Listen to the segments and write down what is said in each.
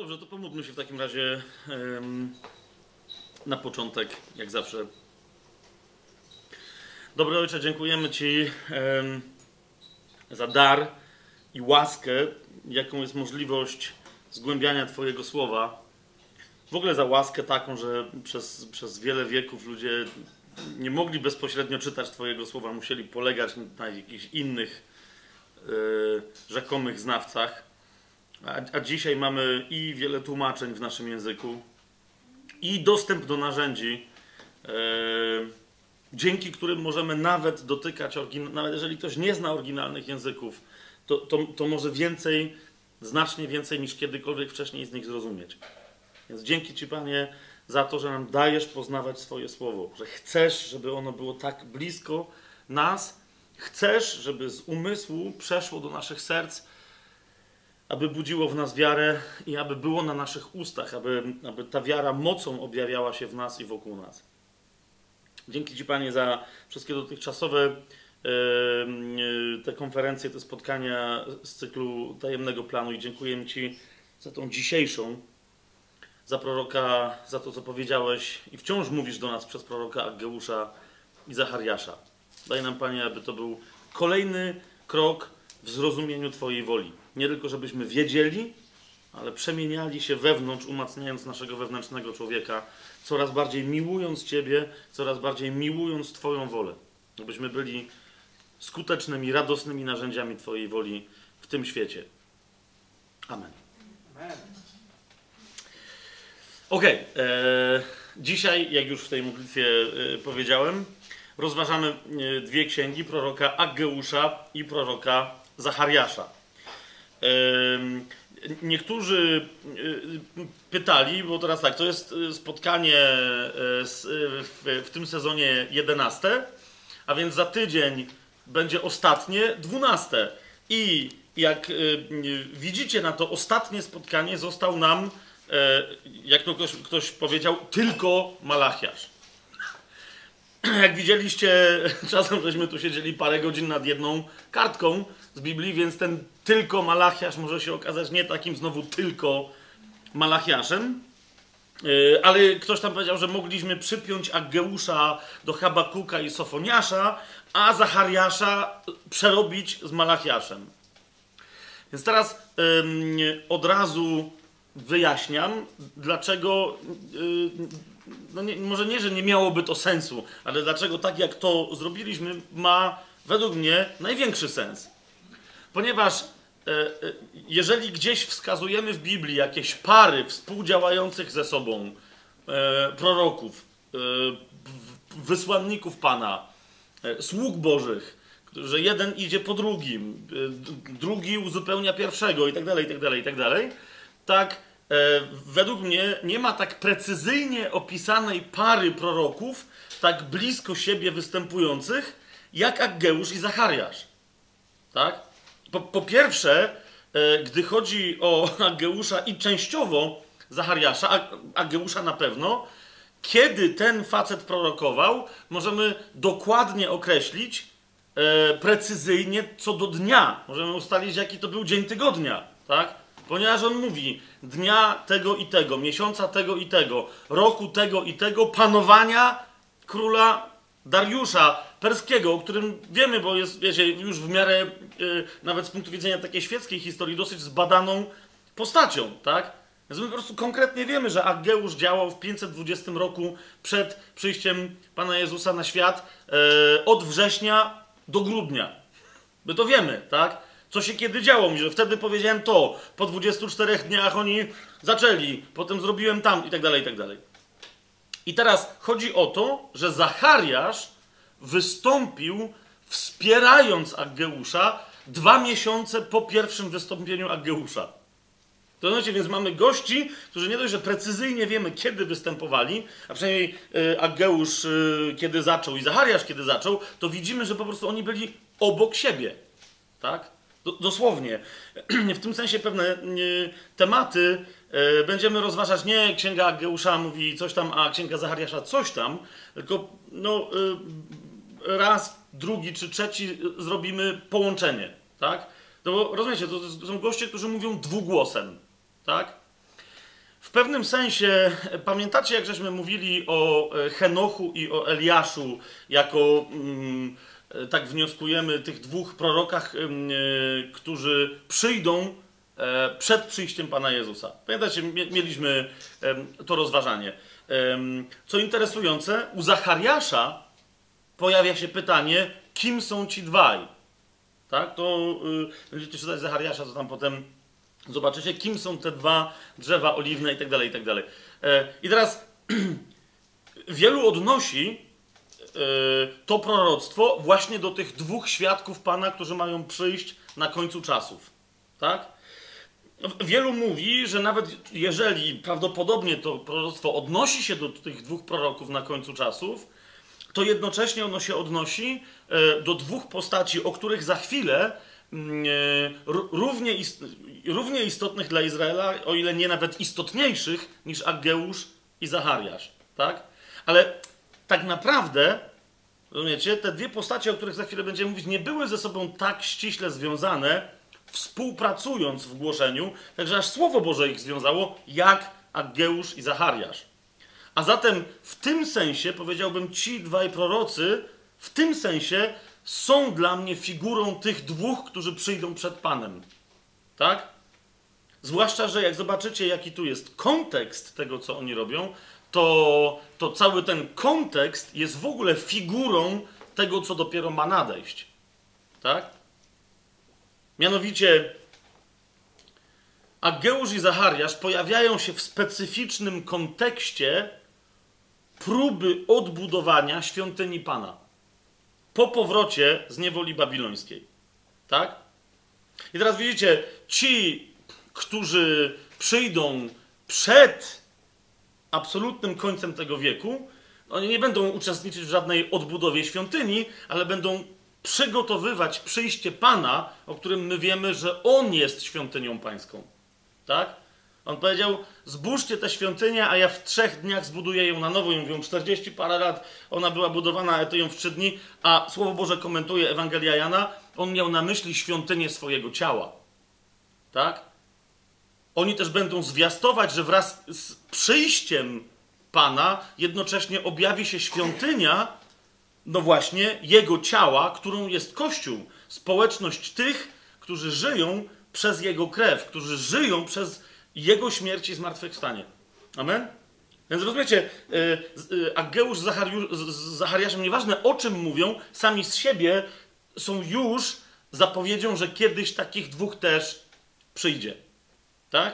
Dobrze, to pomódlmy się w takim razie na początek, jak zawsze. Dobry Ojcze, dziękujemy Ci za dar i łaskę, jaką jest możliwość zgłębiania Twojego Słowa. W ogóle za łaskę taką, że przez wiele wieków ludzie nie mogli bezpośrednio czytać Twojego Słowa, musieli polegać na jakichś innych rzekomych znawcach. A dzisiaj mamy i wiele tłumaczeń w naszym języku, i dostęp do narzędzi, dzięki którym możemy nawet dotykać, nawet jeżeli ktoś nie zna oryginalnych języków, to może więcej, znacznie więcej niż kiedykolwiek wcześniej z nich zrozumieć. Więc dzięki Ci, Panie, za to, że nam dajesz poznawać swoje Słowo, że chcesz, żeby ono było tak blisko nas, chcesz, żeby z umysłu przeszło do naszych serc, aby budziło w nas wiarę i aby było na naszych ustach, aby ta wiara mocą objawiała się w nas i wokół nas. Dzięki Ci, Panie, za wszystkie dotychczasowe te konferencje, te spotkania z cyklu Tajemnego Planu i dziękuję Ci za tą dzisiejszą, za proroka, za to, co powiedziałeś i wciąż mówisz do nas przez proroka Aggeusza i Zachariasza. Daj nam, Panie, aby to był kolejny krok w zrozumieniu Twojej woli. Nie tylko, żebyśmy wiedzieli, ale przemieniali się wewnątrz, umacniając naszego wewnętrznego człowieka, coraz bardziej miłując Ciebie, coraz bardziej miłując Twoją wolę. Abyśmy byli skutecznymi, radosnymi narzędziami Twojej woli w tym świecie. Amen. Amen. Okej. Dzisiaj, jak już w tej modlitwie powiedziałem, rozważamy dwie księgi, proroka Aggeusza i proroka Zachariasza. Niektórzy pytali, bo teraz tak, to jest spotkanie w tym sezonie 11, a więc za tydzień będzie ostatnie 12. I jak widzicie, na to ostatnie spotkanie został nam, jak to ktoś powiedział, tylko Malachiasz. Jak widzieliście, czasem żeśmy tu siedzieli parę godzin nad jedną kartką z Biblii, więc ten tylko Malachiasz może się okazać nie takim znowu tylko Malachiaszem. Ale ktoś tam powiedział, że mogliśmy przypiąć Aggeusza do Habakuka i Sofoniasza, a Zachariasza przerobić z Malachiaszem. Więc teraz od razu wyjaśniam, dlaczego, no nie, może nie, że nie miałoby to sensu, ale dlaczego tak jak to zrobiliśmy ma według mnie największy sens. Ponieważ jeżeli gdzieś wskazujemy w Biblii jakieś pary współdziałających ze sobą proroków, wysłanników Pana, sług Bożych, że jeden idzie po drugim, drugi uzupełnia pierwszego i tak dalej, i tak dalej, i tak dalej, tak według mnie nie ma tak precyzyjnie opisanej pary proroków, tak blisko siebie występujących, jak Aggeusz i Zachariasz. Tak? Po pierwsze, gdy chodzi o Aggeusza i częściowo Zachariasza, Aggeusza na pewno, kiedy ten facet prorokował, możemy dokładnie określić, precyzyjnie co do dnia. Możemy ustalić, jaki to był dzień tygodnia. Tak? Ponieważ on mówi dnia tego i tego, miesiąca tego i tego, roku tego i tego, panowania króla Dariusza Perskiego, o którym wiemy, bo jest, wiecie, już w miarę, nawet z punktu widzenia takiej świeckiej historii, dosyć zbadaną postacią, tak? Więc my po prostu konkretnie wiemy, że Aggeusz działał w 520 roku przed przyjściem Pana Jezusa na świat, od września do grudnia. My to wiemy, tak? Co się kiedy działo mi, że wtedy powiedziałem to, po 24 dniach oni zaczęli, potem zrobiłem tam i tak dalej, i tak dalej. I teraz chodzi o to, że Zachariasz wystąpił wspierając Aggeusza 2 miesiące po pierwszym wystąpieniu Aggeusza. To znaczy, więc mamy gości, którzy nie dość, że precyzyjnie wiemy, kiedy występowali, a przynajmniej Aggeusz kiedy zaczął i Zachariasz kiedy zaczął, to widzimy, że po prostu oni byli obok siebie. Tak? Dosłownie. W tym sensie pewne tematy będziemy rozważać, nie Księga Aggeusza mówi coś tam, a Księga Zachariasza coś tam, tylko no, raz, drugi czy trzeci zrobimy połączenie. Tak? No bo rozumiecie, to są goście, którzy mówią dwugłosem. Tak? w pewnym sensie, pamiętacie, jak żeśmy mówili o Henochu i o Eliaszu, jako, tak wnioskujemy, tych dwóch prorokach, którzy przyjdą przed przyjściem Pana Jezusa. Pamiętacie, mieliśmy to rozważanie. Co interesujące, u Zachariasza pojawia się pytanie, kim są ci dwaj? Tak? To będziecie czytać Zachariasza, to tam potem zobaczycie, kim są te dwa drzewa oliwne i tak dalej, i tak dalej. I teraz wielu odnosi to proroctwo właśnie do tych dwóch świadków Pana, którzy mają przyjść na końcu czasów. Tak? Wielu mówi, że nawet jeżeli prawdopodobnie to proroctwo odnosi się do tych dwóch proroków na końcu czasów, to jednocześnie ono się odnosi do dwóch postaci, o których za chwilę równie istotnych dla Izraela, o ile nie nawet istotniejszych niż Aggeusz i Zachariasz. Tak? Ale tak naprawdę, rozumiecie, te dwie postacie, o których za chwilę będziemy mówić, nie były ze sobą tak ściśle związane, współpracując w głoszeniu, także aż Słowo Boże ich związało, jak Aggeusz i Zachariasz. A zatem w tym sensie, powiedziałbym, ci dwaj prorocy, w tym sensie są dla mnie figurą tych dwóch, którzy przyjdą przed Panem. Tak? Zwłaszcza, że jak zobaczycie, jaki tu jest kontekst tego, co oni robią, to cały ten kontekst jest w ogóle figurą tego, co dopiero ma nadejść. Tak? Mianowicie Aggeusz i Zachariasz pojawiają się w specyficznym kontekście próby odbudowania świątyni Pana po powrocie z niewoli babilońskiej. Tak? I teraz widzicie, ci, którzy przyjdą przed absolutnym końcem tego wieku, oni nie będą uczestniczyć w żadnej odbudowie świątyni, ale będą przygotowywać przyjście Pana, o którym my wiemy, że On jest świątynią pańską. Tak? On powiedział, zbóżcie tę świątynię, a ja w 3 dniach zbuduję ją na nowo. I mówią, 40 parę lat ona była budowana, a ty ją w 3 dni. A Słowo Boże komentuje Ewangelia Jana, on miał na myśli świątynię swojego ciała. Tak? Oni też będą zwiastować, że wraz z przyjściem Pana jednocześnie objawi się świątynia, no właśnie, Jego ciała, którą jest Kościół. Społeczność tych, którzy żyją przez Jego krew, którzy żyją przez Jego śmierć i zmartwychwstanie. Amen? Więc rozumiecie, Aggeusz z Zachariaszem, nieważne o czym mówią, sami z siebie są już zapowiedzią, że kiedyś takich dwóch też przyjdzie. Tak?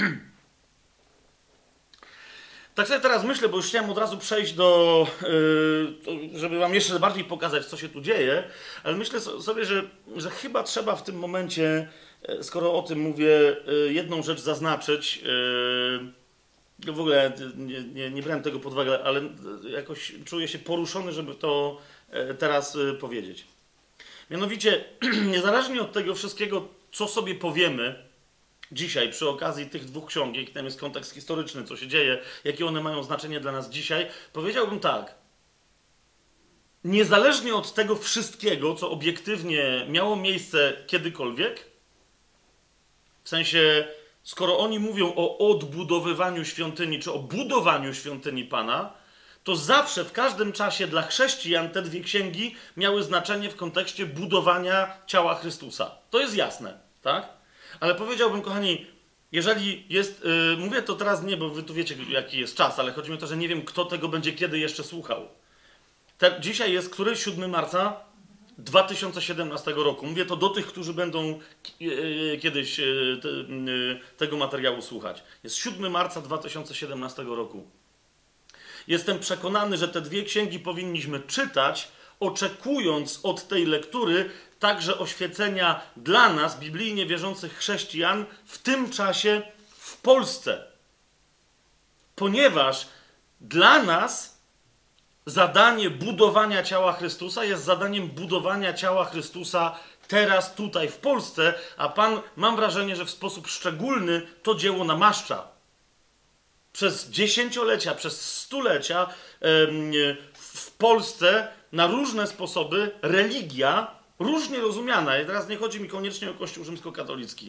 Tak sobie teraz myślę, bo już chciałem od razu przejść żeby wam jeszcze bardziej pokazać, co się tu dzieje, ale myślę sobie, że chyba trzeba w tym momencie, skoro o tym mówię, jedną rzecz zaznaczyć. W ogóle nie brałem tego pod uwagę, ale jakoś czuję się poruszony, żeby to teraz powiedzieć. Mianowicie, niezależnie od tego wszystkiego, co sobie powiemy dzisiaj przy okazji tych dwóch ksiąg, jaki tam jest kontekst historyczny, co się dzieje, jakie one mają znaczenie dla nas dzisiaj, powiedziałbym tak. Niezależnie od tego wszystkiego, co obiektywnie miało miejsce kiedykolwiek, w sensie, skoro oni mówią o odbudowywaniu świątyni, czy o budowaniu świątyni Pana, to zawsze, w każdym czasie dla chrześcijan te dwie księgi miały znaczenie w kontekście budowania ciała Chrystusa. To jest jasne, tak? Ale powiedziałbym, kochani, jeżeli jest... mówię to teraz nie, bo wy tu wiecie, jaki jest czas, ale chodzi mi o to, że nie wiem, kto tego będzie kiedy jeszcze słuchał. Dzisiaj jest który? 7 marca 2017 roku. Mówię to do tych, którzy będą kiedyś tego materiału słuchać. Jest 7 marca 2017 roku. Jestem przekonany, że te dwie księgi powinniśmy czytać, oczekując od tej lektury także oświecenia dla nas, biblijnie wierzących chrześcijan, w tym czasie w Polsce. Ponieważ dla nas zadanie budowania ciała Chrystusa jest zadaniem budowania ciała Chrystusa teraz, tutaj, w Polsce, a Pan, mam wrażenie, że w sposób szczególny to dzieło namaszcza. Przez dziesięciolecia, przez stulecia w Polsce na różne sposoby religia, różnie rozumiana, i teraz nie chodzi mi koniecznie o Kościół rzymskokatolicki,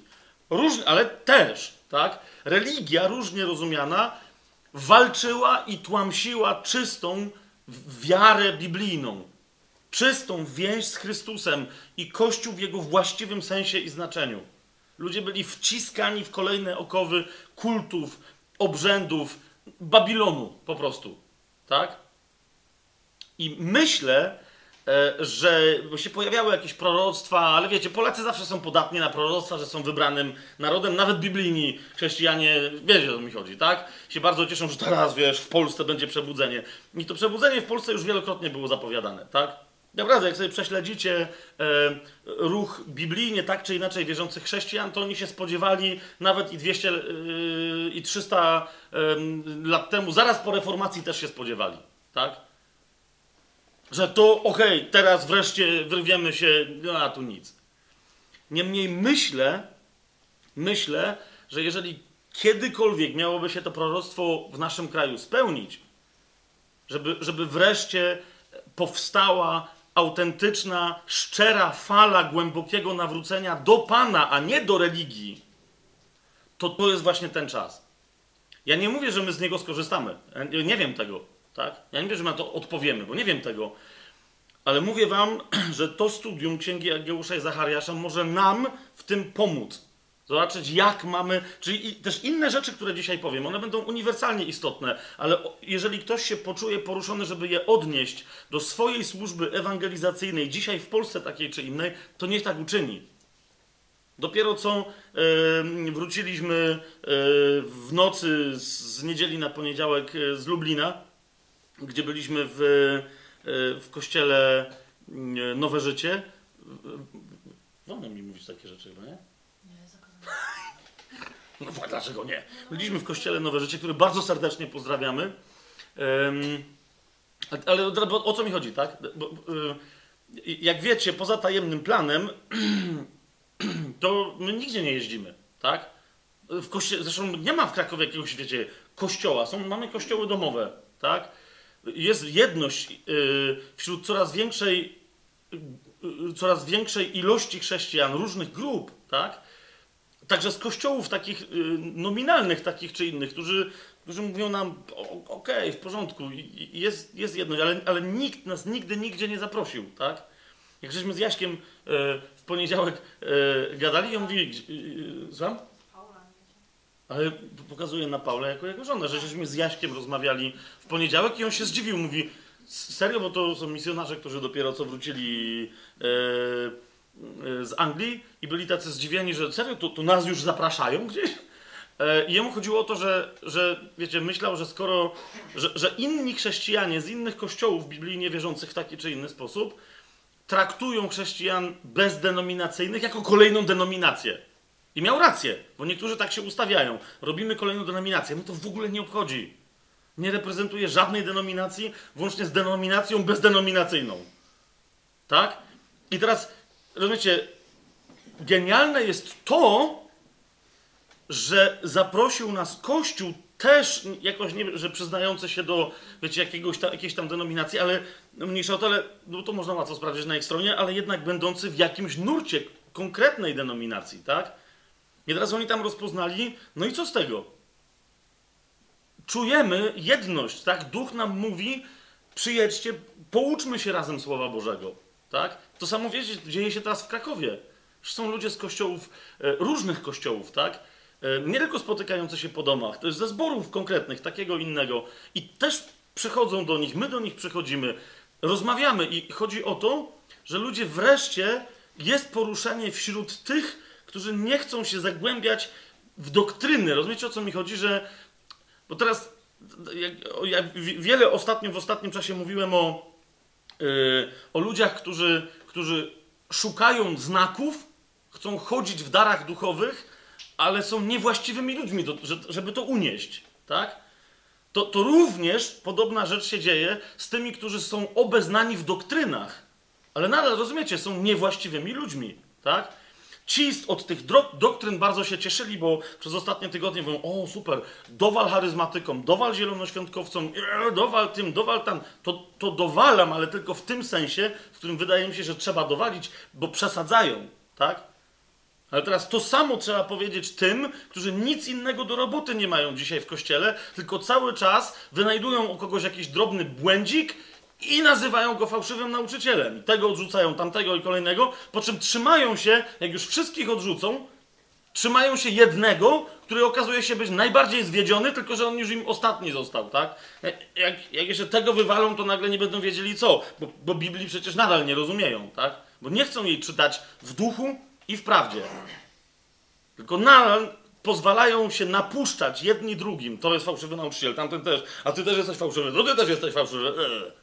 ale też, tak? Religia różnie rozumiana walczyła i tłamsiła czystą wiarę biblijną. Czystą więź z Chrystusem i Kościół w jego właściwym sensie i znaczeniu. Ludzie byli wciskani w kolejne okowy kultów, obrzędów, Babilonu po prostu. Tak? I myślę, że bo się pojawiały jakieś proroctwa, ale wiecie, Polacy zawsze są podatni na proroctwa, że są wybranym narodem, nawet biblijni chrześcijanie, wiecie, o co mi chodzi, tak? Się bardzo cieszą, że teraz, wiesz, w Polsce będzie przebudzenie. I to przebudzenie w Polsce już wielokrotnie było zapowiadane, tak? Naprawdę, jak sobie prześledzicie ruch biblijnie, tak czy inaczej wierzących chrześcijan, to oni się spodziewali nawet i 200 i 300 lat temu, zaraz po reformacji też się spodziewali, tak? Że to okej, teraz wreszcie wyrwiemy się, a tu nic. Niemniej myślę, że jeżeli kiedykolwiek miałoby się to proroctwo w naszym kraju spełnić, żeby wreszcie powstała autentyczna, szczera fala głębokiego nawrócenia do Pana, a nie do religii, to jest właśnie ten czas. Ja nie mówię, że my z niego skorzystamy. Ja nie wiem tego, tak? Ja nie wiem, że na to odpowiemy, bo nie wiem tego. Ale mówię wam, że to studium Księgi Ageusza i Zachariasza może nam w tym pomóc. Zobaczyć, jak mamy... Czyli też inne rzeczy, które dzisiaj powiem, one będą uniwersalnie istotne, ale jeżeli ktoś się poczuje poruszony, żeby je odnieść do swojej służby ewangelizacyjnej, dzisiaj w Polsce takiej czy innej, to niech tak uczyni. Dopiero co wróciliśmy w nocy z niedzieli na poniedziałek z Lublina, gdzie byliśmy w kościele Nowe Życie. Wolno mi mówić takie rzeczy chyba, nie? Nie, zakazane. No dlaczego nie? Byliśmy w kościele Nowe Życie, który bardzo serdecznie pozdrawiamy. Ale o co mi chodzi, tak? Jak wiecie, poza tajemnym planem to my nigdzie nie jeździmy, tak? Zresztą nie ma w Krakowie jakiegoś, wiecie, kościoła. Mamy kościoły domowe, tak? Jest jedność wśród coraz większej ilości chrześcijan, różnych grup, tak? Także z kościołów takich nominalnych, takich czy innych, którzy mówią nam, okej, w porządku, jest jedność, ale nikt nas nigdy, nigdzie nie zaprosił, tak? Jak żeśmy z Jaśkiem w poniedziałek gadali i on mówi, słucham? Ale pokazuje na Paulę jako jego żonę, że żeśmy z Jaśkiem rozmawiali w poniedziałek i on się zdziwił, mówi, serio, bo to są misjonarze, którzy dopiero co wrócili z Anglii i byli tacy zdziwieni, że serio, to nas już zapraszają gdzieś? I jemu chodziło o to, że wiecie, myślał, że że inni chrześcijanie z innych kościołów biblijnie wierzących w taki czy inny sposób traktują chrześcijan bezdenominacyjnych jako kolejną denominację. I miał rację, bo niektórzy tak się ustawiają. Robimy kolejną denominację. Mnie to w ogóle nie obchodzi. Nie reprezentuje żadnej denominacji, włącznie z denominacją bezdenominacyjną. Tak? I teraz, rozumiecie, genialne jest to, że zaprosił nas Kościół też jakoś, nie, że przyznający się do, wiecie, jakiejś tam denominacji, ale mniejsza o to, ale no to można łatwo sprawdzić na ich stronie, ale jednak będący w jakimś nurcie konkretnej denominacji, tak? I teraz oni tam rozpoznali, no i co z tego? Czujemy jedność, tak? Duch nam mówi, przyjedźcie, pouczmy się razem Słowa Bożego, tak? To samo, wiecie, dzieje się teraz w Krakowie. Są ludzie z kościołów, różnych kościołów, tak? Nie tylko spotykające się po domach, to jest ze zborów konkretnych, takiego innego. I też przychodzą do nich, my do nich przychodzimy, rozmawiamy i chodzi o to, że ludzie wreszcie, jest poruszenie wśród tych, którzy nie chcą się zagłębiać w doktryny. Rozumiecie, o co mi chodzi? Bo teraz ja wiele w ostatnim czasie mówiłem o ludziach, którzy szukają znaków, chcą chodzić w darach duchowych, ale są niewłaściwymi ludźmi, żeby to unieść. Tak? To również podobna rzecz się dzieje z tymi, którzy są obeznani w doktrynach, ale nadal, rozumiecie, są niewłaściwymi ludźmi. Tak? Ci od tych doktryn bardzo się cieszyli, bo przez ostatnie tygodnie mówią, o super, dowal charyzmatykom, dowal zielonoświątkowcom, dowal tym, dowal tam. To dowalam, ale tylko w tym sensie, w którym wydaje mi się, że trzeba dowalić, bo przesadzają, tak? Ale teraz to samo trzeba powiedzieć tym, którzy nic innego do roboty nie mają dzisiaj w kościele, tylko cały czas wynajdują u kogoś jakiś drobny błędzik i nazywają go fałszywym nauczycielem. I tego odrzucają, tamtego i kolejnego, po czym trzymają się, jak już wszystkich odrzucą, trzymają się jednego, który okazuje się być najbardziej zwiedziony, tylko że on już im ostatni został, tak? Jak jeszcze tego wywalą, to nagle nie będą wiedzieli co, bo Biblii przecież nadal nie rozumieją, tak? Bo nie chcą jej czytać w duchu i w prawdzie. Tylko nadal pozwalają się napuszczać jedni drugim. To jest fałszywy nauczyciel, tamten też, a ty też jesteś fałszywy, no ty też jesteś fałszywy.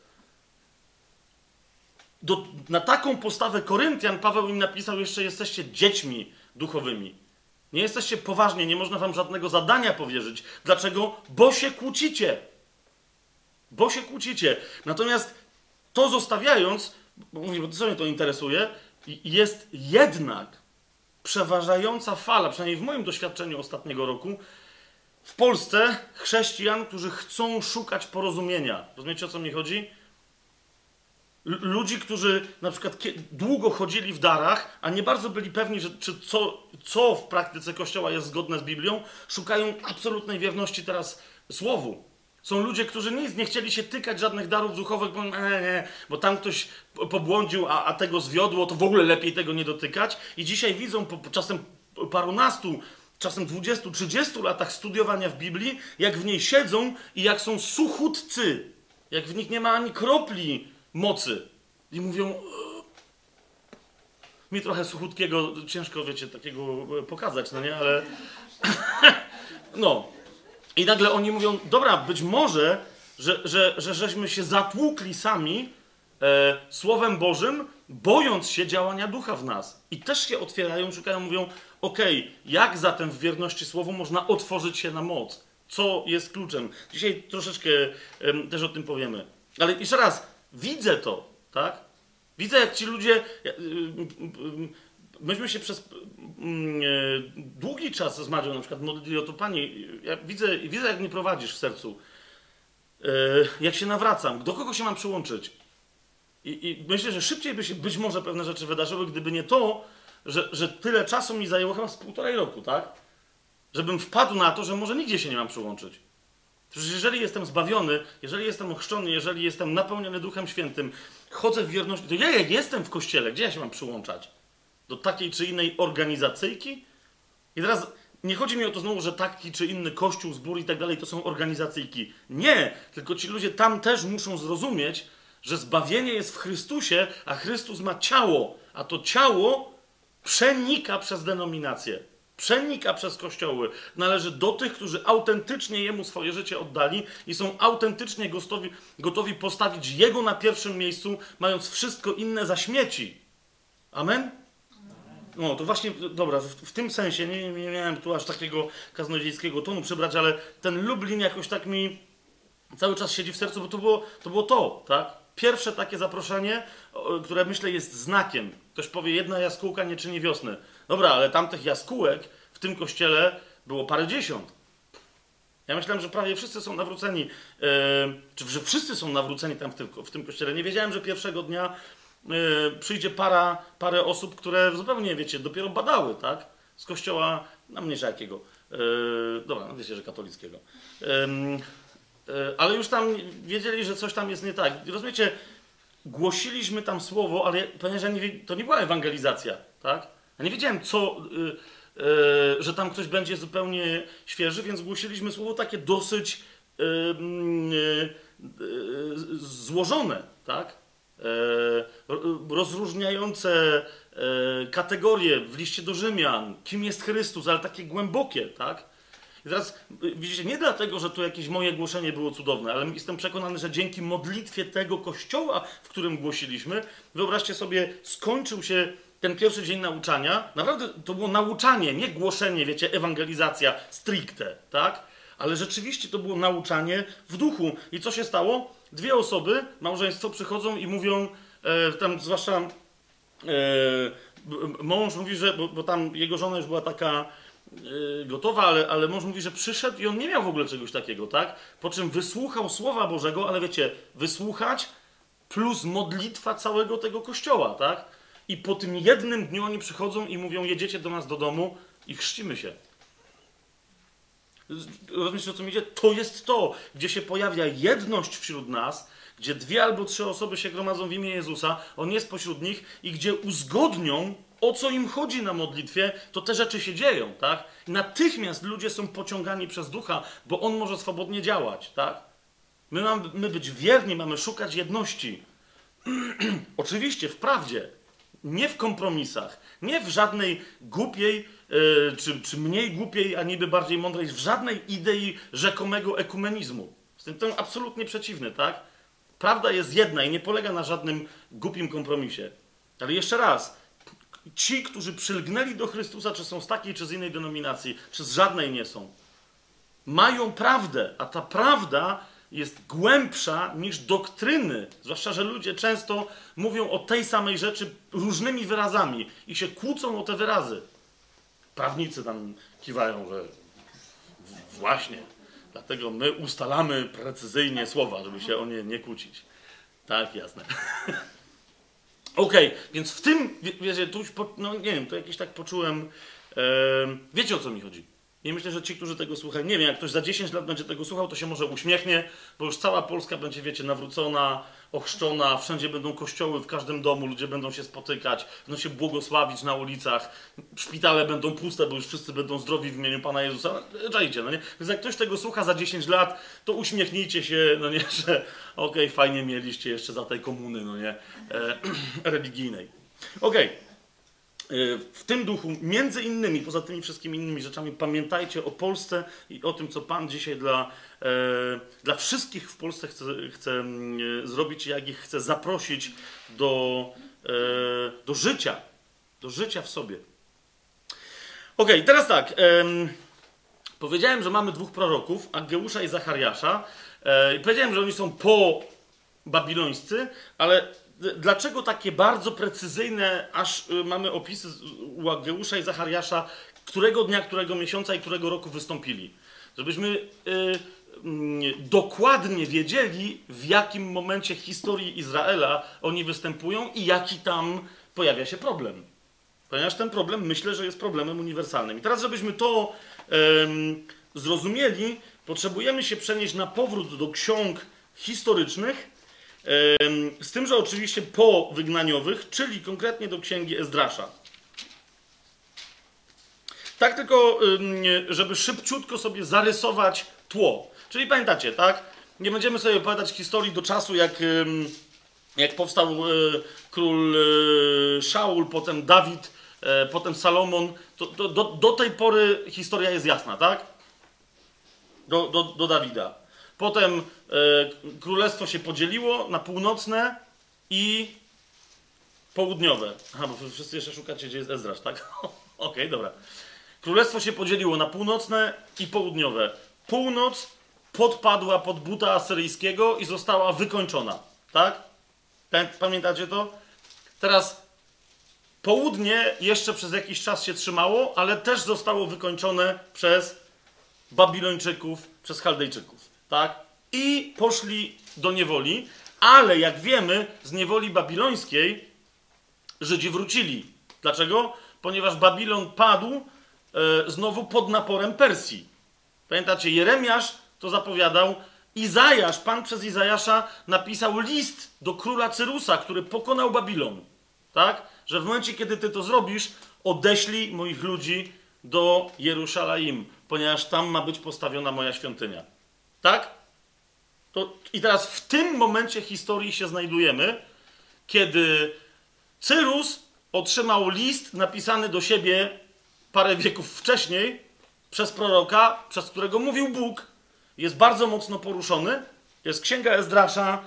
Na taką postawę Koryntian Paweł im napisał jeszcze: jesteście dziećmi duchowymi. Nie jesteście poważnie, nie można wam żadnego zadania powierzyć. Dlaczego? Bo się kłócicie. Bo się kłócicie. Natomiast to zostawiając, bo co mnie to interesuje, jest jednak przeważająca fala, przynajmniej w moim doświadczeniu ostatniego roku, w Polsce chrześcijan, którzy chcą szukać porozumienia. Rozumiecie, o co mi chodzi? Ludzi, którzy na przykład długo chodzili w darach, a nie bardzo byli pewni, czy co w praktyce Kościoła jest zgodne z Biblią, szukają absolutnej wierności teraz Słowu. Są ludzie, którzy nie chcieli się tykać żadnych darów duchowych, bo tam ktoś pobłądził, a tego zwiodło, to w ogóle lepiej tego nie dotykać. I dzisiaj widzą czasem parunastu, czasem 20, 30 latach studiowania w Biblii, jak w niej siedzą i jak są suchutcy, jak w nich nie ma ani kropli mocy. I mówią, mi trochę suchutkiego, ciężko, wiecie, takiego pokazać, no nie, ale no. I nagle oni mówią, dobra, być może, że żeśmy się zatłukli sami Słowem Bożym, bojąc się działania Ducha w nas. I też się otwierają, szukają, mówią, okej, jak zatem w wierności Słowu można otworzyć się na moc? Co jest kluczem? Dzisiaj troszeczkę też o tym powiemy. Ale jeszcze raz, widzę to, tak? Widzę, jak ci ludzie... Myśmy się przez długi czas z Madzią na przykład modlili o to, Pani, ja widzę, jak mnie prowadzisz w sercu. Jak się nawracam, do kogo się mam przyłączyć? I myślę, że szybciej by się być może pewne rzeczy wydarzyły, gdyby nie to, że tyle czasu mi zajęło, chyba z 1,5 roku, tak? Żebym wpadł na to, że może nigdzie się nie mam przyłączyć. Przecież jeżeli jestem zbawiony, jeżeli jestem ochrzczony, jeżeli jestem napełniony Duchem Świętym, chodzę w wierności, to ja jak jestem w Kościele, gdzie ja się mam przyłączać? Do takiej czy innej organizacyjki? I teraz nie chodzi mi o to znowu, że taki czy inny kościół, zbór i tak dalej to są organizacyjki. Nie! Tylko ci ludzie tam też muszą zrozumieć, że zbawienie jest w Chrystusie, a Chrystus ma ciało. A to ciało przenika przez denominacje. Przenika przez kościoły. Należy do tych, którzy autentycznie Jemu swoje życie oddali i są autentycznie gotowi postawić Jego na pierwszym miejscu, mając wszystko inne za śmieci. Amen? No, to właśnie, dobra, w tym sensie nie miałem tu aż takiego kaznodziejskiego tonu przybrać, ale ten Lublin jakoś tak mi cały czas siedzi w sercu, bo to było to, tak? Pierwsze takie zaproszenie, które myślę jest znakiem. Ktoś powie, jedna jaskółka nie czyni wiosny. Dobra, ale tamtych jaskółek w tym kościele było parędziesiąt. Ja myślałem, że prawie wszyscy są nawróceni, czy że wszyscy są nawróceni tam w tym kościele. Nie wiedziałem, że pierwszego dnia przyjdzie parę osób, które zupełnie, wiecie, dopiero badały, tak? Z kościoła, no mniejsza jakiego. Dobra, no wiecie, że katolickiego. Ale już tam wiedzieli, że coś tam jest nie tak. Rozumiecie, głosiliśmy tam słowo, ale ponieważ to nie była ewangelizacja, tak? Ja nie wiedziałem, że tam ktoś będzie zupełnie świeży, więc głosiliśmy słowo takie dosyć złożone, tak? Rozróżniające kategorie w liście do Rzymian, kim jest Chrystus, ale takie głębokie, tak? I teraz widzicie, nie dlatego, że tu jakieś moje głoszenie było cudowne, ale jestem przekonany, że dzięki modlitwie tego kościoła, w którym głosiliśmy, wyobraźcie sobie, skończył się ten pierwszy dzień nauczania. Naprawdę to było nauczanie, nie głoszenie, wiecie, ewangelizacja stricte, tak? Ale rzeczywiście to było nauczanie w duchu. I co się stało? 2 osoby, małżeństwo, przychodzą i mówią, tam zwłaszcza mąż mówi, że, bo tam jego żona już była taka gotowa, ale mąż mówi, że przyszedł i on nie miał w ogóle czegoś takiego, tak? Po czym wysłuchał Słowa Bożego, ale wiecie, wysłuchać plus modlitwa całego tego kościoła, tak? i po tym jednym dniu oni przychodzą i mówią, jedziecie do nas do domu i chrzcimy się. Rozumiesz, o co mi idzie? To jest to, gdzie się pojawia jedność wśród nas, gdzie 2 albo 3 osoby się gromadzą w imię Jezusa, On jest pośród nich i gdzie uzgodnią, o co im chodzi na modlitwie, to te rzeczy się dzieją, tak? Natychmiast ludzie są pociągani przez Ducha, bo On może swobodnie działać, tak? My mamy być wierni, mamy szukać jedności. Oczywiście w prawdzie, nie w kompromisach, nie w żadnej głupiej, czy mniej głupiej, a niby bardziej mądrej, w żadnej idei rzekomego ekumenizmu. Jestem absolutnie przeciwny, tak? Prawda jest jedna i nie polega na żadnym głupim kompromisie. Ale jeszcze raz, ci, którzy przylgnęli do Chrystusa, czy są z takiej, czy z innej denominacji, czy z żadnej nie są, mają prawdę, a ta prawda jest głębsza niż doktryny. Zwłaszcza, że ludzie często mówią o tej samej rzeczy różnymi wyrazami i się kłócą o te wyrazy. Prawnicy tam kiwają, że właśnie, dlatego my ustalamy precyzyjnie słowa, żeby się o nie nie kłócić. Tak, jasne. Okej, więc w tym, wiecie, tu już, no nie wiem, to jakieś tak poczułem, wiecie, o co mi chodzi. I myślę, że ci, którzy tego słuchają, nie wiem, jak ktoś za 10 lat będzie tego słuchał, to się może uśmiechnie, bo już cała Polska będzie, wiecie, nawrócona, ochrzczona, wszędzie będą kościoły, w każdym domu ludzie będą się spotykać, będą się błogosławić na ulicach, szpitale będą puste, bo już wszyscy będą zdrowi w imieniu Pana Jezusa. Czajcie, no nie? Więc jak ktoś tego słucha za 10 lat, to uśmiechnijcie się, no nie, że okej, fajnie mieliście jeszcze za tej komuny, no nie, religijnej. Okej. W tym duchu, między innymi, poza tymi wszystkimi innymi rzeczami, pamiętajcie o Polsce i o tym, co Pan dzisiaj dla wszystkich w Polsce chce zrobić, jak ich chce zaprosić do życia w sobie. Okej, teraz tak. Powiedziałem, że mamy 2 proroków, Aggeusza i Zachariasza. Powiedziałem, że oni są po-babilońscy, ale dlaczego takie bardzo precyzyjne, aż mamy opisy u Aggeusza i Zachariasza, którego dnia, którego miesiąca i którego roku wystąpili? Żebyśmy dokładnie wiedzieli, w jakim momencie historii Izraela oni występują i jaki tam pojawia się problem. Ponieważ ten problem, myślę, że jest problemem uniwersalnym. I teraz, żebyśmy to zrozumieli, potrzebujemy się przenieść na powrót do ksiąg historycznych, z tym, że oczywiście powygnaniowych, czyli konkretnie do księgi Ezdrasza. Tak tylko, żeby szybciutko sobie zarysować tło. Czyli pamiętacie, tak? Nie będziemy sobie opowiadać historii do czasu, jak powstał król Szaul, potem Dawid, potem Salomon. Do tej pory historia jest jasna, tak? Do Dawida. Potem królestwo się podzieliło na północne i południowe. Aha, bo wszyscy jeszcze szukacie, gdzie jest Ezdrasz, tak? Okej, dobra. Królestwo się podzieliło na północne i południowe. Północ podpadła pod buta asyryjskiego i została wykończona, tak? Pamiętacie to? Teraz południe jeszcze przez jakiś czas się trzymało, ale też zostało wykończone przez Babilończyków, przez Chaldejczyków. Tak? I poszli do niewoli, ale jak wiemy, z niewoli babilońskiej Żydzi wrócili. Dlaczego? Ponieważ Babilon padł znowu pod naporem Persji. Pamiętacie, Jeremiasz to zapowiadał, Izajasz, Pan przez Izajasza napisał list do króla Cyrusa, który pokonał Babilon. Tak? Że w momencie, kiedy ty to zrobisz, odeślij moich ludzi do Jeruszalaim, ponieważ tam ma być postawiona moja świątynia. Tak? I teraz w tym momencie historii się znajdujemy, kiedy Cyrus otrzymał list napisany do siebie parę wieków wcześniej przez proroka, przez którego mówił Bóg. Jest bardzo mocno poruszony. Jest Księga Ezdrasza,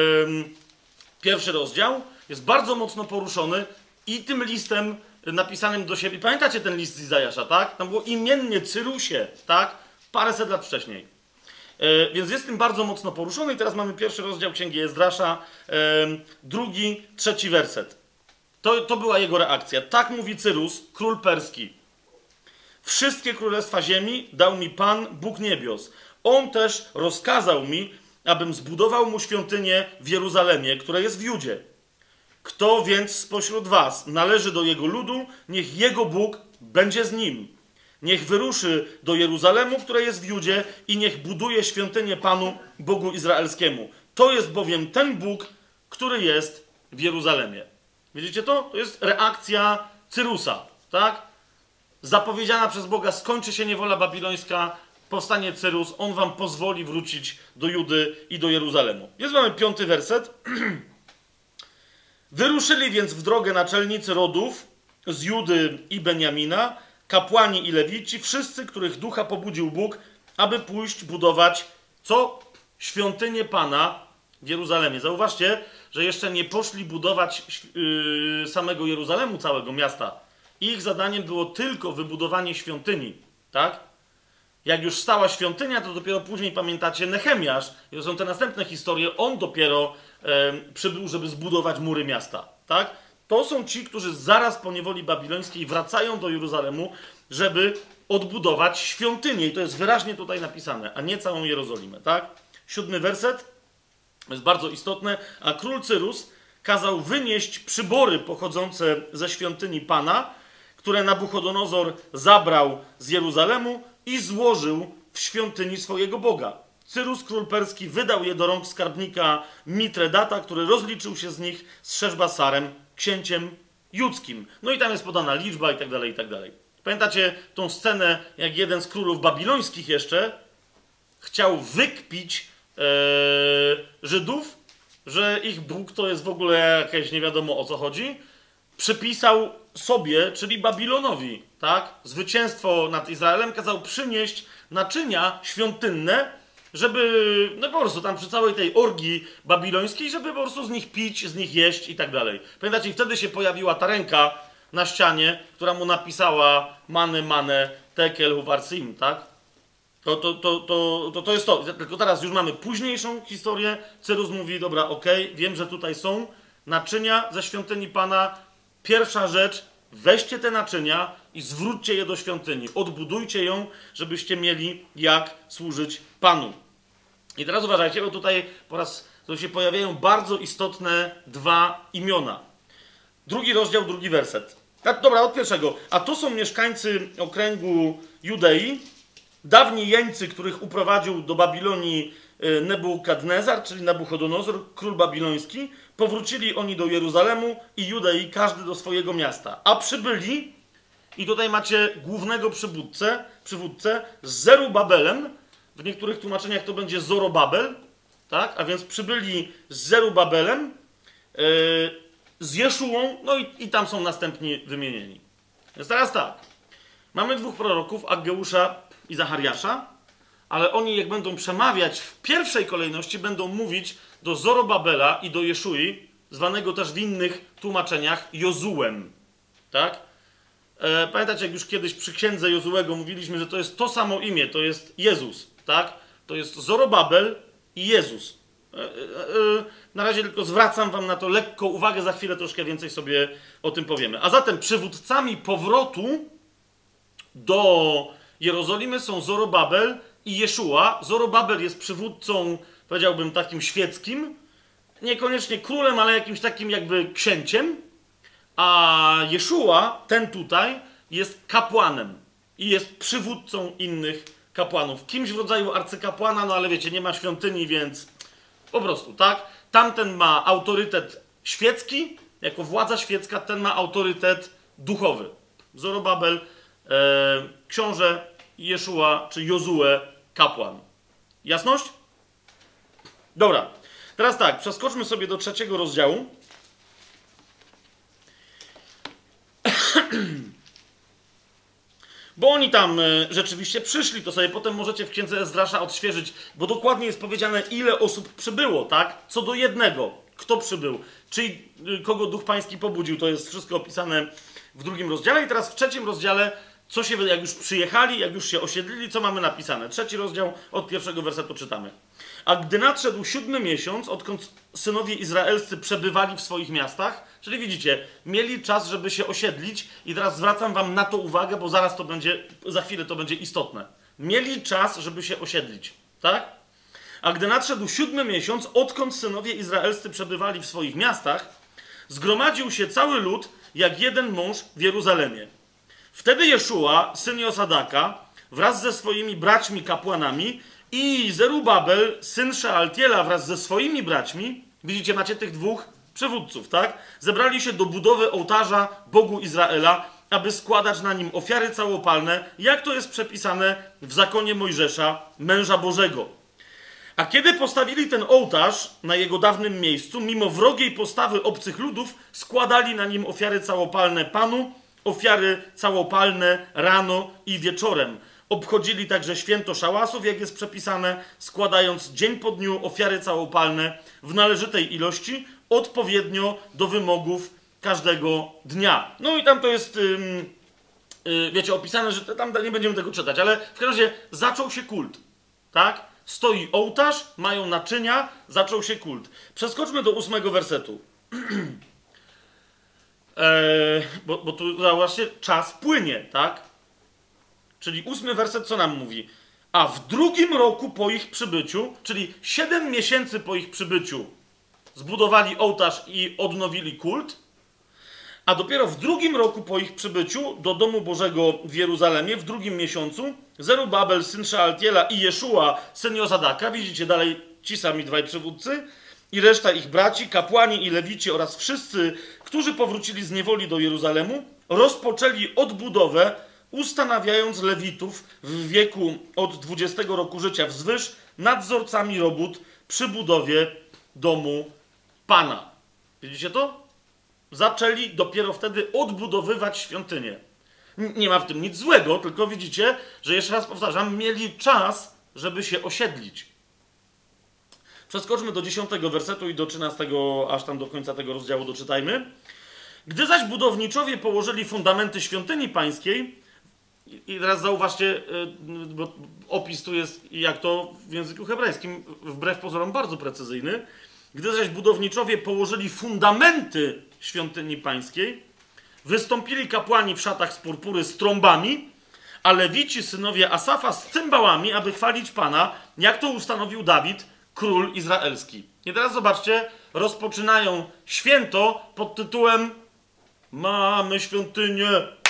1 rozdział. Jest bardzo mocno poruszony i tym listem napisanym do siebie. Pamiętacie ten list z Izajasza, tak? Tam było imiennie Cyrusie, tak? Paręset lat wcześniej. Więc jest tym bardzo mocno poruszony i teraz mamy 1 rozdział Księgi Ezdrasza, 2, 3 werset. To była jego reakcja. Tak mówi Cyrus, król perski. Wszystkie królestwa ziemi dał mi Pan, Bóg niebios. On też rozkazał mi, abym zbudował mu świątynię w Jeruzalemie, która jest w Judzie. Kto więc spośród was należy do jego ludu, niech jego Bóg będzie z nim. Niech wyruszy do Jeruzalemu, które jest w Judzie, i niech buduje świątynię Panu, Bogu Izraelskiemu. To jest bowiem ten Bóg, który jest w Jeruzalemie. Widzicie to? To jest reakcja Cyrusa, tak? Zapowiedziana przez Boga, skończy się niewola babilońska, powstanie Cyrus, on wam pozwoli wrócić do Judy i do Jeruzalemu. Jest mamy 5 werset. Wyruszyli więc w drogę naczelnicy rodów z Judy i Beniamina, kapłani i lewici, wszyscy, których ducha pobudził Bóg, aby pójść budować, co? Świątynię Pana w Jeruzalemie. Zauważcie, że jeszcze nie poszli budować samego Jeruzalemu, całego miasta. Ich zadaniem było tylko wybudowanie świątyni, tak? Jak już stała świątynia, to dopiero później, pamiętacie, Nehemiasz, i to są te następne historie, on dopiero przybył, żeby zbudować mury miasta, tak? To są ci, którzy zaraz po niewoli babilońskiej wracają do Jeruzalemu, żeby odbudować świątynię. I to jest wyraźnie tutaj napisane, a nie całą Jerozolimę, tak? 7 werset, jest bardzo istotne. A król Cyrus kazał wynieść przybory pochodzące ze świątyni Pana, które Nabuchodonozor zabrał z Jeruzalemu i złożył w świątyni swojego Boga. Cyrus, król perski, wydał je do rąk skarbnika Mitredata, który rozliczył się z nich z Szeszbasarem, księciem judzkim. No i tam jest podana liczba i tak dalej, i tak dalej. Pamiętacie tą scenę, jak jeden z królów babilońskich jeszcze chciał wykpić Żydów, że ich Bóg to jest w ogóle jakieś nie wiadomo o co chodzi, przypisał sobie, czyli Babilonowi, tak? Zwycięstwo nad Izraelem, kazał przynieść naczynia świątynne, żeby, no po prostu tam przy całej tej orgii babilońskiej, żeby po prostu z nich pić, z nich jeść i tak dalej. Pamiętacie, i wtedy się pojawiła ta ręka na ścianie, która mu napisała Mane, Mane, Tekel, Huvarsim, tak? To jest to. Tylko teraz już mamy późniejszą historię. Cyrus mówi, dobra, okej, wiem, że tutaj są naczynia ze świątyni Pana. Pierwsza rzecz, weźcie te naczynia i zwróćcie je do świątyni. Odbudujcie ją, żebyście mieli jak służyć Panu. I teraz uważajcie, bo tutaj po raz tu się pojawiają bardzo istotne dwa imiona. 2 rozdział, 2 werset. Dobra, od pierwszego. A to są mieszkańcy okręgu Judei, dawni jeńcy, których uprowadził do Babilonii Nebukadnezar, czyli Nabuchodonozor, król babiloński. Powrócili oni do Jeruzalemu i Judei, każdy do swojego miasta. A przybyli, i tutaj macie głównego przywódcę z Zerubabelem, w niektórych tłumaczeniach to będzie Zorobabel, tak? A więc przybyli z Zerubabelem, z Jeszułą, no i tam są następni wymienieni. Więc teraz tak, mamy 2 proroków, Aggeusza i Zachariasza, ale oni jak będą przemawiać w pierwszej kolejności, będą mówić do Zorobabela i do Jeszui, zwanego też w innych tłumaczeniach Jozułem, tak? Pamiętacie, jak już kiedyś przy księdze Jozułego mówiliśmy, że to jest to samo imię, to jest Jezus, tak? To jest Zorobabel i Jezus. Na razie tylko zwracam wam na to lekko uwagę, za chwilę troszkę więcej sobie o tym powiemy. A zatem przywódcami powrotu do Jerozolimy są Zorobabel i Jeszua. Zorobabel jest przywódcą, powiedziałbym, takim świeckim, niekoniecznie królem, ale jakimś takim jakby księciem, a Jeszua, ten tutaj, jest kapłanem i jest przywódcą innych kapłanów. Kimś w rodzaju arcykapłana, no ale wiecie, nie ma świątyni, więc po prostu, tak? Tamten ma autorytet świecki, jako władza świecka, ten ma autorytet duchowy. Zorobabel, książę, Jeszua czy Jozue, kapłan. Jasność? Dobra. Teraz tak, przeskoczmy sobie do 3 rozdziału. Bo oni tam rzeczywiście przyszli, to sobie potem możecie w księdze Ezdrasza odświeżyć, bo dokładnie jest powiedziane, ile osób przybyło, tak? Co do jednego. Kto przybył? Czyli kogo Duch Pański pobudził. To jest wszystko opisane w 2 rozdziale. I teraz w 3 rozdziale, co się, jak już przyjechali, jak już się osiedlili, co mamy napisane? 3 rozdział, od 1 wersetu czytamy. A gdy nadszedł 7 miesiąc, odkąd synowie izraelscy przebywali w swoich miastach, czyli widzicie, mieli czas, żeby się osiedlić i teraz zwracam wam na to uwagę, bo zaraz to będzie, za chwilę to będzie istotne. Mieli czas, żeby się osiedlić, tak? A gdy nadszedł 7 miesiąc, odkąd synowie izraelscy przebywali w swoich miastach, zgromadził się cały lud jak jeden mąż w Jeruzalemie. Wtedy Jeszua, syn Josadaka, wraz ze swoimi braćmi kapłanami i Zerubabel, syn Szealtiela, wraz ze swoimi braćmi, widzicie, macie tych dwóch przywódców, tak? Zebrali się do budowy ołtarza Bogu Izraela, aby składać na nim ofiary całopalne, jak to jest przepisane w zakonie Mojżesza, męża Bożego. A kiedy postawili ten ołtarz na jego dawnym miejscu, mimo wrogiej postawy obcych ludów, składali na nim ofiary całopalne Panu, ofiary całopalne rano i wieczorem. Obchodzili także święto szałasów, jak jest przepisane, składając dzień po dniu ofiary całopalne w należytej ilości, odpowiednio do wymogów każdego dnia. No i tam to jest, wiecie, opisane, że tam nie będziemy tego czytać, ale w każdym razie zaczął się kult, tak? Stoi ołtarz, mają naczynia, zaczął się kult. Przeskoczmy do 8 wersetu. Bo tu zauważcie, czas płynie, tak? Czyli 8 werset co nam mówi? A w drugim roku po ich przybyciu, czyli 7 miesięcy po ich przybyciu, zbudowali ołtarz i odnowili kult, a dopiero w drugim roku po ich przybyciu do domu Bożego w Jeruzalemie, w drugim miesiącu, Zerubabel, syn Szealtiela i Jeszua, syn Josadaka, widzicie dalej ci sami dwaj przywódcy, i reszta ich braci, kapłani i lewici oraz wszyscy, którzy powrócili z niewoli do Jeruzalemu, rozpoczęli odbudowę, ustanawiając lewitów w wieku od 20 roku życia wzwyż nadzorcami robót przy budowie domu Pana. Widzicie to? Zaczęli dopiero wtedy odbudowywać świątynię. Nie ma w tym nic złego, tylko widzicie, że jeszcze raz powtarzam, mieli czas, żeby się osiedlić. Przeskoczmy do 10 wersetu i do 13, aż tam do końca tego rozdziału doczytajmy. Gdy zaś budowniczowie położyli fundamenty świątyni pańskiej, i teraz zauważcie, bo opis tu jest, jak to w języku hebrajskim, wbrew pozorom bardzo precyzyjny. Gdy zaś budowniczowie położyli fundamenty świątyni pańskiej, wystąpili kapłani w szatach z purpury z trąbami, a lewici, synowie Asafa, z cymbałami, aby chwalić Pana, jak to ustanowił Dawid, król izraelski. I teraz zobaczcie, rozpoczynają święto pod tytułem Mamy świątynię.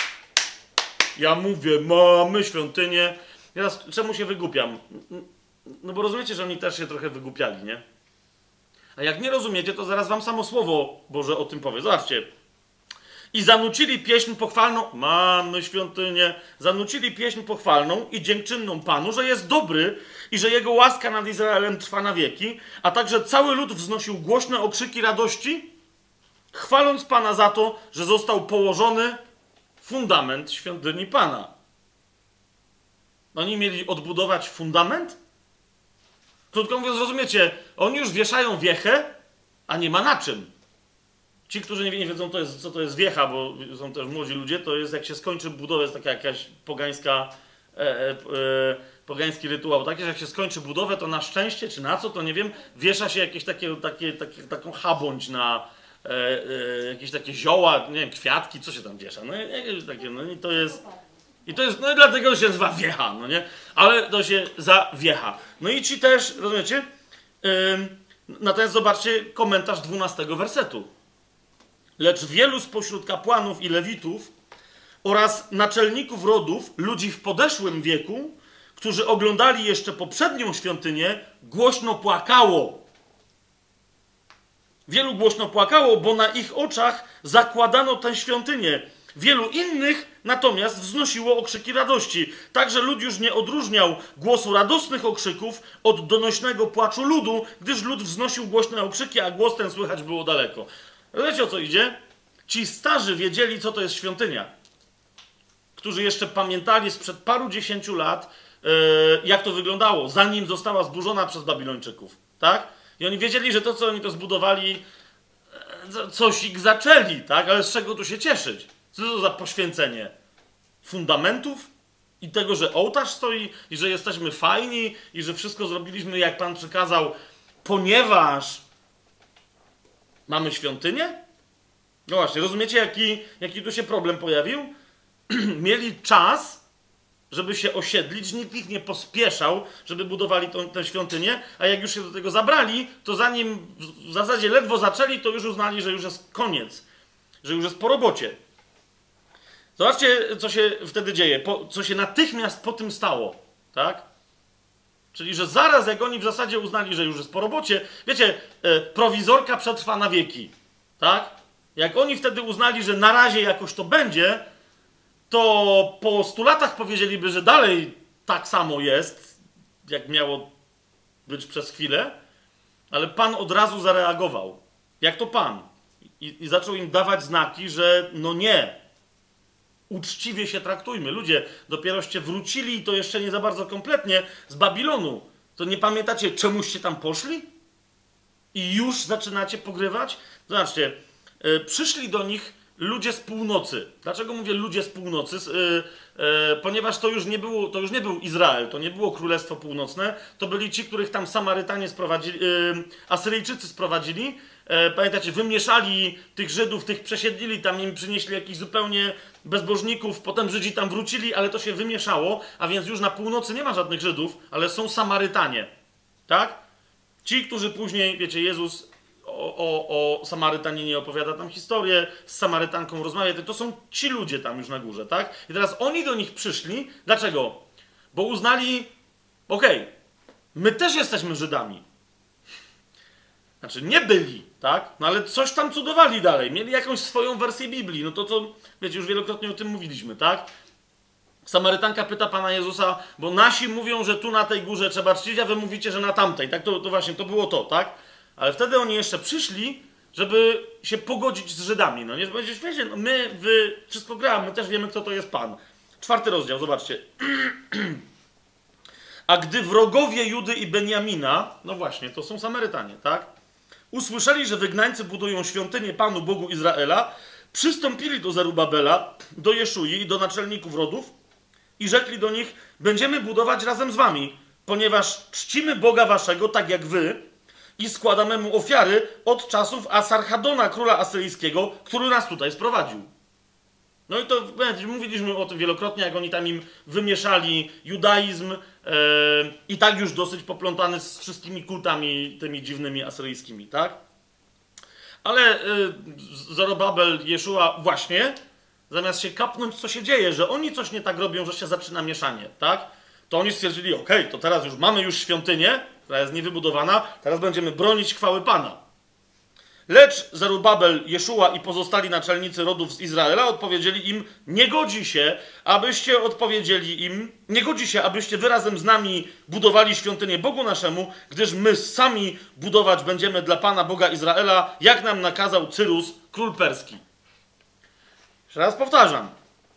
Ja mówię, mamy świątynię. Teraz czemu się wygłupiam? No bo rozumiecie, że oni też się trochę wygłupiali, nie? A jak nie rozumiecie, to zaraz wam samo Słowo Boże o tym powie. Zobaczcie. I zanucili pieśń pochwalną, mamy świątynię, zanucili pieśń pochwalną i dziękczynną Panu, że jest dobry i że Jego łaska nad Izraelem trwa na wieki, a także cały lud wznosił głośne okrzyki radości, chwaląc Pana za to, że został położony fundament świątyni Pana. Oni mieli odbudować fundament? Krótko mówiąc, rozumiecie, oni już wieszają wiechę, a nie ma na czym. Ci, którzy nie wiedzą, co to jest wiecha, bo są też młodzi ludzie, to jest jak się skończy budowę, jest taka jakaś pogański rytuał, taki, że jak się skończy budowę, to na szczęście, czy na co, to nie wiem, wiesza się jakieś taką chabądź na jakieś takie zioła, nie wiem, kwiatki, co się tam wiesza, no jakieś takie, no i to jest, no i dlatego się nazywa wiecha, no nie, ale to się zawiecha. No i ci też, rozumiecie, natomiast zobaczcie komentarz 12 wersetu. Lecz wielu spośród kapłanów i lewitów oraz naczelników rodów, ludzi w podeszłym wieku, którzy oglądali jeszcze poprzednią świątynię, głośno płakało. Wielu głośno płakało, bo na ich oczach zakładano tę świątynię. Wielu innych natomiast wznosiło okrzyki radości. Także lud już nie odróżniał głosu radosnych okrzyków od donośnego płaczu ludu, gdyż lud wznosił głośne okrzyki, a głos ten słychać było daleko. Wiecie, o co idzie? Ci starzy wiedzieli, co to jest świątynia. Którzy jeszcze pamiętali sprzed paru dziesięciu lat, jak to wyglądało, zanim została zburzona przez Babilończyków. Tak? I oni wiedzieli, że to, co oni to zbudowali, coś ich zaczęli, tak? Ale z czego tu się cieszyć? Co to za poświęcenie? Fundamentów? I tego, że ołtarz stoi? I że jesteśmy fajni? I że wszystko zrobiliśmy, jak Pan przykazał, ponieważ mamy świątynię? No właśnie, rozumiecie, jaki tu się problem pojawił? Mieli czas, żeby się osiedlić, nikt ich nie pospieszał, żeby budowali tę świątynię, a jak już się do tego zabrali, to zanim w zasadzie ledwo zaczęli, to już uznali, że już jest koniec, że już jest po robocie. Zobaczcie, co się wtedy dzieje, co się natychmiast po tym stało, tak? Czyli, że zaraz jak oni w zasadzie uznali, że już jest po robocie, wiecie, prowizorka przetrwa na wieki, tak? Jak oni wtedy uznali, że na razie jakoś to będzie, to po 100 latach powiedzieliby, że dalej tak samo jest, jak miało być przez chwilę, ale Pan od razu zareagował. Jak to Pan? I zaczął im dawać znaki, że no nie, uczciwie się traktujmy. Ludzie, dopieroście wrócili, i to jeszcze nie za bardzo kompletnie, z Babilonu. To nie pamiętacie, czemuście tam poszli? I już zaczynacie pogrywać? Zobaczcie, przyszli do nich ludzie z północy. Dlaczego mówię ludzie z północy? Ponieważ to już nie był Izrael, to nie było Królestwo Północne, to byli ci, których tam Samarytanie sprowadzili, Asyryjczycy sprowadzili. Pamiętacie, wymieszali tych Żydów, tych przesiedlili, tam im przynieśli jakichś zupełnie bezbożników, potem Żydzi tam wrócili, ale to się wymieszało, a więc już na północy nie ma żadnych Żydów, ale są Samarytanie. Tak? Ci, którzy później, wiecie, Jezus o Samarytaninie opowiada tam historię, z Samarytanką rozmawia, to są ci ludzie tam już na górze, tak? I teraz oni do nich przyszli. Dlaczego? Bo uznali, okej, my też jesteśmy Żydami. Znaczy, nie byli, tak? No ale coś tam cudowali dalej. Mieli jakąś swoją wersję Biblii. No to co, wiecie, już wielokrotnie o tym mówiliśmy, tak? Samarytanka pyta Pana Jezusa, bo nasi mówią, że tu na tej górze trzeba czcić, a wy mówicie, że na tamtej. Tak? To właśnie, to było to, tak? Ale wtedy oni jeszcze przyszli, żeby się pogodzić z Żydami. No nie powiedzieć, wiecie, no my, wy, wszystko gra, my też wiemy, kto to jest Pan. 4 rozdział, zobaczcie. A gdy wrogowie Judy i Benjamina, no właśnie, to są Samarytanie, tak? Usłyszeli, że wygnańcy budują świątynię Panu Bogu Izraela, przystąpili do Zerubabela, do Jeszui i do naczelników rodów i rzekli do nich, będziemy budować razem z wami, ponieważ czcimy Boga waszego, tak jak wy, i składamy mu ofiary od czasów Asarhadona, króla asyryjskiego, który nas tutaj sprowadził. No i to mówiliśmy o tym wielokrotnie, jak oni tam im wymieszali judaizm i tak już dosyć poplątany z wszystkimi kultami tymi dziwnymi asyryjskimi, tak? Ale Zorobabel, Jeszua właśnie, zamiast się kapnąć, co się dzieje, że oni coś nie tak robią, że się zaczyna mieszanie, tak? To oni stwierdzili, okej, to teraz już mamy już świątynię, która jest niewybudowana, teraz będziemy bronić chwały Pana. Lecz Zerubabel, Jeszua i pozostali naczelnicy rodów z Izraela odpowiedzieli im, nie godzi się, abyście wy razem z nami budowali świątynię Bogu naszemu, gdyż my sami budować będziemy dla Pana Boga Izraela, jak nam nakazał Cyrus, król perski. Jeszcze raz powtarzam.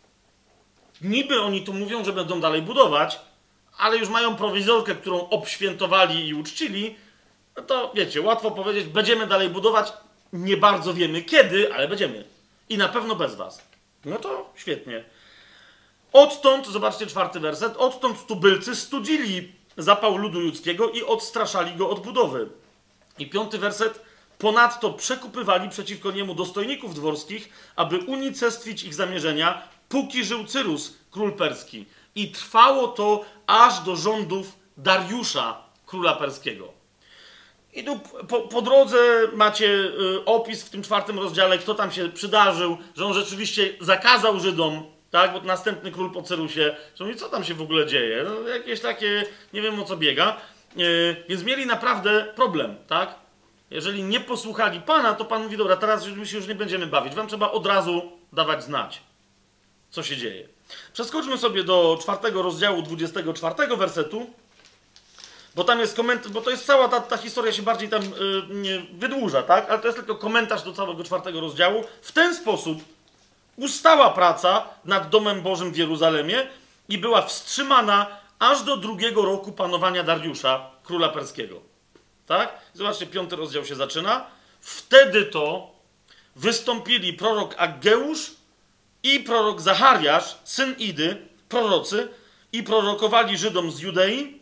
Niby oni tu mówią, że będą dalej budować, ale już mają prowizorkę, którą obświętowali i uczcili, no to wiecie, łatwo powiedzieć, będziemy dalej budować, nie bardzo wiemy kiedy, ale będziemy. I na pewno bez was. No to świetnie. Odtąd, zobaczcie 4 werset, odtąd tubylcy studzili zapał ludu ludzkiego i odstraszali go od budowy. I 5 werset, ponadto przekupywali przeciwko niemu dostojników dworskich, aby unicestwić ich zamierzenia, póki żył Cyrus, król perski. I trwało to aż do rządów Dariusza, króla perskiego. I tu po drodze macie opis w tym 4 rozdziale, kto tam się przydarzył, że on rzeczywiście zakazał Żydom, tak, bo następny król po Cyrusie, że mówi, co tam się w ogóle dzieje, no, jakieś takie, nie wiem o co biega, więc mieli naprawdę problem, tak. Jeżeli nie posłuchali Pana, to Pan mówi, dobra, teraz my się już nie będziemy bawić, wam trzeba od razu dawać znać, co się dzieje. Przeskoczmy sobie do 4 rozdziału 24 wersetu, bo tam jest komentarz, bo to jest cała ta historia się bardziej tam wydłuża, tak? Ale to jest tylko komentarz do całego 4 rozdziału. W ten sposób ustała praca nad Domem Bożym w Jeruzalemie i była wstrzymana aż do 2 roku panowania Dariusza, króla perskiego. Tak? Zobaczcie, 5 rozdział się zaczyna. Wtedy to wystąpili prorok Aggeusz i prorok Zachariasz, syn Idy, prorocy, i prorokowali Żydom z Judei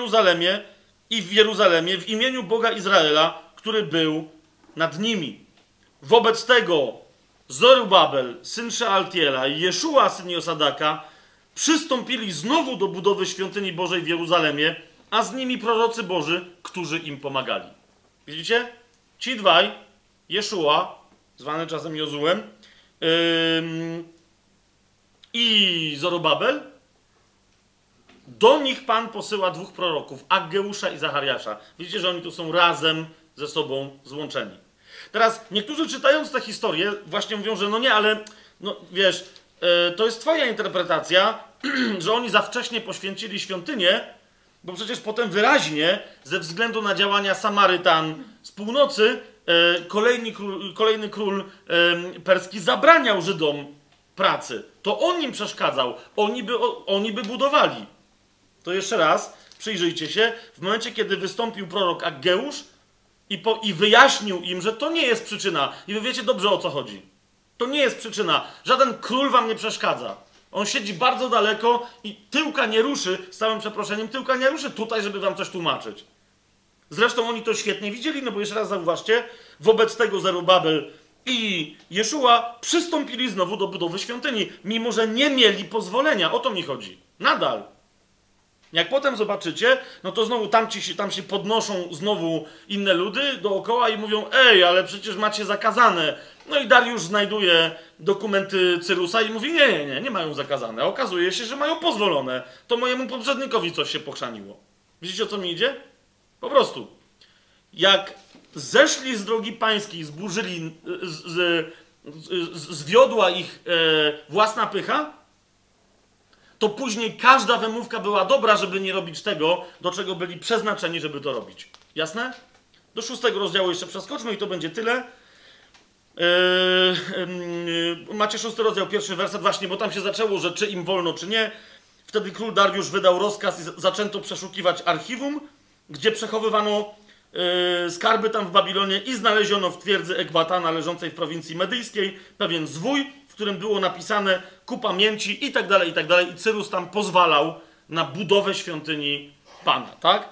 i w Jeruzalemie w imieniu Boga Izraela, który był nad nimi. Wobec tego Zorobabel, syn Szealtiela i Jeszua, syn Josadaka, przystąpili znowu do budowy świątyni Bożej w Jeruzalemie, a z nimi prorocy Boży, którzy im pomagali. Widzicie? Ci dwaj, Jeszua, zwany czasem Jozułem, i Zorobabel, do nich Pan posyła dwóch proroków, Aggeusza i Zachariasza. Widzicie, że oni tu są razem ze sobą złączeni. Teraz niektórzy czytając tę historię właśnie mówią, że no nie, ale no wiesz, to jest twoja interpretacja, że oni za wcześnie poświęcili świątynię, bo przecież potem wyraźnie, ze względu na działania Samarytan z północy, kolejny król perski zabraniał Żydom pracy. To on im przeszkadzał. Oni by budowali. To jeszcze raz, przyjrzyjcie się, w momencie, kiedy wystąpił prorok Aggeusz i wyjaśnił im, że to nie jest przyczyna. I wy wiecie dobrze, o co chodzi. To nie jest przyczyna. Żaden król wam nie przeszkadza. On siedzi bardzo daleko i tyłka nie ruszy, z całym przeproszeniem, tyłka nie ruszy tutaj, żeby wam coś tłumaczyć. Zresztą oni to świetnie widzieli, no bo jeszcze raz zauważcie, wobec tego Zerubabel i Jeszua przystąpili znowu do budowy świątyni, mimo że nie mieli pozwolenia. O to mi chodzi. Nadal. Jak potem zobaczycie, no to znowu tam się podnoszą znowu inne ludy dookoła i mówią, ej, ale przecież macie zakazane. No i Dariusz znajduje dokumenty Cyrusa i mówi, nie mają zakazane. A okazuje się, że mają pozwolone. To mojemu poprzednikowi coś się pochrzaniło. Widzicie, o co mi idzie? Po prostu. Jak zeszli z drogi pańskiej, zburzyli, zwiodła ich własna pycha, to później każda wymówka była dobra, żeby nie robić tego, do czego byli przeznaczeni, żeby to robić. Jasne? Do 6 rozdziału jeszcze przeskoczmy i to będzie tyle. Macie 6 rozdział, 1 werset właśnie, bo tam się zaczęło, że czy im wolno, czy nie. Wtedy król Dariusz wydał rozkaz i zaczęto przeszukiwać archiwum, gdzie przechowywano skarby tam w Babilonie i znaleziono w twierdzy Ekbatana leżącej w prowincji medyjskiej pewien zwój, w którym było napisane ku pamięci i tak dalej, i tak dalej. I Cyrus tam pozwalał na budowę świątyni Pana, tak?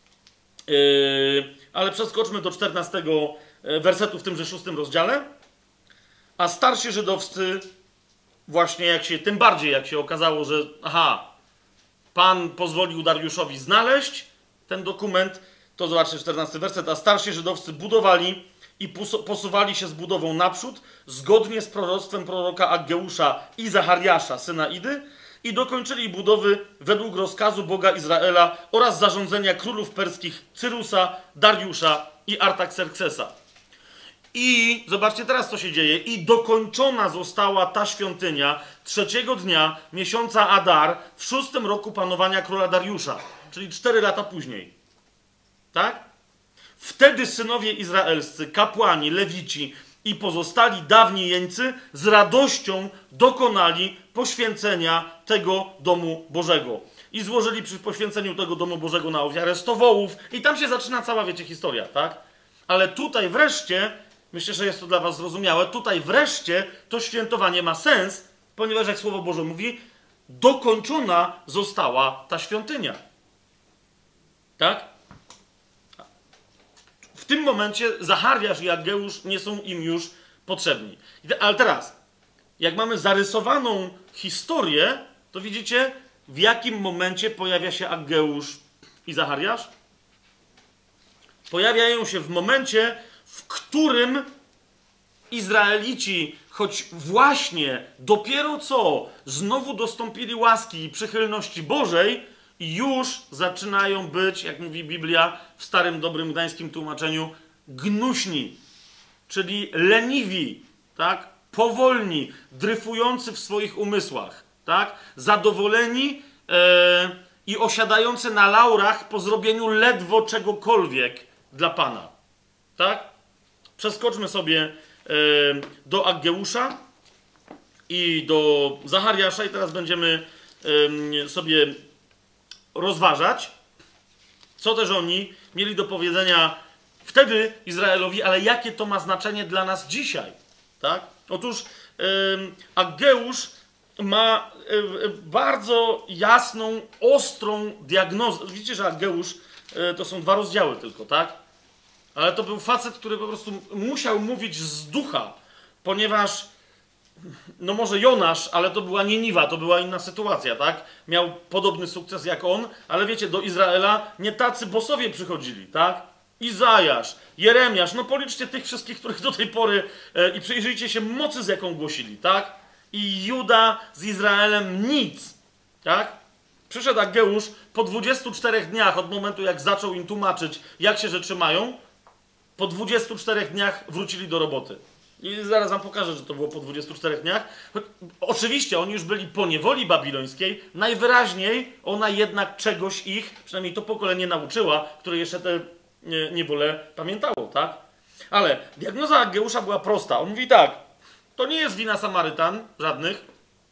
Ale przeskoczmy do 14 wersetu w tymże 6 rozdziale. A starsi żydowscy, właśnie tym bardziej jak się okazało, że Pan pozwolił Dariuszowi znaleźć ten dokument, to zobaczcie 14 werset. A starsi żydowscy budowali i posuwali się z budową naprzód, zgodnie z proroctwem proroka Aggeusza i Zachariasza, syna Idy, i dokończyli budowy według rozkazu Boga Izraela oraz zarządzenia królów perskich Cyrusa, Dariusza i Artaxerxesa. I zobaczcie teraz, co się dzieje. I dokończona została ta świątynia 3 dnia miesiąca Adar w 6 roku panowania króla Dariusza, czyli 4 lata później. Tak? Wtedy synowie izraelscy, kapłani, lewici i pozostali dawni jeńcy z radością dokonali poświęcenia tego domu Bożego. I złożyli przy poświęceniu tego domu Bożego na ofiarę 100 wołów. I tam się zaczyna cała, wiecie, historia, tak? Ale tutaj wreszcie, myślę, że jest to dla was zrozumiałe, tutaj wreszcie to świętowanie ma sens, ponieważ jak Słowo Boże mówi, dokończona została ta świątynia. Tak? W tym momencie Zachariasz i Aggeusz nie są im już potrzebni. Ale teraz, jak mamy zarysowaną historię, to widzicie, w jakim momencie pojawia się Aggeusz i Zachariasz? Pojawiają się w momencie, w którym Izraelici, choć właśnie dopiero co znowu dostąpili łaski i przychylności Bożej, już zaczynają być, jak mówi Biblia w starym, dobrym gdańskim tłumaczeniu, gnuśni, czyli leniwi, tak? Powolni, dryfujący w swoich umysłach, tak? Zadowoleni i osiadający na laurach po zrobieniu ledwo czegokolwiek dla Pana. Tak? Przeskoczmy sobie do Aggeusza i do Zachariasza i teraz będziemy sobie rozważać, co też oni mieli do powiedzenia wtedy Izraelowi, ale jakie to ma znaczenie dla nas dzisiaj. Tak? Otóż Aggeusz ma bardzo jasną, ostrą diagnozę. Widzicie, że Aggeusz to są 2 rozdziały tylko, tak? Ale to był facet, który po prostu musiał mówić z ducha, ponieważ no może Jonasz, ale to była Niniwa, to była inna sytuacja, tak? Miał podobny sukces jak on, ale wiecie, do Izraela nie tacy bossowie przychodzili, tak? Izajasz, Jeremiasz, no policzcie tych wszystkich, których do tej pory i przyjrzyjcie się mocy, z jaką głosili, tak? I Juda z Izraelem nic, tak? Przyszedł Ageusz po 24 dniach od momentu, jak zaczął im tłumaczyć, jak się rzeczy mają, po 24 dniach wrócili do roboty. I zaraz wam pokażę, że to było po 24 dniach. Oczywiście oni już byli po niewoli babilońskiej. Najwyraźniej ona jednak czegoś ich, przynajmniej to pokolenie nauczyła, które jeszcze tę niewolę pamiętało, tak? Ale diagnoza Ageusza była prosta. On mówi tak, to nie jest wina Samarytan, żadnych.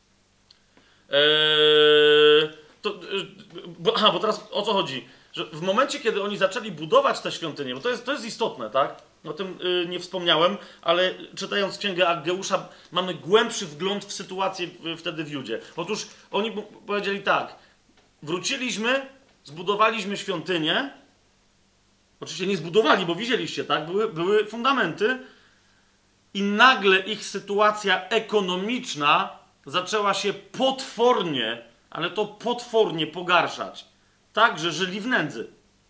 Bo teraz o co chodzi? Że w momencie, kiedy oni zaczęli budować tę świątynię, bo to jest istotne, tak? O tym nie wspomniałem, ale czytając księgę Ageusza mamy głębszy wgląd w sytuację wtedy w Judzie. Otóż oni powiedzieli tak, wróciliśmy, zbudowaliśmy świątynię, oczywiście nie zbudowali, bo widzieliście, tak? Były fundamenty i nagle ich sytuacja ekonomiczna zaczęła się potwornie, ale to potwornie pogarszać. Tak, że żyli w nędzy.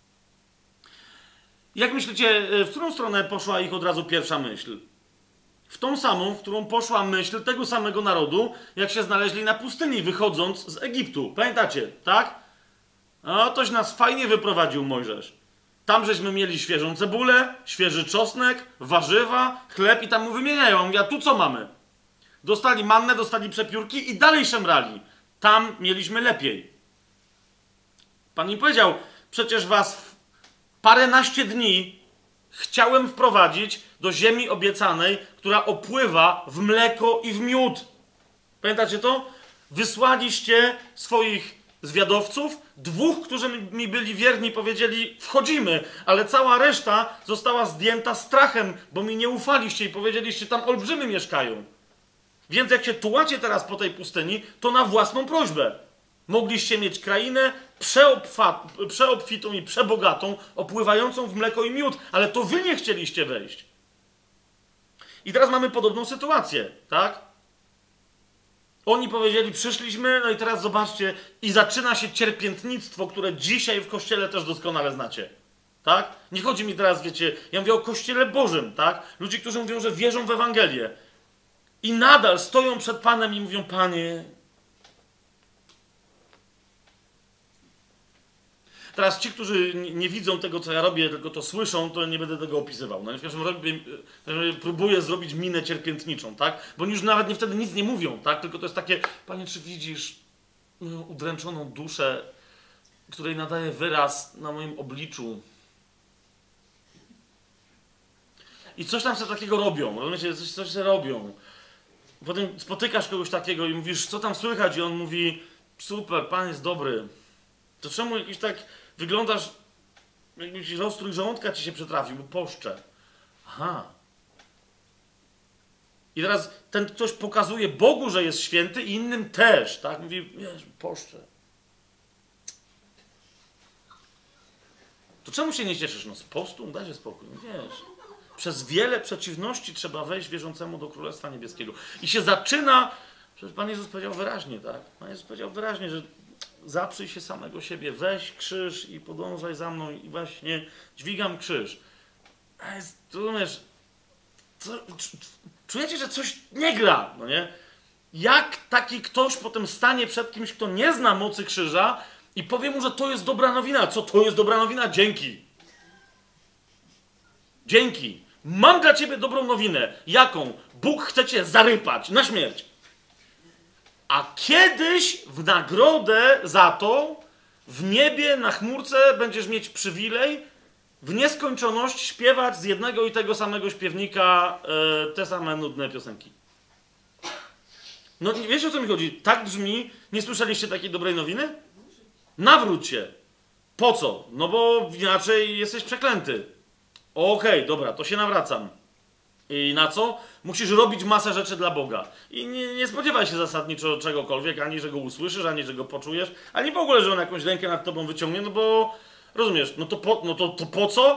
Jak myślicie, w którą stronę poszła ich od razu pierwsza myśl? W tą samą, w którą poszła myśl tego samego narodu, jak się znaleźli na pustyni, wychodząc z Egiptu. Pamiętacie, tak? No, toś nas fajnie wyprowadził Mojżesz. Tam żeśmy mieli świeżą cebulę, świeży czosnek, warzywa, chleb i tam mu wymieniają. On mówi, a tu co mamy? Dostali mannę, dostali przepiórki i dalej szemrali. Tam mieliśmy lepiej. Pan im powiedział, przecież was w paręnaście dni chciałem wprowadzić do ziemi obiecanej, która opływa w mleko i w miód. Pamiętacie to? Wysłaliście swoich zwiadowców, dwóch, którzy mi byli wierni, powiedzieli, wchodzimy, ale cała reszta została zdjęta strachem, bo mi nie ufaliście i powiedzieliście, tam olbrzymy mieszkają. Więc jak się tułacie teraz po tej pustyni, to na własną prośbę. Mogliście mieć krainę przeobfitą i przebogatą, opływającą w mleko i miód, ale to wy nie chcieliście wejść. I teraz mamy podobną sytuację, tak? Oni powiedzieli, przyszliśmy, no i teraz zobaczcie, i zaczyna się cierpiętnictwo, które dzisiaj w Kościele też doskonale znacie. Tak? Nie chodzi mi teraz, wiecie, ja mówię o Kościele Bożym, tak? Ludzi, którzy mówią, że wierzą w Ewangelię. I nadal stoją przed Panem i mówią, Panie... Teraz ci, którzy nie widzą tego, co ja robię, tylko to słyszą, to nie będę tego opisywał. No, w każdym razie próbuję zrobić minę cierpiętniczą, tak? Bo oni już nawet wtedy nic nie mówią, tak? Tylko to jest takie, Panie, czy widzisz moją udręczoną duszę, której nadaje wyraz na moim obliczu? I coś tam sobie takiego robią, rozumiecie? Coś sobie robią. Potem spotykasz kogoś takiego i mówisz, co tam słychać? I on mówi, super, Pan jest dobry. To czemu jakiś tak wyglądasz, jakbyś rozstrój żołądka ci się przytrafił, bo poszczę. Aha. I teraz ten ktoś pokazuje Bogu, że jest święty i innym też, tak? Mówi, wiesz, poszczę. To czemu się nie cieszysz? No z postu? Daj się spokój. No wiesz. Przez wiele przeciwności trzeba wejść wierzącemu do Królestwa Niebieskiego. I się zaczyna, przecież Pan Jezus powiedział wyraźnie, tak? Pan Jezus powiedział wyraźnie, że zaprzyj się samego siebie, weź krzyż i podążaj za mną i właśnie dźwigam krzyż. Rozumiesz, czujecie, że coś nie gra, no nie? Jak taki ktoś potem stanie przed kimś, kto nie zna mocy krzyża i powie mu, że to jest dobra nowina. Co to jest dobra nowina? Dzięki. Dzięki. Mam dla ciebie dobrą nowinę. Jaką? Bóg chce cię zarypać na śmierć. A kiedyś w nagrodę za to w niebie na chmurce będziesz mieć przywilej w nieskończoność śpiewać z jednego i tego samego śpiewnika te same nudne piosenki. No wiecie, o co mi chodzi? Tak brzmi, nie słyszeliście takiej dobrej nowiny? Nawróć się. Po co? No bo inaczej jesteś przeklęty. Okej, dobra, to się nawracam. I na co? Musisz robić masę rzeczy dla Boga. I nie spodziewaj się zasadniczo czegokolwiek, ani że go usłyszysz, ani że go poczujesz, ani w ogóle, że on jakąś rękę nad tobą wyciągnie, no bo rozumiesz, no to po co?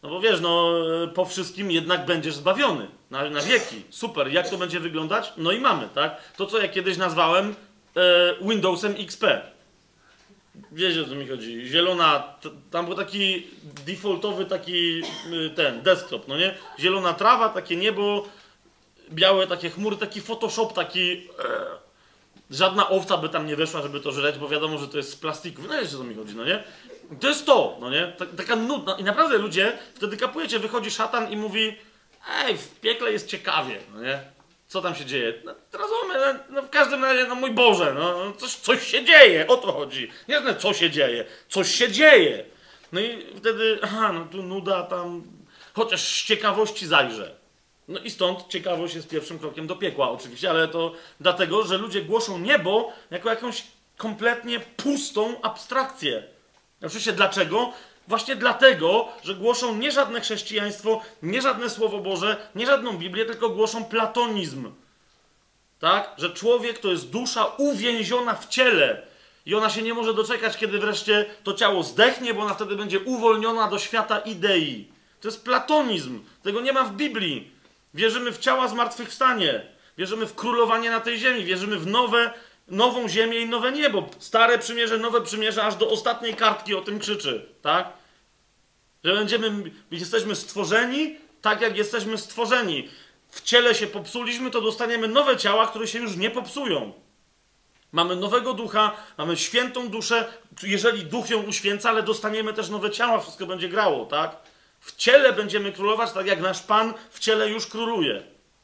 No bo wiesz, no po wszystkim jednak będziesz zbawiony na wieki. Super, jak to będzie wyglądać? No i mamy, tak? To, co ja kiedyś nazwałem Windowsem XP. Wiecie, o co mi chodzi. Zielona, tam był taki defaultowy taki ten desktop, no nie? Zielona trawa, takie niebo, białe takie chmury, taki Photoshop, taki... Żadna owca by tam nie weszła, żeby to żreć, bo wiadomo, że to jest z plastiku. No wiecie, o co mi chodzi, no nie? To jest to, no nie? Taka nudna. I naprawdę ludzie, wtedy kapujecie, wychodzi szatan i mówi: ej, w piekle jest ciekawie, no nie? Co tam się dzieje? No, rozumiem, no w każdym razie, no mój Boże, no coś się dzieje, o to chodzi. Nie wiem, co się dzieje, coś się dzieje. No i wtedy, aha, no tu nuda tam, chociaż z ciekawości zajrzę. No i stąd ciekawość jest pierwszym krokiem do piekła oczywiście, ale to dlatego, że ludzie głoszą niebo jako jakąś kompletnie pustą abstrakcję. Oczywiście dlaczego? Właśnie dlatego, że głoszą nie żadne chrześcijaństwo, nie żadne Słowo Boże, nie żadną Biblię, tylko głoszą platonizm. Tak? Że człowiek to jest dusza uwięziona w ciele i ona się nie może doczekać, kiedy wreszcie to ciało zdechnie, bo ona wtedy będzie uwolniona do świata idei. To jest platonizm. Tego nie ma w Biblii. Wierzymy w ciała zmartwychwstanie. Wierzymy w królowanie na tej ziemi. Wierzymy w nową ziemię i nowe niebo. Stare przymierze, nowe przymierze, aż do ostatniej kartki o tym krzyczy. Tak? Że jesteśmy stworzeni tak, jak jesteśmy stworzeni. W ciele się popsuliśmy, to dostaniemy nowe ciała, które się już nie popsują. Mamy nowego ducha, mamy świętą duszę, jeżeli duch ją uświęca, ale dostaniemy też nowe ciała, wszystko będzie grało, tak? W ciele będziemy królować, tak jak nasz Pan w ciele już króluje.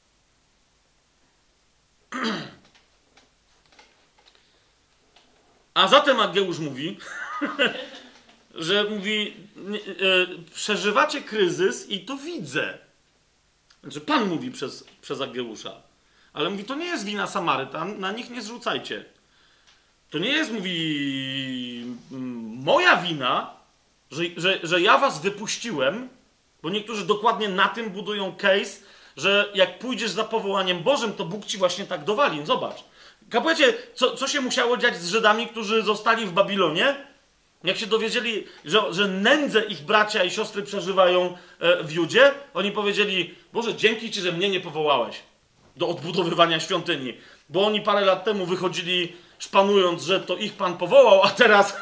A zatem Ageusz mówi, że mówi, przeżywacie kryzys i to widzę. Znaczy Pan mówi przez Ageusza. Ale mówi, to nie jest wina Samarytan, na nich nie zrzucajcie. To nie jest, mówi, moja wina, że ja was wypuściłem, bo niektórzy dokładnie na tym budują case, że jak pójdziesz za powołaniem Bożym, to Bóg ci właśnie tak dowali. Zobacz. Kapujecie, co się musiało dziać z Żydami, którzy zostali w Babilonie? Jak się dowiedzieli, że nędzę ich bracia i siostry przeżywają w Judzie, oni powiedzieli: Boże, dzięki Ci, że mnie nie powołałeś do odbudowywania świątyni. Bo oni parę lat temu wychodzili szpanując, że to ich Pan powołał, a teraz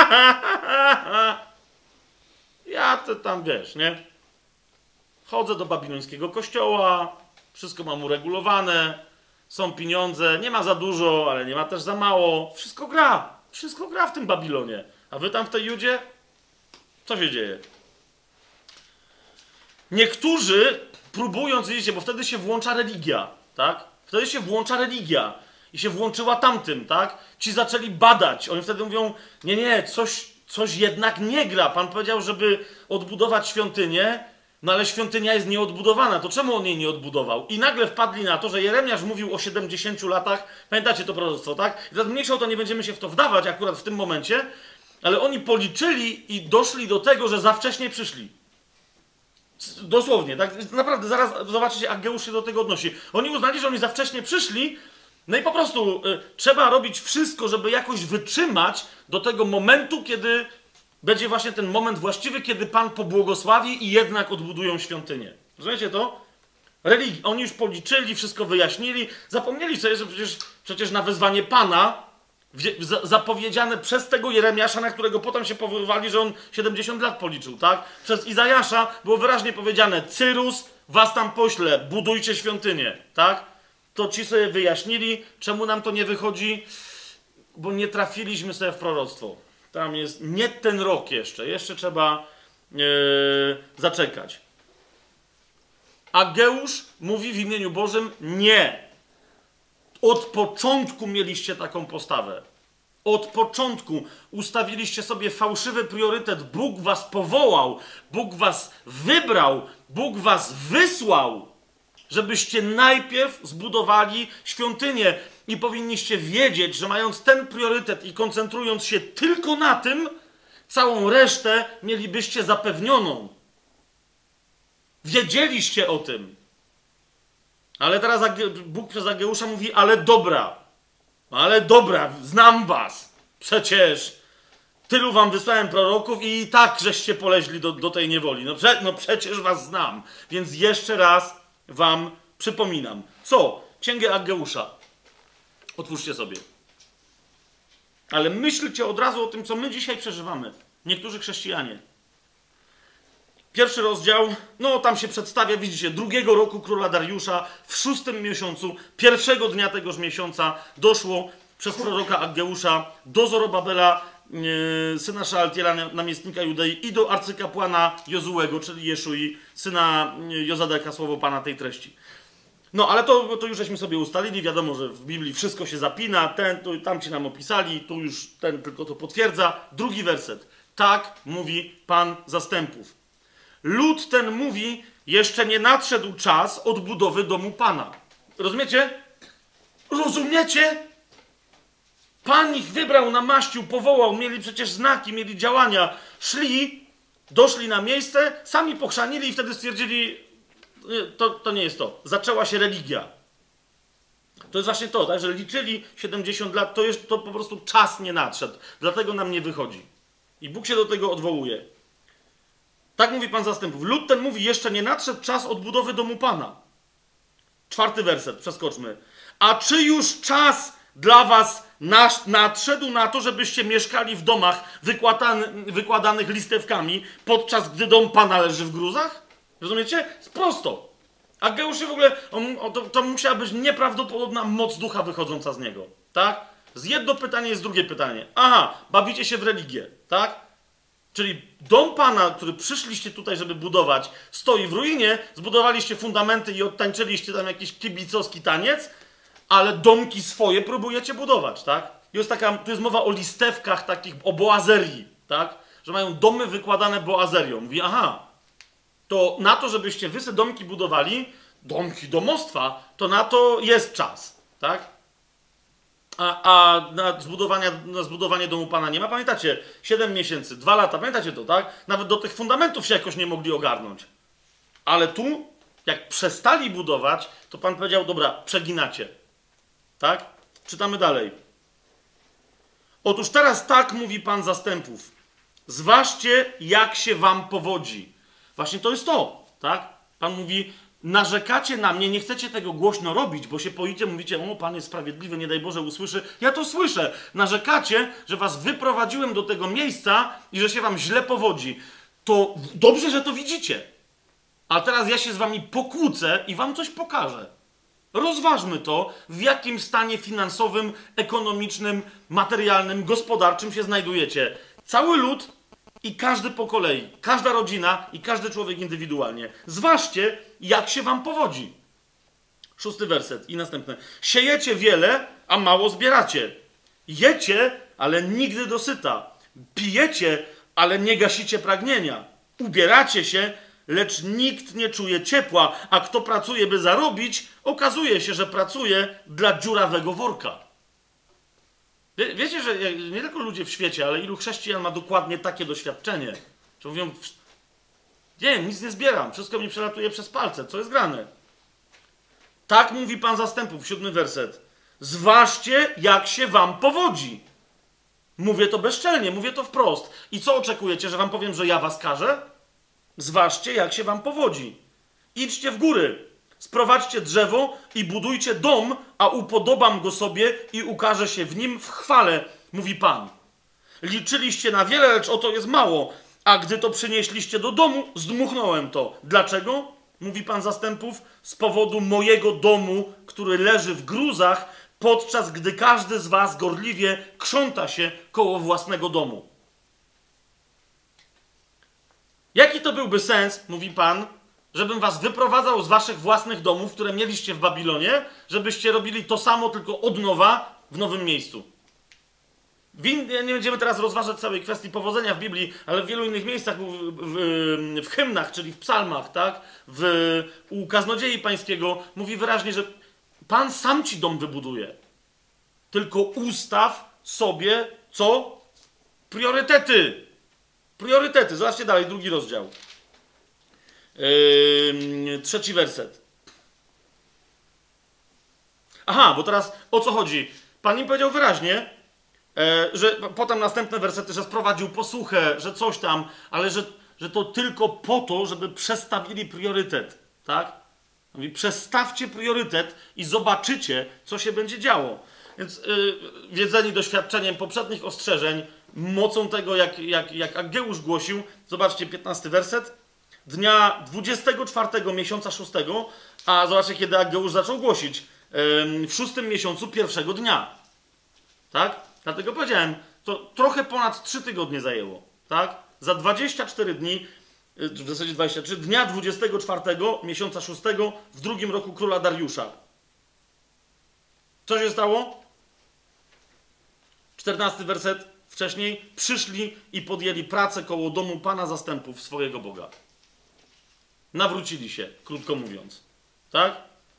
ja to tam, wiesz, nie? Chodzę do babilońskiego kościoła, wszystko mam uregulowane, są pieniądze, nie ma za dużo, ale nie ma też za mało. Wszystko gra w tym Babilonie. A wy tam w tej Judzie? Co się dzieje? Niektórzy próbując, widzicie, bo wtedy się włącza religia, tak? Wtedy się włącza religia. I się włączyła tamtym, tak? Ci zaczęli badać. Oni wtedy mówią, nie, coś jednak nie gra. Pan powiedział, żeby odbudować świątynię, no ale świątynia jest nieodbudowana. To czemu on jej nie odbudował? I nagle wpadli na to, że Jeremiasz mówił o 70 latach. Pamiętacie to proroctwo, tak? I teraz mniejsza o to, nie będziemy się w to wdawać akurat w tym momencie, ale oni policzyli i doszli do tego, że za wcześnie przyszli. Dosłownie, tak? Naprawdę, zaraz zobaczycie, Ageusz się do tego odnosi. Oni uznali, że oni za wcześnie przyszli, no i po prostu trzeba robić wszystko, żeby jakoś wytrzymać do tego momentu, kiedy będzie właśnie ten moment właściwy, kiedy Pan pobłogosławi i jednak odbudują świątynię. Rozumiecie to? Oni już policzyli, wszystko wyjaśnili, zapomnieli sobie, że przecież na wezwanie Pana zapowiedziane przez tego Jeremiasza, na którego potem się powoływali, że on 70 lat policzył, tak? Przez Izajasza było wyraźnie powiedziane: Cyrus was tam pośle, budujcie świątynię, tak? To ci sobie wyjaśnili, czemu nam to nie wychodzi, bo nie trafiliśmy sobie w proroctwo. Tam jest nie ten rok jeszcze trzeba zaczekać. Ageusz mówi w imieniu Bożym: nie. Od początku mieliście taką postawę. Od początku ustawiliście sobie fałszywy priorytet. Bóg was powołał, Bóg was wybrał, Bóg was wysłał, żebyście najpierw zbudowali świątynię. I powinniście wiedzieć, że mając ten priorytet i koncentrując się tylko na tym, całą resztę mielibyście zapewnioną. Wiedzieliście o tym. Ale teraz Bóg przez Ageusza mówi: ale dobra, znam was. Przecież tylu wam wysłałem proroków i tak żeście poleźli do tej niewoli. No przecież was znam. Więc jeszcze raz wam przypominam. Co? Księgę Aggeusza. Otwórzcie sobie. Ale myślcie od razu o tym, co my dzisiaj przeżywamy. Niektórzy chrześcijanie. Pierwszy rozdział, no tam się przedstawia, widzicie, 2 roku króla Dariusza, w 6 miesiącu, pierwszego dnia tegoż miesiąca doszło przez proroka Aggeusza do Zorobabela, syna Szealtiela, namiestnika Judei, i do arcykapłana Jozułego, czyli Jeszui, syna Jozadeka, słowo Pana tej treści. No, ale to już żeśmy sobie ustalili, wiadomo, że w Biblii wszystko się zapina, tam ci nam opisali, tu już ten tylko to potwierdza. 2 werset. Tak mówi Pan zastępów. Lud ten mówi, jeszcze nie nadszedł czas odbudowy domu Pana. Rozumiecie? Rozumiecie? Pan ich wybrał, namaścił, powołał, mieli przecież znaki, mieli działania. Doszli na miejsce, sami pochrzanili i wtedy stwierdzili, to nie jest to. Zaczęła się religia. To jest właśnie to, tak, że liczyli 70 lat, to po prostu czas nie nadszedł. Dlatego nam nie wychodzi. I Bóg się do tego odwołuje. Tak mówi Pan zastępów. Lud ten mówi, jeszcze nie nadszedł czas odbudowy domu Pana. 4 werset, przeskoczmy. A czy już czas dla was nadszedł na to, żebyście mieszkali w domach wykładanych listewkami, podczas gdy dom Pana leży w gruzach? Rozumiecie? Prosto. Aggeuszy w ogóle, to musiała być nieprawdopodobna moc ducha wychodząca z niego. Tak? Z jedno pytanie jest drugie pytanie. Aha, bawicie się w religię. Tak? Czyli dom Pana, który przyszliście tutaj, żeby budować, stoi w ruinie, zbudowaliście fundamenty i odtańczyliście tam jakiś kibicowski taniec, ale domki swoje próbujecie budować, tak? Tu jest mowa o listewkach takich, o boazerii, tak? Że mają domy wykładane boazerią. Mówi, aha, to na to, żebyście wy se domki budowali, domki domostwa, to na to jest czas, tak? A na zbudowanie domu Pana nie ma. Pamiętacie? 7 miesięcy, 2 lata, pamiętacie to, tak? Nawet do tych fundamentów się jakoś nie mogli ogarnąć. Ale tu, jak przestali budować, to Pan powiedział, dobra, przeginacie. Tak? Czytamy dalej. Otóż teraz tak mówi Pan zastępów. Zważcie, jak się wam powodzi. Właśnie to jest to, tak? Pan mówi, narzekacie na mnie, nie chcecie tego głośno robić, bo się boicie, mówicie, o, Pan jest sprawiedliwy, nie daj Boże usłyszy. Ja to słyszę. Narzekacie, że was wyprowadziłem do tego miejsca i że się wam źle powodzi. To dobrze, że to widzicie. A teraz ja się z wami pokłócę i wam coś pokażę. Rozważmy to, w jakim stanie finansowym, ekonomicznym, materialnym, gospodarczym się znajdujecie. Cały lud i każdy po kolei, każda rodzina i każdy człowiek indywidualnie. Zważcie, jak się wam powodzi. 6 werset i następny. Siejecie wiele, a mało zbieracie. Jecie, ale nigdy dosyta. Pijecie, ale nie gasicie pragnienia. Ubieracie się, lecz nikt nie czuje ciepła, a kto pracuje, by zarobić, okazuje się, że pracuje dla dziurawego worka. Wiecie, że nie tylko ludzie w świecie, ale ilu chrześcijan ma dokładnie takie doświadczenie, że mówią, nie, nic nie zbieram, wszystko mi przelatuje przez palce, co jest grane? Tak mówi Pan zastępów, 7 werset. Zważcie, jak się wam powodzi. Mówię to bezczelnie, mówię to wprost. I co oczekujecie, że wam powiem, że ja was karzę? Zważcie, jak się wam powodzi. Idźcie w góry, sprowadźcie drzewo i budujcie dom, a upodobam go sobie i ukaże się w nim w chwale, mówi Pan. Liczyliście na wiele, lecz oto jest mało, a gdy to przynieśliście do domu, zdmuchnąłem to. Dlaczego? Mówi Pan zastępów, z powodu mojego domu, który leży w gruzach, podczas gdy każdy z was gorliwie krząta się koło własnego domu. Jaki to byłby sens, mówi Pan, żebym was wyprowadzał z waszych własnych domów, które mieliście w Babilonie, żebyście robili to samo, tylko od nowa, w nowym miejscu? Nie będziemy teraz rozważać całej kwestii powodzenia w Biblii, ale w wielu innych miejscach, w hymnach, czyli w psalmach, tak? U kaznodziei pańskiego mówi wyraźnie, że Pan sam ci dom wybuduje. Tylko ustaw sobie, co? Priorytety. Priorytety. Zobaczcie dalej, 2 rozdział. 3 werset. Aha, bo teraz o co chodzi? Pan im powiedział wyraźnie, że potem następne wersety, że sprowadził posłuchę, że coś tam, ale że to tylko po to, żeby przestawili priorytet, tak? Mówi, przestawcie priorytet i zobaczycie, co się będzie działo. Więc wiedzeni doświadczeniem poprzednich ostrzeżeń, mocą tego, jak Ageusz głosił, zobaczcie 15 werset, dnia 24 miesiąca 6, a zobaczcie, kiedy Ageusz zaczął głosić, w 6 miesiącu pierwszego dnia. Tak? Dlatego powiedziałem, to trochę ponad 3 tygodnie zajęło. Tak? Za 24 dni, w zasadzie 23, dnia 24 miesiąca 6 w drugim roku króla Dariusza. Co się stało? 14 werset wcześniej. Przyszli i podjęli pracę koło domu Pana zastępów swojego Boga. Nawrócili się, krótko mówiąc. Tak?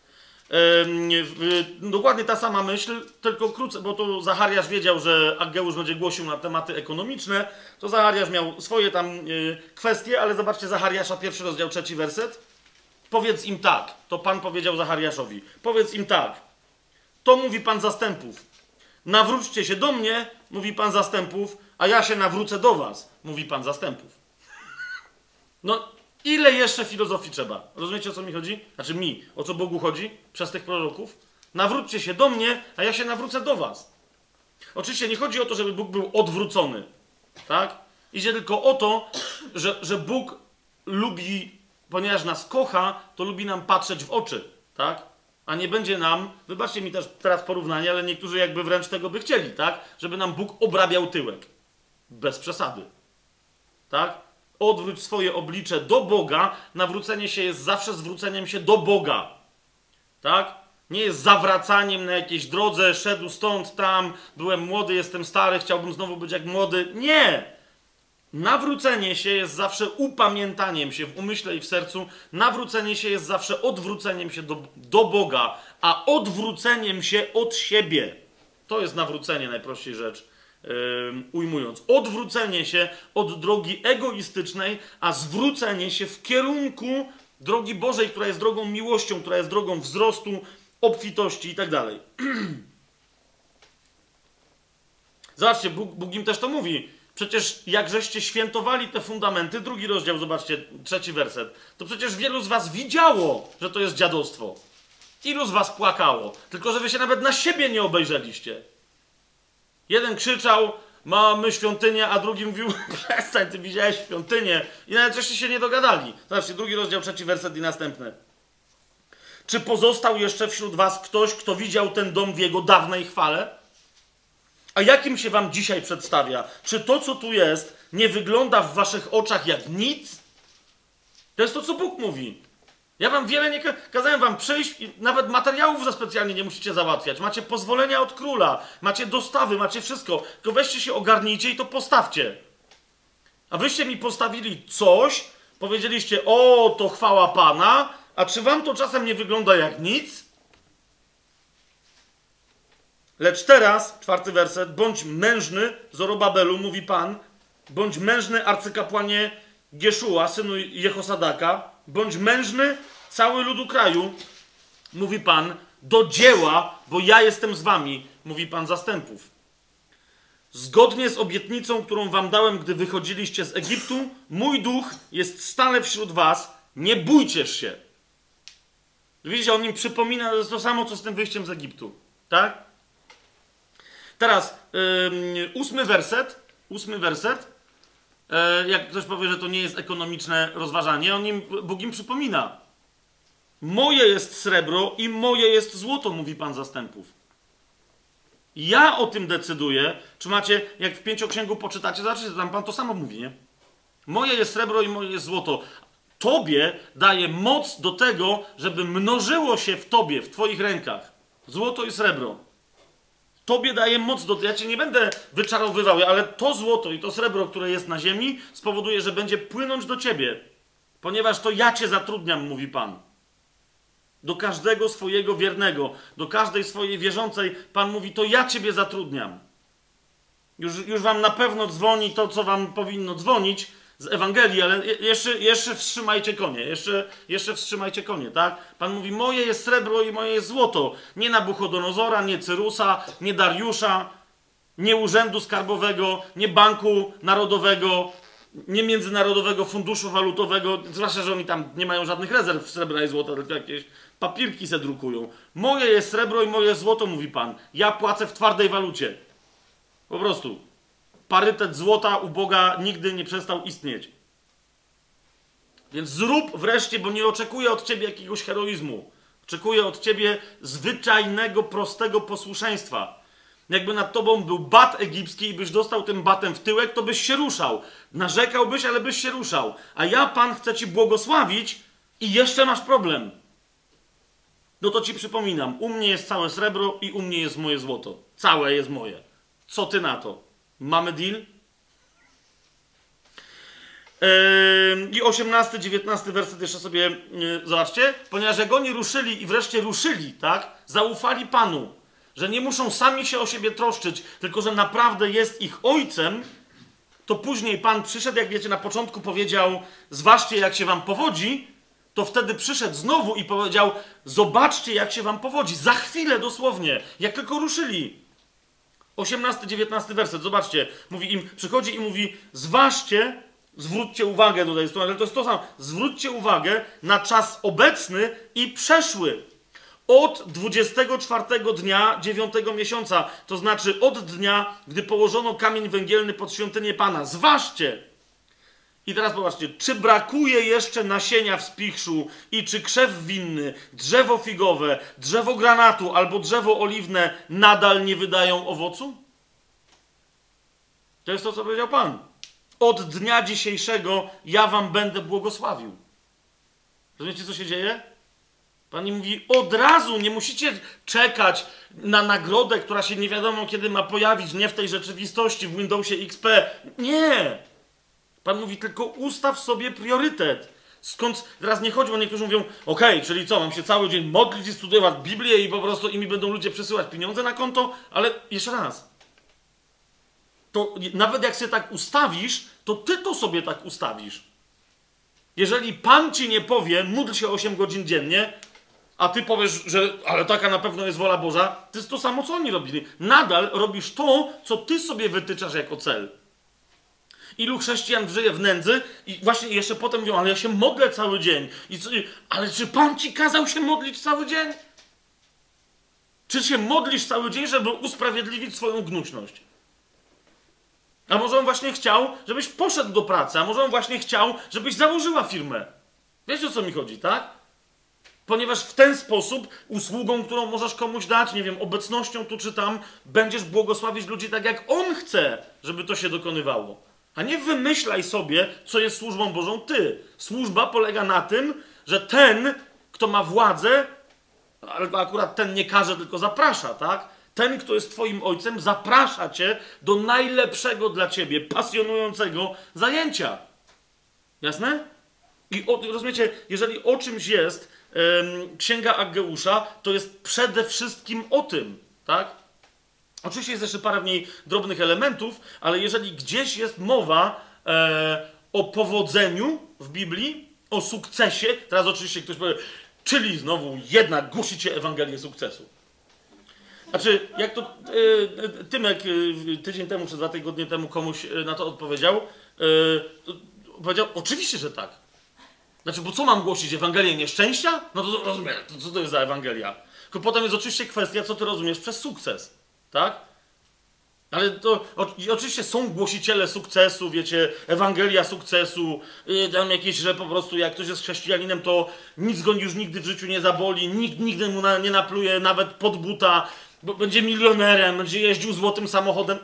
Dokładnie ta sama myśl, tylko krócej, bo tu Zachariasz wiedział, że Ageusz będzie głosił na tematy ekonomiczne, to Zachariasz miał swoje tam kwestie, ale zobaczcie Zachariasza, 1 rozdział, 3 werset. Powiedz im tak, to Pan powiedział Zachariaszowi, powiedz im tak, to mówi Pan zastępów, nawróćcie się do mnie, mówi Pan zastępów, a ja się nawrócę do was, mówi Pan zastępów. No, ile jeszcze filozofii trzeba? Rozumiecie, o co mi chodzi? Znaczy mi, o co Bogu chodzi przez tych proroków? Nawróćcie się do mnie, a ja się nawrócę do was. Oczywiście nie chodzi o to, żeby Bóg był odwrócony. Tak? Idzie tylko o to, że Bóg lubi, ponieważ nas kocha, to lubi nam patrzeć w oczy. Tak? A nie będzie nam, wybaczcie mi też teraz porównanie, ale niektórzy jakby wręcz tego by chcieli, tak? Żeby nam Bóg obrabiał tyłek. Bez przesady. Tak? Odwróć swoje oblicze do Boga. Nawrócenie się jest zawsze zwróceniem się do Boga. Tak? Nie jest zawracaniem na jakiejś drodze, szedł stąd, tam, byłem młody, jestem stary, chciałbym znowu być jak młody. Nie! Nawrócenie się jest zawsze upamiętaniem się w umyśle i w sercu. Nawrócenie się jest zawsze odwróceniem się do Boga, a odwróceniem się od siebie. To jest nawrócenie, najprościej rzecz ujmując. Odwrócenie się od drogi egoistycznej, a zwrócenie się w kierunku drogi Bożej, która jest drogą miłością, która jest drogą wzrostu, obfitości i tak dalej. Zobaczcie, Bóg im też to mówi. Przecież jak żeście świętowali te fundamenty, 2 rozdział, zobaczcie, 3 werset, to przecież wielu z was widziało, że to jest dziadostwo. Ilu z was płakało? Tylko że wy się nawet na siebie nie obejrzeliście. Jeden krzyczał, mamy świątynię, a drugi mówił, przestań, ty widziałeś świątynię. I nawet żeście się nie dogadali. Zobaczcie, 2 rozdział, 3 werset i następny. Czy pozostał jeszcze wśród was ktoś, kto widział ten dom w jego dawnej chwale? A jakim się wam dzisiaj przedstawia? Czy to, co tu jest, nie wygląda w waszych oczach jak nic? To jest to, co Bóg mówi. Ja wam wiele nie kazałem wam przyjść i nawet materiałów za specjalnie nie musicie załatwiać. Macie pozwolenia od króla, macie dostawy, macie wszystko. Tylko weźcie się, ogarnijcie i to postawcie. A wyście mi postawili coś, powiedzieliście, o, to chwała Pana, a czy wam to czasem nie wygląda jak nic? Lecz teraz, 4 werset, bądź mężny, Zorobabelu, mówi Pan, bądź mężny, arcykapłanie Gieszua, synu Jehosadaka, bądź mężny, cały ludu kraju, mówi Pan, do dzieła, bo ja jestem z wami, mówi Pan zastępów. Zgodnie z obietnicą, którą wam dałem, gdy wychodziliście z Egiptu, mój duch jest stale wśród was, nie bójcież się. Widzicie, on im przypomina to samo, co z tym wyjściem z Egiptu. Tak? Teraz 8 werset. Jak ktoś powie, że to nie jest ekonomiczne rozważanie, Bóg im przypomina. Moje jest srebro i moje jest złoto, mówi Pan zastępów. Ja o tym decyduję. Czy macie, jak w Pięcioksięgu poczytacie, zobaczycie, tam Pan to samo mówi, nie? Moje jest srebro i moje jest złoto. Tobie daje moc do tego, żeby mnożyło się w tobie, w twoich rękach. Złoto i srebro. Tobie daje moc do tego. Ja cię nie będę wyczarowywał, ale to złoto i to srebro, które jest na ziemi, spowoduje, że będzie płynąć do ciebie. Ponieważ to ja cię zatrudniam, mówi Pan. Do każdego swojego wiernego, do każdej swojej wierzącej, Pan mówi, to ja ciebie zatrudniam. Już wam na pewno dzwoni to, co wam powinno dzwonić z Ewangelii, ale jeszcze wstrzymajcie konie, jeszcze wstrzymajcie konie, tak? Pan mówi, moje jest srebro i moje jest złoto. Nie Nabuchodonozora, nie Cyrusa, nie Dariusza, nie Urzędu Skarbowego, nie Banku Narodowego, nie Międzynarodowego Funduszu Walutowego, zwłaszcza, że oni tam nie mają żadnych rezerw srebra i złota, tylko jakieś papierki se drukują. Moje jest srebro i moje złoto, mówi Pan. Ja płacę w twardej walucie. Po prostu. Parytet złota u Boga nigdy nie przestał istnieć. Więc zrób wreszcie, bo nie oczekuję od ciebie jakiegoś heroizmu. Oczekuję od ciebie zwyczajnego, prostego posłuszeństwa. Jakby nad tobą był bat egipski i byś dostał tym batem w tyłek, to byś się ruszał. Narzekałbyś, ale byś się ruszał. A ja, Pan, chcę ci błogosławić i jeszcze masz problem. No to ci przypominam, u mnie jest całe srebro i u mnie jest moje złoto. Całe jest moje. Co ty na to? Mamy deal? I 18, 19 werset jeszcze sobie zobaczcie. Ponieważ jak oni ruszyli i wreszcie ruszyli, tak? Zaufali Panu, że nie muszą sami się o siebie troszczyć, tylko że naprawdę jest ich ojcem, to później Pan przyszedł, jak wiecie, na początku powiedział, zważcie, jak się wam powodzi, to wtedy przyszedł znowu i powiedział, zobaczcie, jak się wam powodzi. Za chwilę dosłownie, jak tylko ruszyli. 18, 19 werset, zobaczcie. Mówi im, przychodzi i mówi, zważcie, zwróćcie uwagę tutaj, ale to jest to samo. Zwróćcie uwagę na czas obecny i przeszły. Od 24 dnia 9 miesiąca, to znaczy od dnia, gdy położono kamień węgielny pod świątynię Pana. Zważcie! I teraz popatrzcie, czy brakuje jeszcze nasienia w spichrzu i czy krzew winny, drzewo figowe, drzewo granatu albo drzewo oliwne nadal nie wydają owocu? To jest to, co powiedział Pan. Od dnia dzisiejszego ja wam będę błogosławił. Rozumiecie, co się dzieje? Pan im mówi, od razu, nie musicie czekać na nagrodę, która się nie wiadomo kiedy ma pojawić, nie w tej rzeczywistości, w Windowsie XP. Nie! Pan mówi, tylko ustaw sobie priorytet. Skąd, teraz nie chodzi, bo niektórzy mówią, okej, czyli co, mam się cały dzień modlić i studiować Biblię i po prostu mi będą ludzie przesyłać pieniądze na konto, ale jeszcze raz. To nawet jak się tak ustawisz, to ty to sobie tak ustawisz. Jeżeli Pan ci nie powie, módl się 8 godzin dziennie, a ty powiesz, że ale taka na pewno jest wola Boża, to jest to samo, co oni robili. Nadal robisz to, co ty sobie wytyczasz jako cel. Ilu chrześcijan żyje w nędzy i właśnie jeszcze potem mówią, ale ja się modlę cały dzień. Ale czy Pan ci kazał się modlić cały dzień? Czy się modlisz cały dzień, żeby usprawiedliwić swoją gnuśność? A może on właśnie chciał, żebyś poszedł do pracy, a może on właśnie chciał, żebyś założyła firmę. Wiecie, o co mi chodzi, tak? Ponieważ w ten sposób usługą, którą możesz komuś dać, nie wiem, obecnością tu czy tam, będziesz błogosławić ludzi tak, jak on chce, żeby to się dokonywało. A nie wymyślaj sobie, co jest służbą Bożą ty. Służba polega na tym, że ten, kto ma władzę, albo akurat ten nie każe, tylko zaprasza, tak? Ten, kto jest twoim ojcem, zaprasza cię do najlepszego dla ciebie, pasjonującego zajęcia. Jasne? I rozumiecie, jeżeli o czymś jest Księga Aggeusza, to jest przede wszystkim o tym, tak? Oczywiście jest jeszcze parę w niej drobnych elementów, ale jeżeli gdzieś jest mowa o powodzeniu w Biblii, o sukcesie, teraz oczywiście ktoś powie, czyli znowu jednak głosicie Ewangelię sukcesu. Znaczy, jak to Tymek tydzień temu czy 2 tygodnie temu komuś na to odpowiedział, powiedział, oczywiście, że tak. Znaczy, bo co mam głosić? Ewangelię nieszczęścia? No to rozumiem, to co to jest za Ewangelia? Tylko potem jest oczywiście kwestia, co ty rozumiesz przez sukces, tak? Ale to oczywiście są głosiciele sukcesu, wiecie, Ewangelia sukcesu, tam jakieś, że po prostu jak ktoś jest chrześcijaninem, to nic go już nigdy w życiu nie zaboli, nikt nigdy mu nie napluje nawet pod buta, bo będzie milionerem, będzie jeździł złotym samochodem.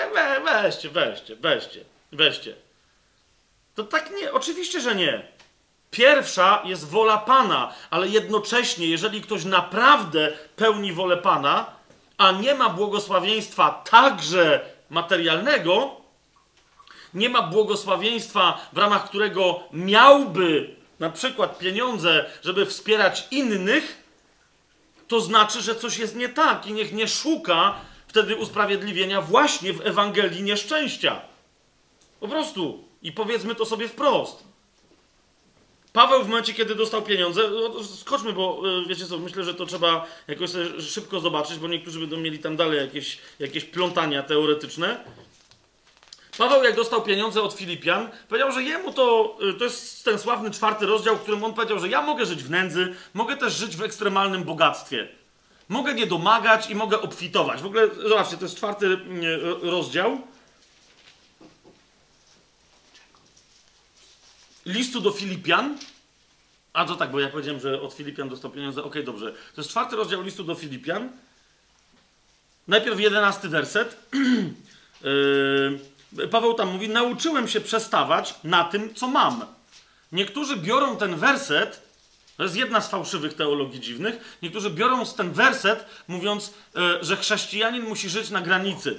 Weźcie. To tak nie, oczywiście, że nie. Pierwsza jest wola Pana, ale jednocześnie, jeżeli ktoś naprawdę pełni wolę Pana, a nie ma błogosławieństwa także materialnego, nie ma błogosławieństwa, w ramach którego miałby na przykład pieniądze, żeby wspierać innych, to znaczy, że coś jest nie tak i niech nie szuka wtedy usprawiedliwienia właśnie w Ewangelii nieszczęścia. Po prostu. I powiedzmy to sobie wprost. Paweł w momencie, kiedy dostał pieniądze, skoczmy, bo wiecie co, myślę, że to trzeba jakoś szybko zobaczyć, bo niektórzy będą mieli tam dalej jakieś plątania teoretyczne. Paweł, jak dostał pieniądze od Filipian, powiedział, że jemu to jest ten sławny 4 rozdział, w którym on powiedział, że ja mogę żyć w nędzy, mogę też żyć w ekstremalnym bogactwie. Mogę nie domagać i mogę obfitować. W ogóle, zobaczcie, to jest 4 rozdział listu do Filipian. A to tak, bo ja powiedziałem, że od Filipian dostał pieniądze. Okej, dobrze. To jest 4 rozdział listu do Filipian. Najpierw 11 werset. Paweł tam mówi, nauczyłem się przestawać na tym, co mam. Niektórzy biorą ten werset, to jest jedna z fałszywych teologii dziwnych, niektórzy biorą ten werset, mówiąc, że chrześcijanin musi żyć na granicy.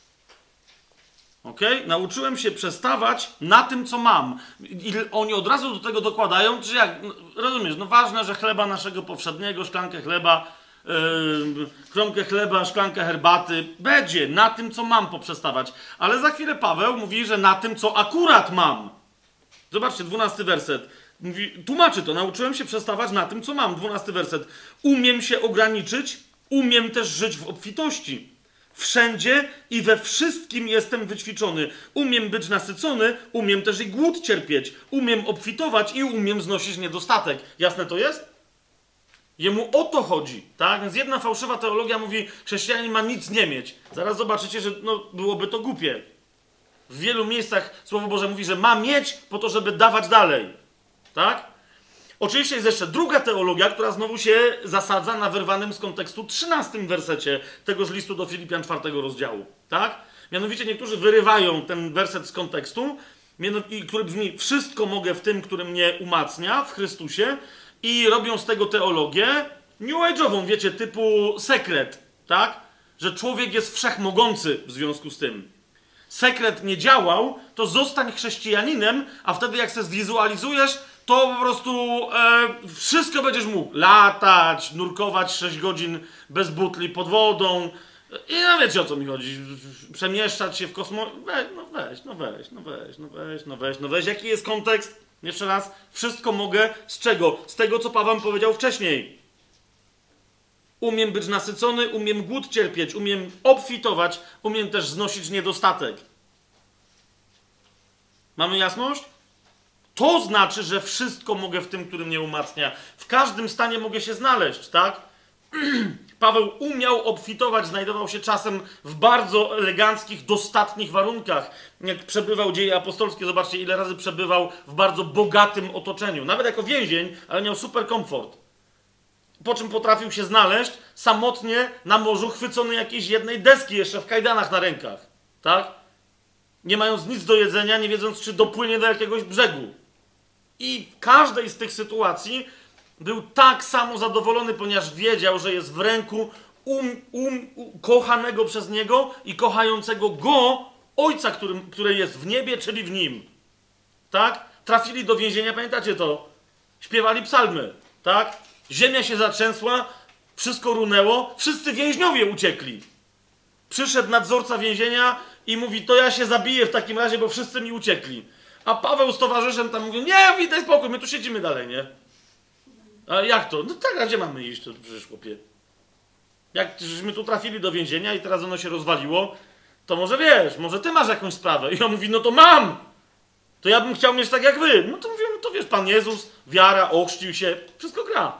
Okay? Nauczyłem się przestawać na tym, co mam. I oni od razu do tego dokładają, że jak, rozumiesz, no ważne, że chleba naszego powszedniego, szklankę chleba, kromkę chleba, szklankę herbaty, będzie na tym, co mam poprzestawać. Ale za chwilę Paweł mówi, że na tym, co akurat mam. Zobaczcie, 12 werset. Mówi, tłumaczy to, nauczyłem się przestawać na tym, co mam. 12 werset. Umiem się ograniczyć, umiem też żyć w obfitości. Wszędzie i we wszystkim jestem wyćwiczony. Umiem być nasycony, umiem też i głód cierpieć. Umiem obfitować i umiem znosić niedostatek. Jasne to jest? Jemu o to chodzi, tak? Więc jedna fałszywa teologia mówi, chrześcijanin ma nic nie mieć. Zaraz zobaczycie, że no, byłoby to głupie. W wielu miejscach Słowo Boże mówi, że ma mieć po to, żeby dawać dalej. Tak? Oczywiście jest jeszcze druga teologia, która znowu się zasadza na wyrwanym z kontekstu 13 wersecie tegoż listu do Filipian 4 rozdziału. Tak? Mianowicie niektórzy wyrywają ten werset z kontekstu, który brzmi, wszystko mogę w tym, który mnie umacnia, w Chrystusie, i robią z tego teologię new age'ową, wiecie, typu sekret, tak? Że człowiek jest wszechmogący w związku z tym. Sekret nie działał, to zostań chrześcijaninem, a wtedy jak se zwizualizujesz, to po prostu wszystko będziesz mógł. Latać, nurkować 6 godzin bez butli pod wodą. I no wiecie, o co mi chodzi. Przemieszczać się w kosmosie. Weź. Jaki jest kontekst? Jeszcze raz. Wszystko mogę. Z czego? Z tego, co Paweł powiedział wcześniej. Umiem być nasycony, umiem głód cierpieć, umiem obfitować, umiem też znosić niedostatek. Mamy jasność? To znaczy, że wszystko mogę w tym, który mnie umacnia. W każdym stanie mogę się znaleźć, tak? Paweł umiał obfitować, znajdował się czasem w bardzo eleganckich, dostatnich warunkach. Jak przebywał dzieje apostolskie, zobaczcie, ile razy przebywał w bardzo bogatym otoczeniu. Nawet jako więzień, ale miał super komfort. Po czym potrafił się znaleźć samotnie na morzu, chwycony jakiejś jednej deski, jeszcze w kajdanach na rękach. Tak? Nie mając nic do jedzenia, nie wiedząc, czy dopłynie do jakiegoś brzegu. I w każdej z tych sytuacji był tak samo zadowolony, ponieważ wiedział, że jest w ręku kochanego przez niego i kochającego go Ojca, który jest w niebie, czyli w nim. Tak? Trafili do więzienia, pamiętacie to? Śpiewali psalmy. Tak? Ziemia się zatrzęsła, wszystko runęło, wszyscy więźniowie uciekli. Przyszedł nadzorca więzienia i mówi, to ja się zabiję w takim razie, bo wszyscy mi uciekli. A Paweł z towarzyszem tam mówią, nie, daj spokój, my tu siedzimy dalej, nie? A jak to? No tak, a gdzie mamy iść, to przecież chłopie? Jak żeśmy tu trafili do więzienia i teraz ono się rozwaliło, to może wiesz, może ty masz jakąś sprawę. I on mówi, no to mam! To ja bym chciał mieć tak jak wy. No to mówią, no to wiesz, Pan Jezus, wiara, ochrzcił się, wszystko gra.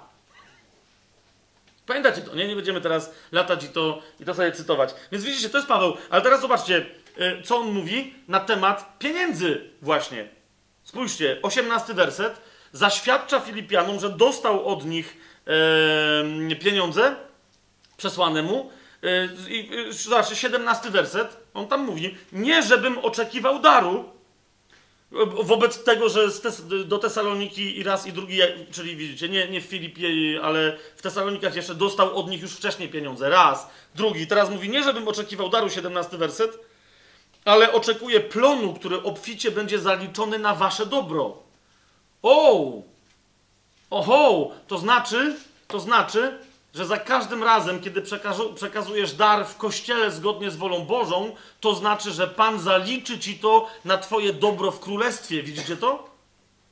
Pamiętacie to, nie? Nie będziemy teraz latać i to sobie cytować. Więc widzicie, to jest Paweł. Ale teraz zobaczcie, co on mówi na temat pieniędzy właśnie. Spójrzcie, 18 werset. Zaświadcza Filipianom, że dostał od nich pieniądze przesłane mu. Zobaczcie, 17 werset. On tam mówi, nie żebym oczekiwał daru, wobec tego, że do Tesaloniki i raz i drugi, czyli widzicie, nie w Filipie, ale w Tesalonikach jeszcze dostał od nich już wcześniej pieniądze. Raz, drugi. Teraz mówi, nie żebym oczekiwał daru, 17 werset, ale oczekuję plonu, który obficie będzie zaliczony na wasze dobro. Oho! To znaczy, że za każdym razem, kiedy przekazujesz dar w Kościele zgodnie z wolą Bożą, to znaczy, że Pan zaliczy ci to na twoje dobro w Królestwie. Widzicie to?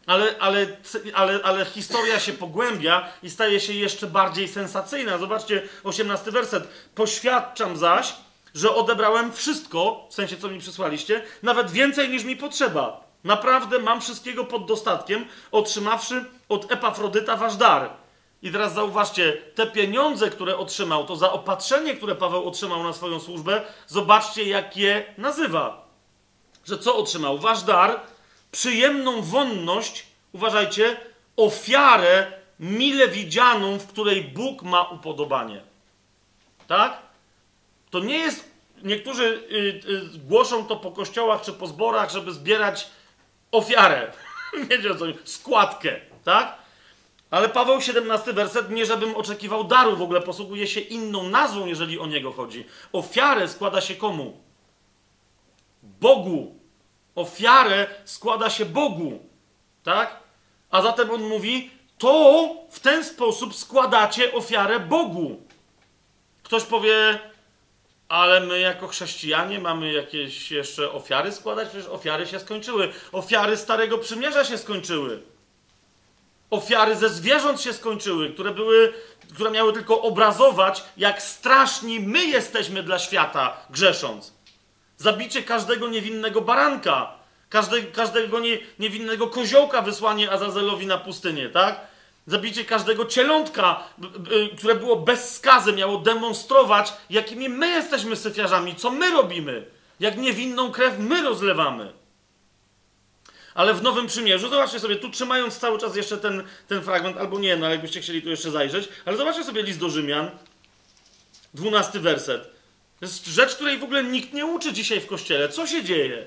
Ale historia się pogłębia i staje się jeszcze bardziej sensacyjna. Zobaczcie, 18 werset. Poświadczam zaś, że odebrałem wszystko, w sensie co mi przysłaliście, nawet więcej niż mi potrzeba. Naprawdę mam wszystkiego pod dostatkiem, otrzymawszy od Epafrodyta wasz dar. I teraz zauważcie, te pieniądze, które otrzymał, to zaopatrzenie, które Paweł otrzymał na swoją służbę, zobaczcie, jak je nazywa. Że co otrzymał? Wasz dar, przyjemną wonność, uważajcie, ofiarę mile widzianą, w której Bóg ma upodobanie. Tak? To nie jest... Niektórzy głoszą to po kościołach czy po zborach, żeby zbierać ofiarę. Wiecie o co? Składkę. Tak? Ale Paweł, 17 werset, nie żebym oczekiwał daru, w ogóle posługuje się inną nazwą, jeżeli o niego chodzi. Ofiarę składa się komu? Bogu. Ofiarę składa się Bogu. Tak? A zatem on mówi, to w ten sposób składacie ofiarę Bogu. Ktoś powie, ale my jako chrześcijanie mamy jakieś jeszcze ofiary składać? Przecież ofiary się skończyły. Ofiary Starego Przymierza się skończyły. Ofiary ze zwierząt się skończyły, które miały tylko obrazować, jak straszni my jesteśmy dla świata, grzesząc. Zabicie każdego niewinnego baranka, każdego niewinnego koziołka, wysłanie Azazelowi na pustynię, tak? Zabicie każdego cielątka, które było bez skazy, miało demonstrować, jakimi my jesteśmy syfiarzami, co my robimy, jak niewinną krew my rozlewamy. Ale w Nowym Przymierzu, zobaczcie sobie, tu trzymając cały czas jeszcze ten fragment, albo nie, no ale jakbyście chcieli tu jeszcze zajrzeć, ale zobaczcie sobie list do Rzymian, 12 werset. To jest rzecz, której w ogóle nikt nie uczy dzisiaj w Kościele. Co się dzieje?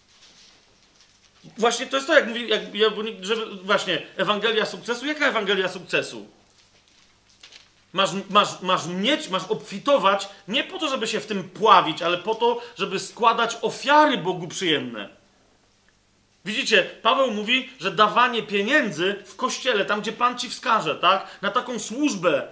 Właśnie to jest to, jak mówi, właśnie Ewangelia sukcesu. Jaka Ewangelia sukcesu? Masz obfitować nie po to, żeby się w tym pławić, ale po to, żeby składać ofiary Bogu przyjemne. Widzicie, Paweł mówi, że dawanie pieniędzy w Kościele, tam gdzie Pan ci wskaże, tak? Na taką służbę,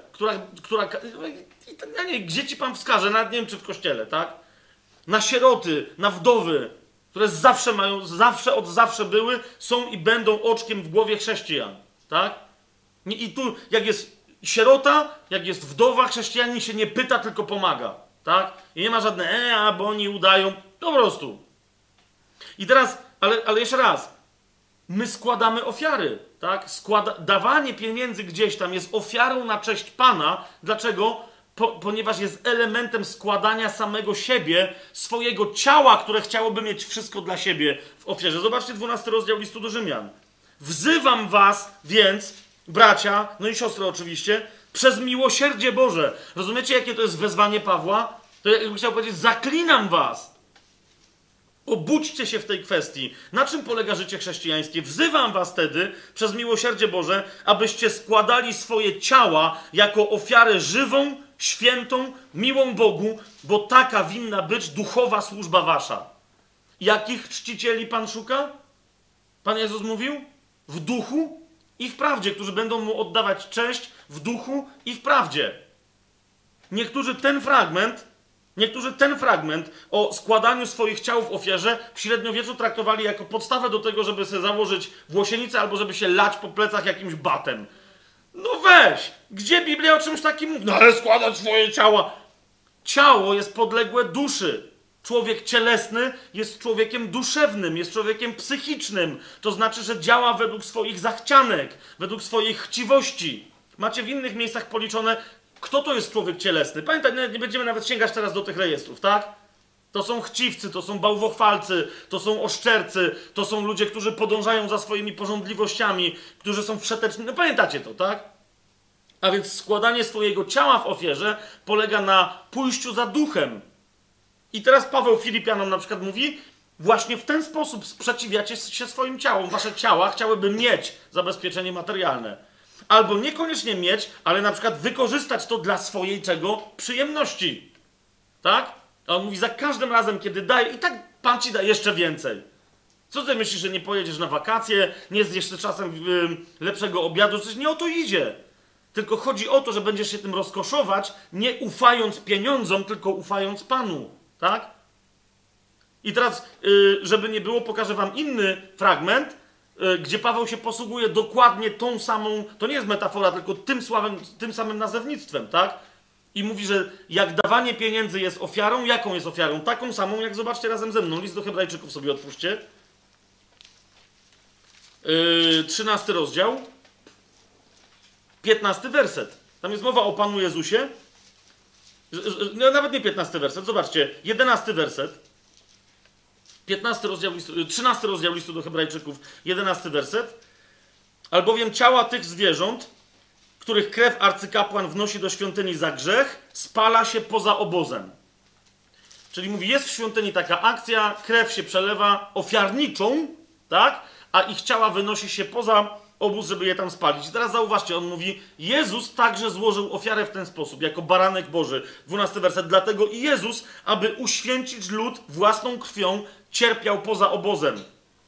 ja nie, gdzie ci Pan wskaże, nawet nie wiem, czy w Kościele, tak? Na sieroty, na wdowy, które od zawsze były, są i będą oczkiem w głowie chrześcijan, tak? I tu, jak jest sierota, jak jest wdowa, chrześcijanin się nie pyta, tylko pomaga, tak? I nie ma żadne, bo oni udają, po prostu. I teraz, ale jeszcze raz, my składamy ofiary, tak? Dawanie pieniędzy gdzieś tam jest ofiarą na cześć Pana. Dlaczego? Ponieważ jest elementem składania samego siebie, swojego ciała, które chciałoby mieć wszystko dla siebie w ofierze. Zobaczcie 12 rozdział listu do Rzymian. Wzywam was więc, bracia, no i siostry oczywiście, przez miłosierdzie Boże. Rozumiecie, jakie to jest wezwanie Pawła? To jakby chciał powiedzieć, zaklinam was. Obudźcie się w tej kwestii. Na czym polega życie chrześcijańskie? Wzywam was wtedy, przez miłosierdzie Boże, abyście składali swoje ciała jako ofiarę żywą, świętą, miłą Bogu, bo taka winna być duchowa służba wasza. Jakich czcicieli Pan szuka? Pan Jezus mówił? W duchu i w prawdzie, którzy będą Mu oddawać cześć w duchu i w prawdzie. Niektórzy ten fragment o składaniu swoich ciał w ofierze w średniowieczu traktowali jako podstawę do tego, żeby sobie założyć włosienicę albo żeby się lać po plecach jakimś batem. No weź! Gdzie Biblia o czymś takim mówi? No ale składać swoje ciała. Ciało jest podległe duszy. Człowiek cielesny jest człowiekiem duszewnym, jest człowiekiem psychicznym. To znaczy, że działa według swoich zachcianek, według swoich chciwości. Macie w innych miejscach policzone, kto to jest człowiek cielesny. Pamiętaj, nie będziemy nawet sięgać teraz do tych rejestrów, tak? To są chciwcy, to są bałwochwalcy, to są oszczercy, to są ludzie, którzy podążają za swoimi pożądliwościami, którzy są wszeteczni. No pamiętacie to, tak? A więc składanie swojego ciała w ofierze polega na pójściu za duchem. I teraz Paweł Filipianom na przykład mówi, właśnie w ten sposób sprzeciwiacie się swoim ciałom. Wasze ciała chciałyby mieć zabezpieczenie materialne. Albo niekoniecznie mieć, ale na przykład wykorzystać to dla swojej czego? Przyjemności. Tak? A on mówi, za każdym razem, kiedy daje, i tak Pan ci da jeszcze więcej. Co ty myślisz, że nie pojedziesz na wakacje, nie zjesz czasem lepszego obiadu? Przecież nie o to idzie. Tylko chodzi o to, że będziesz się tym rozkoszować, nie ufając pieniądzom, tylko ufając Panu. Tak? I teraz, żeby nie było, pokażę wam inny fragment, gdzie Paweł się posługuje dokładnie tą samą, to nie jest metafora, tylko tym samym nazewnictwem, tak? I mówi, że jak dawanie pieniędzy jest ofiarą, jaką jest ofiarą? Taką samą, jak zobaczcie razem ze mną. List do Hebrajczyków sobie otwórzcie. 13 rozdział. 15 werset. Tam jest mowa o Panu Jezusie. No, nawet nie 15 werset, zobaczcie. 11 werset. 13 rozdział listu do Hebrajczyków, 11 werset. Albowiem ciała tych zwierząt, których krew arcykapłan wnosi do świątyni za grzech, spala się poza obozem. Czyli mówi, jest w świątyni taka akcja, krew się przelewa ofiarniczą, tak? A ich ciała wynosi się poza obóz, żeby je tam spalić. I teraz zauważcie, on mówi, Jezus także złożył ofiarę w ten sposób, jako baranek Boży. 12 werset. Dlatego i Jezus, aby uświęcić lud własną krwią, cierpiał poza obozem.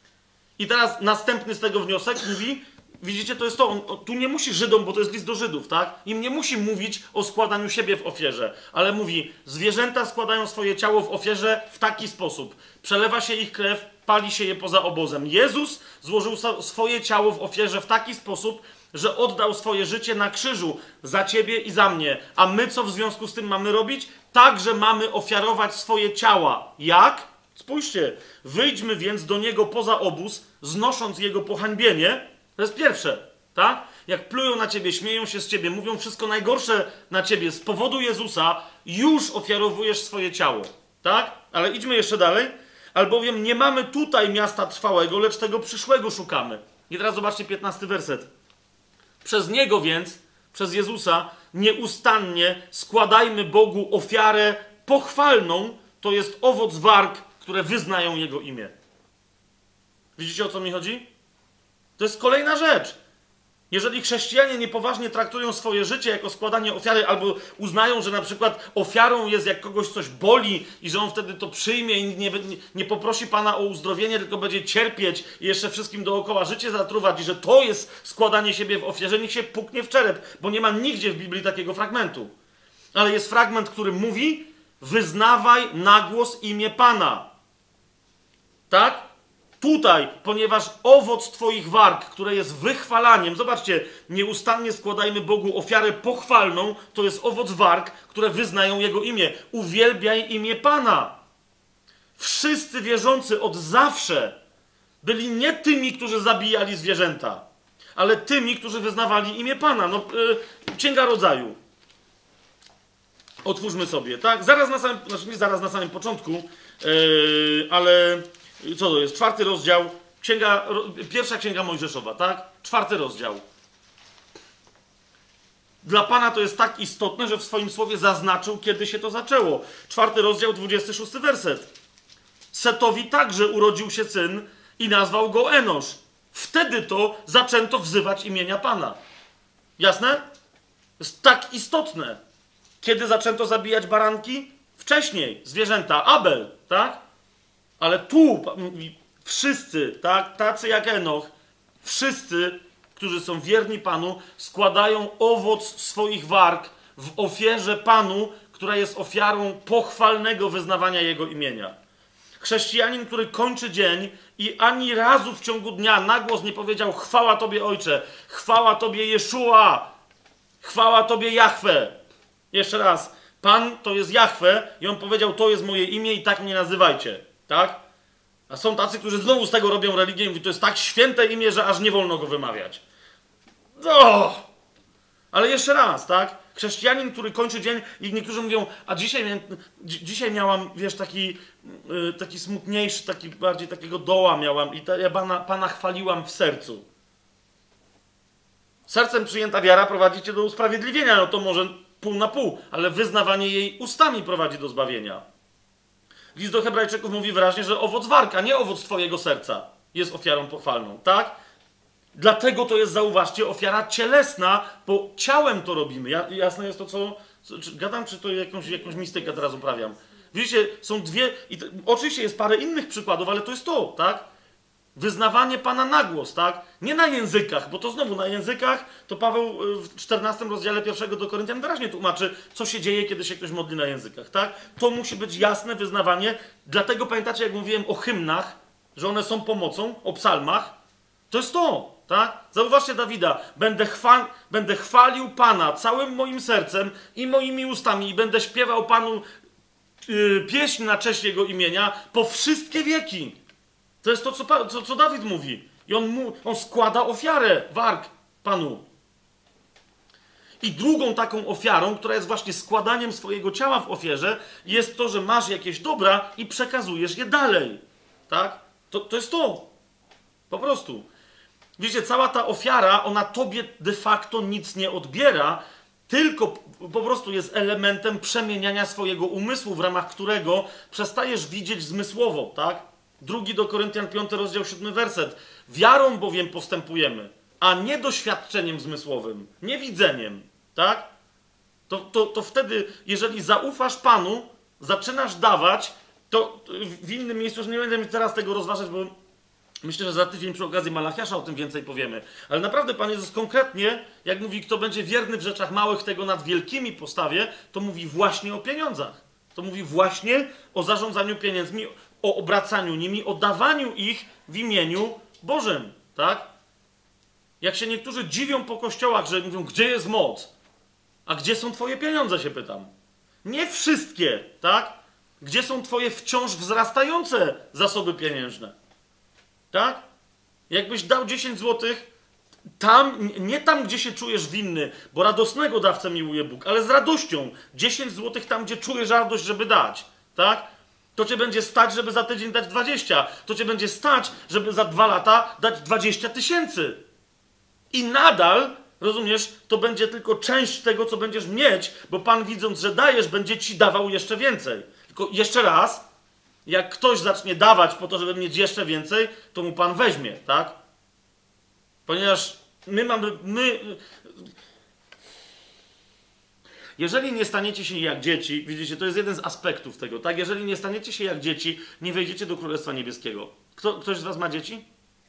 I teraz następny z tego wniosek mówi, widzicie, to jest to, on tu nie musi Żydom, bo to jest list do Żydów, tak? Im nie musi mówić o składaniu siebie w ofierze, ale mówi, zwierzęta składają swoje ciało w ofierze w taki sposób. Przelewa się ich krew, pali się je poza obozem. Jezus złożył swoje ciało w ofierze w taki sposób, że oddał swoje życie na krzyżu za ciebie i za mnie. A my co w związku z tym mamy robić? Także mamy ofiarować swoje ciała. Jak? Spójrzcie. Wyjdźmy więc do Niego poza obóz, znosząc Jego pohańbienie. To jest pierwsze, tak? Jak plują na ciebie, śmieją się z ciebie, mówią wszystko najgorsze na ciebie z powodu Jezusa, już ofiarowujesz swoje ciało, tak? Ale idźmy jeszcze dalej. Albowiem nie mamy tutaj miasta trwałego, lecz tego przyszłego szukamy. I teraz zobaczcie 15 werset. Przez Niego więc, przez Jezusa, nieustannie składajmy Bogu ofiarę pochwalną, to jest owoc warg, które wyznają Jego imię. Widzicie, o co mi chodzi? To jest kolejna rzecz. Jeżeli chrześcijanie niepoważnie traktują swoje życie jako składanie ofiary, albo uznają, że na przykład ofiarą jest, jak kogoś coś boli i że on wtedy to przyjmie i nie poprosi Pana o uzdrowienie, tylko będzie cierpieć i jeszcze wszystkim dookoła życie zatruwać i że to jest składanie siebie w ofierze, niech się puknie w czerep, bo nie ma nigdzie w Biblii takiego fragmentu. Ale jest fragment, który mówi, wyznawaj na głos imię Pana. Tak? Tutaj, ponieważ owoc twoich warg, które jest wychwalaniem, zobaczcie, nieustannie składajmy Bogu ofiarę pochwalną, to jest owoc warg, które wyznają Jego imię. Uwielbiaj imię Pana. Wszyscy wierzący od zawsze byli nie tymi, którzy zabijali zwierzęta, ale tymi, którzy wyznawali imię Pana. Księga Rodzaju. Otwórzmy sobie, tak? Nie zaraz na samym początku, ale... Co to jest? 4 rozdział, pierwsza księga Mojżeszowa, tak? 4 rozdział. Dla Pana to jest tak istotne, że w swoim słowie zaznaczył, kiedy się to zaczęło. 4 rozdział, 26 werset. Setowi także urodził się syn i nazwał go Enosz. Wtedy to zaczęto wzywać imienia Pana. Jasne? To jest tak istotne. Kiedy zaczęto zabijać baranki? Wcześniej. Zwierzęta. Abel, tak? Ale tu wszyscy, tak, tacy jak Enoch, wszyscy, którzy są wierni Panu, składają owoc swoich warg w ofierze Panu, która jest ofiarą pochwalnego wyznawania Jego imienia. Chrześcijanin, który kończy dzień i ani razu w ciągu dnia na głos nie powiedział chwała Tobie Ojcze, chwała Tobie Jeszua, chwała Tobie Jahwe. Jeszcze raz, Pan to jest Jahwe i On powiedział, to jest moje imię i tak mnie nazywajcie. Tak? A są tacy, którzy znowu z tego robią religię i mówią, to jest tak święte imię, że aż nie wolno go wymawiać. Ale jeszcze raz, tak? Chrześcijanin, który kończy dzień i niektórzy mówią, a dzisiaj miałam, wiesz, taki smutniejszy, bardziej takiego doła miałam i ja Pana chwaliłam w sercu. Sercem przyjęta wiara prowadzi cię do usprawiedliwienia, no to może pół na pół, ale wyznawanie jej ustami prowadzi do zbawienia. List do Hebrajczyków mówi wyraźnie, że owoc warg, a nie owoc twojego serca jest ofiarą pochwalną, tak? Dlatego to jest, zauważcie, ofiara cielesna, bo ciałem to robimy. Jasne jest to, czy gadam, czy to jakąś mistykę teraz uprawiam? Widzicie, są dwie, oczywiście jest parę innych przykładów, ale to jest to, tak? Wyznawanie Pana na głos, tak? Nie na językach, bo to znowu na językach, to Paweł w 14 rozdziale 1 do Koryntian wyraźnie tłumaczy, co się dzieje, kiedy się ktoś modli na językach, tak? To musi być jasne wyznawanie, dlatego pamiętacie, jak mówiłem o hymnach, że one są pomocą, o psalmach, To jest to, tak? Zauważcie Dawida. Będę chwalił Pana całym moim sercem i moimi ustami i będę śpiewał Panu pieśń na cześć Jego imienia po wszystkie wieki. To jest to, co Dawid mówi. I on składa ofiarę, warg Panu. I drugą taką ofiarą, która jest właśnie składaniem swojego ciała w ofierze, jest to, że masz jakieś dobra i przekazujesz je dalej. Tak? To jest to. Po prostu. Wiecie, cała ta ofiara, ona tobie de facto nic nie odbiera, tylko po prostu jest elementem przemieniania swojego umysłu, w ramach którego przestajesz widzieć zmysłowo, tak? 2 do Koryntian 5, rozdział 7, werset. Wiarą bowiem postępujemy, a nie doświadczeniem zmysłowym, nie widzeniem, tak? To wtedy, jeżeli zaufasz Panu, zaczynasz dawać, to w innym miejscu, już nie będę teraz tego rozważać, bo myślę, że za tydzień przy okazji Malachiasza o tym więcej powiemy. Ale naprawdę Pan Jezus konkretnie, jak mówi, kto będzie wierny w rzeczach małych, tego nad wielkimi postawię, to mówi właśnie o pieniądzach. To mówi właśnie o zarządzaniu pieniędzmi, o obracaniu nimi, o dawaniu ich w imieniu Bożym. Tak? Jak się niektórzy dziwią po kościołach, że mówią, gdzie jest moc? A gdzie są twoje pieniądze, się pytam. Nie wszystkie, tak? Gdzie są twoje wciąż wzrastające zasoby pieniężne? Tak? Jakbyś dał 10 złotych tam, nie tam, gdzie się czujesz winny, bo radosnego dawcę miłuje Bóg, ale z radością. 10 złotych tam, gdzie czujesz radość, żeby dać. Tak? To cię będzie stać, żeby za tydzień dać 20. To cię będzie stać, żeby za 2 lata dać 20 000. I nadal, rozumiesz, to będzie tylko część tego, co będziesz mieć, bo Pan, widząc, że dajesz, będzie ci dawał jeszcze więcej. Tylko jeszcze raz, jak ktoś zacznie dawać po to, żeby mieć jeszcze więcej, to mu Pan weźmie, tak? Ponieważ jeżeli nie staniecie się jak dzieci, widzicie, to jest jeden z aspektów tego, tak? Jeżeli nie staniecie się jak dzieci, nie wejdziecie do Królestwa Niebieskiego. Ktoś z was ma dzieci?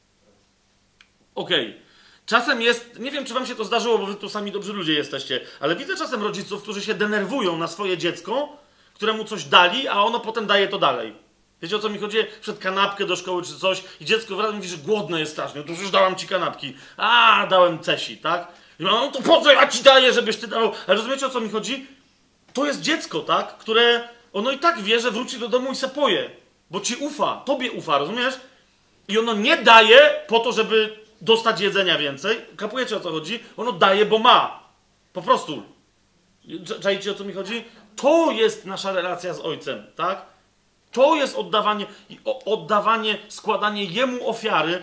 Okej. Czasem jest, nie wiem, czy wam się to zdarzyło, bo wy tu sami dobrzy ludzie jesteście, ale widzę czasem rodziców, którzy się denerwują na swoje dziecko, któremu coś dali, a ono potem daje to dalej. Wiecie, o co mi chodzi? Przed kanapkę do szkoły czy coś i dziecko wraca mówi, że głodne jest strasznie. To już dałam ci kanapki. A, dałem cesi, tak? I no to po co ja ci daję, żebyś ty dał? Ale rozumiecie, o co mi chodzi? To jest dziecko, tak? Które ono i tak wie, że wróci do domu i se poje. Bo ci ufa, tobie ufa, rozumiesz? I ono nie daje po to, żeby dostać jedzenia więcej. Kapujecie, o co chodzi? Ono daje, bo ma. Po prostu. Czajcie, o co mi chodzi? To jest nasza relacja z Ojcem, tak? To jest oddawanie, składanie Jemu ofiary,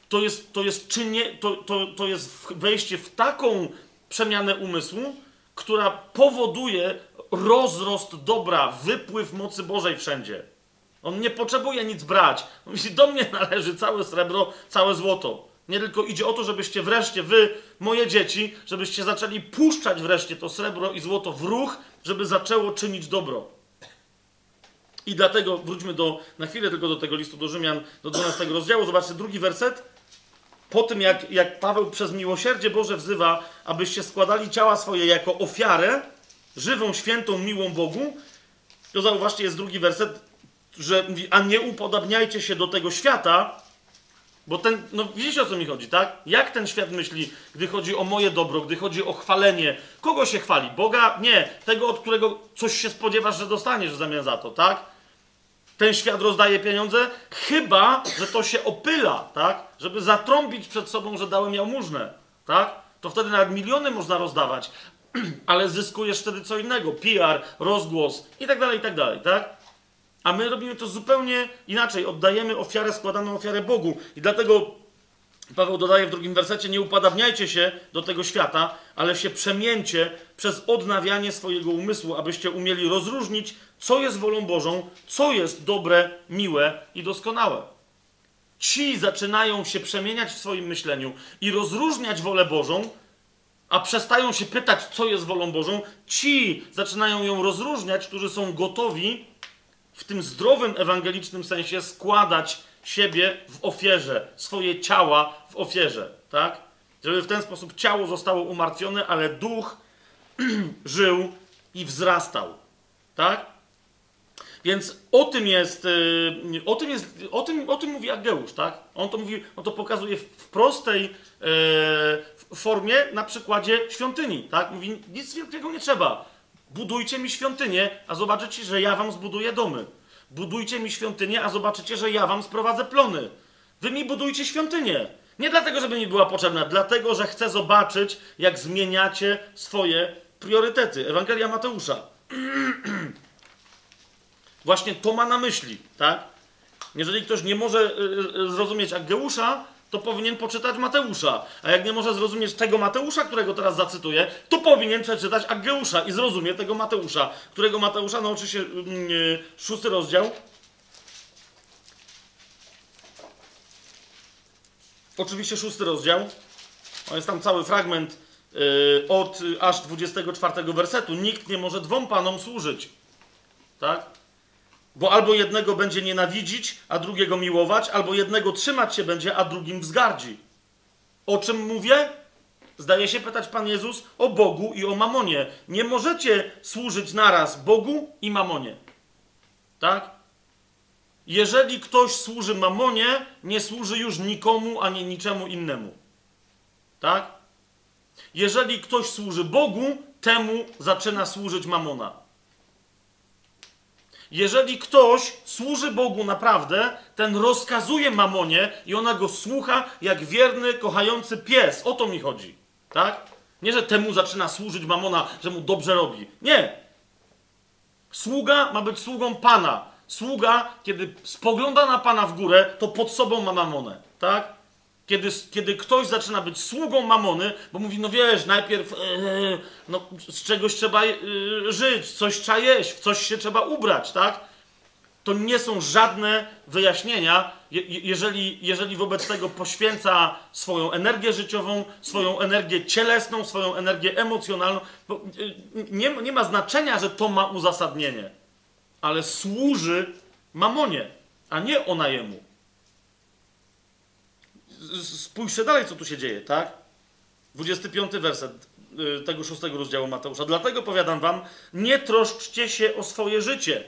to jest wejście w taką przemianę umysłu, która powoduje rozrost dobra, wypływ mocy Bożej wszędzie. On nie potrzebuje nic brać. On mówi, do mnie należy całe srebro, całe złoto. Nie tylko idzie o to, żebyście wreszcie, wy, moje dzieci, żebyście zaczęli puszczać wreszcie to srebro i złoto w ruch, żeby zaczęło czynić dobro. I dlatego wróćmy na chwilę tylko do tego listu do Rzymian, do 12 rozdziału. Zobaczcie, 2 werset. Po tym, jak Paweł przez miłosierdzie Boże wzywa, abyście składali ciała swoje jako ofiarę, żywą, świętą, miłą Bogu, to zauważcie, jest 2 werset, że mówi, a nie upodabniajcie się do tego świata, bo widzicie, o co mi chodzi, tak? Jak ten świat myśli, gdy chodzi o moje dobro, gdy chodzi o chwalenie? Kogo się chwali? Boga? Nie. Tego, od którego coś się spodziewasz, że dostaniesz w zamian za to, tak? Ten świat rozdaje pieniądze, chyba że to się opyla, tak? Żeby zatrąbić przed sobą, że dałem jałmużnę, tak? To wtedy nawet miliony można rozdawać, ale zyskujesz wtedy co innego. PR, rozgłos i tak dalej, tak? A my robimy to zupełnie inaczej. Oddajemy ofiarę, składaną ofiarę Bogu. I dlatego Paweł dodaje w 2 wersecie, nie upadabniajcie się do tego świata, ale się przemieńcie przez odnawianie swojego umysłu, abyście umieli rozróżnić, co jest wolą Bożą, co jest dobre, miłe i doskonałe. Ci zaczynają się przemieniać w swoim myśleniu i rozróżniać wolę Bożą, a przestają się pytać, co jest wolą Bożą. Ci zaczynają ją rozróżniać, którzy są gotowi w tym zdrowym, ewangelicznym sensie składać siebie w ofierze, swoje ciała w ofierze, tak? Żeby w ten sposób ciało zostało umartwione, ale duch żył i wzrastał, tak? Więc o tym mówi Ageusz, tak? On to pokazuje w prostej formie na przykładzie świątyni, tak? Mówi, nic wielkiego nie trzeba. Budujcie mi świątynię, a zobaczycie, że ja wam zbuduję domy. Budujcie mi świątynię, a zobaczycie, że ja wam sprowadzę plony. Wy mi budujcie świątynię. Nie dlatego, żeby mi była potrzebna, dlatego, że chcę zobaczyć, jak zmieniacie swoje priorytety. Ewangelia Mateusza. Właśnie to ma na myśli, tak? Jeżeli ktoś nie może zrozumieć Ageusza, to powinien poczytać Mateusza. A jak nie może zrozumieć tego Mateusza, którego teraz zacytuję, to powinien przeczytać Ageusza i zrozumie tego Mateusza. Którego Mateusza? No oczywiście 6 rozdział. Oczywiście 6 rozdział. To jest tam cały fragment od aż 24 wersetu. Nikt nie może dwom panom służyć. Tak? Bo albo jednego będzie nienawidzić, a drugiego miłować, albo jednego trzymać się będzie, a drugim wzgardzi. O czym mówię? Zdaje się pytać Pan Jezus o Bogu i o mamonie. Nie możecie służyć naraz Bogu i mamonie. Tak? Jeżeli ktoś służy mamonie, nie służy już nikomu ani niczemu innemu. Tak? Jeżeli ktoś służy Bogu, temu zaczyna służyć mamona. Jeżeli ktoś służy Bogu naprawdę, ten rozkazuje mamonie i ona go słucha jak wierny, kochający pies. O to mi chodzi. Tak? Nie, że temu zaczyna służyć mamona, że mu dobrze robi. Nie. Sługa ma być sługą Pana. Sługa, kiedy spogląda na Pana w górę, to pod sobą ma mamonę. Tak? Kiedy ktoś zaczyna być sługą mamony, bo mówi, no wiesz, najpierw no, z czegoś trzeba żyć, coś trzeba jeść, w coś się trzeba ubrać, tak? To nie są żadne wyjaśnienia, jeżeli wobec tego poświęca swoją energię życiową, swoją energię cielesną, swoją energię emocjonalną. Bo nie ma znaczenia, że to ma uzasadnienie, ale służy mamonie, a nie ona jemu. Spójrzcie dalej, co tu się dzieje, tak? 25 werset tego 6 rozdziału Mateusza. Dlatego powiadam wam, nie troszczcie się o swoje życie.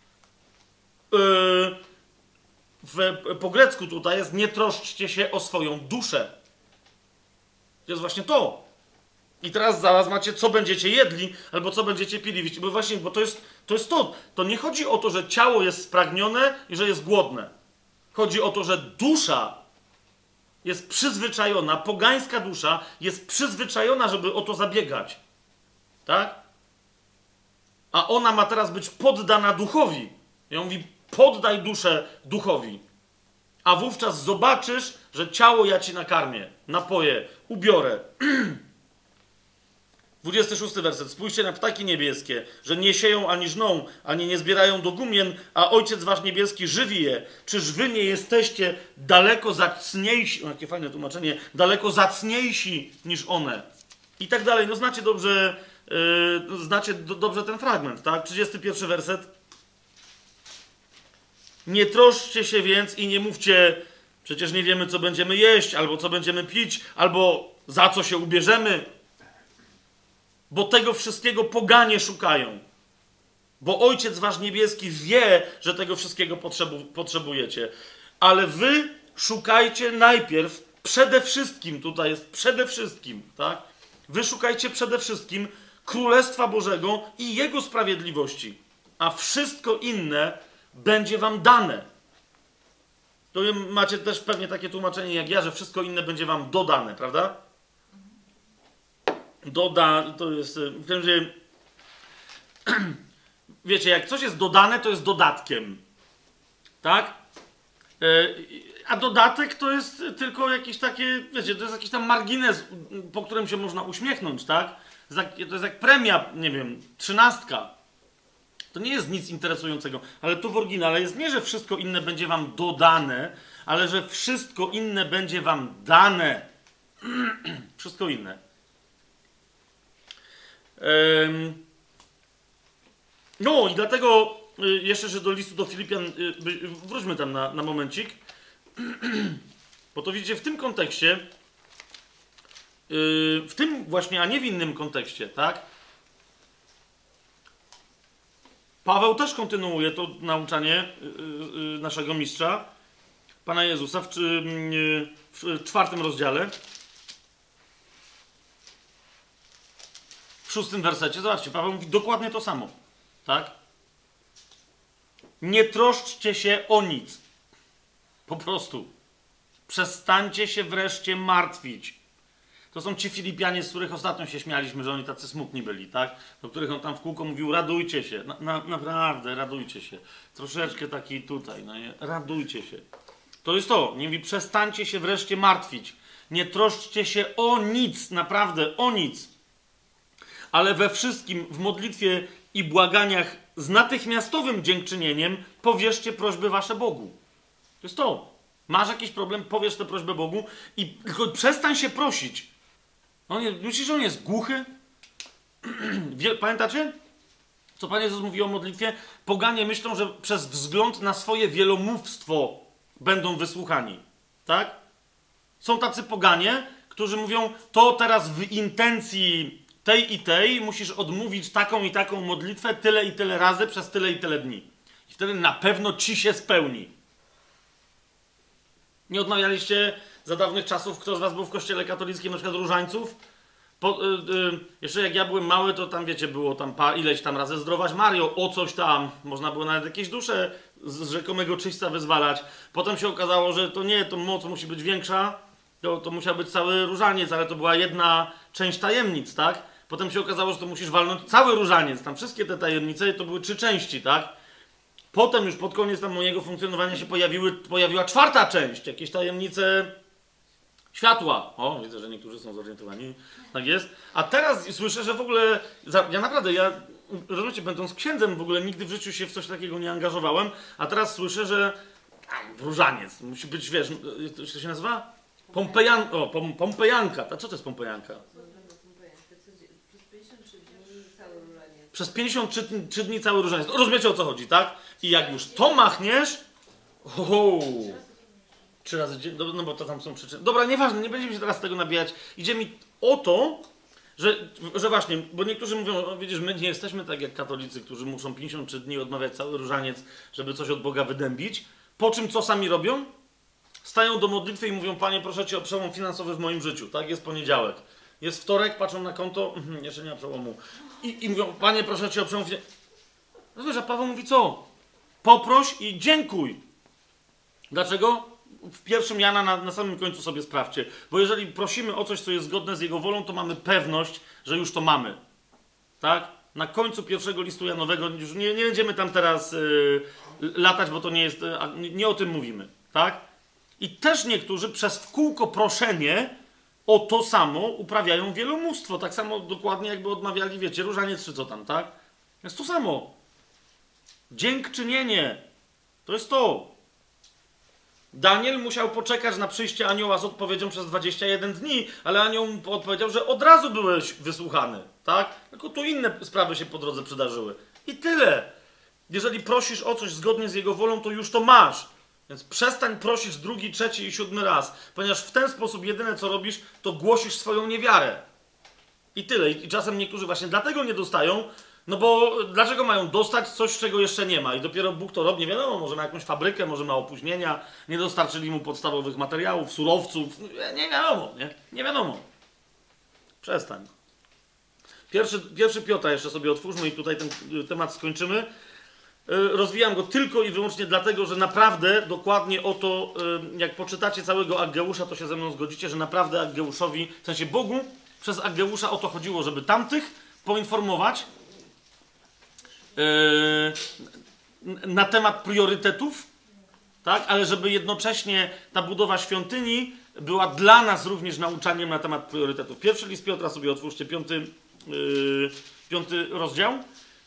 Po grecku tutaj jest, nie troszczcie się o swoją duszę. To jest właśnie to. I teraz zaraz macie, co będziecie jedli, albo co będziecie pili. Wiecie, bo to jest to. To nie chodzi o to, że ciało jest spragnione i że jest głodne. Chodzi o to, że dusza jest przyzwyczajona, pogańska dusza jest przyzwyczajona, żeby o to zabiegać. Tak? A ona ma teraz być poddana duchowi. I on mówi, poddaj duszę duchowi. A wówczas zobaczysz, że ciało ja ci nakarmię, napoję, ubiorę. 26 werset. Spójrzcie na ptaki niebieskie, że nie sieją ani żną, ani nie zbierają do gumien, a Ojciec wasz niebieski żywi je. Czyż wy nie jesteście daleko zacniejsi, jakie fajne tłumaczenie, daleko zacniejsi niż one. I tak dalej. No znacie dobrze ten fragment, tak? 31 werset. Nie troszczcie się więc i nie mówcie, przecież nie wiemy, co będziemy jeść, albo co będziemy pić, albo za co się ubierzemy. Bo tego wszystkiego poganie szukają. Bo Ojciec wasz niebieski wie, że tego wszystkiego potrzebujecie. Ale wy szukajcie najpierw, przede wszystkim, tutaj jest przede wszystkim, tak? Wy szukajcie przede wszystkim Królestwa Bożego i Jego sprawiedliwości. A wszystko inne będzie wam dane. To macie też pewnie takie tłumaczenie jak ja, że wszystko inne będzie wam dodane, prawda? To jest... W każdym razie, wiecie, jak coś jest dodane, to jest dodatkiem. Tak? A dodatek to jest tylko jakieś takie, wiecie, to jest jakiś tam margines, po którym się można uśmiechnąć, tak? To jest jak premia, nie wiem, 13. To nie jest nic interesującego. Ale tu w oryginale jest nie, że wszystko inne będzie wam dodane, ale że wszystko inne będzie wam dane. Wszystko inne. No i dlatego jeszcze, że do listu do Filipian, wróćmy tam na momencik, bo to widzicie w tym kontekście, w tym właśnie, a nie w innym kontekście, tak? Paweł też kontynuuje to nauczanie naszego mistrza, Pana Jezusa, w 4 rozdziale. W 6 wersecie, zobaczcie, Paweł mówi dokładnie to samo. Tak? Nie troszczcie się o nic. Po prostu. Przestańcie się wreszcie martwić. To są ci Filipianie, z których ostatnio się śmialiśmy, że oni tacy smutni byli, tak? Do których on tam w kółko mówił, radujcie się. Naprawdę, radujcie się. Troszeczkę taki tutaj, no nie? Radujcie się. To jest to. Nie mówi, przestańcie się wreszcie martwić. Nie troszczcie się o nic, naprawdę, o nic. Ale we wszystkim, w modlitwie i błaganiach z natychmiastowym dziękczynieniem powierzcie prośby wasze Bogu. To jest to. Masz jakiś problem, powiesz tę prośbę Bogu i tylko przestań się prosić. Myślisz, że on jest głuchy? Pamiętacie, co Pan Jezus mówi o modlitwie? Poganie myślą, że przez wzgląd na swoje wielomówstwo będą wysłuchani. Tak? Są tacy poganie, którzy mówią, to teraz w intencji tej i tej musisz odmówić taką i taką modlitwę tyle i tyle razy przez tyle i tyle dni. I wtedy na pewno ci się spełni. Nie odmawialiście za dawnych czasów, kto z was był w kościele katolickim, na przykład różańców? Jeszcze jak ja byłem mały, to tam, wiecie, było tam ileś tam razy zdrowaś Mario, o coś tam. Można było nawet jakieś dusze z rzekomego czyśćca wyzwalać. Potem się okazało, że to nie, to moc musi być większa. To musiał być cały różaniec, ale to była jedna część tajemnic, tak? Potem się okazało, że to musisz walnąć cały różaniec. Tam wszystkie te tajemnice to były 3 części, tak? Potem już pod koniec tam mojego funkcjonowania się pojawiła 4. część. Jakieś tajemnice światła. O, widzę, że niektórzy są zorientowani. Tak jest. A teraz słyszę, że w ogóle... Ja naprawdę, rozumiecie, będąc księdzem w ogóle nigdy w życiu się w coś takiego nie angażowałem, a teraz słyszę, że różaniec. Musi być, wiesz, to się nazywa? Pompejanka. A co to jest pompejanka? Przez 53 dni cały różaniec. No, rozumiecie, o co chodzi, tak? I jak już to machniesz... 3 razy dzień, no bo to tam są przyczyny. Dobra, nieważne, nie będziemy się teraz tego nabijać. Idzie mi o to, że właśnie, bo niektórzy mówią, no, widzisz, my nie jesteśmy tak jak katolicy, którzy muszą 53 dni odmawiać cały różaniec, żeby coś od Boga wydębić. Po czym co sami robią? Stają do modlitwy i mówią, Panie, proszę Cię o przełom finansowy w moim życiu. Tak, jest poniedziałek. Jest wtorek, patrzą na konto, jeszcze nie ma przełomu. I mówią, Panie, proszę Cię o przełom finansowy. No wiesz, a Paweł mówi co? Poproś i dziękuj. Dlaczego? W 1 Jana na samym końcu sobie sprawdźcie. Bo jeżeli prosimy o coś, co jest zgodne z Jego wolą, to mamy pewność, że już to mamy. Tak? Na końcu 1 listu Janowego, już nie będziemy tam teraz latać, bo to nie jest, nie o tym mówimy. Tak? I też niektórzy przez w kółko proszenie o to samo uprawiają wielomóstwo. Tak samo dokładnie jakby odmawiali, wiecie, różaniec czy co tam, tak? Jest to samo. Dziękczynienie. To jest to. Daniel musiał poczekać na przyjście anioła z odpowiedzią przez 21 dni, ale anioł mu odpowiedział, że od razu byłeś wysłuchany, tak? Tylko tu inne sprawy się po drodze przydarzyły. I tyle. Jeżeli prosisz o coś zgodnie z jego wolą, to już to masz. Więc przestań prosić 2., 3. i 7. raz, ponieważ w ten sposób jedyne co robisz, to głosisz swoją niewiarę. I tyle. I czasem niektórzy właśnie dlatego nie dostają, no bo dlaczego mają dostać coś, czego jeszcze nie ma? I dopiero Bóg to robi, nie wiadomo, może ma jakąś fabrykę, może ma opóźnienia, nie dostarczyli mu podstawowych materiałów, surowców, nie wiadomo, nie? Nie wiadomo. Przestań. Pierwszy Piotra jeszcze sobie otwórzmy i tutaj ten temat skończymy. Rozwijam go tylko i wyłącznie dlatego, że naprawdę dokładnie o to, jak poczytacie całego Aggeusza, to się ze mną zgodzicie, że naprawdę Aggeuszowi, w sensie Bogu, przez Aggeusza o to chodziło, żeby tamtych poinformować na temat priorytetów, tak? Ale żeby jednocześnie ta budowa świątyni była dla nas również nauczaniem na temat priorytetów. 1 list Piotra sobie otwórzcie, 5 rozdział.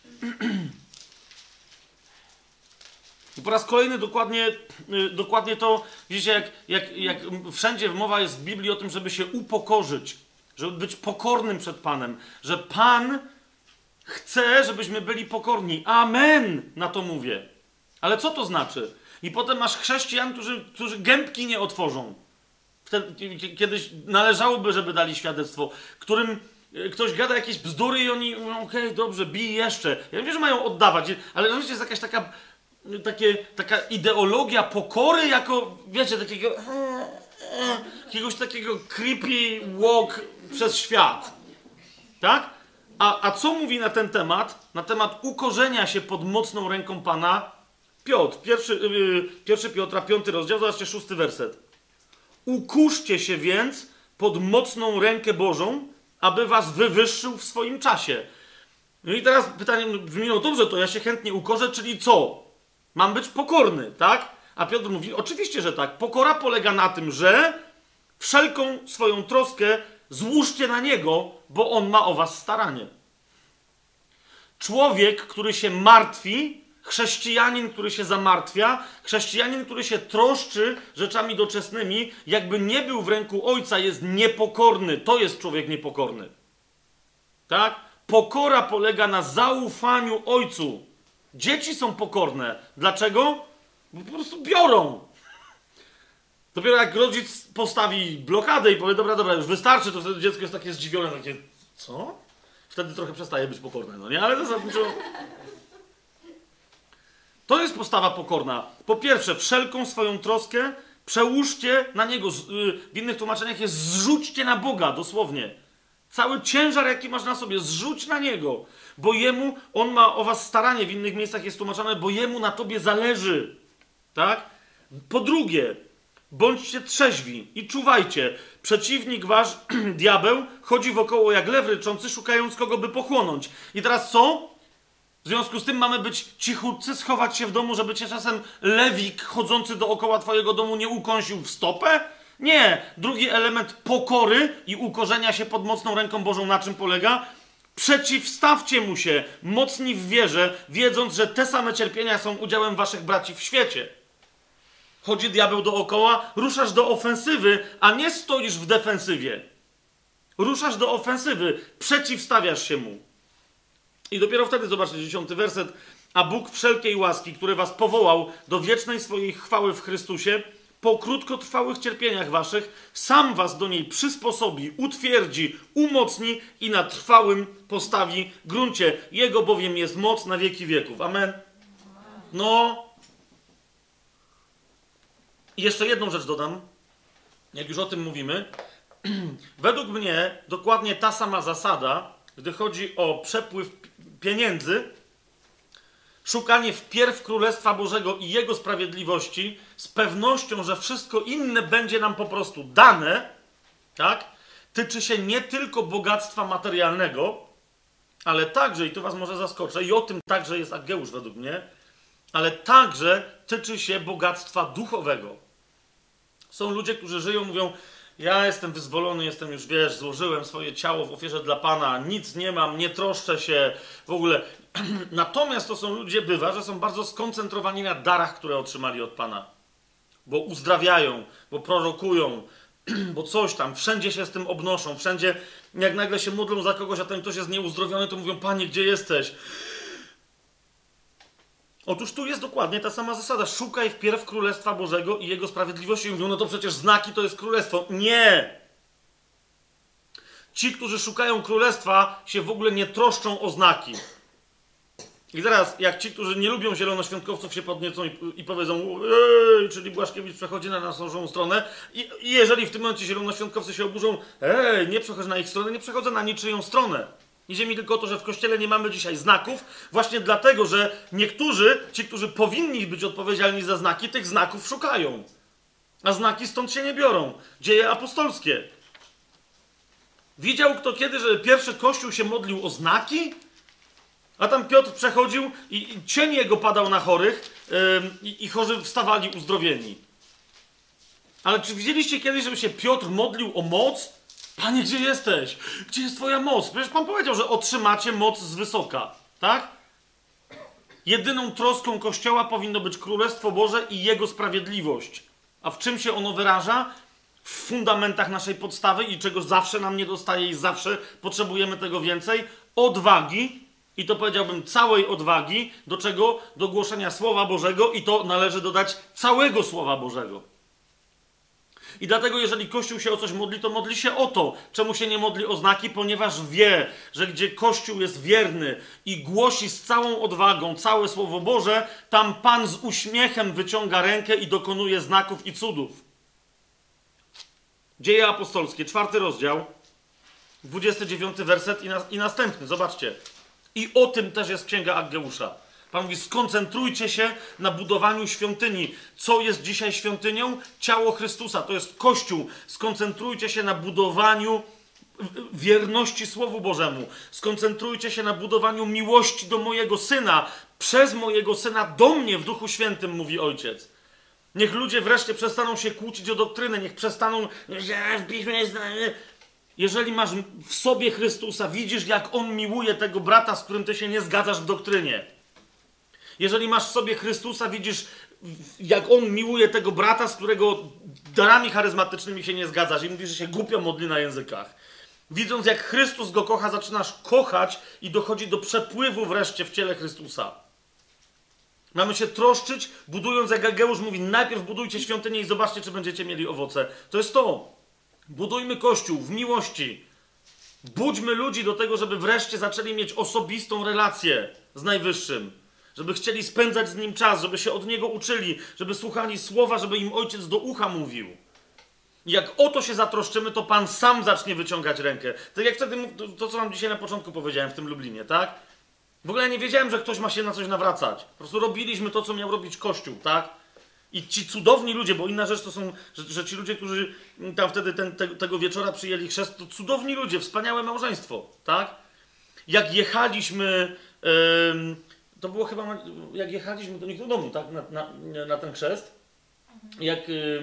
I po raz kolejny dokładnie to, widzicie, jak wszędzie mowa jest w Biblii o tym, żeby się upokorzyć, żeby być pokornym przed Panem, że Pan chce, żebyśmy byli pokorni. Amen! Na to mówię. Ale co to znaczy? I potem masz chrześcijan, którzy gębki nie otworzą. Kiedyś należałoby, żeby dali świadectwo, którym ktoś gada jakieś bzdury i oni mówią, okej, dobrze, bij jeszcze. Ja wiem, że mają oddawać, ale rozumiecie, jest jakaś taka ideologia pokory jako, wiecie, jakiegoś takiego creepy walk przez świat. Tak? A co mówi na ten temat? Na temat ukorzenia się pod mocną ręką Pana Piotr. 1 Piotra, 5 rozdział, zobaczcie 6 werset. Ukurzcie się więc pod mocną rękę Bożą, aby was wywyższył w swoim czasie. No i teraz pytanie brzmi, no dobrze, to ja się chętnie ukorzę, czyli co? Mam być pokorny, tak? A Piotr mówi, oczywiście, że tak. Pokora polega na tym, że wszelką swoją troskę złóżcie na Niego, bo On ma o was staranie. Człowiek, który się martwi, chrześcijanin, który się zamartwia, chrześcijanin, który się troszczy rzeczami doczesnymi, jakby nie był w ręku Ojca, jest niepokorny. To jest człowiek niepokorny. Tak? Pokora polega na zaufaniu Ojcu. Dzieci są pokorne. Dlaczego? Bo po prostu biorą. Dopiero jak rodzic postawi blokadę i powie, dobra, już wystarczy, to wtedy dziecko jest takie zdziwione, takie, co? Wtedy trochę przestaje być pokorne, no nie? Ale zasadniczo... To jest postawa pokorna. Po pierwsze, wszelką swoją troskę przełóżcie na Niego. W innych tłumaczeniach jest zrzućcie na Boga, dosłownie. Cały ciężar, jaki masz na sobie, zrzuć na Niego. Bo Jemu, On ma o was staranie. W innych miejscach jest tłumaczone, bo Jemu na tobie zależy. Tak? Po drugie, bądźcie trzeźwi i czuwajcie. Przeciwnik wasz, diabeł, chodzi wokoło jak lew ryczący, szukając kogo by pochłonąć. I teraz co? W związku z tym mamy być cichutcy, schować się w domu, żeby cię czasem lewik chodzący dookoła twojego domu nie ukąsił w stopę? Nie. Drugi element pokory i ukorzenia się pod mocną ręką Bożą na czym polega? Przeciwstawcie mu się, mocni w wierze, wiedząc, że te same cierpienia są udziałem waszych braci w świecie. Chodzi diabeł dookoła, ruszasz do ofensywy, a nie stoisz w defensywie. Ruszasz do ofensywy, przeciwstawiasz się mu. I dopiero wtedy, zobaczcie, 10 werset. A Bóg wszelkiej łaski, który was powołał do wiecznej swojej chwały w Chrystusie, po krótkotrwałych cierpieniach waszych, sam was do niej przysposobi, utwierdzi, umocni i na trwałym postawi gruncie. Jego bowiem jest moc na wieki wieków. Amen. No. I jeszcze jedną rzecz dodam, jak już o tym mówimy. Według mnie dokładnie ta sama zasada, gdy chodzi o przepływ pieniędzy, szukanie wpierw Królestwa Bożego i Jego sprawiedliwości z pewnością, że wszystko inne będzie nam po prostu dane, tak? Tyczy się nie tylko bogactwa materialnego, ale także, i tu was może zaskoczę, i o tym także jest Ageusz według mnie, ale także tyczy się bogactwa duchowego. Są ludzie, którzy żyją, mówią, ja jestem wyzwolony, jestem już, wiesz, złożyłem swoje ciało w ofierze dla Pana, nic nie mam, nie troszczę się w ogóle. Natomiast to są ludzie, bywa, że są bardzo skoncentrowani na darach, które otrzymali od Pana. Bo uzdrawiają, bo prorokują, bo coś tam, wszędzie się z tym obnoszą, wszędzie jak nagle się modlą za kogoś, a ten ktoś jest nieuzdrowiony, to mówią, Panie, gdzie jesteś? Otóż tu jest dokładnie ta sama zasada. Szukaj wpierw Królestwa Bożego i Jego sprawiedliwości. I mówią, no to przecież znaki to jest Królestwo. Nie! Ci, którzy szukają Królestwa, się w ogóle nie troszczą o znaki. I teraz, jak ci, którzy nie lubią zielonoświątkowców, się podniecą i powiedzą, czyli Błaszkiewicz przechodzi na naszą stronę. I jeżeli w tym momencie zielonoświątkowcy się oburzą, nie przechodzę na ich stronę, nie przechodzę na niczyją stronę. Idzie mi tylko o to, że w Kościele nie mamy dzisiaj znaków, właśnie dlatego, że niektórzy, ci, którzy powinni być odpowiedzialni za znaki, tych znaków szukają. A znaki stąd się nie biorą. Dzieje apostolskie. Widział kto kiedy, że pierwszy Kościół się modlił o znaki? A tam Piotr przechodził i cień jego padał na chorych i chorzy wstawali uzdrowieni. Ale czy widzieliście kiedyś, żeby się Piotr modlił o moc? Panie, gdzie jesteś? Gdzie jest twoja moc? Przecież Pan powiedział, że otrzymacie moc z wysoka. Tak? Jedyną troską Kościoła powinno być Królestwo Boże i Jego sprawiedliwość. A w czym się ono wyraża? W fundamentach naszej podstawy i czego zawsze nam nie dostaje i zawsze potrzebujemy tego więcej. Odwagi. I to powiedziałbym całej odwagi. Do czego? Do głoszenia Słowa Bożego i to należy dodać całego Słowa Bożego. I dlatego, jeżeli Kościół się o coś modli, to modli się o to. Czemu się nie modli o znaki? Ponieważ wie, że gdzie Kościół jest wierny i głosi z całą odwagą całe Słowo Boże, tam Pan z uśmiechem wyciąga rękę i dokonuje znaków i cudów. Dzieje apostolskie, 4 rozdział, 29 werset i następny. Zobaczcie. I o tym też jest Księga Aggeusza. Pan mówi, skoncentrujcie się na budowaniu świątyni. Co jest dzisiaj świątynią? Ciało Chrystusa. To jest Kościół. Skoncentrujcie się na budowaniu wierności Słowu Bożemu. Skoncentrujcie się na budowaniu miłości do mojego Syna. Przez mojego Syna do mnie w Duchu Świętym, mówi Ojciec. Niech ludzie wreszcie przestaną się kłócić o doktrynę. Niech przestaną, że w Piśmie jest... Jeżeli masz w sobie Chrystusa, widzisz, jak On miłuje tego brata, z którym ty się nie zgadzasz w doktrynie. Jeżeli masz w sobie Chrystusa, widzisz, jak On miłuje tego brata, z którego darami charyzmatycznymi się nie zgadzasz i mówisz, że się głupio modli na językach. Widząc, jak Chrystus go kocha, zaczynasz kochać i dochodzi do przepływu wreszcie w ciele Chrystusa. Mamy się troszczyć, budując, jak Ageusz mówi, najpierw budujcie świątynię i zobaczcie, czy będziecie mieli owoce. To jest to. Budujmy Kościół w miłości. Budźmy ludzi do tego, żeby wreszcie zaczęli mieć osobistą relację z Najwyższym. Żeby chcieli spędzać z Nim czas, żeby się od Niego uczyli, żeby słuchali słowa, żeby im Ojciec do ucha mówił. I jak o to się zatroszczymy, to Pan sam zacznie wyciągać rękę. Tak jak wtedy, to co wam dzisiaj na początku powiedziałem w tym Lublinie, tak? W ogóle ja nie wiedziałem, że ktoś ma się na coś nawracać. Po prostu robiliśmy to, co miał robić Kościół, tak? I ci cudowni ludzie, bo inna rzecz to są, że ci ludzie, którzy tam wtedy tego wieczora przyjęli chrzest, to cudowni ludzie, wspaniałe małżeństwo, tak? Jak jechaliśmy, to było chyba, jak jechaliśmy do nich do domu, tak? Na ten chrzest. Jak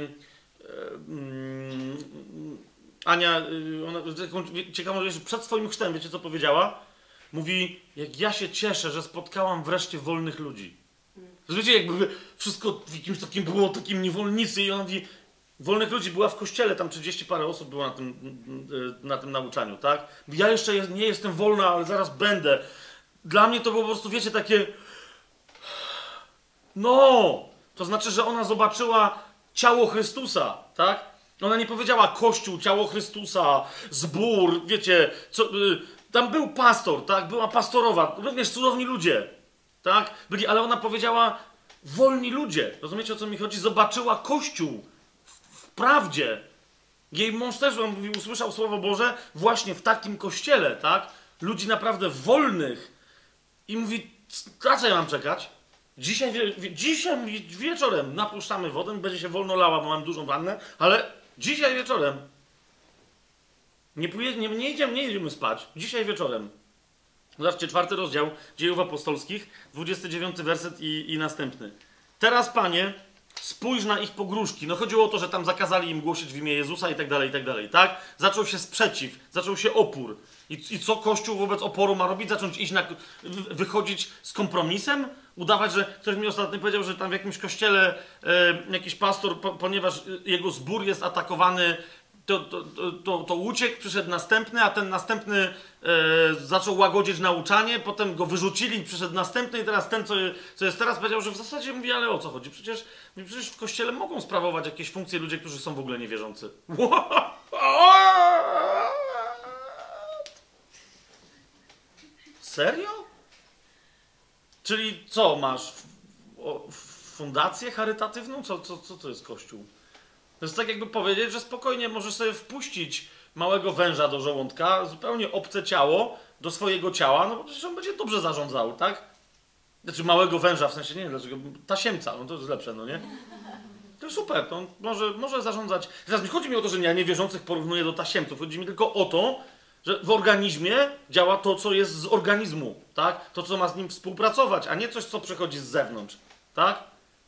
Ania, ona ciekawą rzecz, przed swoim chrztem, wiecie co powiedziała? Mówi, jak ja się cieszę, że spotkałam wreszcie wolnych ludzi. Wiecie, jakby wszystko w jakimś takim było, takim niewolnicy i on mówi, wolnych ludzi, była w kościele, tam 30 parę osób było na tym nauczaniu, tak? Ja jeszcze nie jestem wolna, ale zaraz będę. Dla mnie to było po prostu, wiecie, takie no, to znaczy, że ona zobaczyła ciało Chrystusa, tak? Ona nie powiedziała Kościół, ciało Chrystusa, zbór, wiecie, tam był pastor, tak? Była pastorowa, również cudowni ludzie. Tak? Byli, ale ona powiedziała wolni ludzie. Rozumiecie, o co mi chodzi? Zobaczyła Kościół w prawdzie. Jej mąż też, on mówi, usłyszał Słowo Boże właśnie w takim kościele, tak? Ludzi naprawdę wolnych. I mówi, na co ja mam czekać? Dzisiaj wieczorem napuszczamy wodę, będzie się wolno lała, bo mam dużą wannę, ale dzisiaj wieczorem nie idziemy spać. Dzisiaj wieczorem. Zobaczcie, 4 rozdział Dziejów Apostolskich, 29 werset i następny. Teraz, Panie, spójrz na ich pogróżki. No chodziło o to, że tam zakazali im głosić w imię Jezusa i tak dalej, tak? Zaczął się sprzeciw, zaczął się opór. I co Kościół wobec oporu ma robić? Zacząć wychodzić z kompromisem? Udawać, że ktoś mi ostatnio powiedział, że tam w jakimś kościele jakiś pastor, ponieważ jego zbór jest atakowany, to uciekł, przyszedł następny, a ten następny zaczął łagodzić nauczanie, potem go wyrzucili, przyszedł następny i teraz ten, co jest teraz, powiedział, że w zasadzie mówi, ale o co chodzi? Przecież w kościele mogą sprawować jakieś funkcje ludzie, którzy są w ogóle niewierzący. Serio? Czyli co, masz fundację charytatywną? Co to jest Kościół? To jest tak jakby powiedzieć, że spokojnie możesz sobie wpuścić małego węża do żołądka, zupełnie obce ciało do swojego ciała, no bo przecież on będzie dobrze zarządzał, tak? Znaczy małego węża, w sensie, nie wiem dlaczego, tasiemca, no to jest lepsze, no nie? To jest super, to on może zarządzać. Teraz nie chodzi mi o to, że ja niewierzących porównuję do tasiemców, chodzi mi tylko o to, że w organizmie działa to, co jest z organizmu, tak? To, co ma z nim współpracować, a nie coś, co przychodzi z zewnątrz, tak?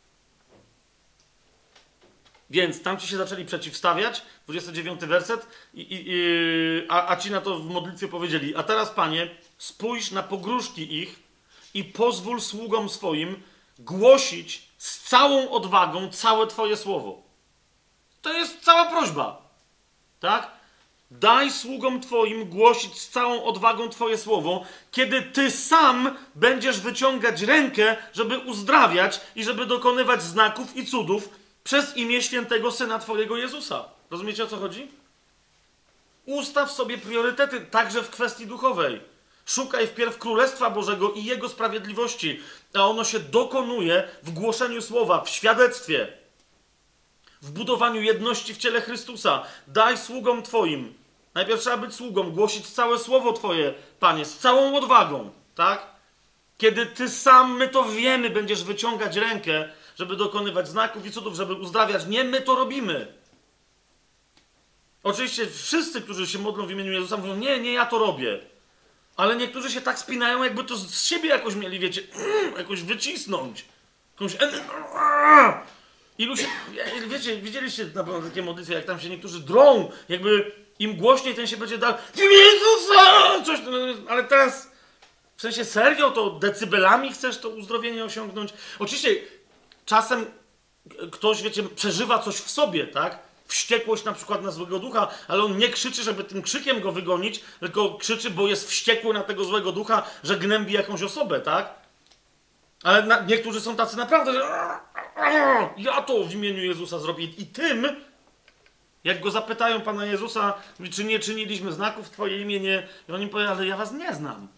Więc tam ci się zaczęli przeciwstawiać, 29 werset, a ci na to w modlitwie powiedzieli, a teraz, Panie, spójrz na pogróżki ich i pozwól sługom swoim głosić z całą odwagą całe Twoje słowo. To jest cała prośba, tak? Daj sługom Twoim głosić z całą odwagą Twoje słowo, kiedy Ty sam będziesz wyciągać rękę, żeby uzdrawiać i żeby dokonywać znaków i cudów Przez imię świętego Syna Twojego Jezusa. Rozumiecie, o co chodzi? Ustaw sobie priorytety także w kwestii duchowej. Szukaj wpierw Królestwa Bożego i Jego sprawiedliwości, a ono się dokonuje w głoszeniu słowa, w świadectwie, w budowaniu jedności w ciele Chrystusa. Daj sługom Twoim. Najpierw trzeba być sługą, głosić całe słowo Twoje, Panie, z całą odwagą, tak? Kiedy Ty sam, my to wiemy, będziesz wyciągać rękę, żeby dokonywać znaków i cudów, żeby uzdrawiać. Nie my to robimy. Oczywiście wszyscy, którzy się modlą w imieniu Jezusa, mówią, nie, ja to robię. Ale niektórzy się tak spinają, jakby to z siebie jakoś mieli, wiecie, jakoś wycisnąć. Jakąś... Ilu się... Wiecie, widzieliście na pewno takie modlitwy, jak tam się niektórzy drą, jakby im głośniej ten się będzie dał w imię Jezusa! Coś, ale teraz, w sensie serio, to decybelami chcesz to uzdrowienie osiągnąć? Oczywiście czasem ktoś, wiecie, przeżywa coś w sobie, tak? Wściekłość na przykład na złego ducha, ale on nie krzyczy, żeby tym krzykiem go wygonić, tylko krzyczy, bo jest wściekły na tego złego ducha, że gnębi jakąś osobę, tak? Ale niektórzy są tacy naprawdę, że ja to w imieniu Jezusa zrobię. I tym, jak go zapytają Pana Jezusa, czy nie czyniliśmy znaków w Twoje imię, i oni powiedzą, ale ja was nie znam.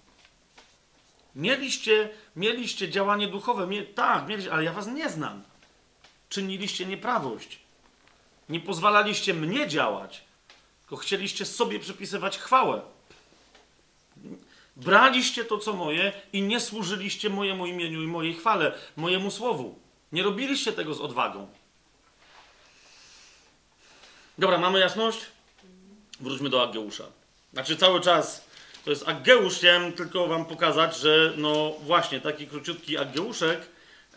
Mieliście działanie duchowe, tak, mieliście, ale ja was nie znam. Czyniliście nieprawość. Nie pozwalaliście mnie działać, tylko chcieliście sobie przypisywać chwałę. Braliście to, co moje i nie służyliście mojemu imieniu i mojej chwale, mojemu słowu. Nie robiliście tego z odwagą. Dobra, mamy jasność? Wróćmy do Aggeusza. Znaczy cały czas to jest Aggeusz, chciałem tylko wam pokazać, że no właśnie taki króciutki Aggeuszek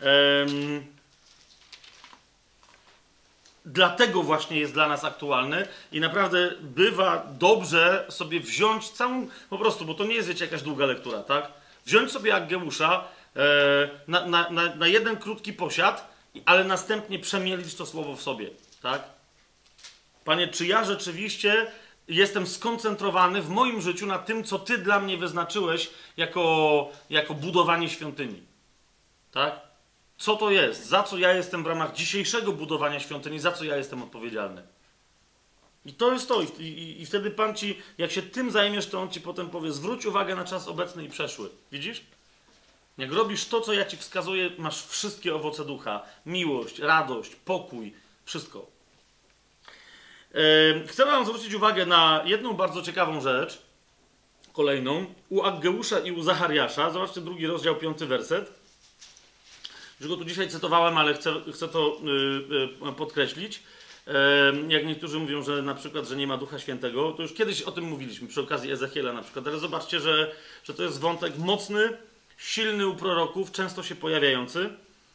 dlatego właśnie jest dla nas aktualny i naprawdę bywa dobrze sobie wziąć całą, po prostu, bo to nie jest, wiecie, jakaś długa lektura, tak? Wziąć sobie Aggeusza na jeden krótki posiad, ale następnie przemielić to słowo w sobie, tak? Panie, czy ja rzeczywiście jestem skoncentrowany w moim życiu na tym, co Ty dla mnie wyznaczyłeś jako budowanie świątyni, tak? Co to jest? Za co ja jestem w ramach dzisiejszego budowania świątyni? Za co ja jestem odpowiedzialny? I to jest to. I wtedy Pan ci, jak się tym zajmiesz, to On ci potem powie, zwróć uwagę na czas obecny i przeszły. Widzisz? Jak robisz to, co ja ci wskazuję, masz wszystkie owoce ducha. Miłość, radość, pokój, wszystko. Chcę wam zwrócić uwagę na jedną bardzo ciekawą rzecz. Kolejną. U Aggeusza i u Zachariasza. Zobaczcie 2 rozdział, 5 werset. Już go tu dzisiaj cytowałem, ale chcę to podkreślić. Jak niektórzy mówią, że na przykład, że nie ma Ducha Świętego, to już kiedyś o tym mówiliśmy, przy okazji Ezechiela na przykład, ale zobaczcie, że to jest wątek mocny, silny u proroków, często się pojawiający.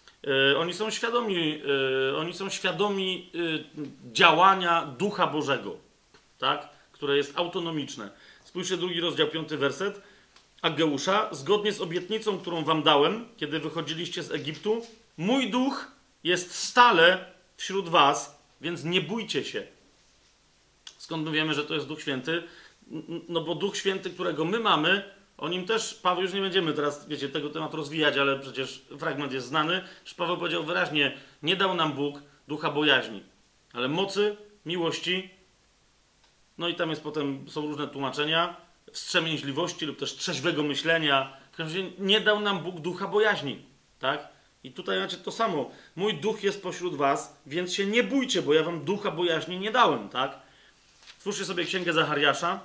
Oni są świadomi działania Ducha Bożego, tak? Które jest autonomiczne. Spójrzcie 2 rozdział, 5 werset. Aggeusza, zgodnie z obietnicą, którą wam dałem, kiedy wychodziliście z Egiptu, mój duch jest stale wśród was, więc nie bójcie się. Skąd my wiemy, że to jest Duch Święty? No bo Duch Święty, którego my mamy, o nim też, Paweł, już nie będziemy teraz, wiecie, tego tematu rozwijać, ale przecież fragment jest znany, że Paweł powiedział wyraźnie, nie dał nam Bóg ducha bojaźni, ale mocy, miłości, no i tam jest potem, są różne tłumaczenia, wstrzemięźliwości lub też trzeźwego myślenia. W każdym razie nie dał nam Bóg ducha bojaźni, tak? I tutaj macie to samo. Mój duch jest pośród was, więc się nie bójcie, bo ja wam ducha bojaźni nie dałem, tak? Twórzcie sobie Księgę Zachariasza,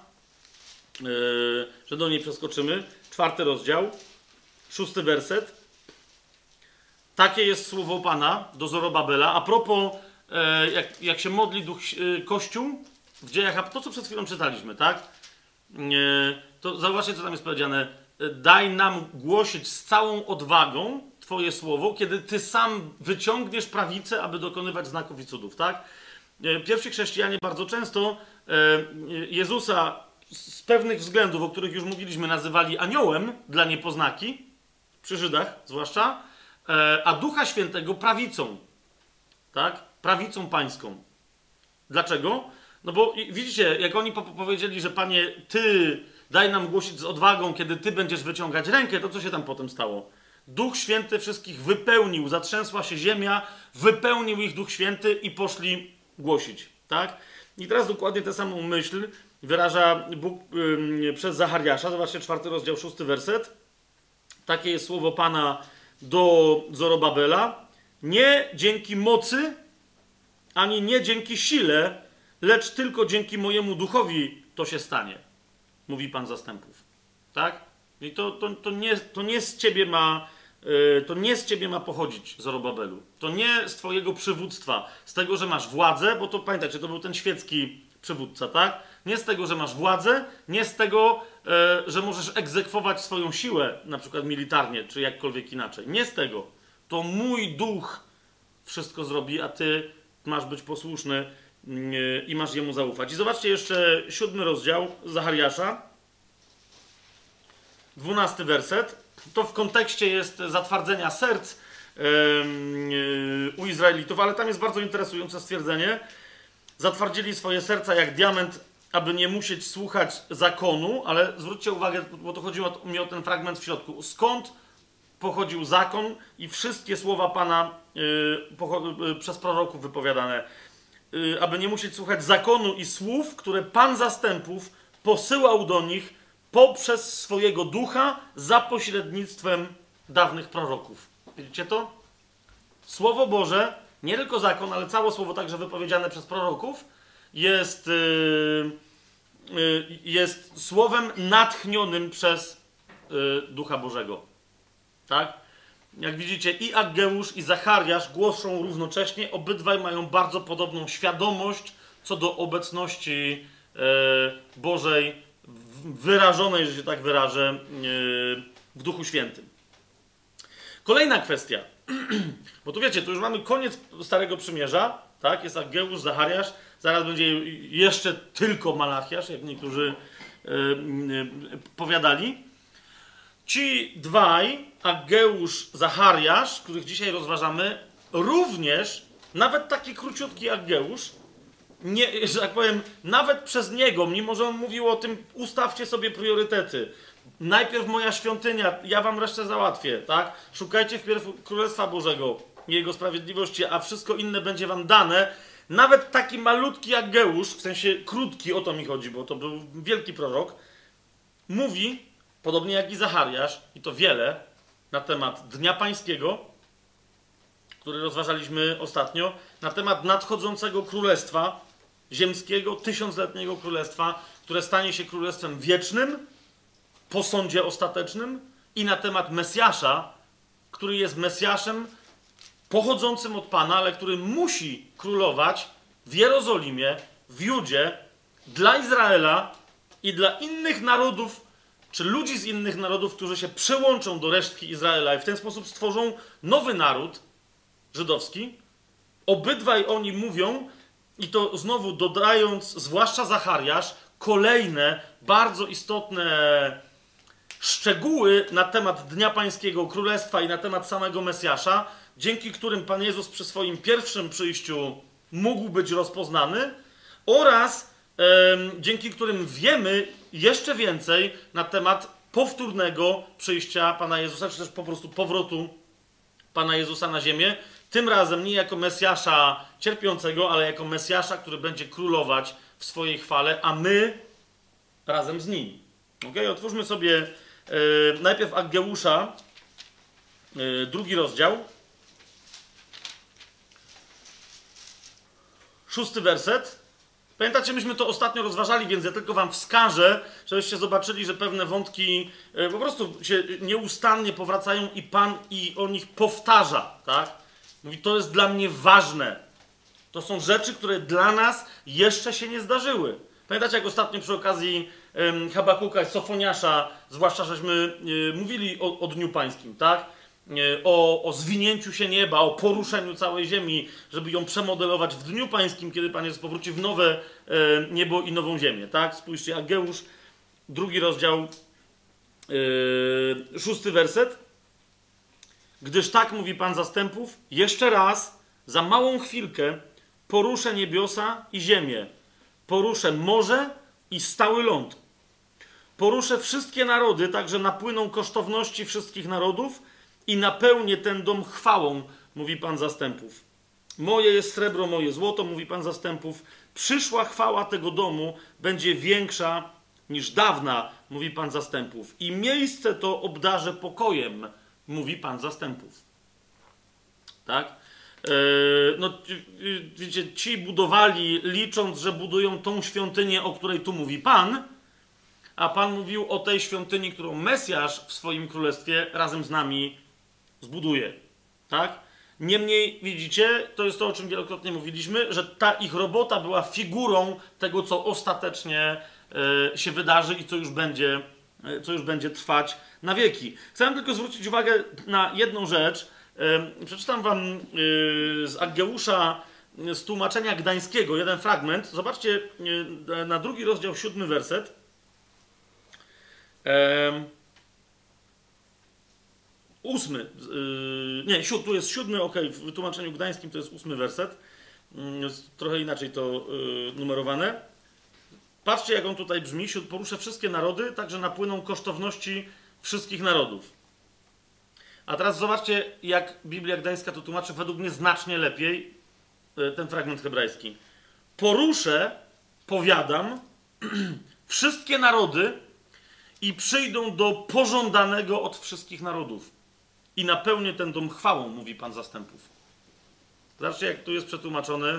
że do niej przeskoczymy. 4 rozdział, 6 werset. Takie jest słowo Pana do Zorobabela. A propos, jak się modli Kościół w dziejach, to co przed chwilą czytaliśmy, tak? To zauważcie, co tam jest powiedziane. Daj nam głosić z całą odwagą Twoje słowo, kiedy Ty sam wyciągniesz prawicę, aby dokonywać znaków i cudów, tak? Pierwsi chrześcijanie bardzo często Jezusa z pewnych względów, o których już mówiliśmy, nazywali aniołem dla niepoznaki, przy Żydach zwłaszcza, a Ducha Świętego prawicą, tak? Prawicą pańską. Dlaczego? No bo widzicie, jak oni powiedzieli, że Panie, Ty daj nam głosić z odwagą, kiedy Ty będziesz wyciągać rękę, to co się tam potem stało? Duch Święty wszystkich wypełnił, zatrzęsła się ziemia, wypełnił ich Duch Święty i poszli głosić, tak? I teraz dokładnie tę samą myśl wyraża Bóg przez Zachariasza. Zobaczcie, 4 rozdział, 6 werset. Takie jest słowo Pana do Zorobabela. Nie dzięki mocy, ani nie dzięki sile, lecz tylko dzięki mojemu duchowi to się stanie, mówi Pan zastępów. Tak? I to nie z ciebie ma, to nie z ciebie ma pochodzić, Zorobabelu. To nie z twojego przywództwa, z tego, że masz władzę, bo to pamiętajcie, to był ten świecki przywódca, tak? Nie z tego, że masz władzę, nie z tego, że możesz egzekwować swoją siłę, na przykład militarnie, czy jakkolwiek inaczej. Nie z tego. To mój duch wszystko zrobi, a ty masz być posłuszny i masz jemu zaufać. I zobaczcie jeszcze 7 rozdział Zachariasza, 12 werset. To w kontekście jest zatwardzenia serc u Izraelitów, ale tam jest bardzo interesujące stwierdzenie. Zatwardzili swoje serca jak diament, aby nie musieć słuchać zakonu, ale zwróćcie uwagę, bo to chodziło mi o ten fragment w środku. Skąd pochodził zakon i wszystkie słowa Pana przez proroków wypowiadane, aby nie musieć słuchać zakonu i słów, które Pan zastępów posyłał do nich poprzez swojego ducha za pośrednictwem dawnych proroków. Widzicie to? Słowo Boże, nie tylko zakon, ale całe słowo także wypowiedziane przez proroków jest słowem natchnionym przez Ducha Bożego. Tak? Jak widzicie, i Aggeusz, i Zachariasz głoszą równocześnie, obydwaj mają bardzo podobną świadomość co do obecności Bożej, wyrażonej, że się tak wyrażę, w Duchu Świętym. Kolejna kwestia, bo tu wiecie, tu już mamy koniec Starego Przymierza, tak? Jest Aggeusz, Zachariasz, zaraz będzie jeszcze tylko Malachiasz, jak niektórzy powiadali. Ci dwaj, Aggeusz, Zachariasz, których dzisiaj rozważamy, również, nawet taki króciutki Aggeusz, nie, że tak powiem, nawet przez niego, mimo że on mówił o tym, ustawcie sobie priorytety. Najpierw moja świątynia, ja wam resztę załatwię, tak? Szukajcie wpierw Królestwa Bożego i Jego sprawiedliwości, a wszystko inne będzie wam dane. Nawet taki malutki Aggeusz, w sensie krótki, o to mi chodzi, bo to był wielki prorok, mówi, podobnie jak i Zachariasz, i to wiele, na temat Dnia Pańskiego, który rozważaliśmy ostatnio, na temat nadchodzącego królestwa ziemskiego, 1000-letniego królestwa, które stanie się królestwem wiecznym, po sądzie ostatecznym, i na temat Mesjasza, który jest Mesjaszem pochodzącym od Pana, ale który musi królować w Jerozolimie, w Judzie, dla Izraela i dla innych narodów, czy ludzi z innych narodów, którzy się przyłączą do resztki Izraela i w ten sposób stworzą nowy naród żydowski. Obydwaj oni mówią, i to znowu dodając, zwłaszcza Zachariasz, kolejne bardzo istotne szczegóły na temat Dnia Pańskiego, Królestwa i na temat samego Mesjasza, dzięki którym Pan Jezus przy swoim pierwszym przyjściu mógł być rozpoznany, oraz dzięki którym wiemy jeszcze więcej na temat powtórnego przyjścia Pana Jezusa, czy też po prostu powrotu Pana Jezusa na ziemię, tym razem nie jako Mesjasza cierpiącego, ale jako Mesjasza, który będzie królować w swojej chwale, a my razem z nim. Okay? Otwórzmy sobie najpierw Aggeusza, 2 rozdział, 6 werset. Pamiętacie, myśmy to ostatnio rozważali, więc ja tylko wam wskażę, żebyście zobaczyli, że pewne wątki po prostu się nieustannie powracają i Pan i o nich powtarza, tak? Mówi, to jest dla mnie ważne. To są rzeczy, które dla nas jeszcze się nie zdarzyły. Pamiętacie, jak ostatnio przy okazji Habakuka i Sofoniasza, zwłaszcza żeśmy mówili o Dniu Pańskim, tak? O zwinięciu się nieba, o poruszeniu całej ziemi, żeby ją przemodelować w Dniu Pańskim, kiedy Pan Jezus powróci w nowe niebo i nową ziemię, tak? Spójrzcie, Aggeusz, 2 rozdział, 6 werset. Gdyż tak mówi Pan zastępów, jeszcze raz, za małą chwilkę poruszę niebiosa i ziemię, poruszę morze i stały ląd. Poruszę wszystkie narody, tak że napłyną kosztowności wszystkich narodów i napełnię ten dom chwałą, mówi Pan zastępów. Moje jest srebro, moje złoto, mówi Pan zastępów. Przyszła chwała tego domu będzie większa niż dawna, mówi Pan zastępów. I miejsce to obdarzę pokojem, mówi Pan zastępów. Tak? No, wiecie, ci budowali, licząc, że budują tą świątynię, o której tu mówi Pan, a Pan mówił o tej świątyni, którą Mesjasz w swoim królestwie razem z nami zbuduje. Tak? Niemniej, widzicie, to jest to, o czym wielokrotnie mówiliśmy, że ta ich robota była figurą tego, co ostatecznie się wydarzy i co już będzie trwać na wieki. Chcę tylko zwrócić uwagę na jedną rzecz. Przeczytam wam z Aggeusza, z tłumaczenia gdańskiego, jeden fragment. Zobaczcie na 2 rozdział, 7 werset. Ósmy, tu jest 7, w tłumaczeniu gdańskim to jest 8 werset. Jest trochę inaczej to numerowane. Patrzcie, jak on tutaj brzmi. Poruszę wszystkie narody, tak że napłyną kosztowności wszystkich narodów. A teraz zobaczcie, jak Biblia Gdańska to tłumaczy według mnie znacznie lepiej ten fragment hebrajski. Poruszę, powiadam, wszystkie narody i przyjdą do pożądanego od wszystkich narodów. I napełnię ten dom chwałą, mówi Pan zastępów. Zobaczcie, jak tu jest przetłumaczone.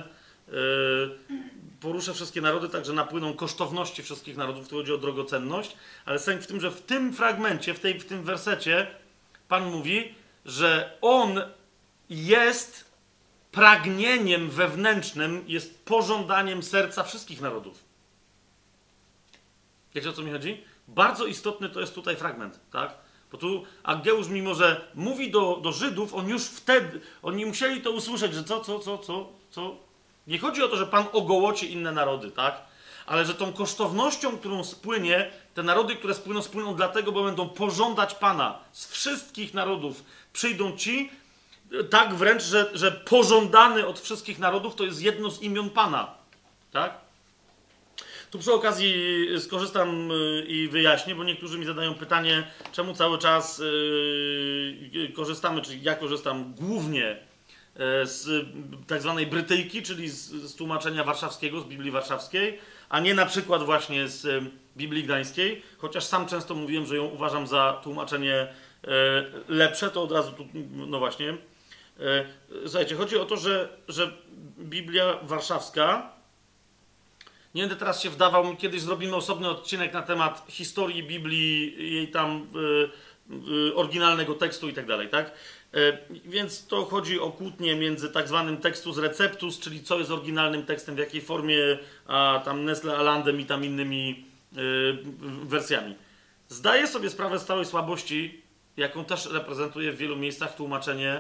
Poruszę wszystkie narody, tak że napłyną kosztowności wszystkich narodów. Tu chodzi o drogocenność. Ale sęk w tym, że w tym fragmencie, w tym wersecie Pan mówi, że On jest pragnieniem wewnętrznym, jest pożądaniem serca wszystkich narodów. Wiecie, o co mi chodzi? Bardzo istotny to jest tutaj fragment, tak? Bo tu Aggeusz, mimo że mówi do Żydów, on już wtedy, oni musieli to usłyszeć, że co? Nie chodzi o to, że Pan ogołoci inne narody, tak? Ale że tą kosztownością, którą spłynie, te narody, które spłyną dlatego, bo będą pożądać Pana. Z wszystkich narodów przyjdą ci, tak wręcz, że pożądany od wszystkich narodów to jest jedno z imion Pana, tak? Tu przy okazji skorzystam i wyjaśnię, bo niektórzy mi zadają pytanie, czemu cały czas korzystamy, czyli ja korzystam głównie z tak zwanej Brytyjki, czyli z tłumaczenia warszawskiego, z Biblii Warszawskiej, a nie na przykład właśnie z Biblii Gdańskiej, chociaż sam często mówiłem, że ją uważam za tłumaczenie lepsze, to od razu tu, no właśnie. Słuchajcie, chodzi o to, że Biblia Warszawska, nie będę teraz się wdawał, kiedyś zrobimy osobny odcinek na temat historii Biblii, jej tam oryginalnego tekstu i tak dalej, tak? Więc to chodzi o kłótnię między tak zwanym textus receptus, czyli co jest oryginalnym tekstem, w jakiej formie, a tam Nestle Alandem i tam innymi wersjami. Zdaję sobie sprawę z całej słabości, jaką też reprezentuje w wielu miejscach tłumaczenie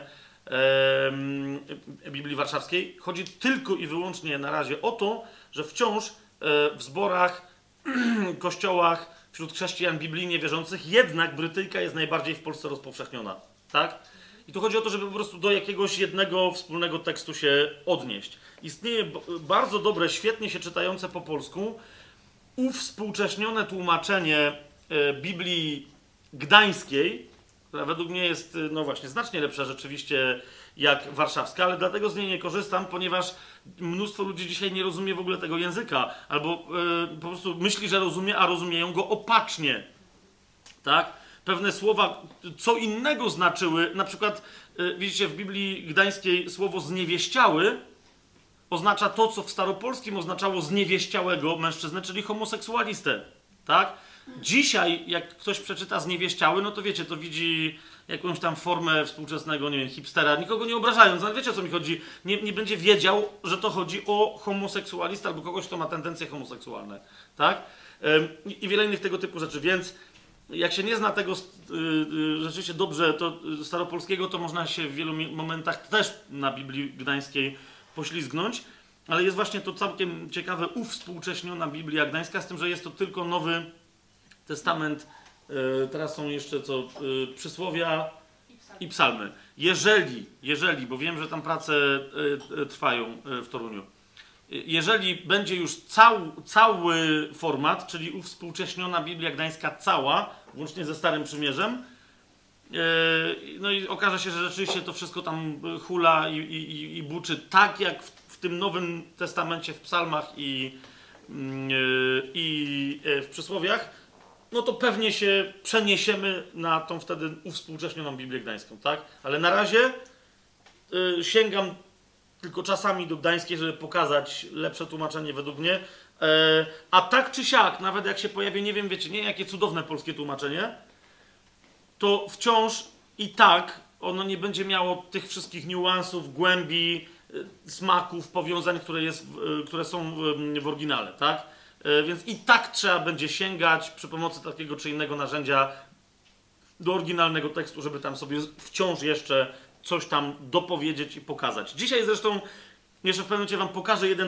Biblii Warszawskiej. Chodzi tylko i wyłącznie na razie o to, że wciąż w zborach, kościołach, wśród chrześcijan biblijnie wierzących jednak Brytyjka jest najbardziej w Polsce rozpowszechniona. Tak? I tu chodzi o to, żeby po prostu do jakiegoś jednego wspólnego tekstu się odnieść. Istnieje bardzo dobre, świetnie się czytające po polsku uwspółcześnione tłumaczenie Biblii Gdańskiej, która według mnie jest, no właśnie, znacznie lepsza rzeczywiście jak warszawska, ale dlatego z niej nie korzystam, ponieważ mnóstwo ludzi dzisiaj nie rozumie w ogóle tego języka, albo po prostu myśli, że rozumie, a rozumieją go opacznie. Tak? Pewne słowa co innego znaczyły, na przykład widzicie, w Biblii Gdańskiej słowo zniewieściały oznacza to, co w staropolskim oznaczało zniewieściałego mężczyznę, czyli homoseksualistę. Tak? Dzisiaj, jak ktoś przeczyta zniewieściały, no to wiecie, to widzi jakąś tam formę współczesnego, nie wiem, hipstera, nikogo nie obrażając, ale wiecie, o co mi chodzi. Nie będzie wiedział, że to chodzi o homoseksualistę albo kogoś, kto ma tendencje homoseksualne. Tak? I wiele innych tego typu rzeczy, więc jak się nie zna tego rzeczywiście dobrze, to staropolskiego, to można się w wielu momentach też na Biblii Gdańskiej poślizgnąć, ale jest właśnie to całkiem ciekawe uwspółcześniona Biblia Gdańska, z tym, że jest to tylko Nowy Testament, teraz są jeszcze przysłowia i psalmy. Jeżeli, bo wiem, że tam prace trwają w Toruniu, jeżeli będzie już cały format, czyli uwspółcześniona Biblia Gdańska cała, łącznie ze Starym Przymierzem, No i okaże się, że rzeczywiście to wszystko tam hula i buczy tak, jak w tym Nowym Testamencie, w psalmach i w przysłowiach, no to pewnie się przeniesiemy na tą wtedy uwspółcześnioną Biblię Gdańską, tak? Ale na razie sięgam tylko czasami do Gdańskiej, żeby pokazać lepsze tłumaczenie według mnie. A tak czy siak, nawet jak się pojawi, nie wiem, wiecie, nie jakie cudowne polskie tłumaczenie, to wciąż i tak ono nie będzie miało tych wszystkich niuansów, głębi, smaków, powiązań, które są w oryginale, tak? Więc i tak trzeba będzie sięgać przy pomocy takiego czy innego narzędzia do oryginalnego tekstu, żeby tam sobie wciąż jeszcze coś tam dopowiedzieć i pokazać. Dzisiaj zresztą jeszcze w pewnym momencie wam pokażę jeden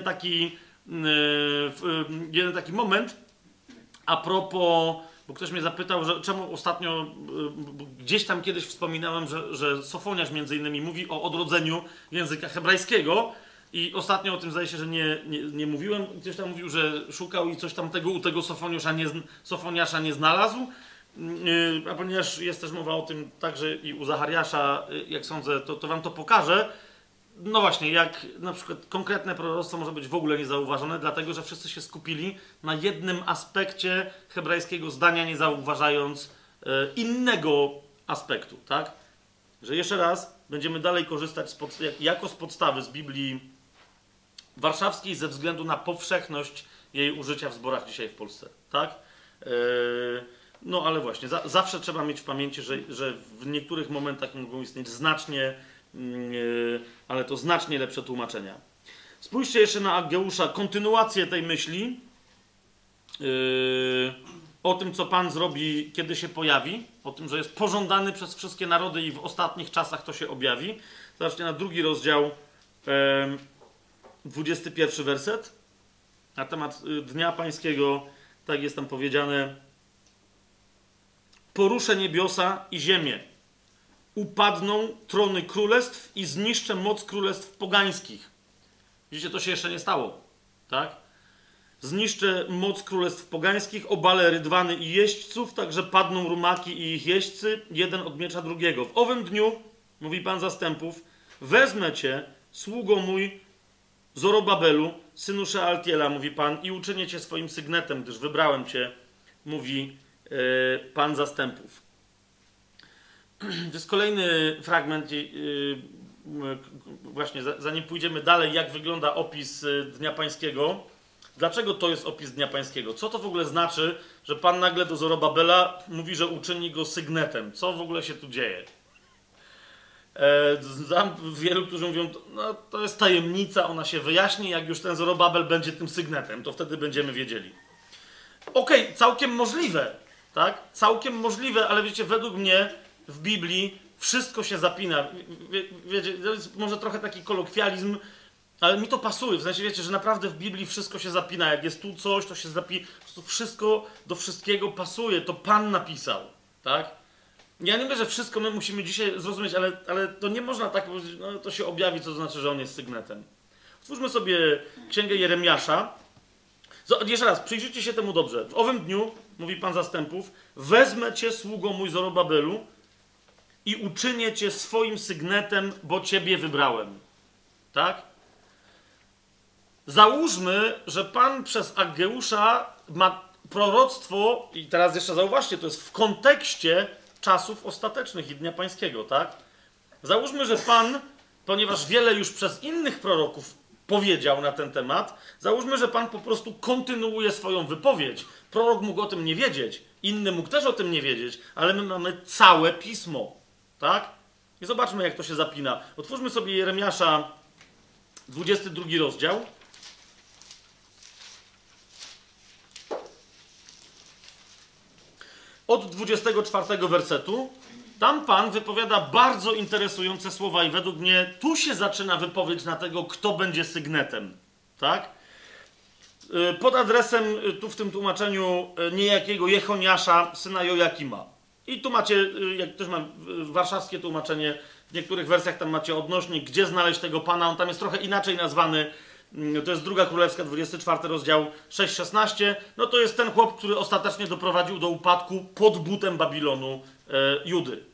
taki moment a propos, bo ktoś mnie zapytał, że czemu ostatnio, gdzieś tam kiedyś wspominałem, że Sofoniarz między innymi mówi o odrodzeniu języka hebrajskiego i ostatnio o tym zdaje się, że nie mówiłem. Ktoś tam mówił, że szukał i coś tam u tego Sofoniasza nie znalazł. A ponieważ jest też mowa o tym także i u Zachariasza, jak sądzę, to wam to pokażę. No właśnie, jak na przykład konkretne proroctwo może być w ogóle niezauważone, dlatego że wszyscy się skupili na jednym aspekcie hebrajskiego zdania, nie zauważając innego aspektu, tak? Że jeszcze raz będziemy dalej korzystać jako z podstawy z Biblii Warszawskiej ze względu na powszechność jej użycia w zborach dzisiaj w Polsce, tak? No ale właśnie, zawsze trzeba mieć w pamięci, że w niektórych momentach mogą istnieć ale to znacznie lepsze tłumaczenia. Spójrzcie jeszcze na Aggeusza, kontynuację tej myśli o tym, co Pan zrobi, kiedy się pojawi, o tym, że jest pożądany przez wszystkie narody i w ostatnich czasach to się objawi. Zobaczcie na 2 rozdział, 21 werset. Na temat Dnia Pańskiego, tak jest tam powiedziane: poruszę niebiosa i ziemię. Upadną trony królestw i zniszczę moc królestw pogańskich. Widzicie, to się jeszcze nie stało, tak? Zniszczę moc królestw pogańskich, obalę rydwany i jeźdźców, także padną rumaki i ich jeźdźcy, jeden od miecza drugiego. W owym dniu, mówi Pan zastępów, wezmę cię, sługo mój, Zorobabelu, synu Szealtiela, mówi Pan, i uczynię cię swoim sygnetem, gdyż wybrałem cię, mówi Pan zastępów. To jest kolejny fragment, właśnie zanim pójdziemy dalej, jak wygląda opis Dnia Pańskiego. Dlaczego to jest opis Dnia Pańskiego? Co to w ogóle znaczy, że Pan nagle do Zorobabela mówi, że uczyni go sygnetem? Co w ogóle się tu dzieje? Znam wielu, którzy mówią, no to jest tajemnica, ona się wyjaśni, jak już ten Zorobabel będzie tym sygnetem, to wtedy będziemy wiedzieli. Okej, całkiem możliwe, tak? Całkiem możliwe, ale wiecie, według mnie w Biblii wszystko się zapina. Wiecie, to jest może trochę taki kolokwializm, ale mi to pasuje. W sensie, wiecie, że naprawdę w Biblii wszystko się zapina. Jak jest tu coś, to się zapina. Wszystko do wszystkiego pasuje. To Pan napisał, tak? Ja nie wiem, że wszystko my musimy dzisiaj zrozumieć, ale to nie można tak powiedzieć, no to się objawi, co to znaczy, że on jest sygnetem. Otwórzmy sobie Księgę Jeremiasza. Jeszcze raz, przyjrzyjcie się temu dobrze. W owym dniu, mówi Pan zastępów, wezmę cię, sługo mój Zorobabelu, i uczynię cię swoim sygnetem, bo ciebie wybrałem. Tak? Załóżmy, że Pan przez Aggeusza ma proroctwo, i teraz jeszcze zauważcie, to jest w kontekście czasów ostatecznych i Dnia Pańskiego, tak? Załóżmy, że Pan, ponieważ wiele już przez innych proroków powiedział na ten temat, załóżmy, że Pan po prostu kontynuuje swoją wypowiedź. Prorok mógł o tym nie wiedzieć, inny mógł też o tym nie wiedzieć, ale my mamy całe Pismo, tak? I zobaczmy, jak to się zapina. Otwórzmy sobie Jeremiasza, 22 rozdział. Od 24 wersetu. Tam Pan wypowiada bardzo interesujące słowa i według mnie tu się zaczyna wypowiedź na tego, kto będzie sygnetem. Tak? Pod adresem, tu w tym tłumaczeniu, niejakiego Jechoniasza, syna Jojakima. I tu macie, jak ktoś ma warszawskie tłumaczenie, w niektórych wersjach tam macie odnośnik, gdzie znaleźć tego Pana. On tam jest trochę inaczej nazwany. To jest 2 Królewska, 24 rozdział, 6-16. No to jest ten chłop, który ostatecznie doprowadził do upadku pod butem Babilonu Judy.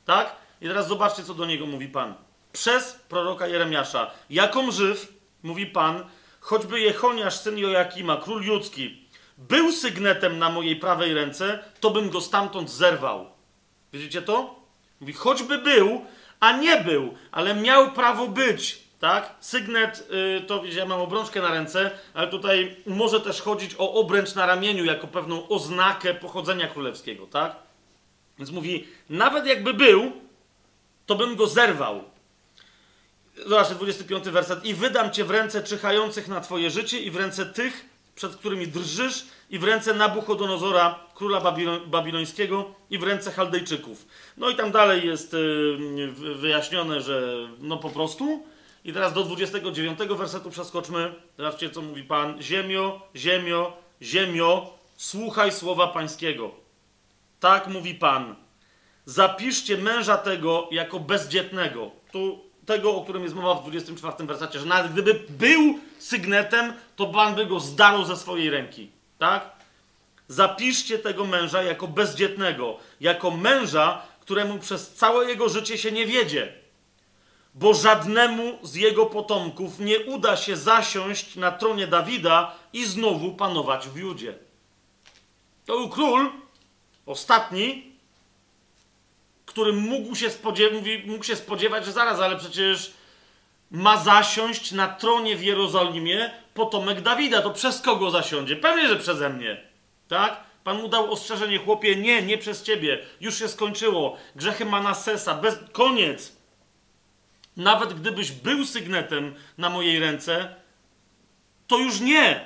Tak? I teraz zobaczcie, co do niego mówi Pan. Przez proroka Jeremiasza. Jakom żyw, mówi Pan, choćby Jechoniasz, syn Joakima, król judzki, był sygnetem na mojej prawej ręce, to bym go stamtąd zerwał. Widzicie to? Mówi, choćby był, a nie był, ale miał prawo być. Tak? Sygnet, to ja mam obrączkę na ręce, ale tutaj może też chodzić o obręcz na ramieniu jako pewną oznakę pochodzenia królewskiego. Tak? Więc mówi, nawet jakby był, to bym go zerwał. Zobaczcie, 25 werset. I wydam cię w ręce czyhających na twoje życie i w ręce tych, przed którymi drżysz, i w ręce Nabuchodonozora, króla babilońskiego, i w ręce Chaldejczyków. No i tam dalej jest wyjaśnione, że no po prostu. I teraz do 29 wersetu przeskoczmy. Zobaczcie, co mówi Pan. Ziemio, ziemio, ziemio, słuchaj słowa Pańskiego. Tak mówi Pan. Zapiszcie męża tego jako bezdzietnego. Tu tego, o którym jest mowa w 24 wersecie, że nawet gdyby był sygnetem, to Pan by go zdarł ze swojej ręki. Tak? Zapiszcie tego męża jako bezdzietnego, jako męża, któremu przez całe jego życie się nie wiedzie, bo żadnemu z jego potomków nie uda się zasiąść na tronie Dawida i znowu panować w Judzie. To był król, ostatni, który mógł się spodziewać, że zaraz, ale przecież ma zasiąść na tronie w Jerozolimie potomek Dawida. To przez kogo zasiądzie? Pewnie, że przeze mnie. Tak? Pan mu dał ostrzeżenie, chłopie, nie przez ciebie. Już się skończyło. Grzechy Manassesa. Koniec. Nawet gdybyś był sygnetem na mojej ręce, to już nie.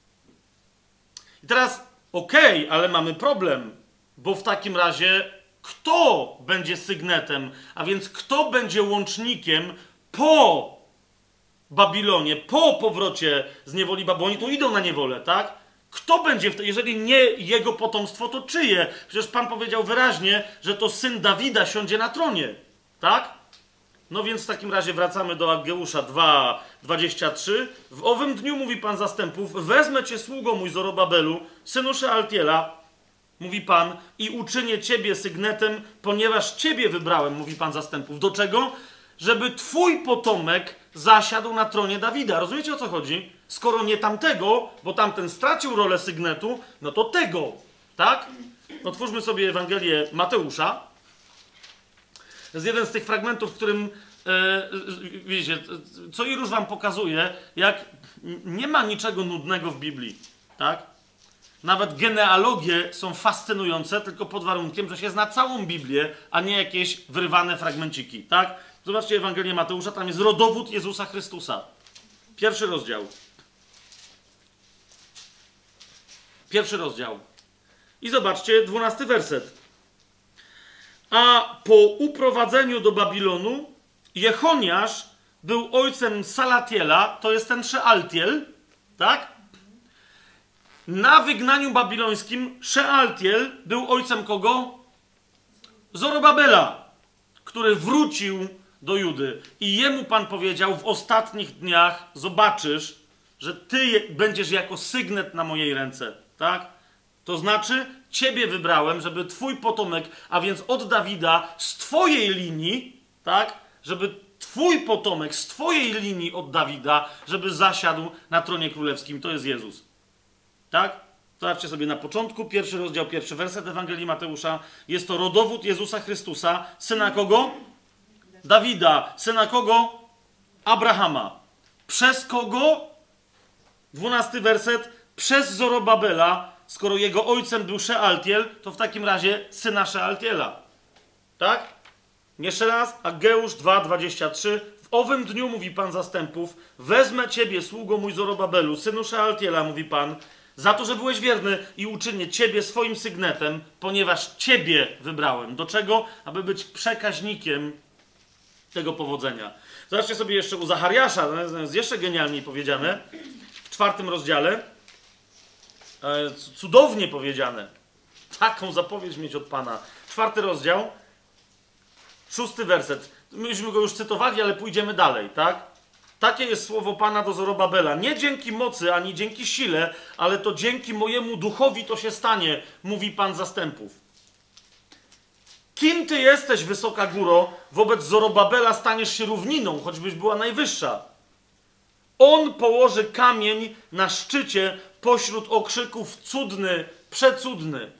I teraz, ale mamy problem, bo w takim razie kto będzie sygnetem, a więc kto będzie łącznikiem po Babilonie, po powrocie z niewoli Babilonii, to idą na niewolę, tak? Kto będzie, jeżeli nie jego potomstwo, to czyje? Przecież Pan powiedział wyraźnie, że to syn Dawida siądzie na tronie, tak? No więc w takim razie wracamy do Aggeusza 2:23. W owym dniu, mówi Pan zastępów, wezmę cię, sługo mój Zorobabelu, synu Szealtiela, mówi Pan, i uczynię ciebie sygnetem, ponieważ ciebie wybrałem, mówi Pan zastępów. Do czego? Żeby twój potomek zasiadł na tronie Dawida. Rozumiecie, o co chodzi? Skoro nie tamtego, bo tamten stracił rolę sygnetu, no to tego, tak? Otwórzmy sobie Ewangelię Mateusza. To jest jeden z tych fragmentów, w którym, wiecie, co i róż wam pokazuje, jak nie ma niczego nudnego w Biblii, tak? Nawet genealogie są fascynujące, tylko pod warunkiem, że się zna całą Biblię, a nie jakieś wyrywane fragmenciki, tak? Zobaczcie Ewangelię Mateusza, tam jest rodowód Jezusa Chrystusa. Pierwszy rozdział. I zobaczcie, 12 werset. A po uprowadzeniu do Babilonu Jechoniasz był ojcem Salatiela, to jest ten Szealtiel, tak? Na wygnaniu babilońskim Szealtiel był ojcem kogo? Zorobabela, który wrócił do Judy. I jemu Pan powiedział, w ostatnich dniach zobaczysz, że ty będziesz jako sygnet na mojej ręce, tak? To znaczy, ciebie wybrałem, żeby twój potomek, a więc od Dawida, z twojej linii, tak? Żeby twój potomek z twojej linii od Dawida, żeby zasiadł na tronie królewskim. To jest Jezus. Tak? Zobaczcie sobie na początku, 1 rozdział, 1 werset Ewangelii Mateusza. Jest to rodowód Jezusa Chrystusa. Syna kogo? Dawida. Syna kogo? Abrahama. Przez kogo? 12 werset. Przez Zorobabela. Skoro jego ojcem był Szealtiel, to w takim razie syna Szealtiela. Tak? Jeszcze raz. Aggeusz 2:23. W owym dniu, mówi Pan zastępów, wezmę ciebie, sługo mój Zorobabelu, synu Szealtiela, mówi Pan, za to, że byłeś wierny, i uczynię ciebie swoim sygnetem, ponieważ ciebie wybrałem. Do czego? Aby być przekaźnikiem tego powodzenia. Zobaczcie sobie jeszcze u Zachariasza, to jest jeszcze genialniej powiedziane, w 4 rozdziale, cudownie powiedziane. Taką zapowiedź mieć od Pana. 4 rozdział, 6 werset. Myśmy go już cytowali, ale pójdziemy dalej, tak? Takie jest słowo Pana do Zorobabela. Nie dzięki mocy, ani dzięki sile, ale to dzięki mojemu duchowi to się stanie, mówi Pan zastępów. Kim ty jesteś, wysoka góro? Wobec Zorobabela staniesz się równiną, choćbyś była najwyższa. On położy kamień na szczycie pośród okrzyków cudny, przecudny.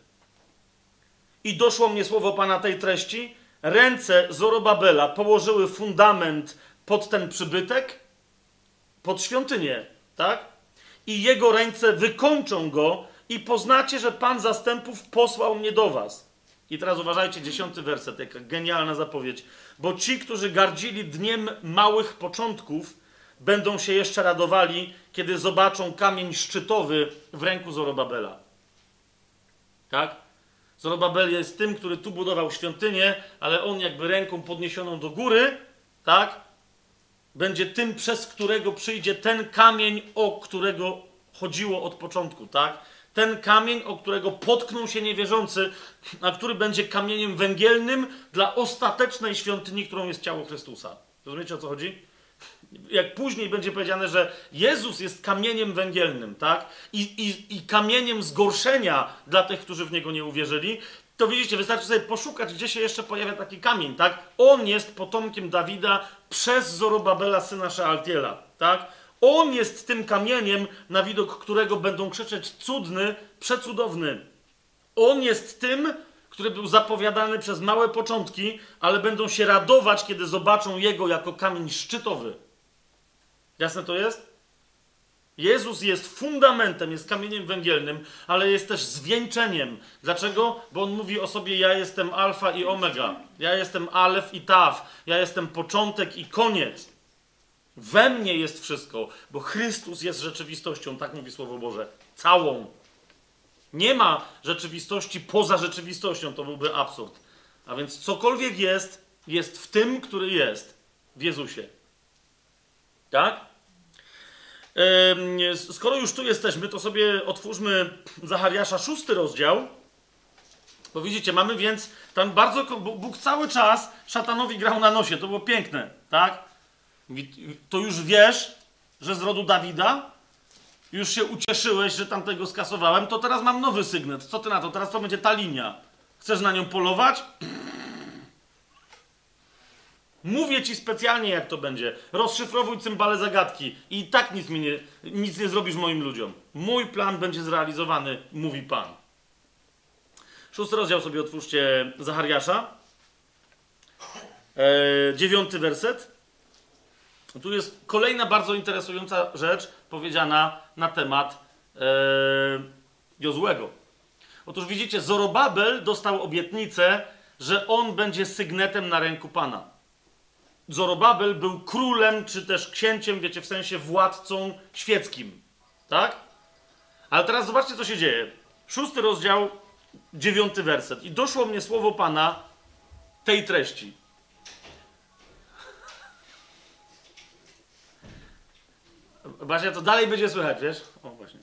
I doszło mnie słowo Pana tej treści. Ręce Zorobabela położyły fundament pod ten przybytek, pod świątynię, tak? I jego ręce wykończą go i poznacie, że Pan zastępów posłał mnie do was. I teraz uważajcie, 10 werset, jaka genialna zapowiedź. Bo ci, którzy gardzili dniem małych początków, będą się jeszcze radowali, kiedy zobaczą kamień szczytowy w ręku Zorobabela. Tak? Zorobabel jest tym, który tu budował świątynię, ale on jakby ręką podniesioną do góry, tak? Będzie tym, przez którego przyjdzie ten kamień, o którego chodziło od początku, tak? Ten kamień, o którego potknął się niewierzący, a który będzie kamieniem węgielnym dla ostatecznej świątyni, którą jest ciało Chrystusa. Rozumiecie, o co chodzi? Jak później będzie powiedziane, że Jezus jest kamieniem węgielnym, tak? I kamieniem zgorszenia dla tych, którzy w Niego nie uwierzyli, to widzicie, wystarczy sobie poszukać, gdzie się jeszcze pojawia taki kamień, tak? On jest potomkiem Dawida przez Zorobabela, syna Szealtiela, tak? On jest tym kamieniem, na widok którego będą krzyczeć cudny, przecudowny. On jest tym, który był zapowiadany przez małe początki, ale będą się radować, kiedy zobaczą Jego jako kamień szczytowy. Jasne to jest? Jezus jest fundamentem, jest kamieniem węgielnym, ale jest też zwieńczeniem. Dlaczego? Bo On mówi o sobie: ja jestem alfa i omega. Ja jestem alef i taf. Ja jestem początek i koniec. We mnie jest wszystko, bo Chrystus jest rzeczywistością, tak mówi Słowo Boże. Całą. Nie ma rzeczywistości poza rzeczywistością, to byłby absurd. A więc cokolwiek jest, jest w tym, który jest. W Jezusie. Tak? Skoro już tu jesteśmy, to sobie otwórzmy Zachariasza 6 rozdział. Bo widzicie, mamy więc tam bardzo... Bóg cały czas szatanowi grał na nosie. To było piękne, tak? To już wiesz, że z rodu Dawida? Już się ucieszyłeś, że tamtego skasowałem? To teraz mam nowy sygnet. Co ty na to? Teraz to będzie ta linia. Chcesz na nią polować? Mówię ci specjalnie, jak to będzie. Rozszyfrowuj cymbale zagadki i tak nic nie zrobisz moim ludziom. Mój plan będzie zrealizowany, mówi Pan. 6 rozdział sobie otwórzcie Zachariasza. 9 werset. Tu jest kolejna bardzo interesująca rzecz powiedziana na temat Jozłego. Otóż widzicie, Zorobabel dostał obietnicę, że on będzie sygnetem na ręku Pana. Zorobabel był królem, czy też księciem, wiecie, w sensie władcą świeckim. Tak? Ale teraz zobaczcie, co się dzieje. 6 rozdział, 9 werset. I doszło mnie słowo Pana tej treści. Właśnie, to dalej będzie słychać, wiesz? O, właśnie.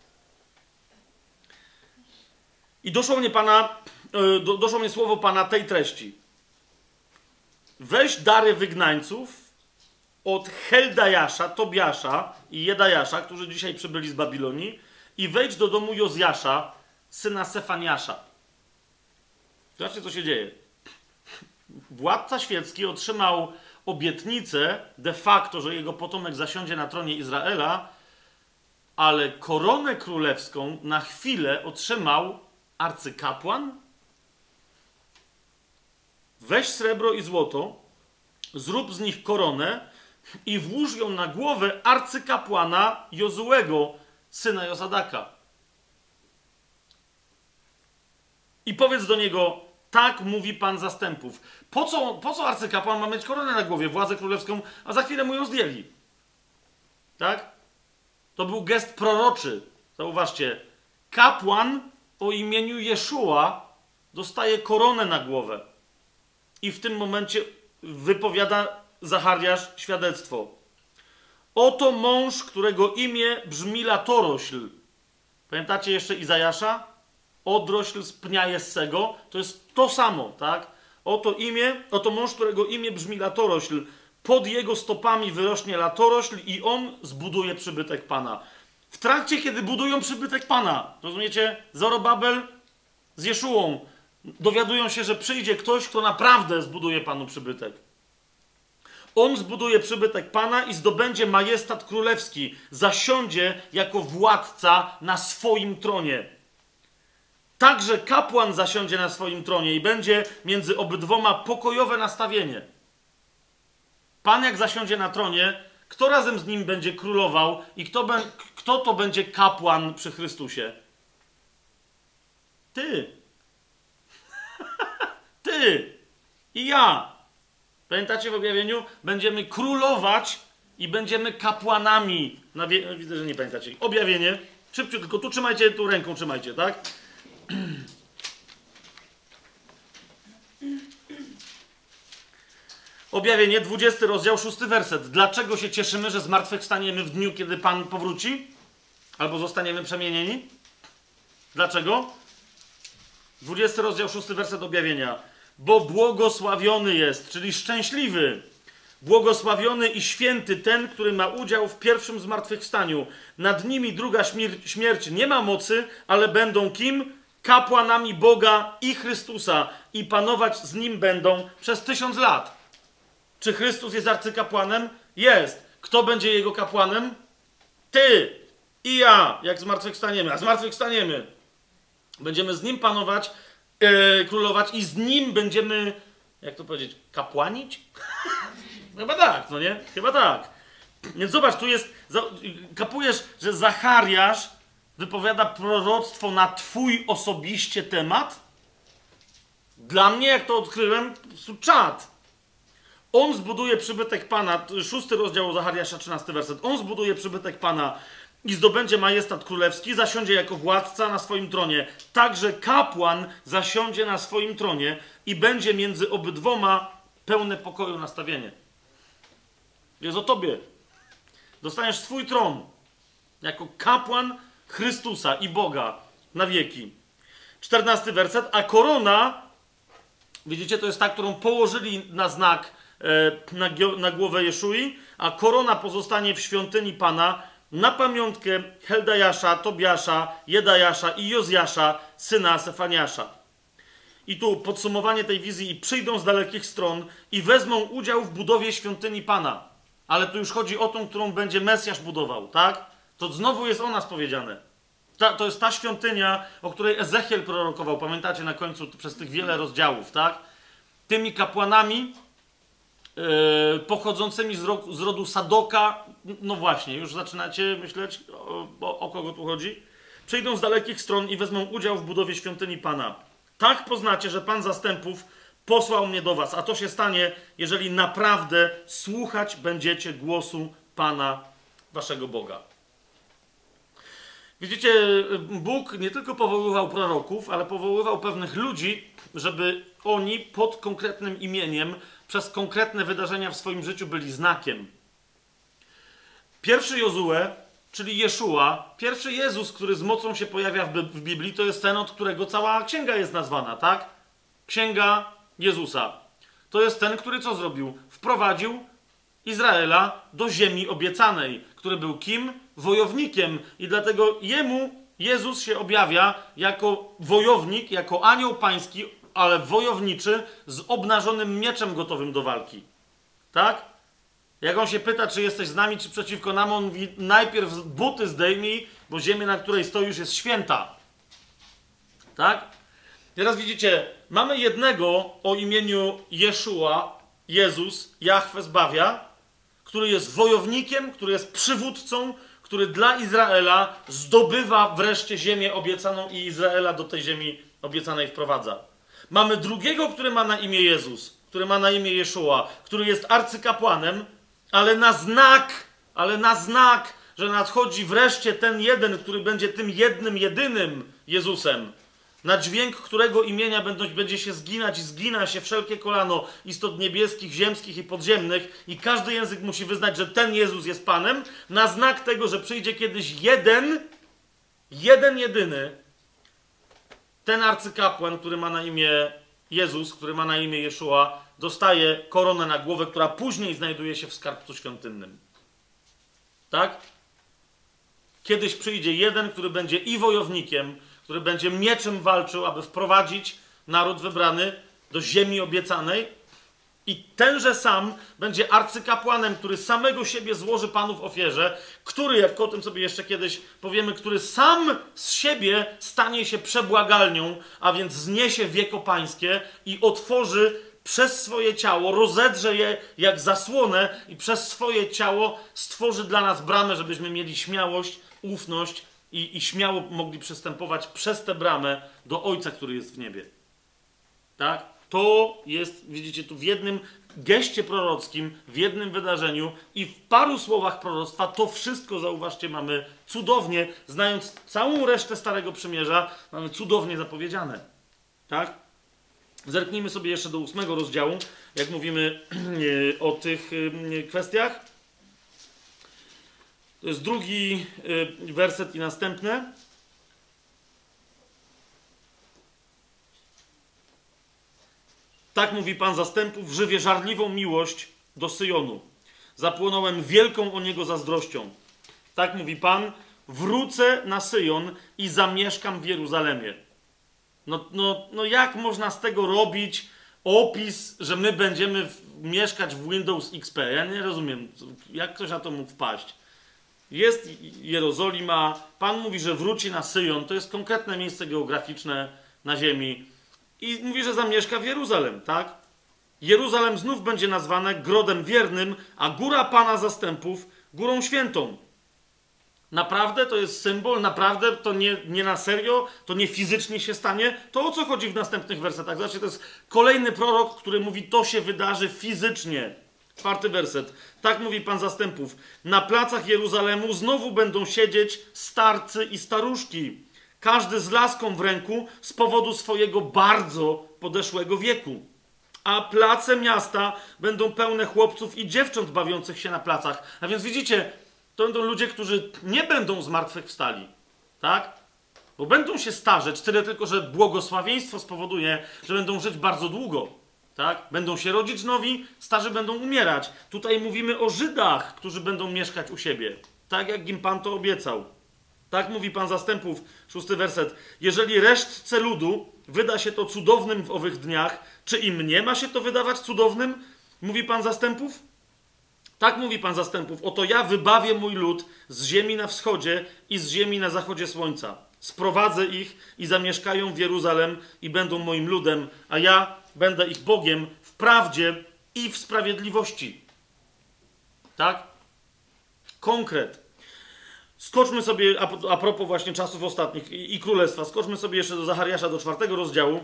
I doszło mnie słowo Pana tej treści. Weź dary wygnańców od Heldajasza, Tobiasza i Jedajasza, którzy dzisiaj przybyli z Babilonii, i wejdź do domu Jozjasza, syna Sefaniasza. Zobaczcie, co się dzieje. Władca świecki otrzymał obietnicę de facto, że jego potomek zasiądzie na tronie Izraela, ale koronę królewską na chwilę otrzymał arcykapłan. Weź srebro i złoto, zrób z nich koronę i włóż ją na głowę arcykapłana Jozułego, syna Josadaka. I powiedz do niego: tak mówi Pan zastępów. Po co arcykapłan ma mieć koronę na głowie, władzę królewską, a za chwilę mu ją zdjęli? Tak? To był gest proroczy. Zauważcie, kapłan o imieniu Jeszua dostaje koronę na głowę. I w tym momencie wypowiada Zachariasz świadectwo. Oto mąż, którego imię brzmi latorośl. Pamiętacie jeszcze Izajasza? Odrośl z pnia Jessego. To jest to samo, tak? Oto mąż, którego imię brzmi latorośl. Pod jego stopami wyrośnie latorośl i on zbuduje przybytek Pana. W trakcie, kiedy budują przybytek Pana, rozumiecie? Zorobabel z Jeszułą dowiadują się, że przyjdzie ktoś, kto naprawdę zbuduje Panu przybytek. On zbuduje przybytek Pana i zdobędzie majestat królewski. Zasiądzie jako władca na swoim tronie. Także kapłan zasiądzie na swoim tronie i będzie między obydwoma pokojowe nastawienie. Pan jak zasiądzie na tronie, kto razem z nim będzie królował i kto to będzie kapłan przy Chrystusie? Ty. Ty i ja. Pamiętacie w objawieniu? Będziemy królować i będziemy kapłanami. Widzę, że nie pamiętacie. Objawienie. Szybciej, tylko tu trzymajcie, tu ręką trzymajcie, tak? Objawienie, 20 rozdział, 6 werset. Dlaczego się cieszymy, że zmartwychwstaniemy w dniu, kiedy Pan powróci? Albo zostaniemy przemienieni? Dlaczego? 20 rozdział, 6 werset objawienia. Bo błogosławiony jest, czyli szczęśliwy, błogosławiony i święty ten, który ma udział w pierwszym zmartwychwstaniu. Nad nimi druga śmierć nie ma mocy, ale będą kim? Kapłanami Boga i Chrystusa i panować z Nim będą przez 1000 lat. Czy Chrystus jest arcykapłanem? Jest. Kto będzie Jego kapłanem? Ty i ja, jak zmartwychwstaniemy. A zmartwychwstaniemy. Będziemy z Nim panować, królować i z Nim będziemy, jak to powiedzieć, kapłanić? Chyba tak, no nie? Chyba tak. Więc zobacz, tu jest, kapujesz, że Zachariasz wypowiada proroctwo na twój osobiście temat? Dla mnie, jak to odkryłem, czad. On zbuduje przybytek Pana, 6 rozdział Zachariasza, 13 werset. On zbuduje przybytek Pana i zdobędzie majestat królewski, zasiądzie jako władca na swoim tronie. Także kapłan zasiądzie na swoim tronie i będzie między obydwoma pełne pokoju nastawienie. Jest o tobie. Dostaniesz swój tron jako kapłan Chrystusa i Boga na wieki. 14 werset. A korona, widzicie, to jest ta, którą położyli na znak na głowę Jeszui, a korona pozostanie w świątyni Pana na pamiątkę Heldajasza, Tobiasza, Jedajasza i Jozjasza, syna Sefaniasza. I tu podsumowanie tej wizji. I przyjdą z dalekich stron i wezmą udział w budowie świątyni Pana. Ale tu już chodzi o tą, którą będzie Mesjasz budował, tak? To znowu jest o nas powiedziane. To jest ta świątynia, o której Ezechiel prorokował. Pamiętacie na końcu przez tych wiele rozdziałów, tak? Tymi kapłanami pochodzącymi z rodu Sadoka. No właśnie, już zaczynacie myśleć, o kogo tu chodzi? Przyjdą z dalekich stron i wezmą udział w budowie świątyni Pana. Tak poznacie, że Pan zastępów posłał mnie do was, a to się stanie, jeżeli naprawdę słuchać będziecie głosu Pana, waszego Boga. Widzicie, Bóg nie tylko powoływał proroków, ale powoływał pewnych ludzi, żeby oni pod konkretnym imieniem, przez konkretne wydarzenia w swoim życiu byli znakiem. Pierwszy Jozue, czyli Jeszua, pierwszy Jezus, który z mocą się pojawia w Biblii, to jest ten, od którego cała księga jest nazwana, tak? Księga Jezusa. To jest ten, który co zrobił? Wprowadził Izraela do ziemi obiecanej, który był kim? Wojownikiem. I dlatego jemu Jezus się objawia jako wojownik, jako anioł pański, ale wojowniczy, z obnażonym mieczem gotowym do walki. Tak? Jak on się pyta, czy jesteś z nami, czy przeciwko nam, on mówi, najpierw buty zdejmij, bo ziemia, na której stoisz, jest święta. Tak? Teraz widzicie, mamy jednego o imieniu Jeszua, Jezus, Jahwe zbawia, który jest wojownikiem, który jest przywódcą, który dla Izraela zdobywa wreszcie ziemię obiecaną i Izraela do tej ziemi obiecanej wprowadza. Mamy drugiego, który ma na imię Jezus, który ma na imię Jeszua, który jest arcykapłanem, ale na znak, że nadchodzi wreszcie ten jeden, który będzie tym jednym, jedynym Jezusem, na dźwięk którego imienia będzie się zginać i zgina się wszelkie kolano istot niebieskich, ziemskich i podziemnych i każdy język musi wyznać, że ten Jezus jest Panem, na znak tego, że przyjdzie kiedyś jedyny, ten arcykapłan, który ma na imię Jezus, który ma na imię Jeszua, dostaje koronę na głowę, która później znajduje się w skarbcu świątynnym. Tak? Kiedyś przyjdzie jeden, który będzie i wojownikiem, który będzie mieczem walczył, aby wprowadzić naród wybrany do ziemi obiecanej i tenże sam będzie arcykapłanem, który samego siebie złoży Panu w ofierze, który, jak o tym sobie jeszcze kiedyś powiemy, który sam z siebie stanie się przebłagalnią, a więc zniesie wieko pańskie i otworzy przez swoje ciało, rozedrze je jak zasłonę i przez swoje ciało stworzy dla nas bramę, żebyśmy mieli śmiałość, ufność i śmiało mogli przystępować przez tę bramę do Ojca, który jest w niebie. Tak? To jest, widzicie, tu w jednym geście prorockim, w jednym wydarzeniu i w paru słowach proroctwa to wszystko, zauważcie, mamy cudownie, znając całą resztę Starego Przymierza, mamy cudownie zapowiedziane. Tak? Zerknijmy sobie jeszcze do 8 rozdziału, jak mówimy o tych kwestiach. To jest 2 werset i następne. Tak mówi Pan zastępów, żywię żarliwą miłość do Syjonu. Zapłonąłem wielką o niego zazdrością. Tak mówi Pan, wrócę na Syjon i zamieszkam w Jeruzalemie. No jak można z tego robić opis, że my będziemy mieszkać w Windows XP? Ja nie rozumiem, jak ktoś na to mógł wpaść. Jest Jerozolima, Pan mówi, że wróci na Syjon, to jest konkretne miejsce geograficzne na ziemi. I mówi, że zamieszka w Jeruzalem, tak? Jeruzalem znów będzie nazwane grodem wiernym, a góra Pana zastępów górą świętą. Naprawdę to jest symbol? Naprawdę to nie na serio? To nie fizycznie się stanie? To o co chodzi w następnych wersetach? Zobaczcie, to jest kolejny prorok, który mówi, to się wydarzy fizycznie. 4 werset. Tak mówi Pan zastępów. Na placach Jeruzalemu znowu będą siedzieć starcy i staruszki. Każdy z laską w ręku z powodu swojego bardzo podeszłego wieku. A place miasta będą pełne chłopców i dziewcząt bawiących się na placach. A więc widzicie, to będą ludzie, którzy nie będą zmartwychwstali. Tak? Bo będą się starzeć, tyle tylko, że błogosławieństwo spowoduje, że będą żyć bardzo długo. Tak? Będą się rodzić nowi, starzy będą umierać. Tutaj mówimy o Żydach, którzy będą mieszkać u siebie. Tak jak im Pan to obiecał. Tak mówi Pan zastępów, 6 werset. Jeżeli resztce ludu wyda się to cudownym w owych dniach, czy i mnie ma się to wydawać cudownym? Mówi Pan zastępów? Tak mówi Pan zastępów. Oto ja wybawię mój lud z ziemi na wschodzie i z ziemi na zachodzie słońca. Sprowadzę ich i zamieszkają w Jeruzalem i będą moim ludem, a ja będę ich Bogiem w prawdzie i w sprawiedliwości. Tak? Konkret. Skoczmy sobie, a propos właśnie czasów ostatnich i królestwa, skoczmy sobie jeszcze do Zachariasza, do 4 rozdziału.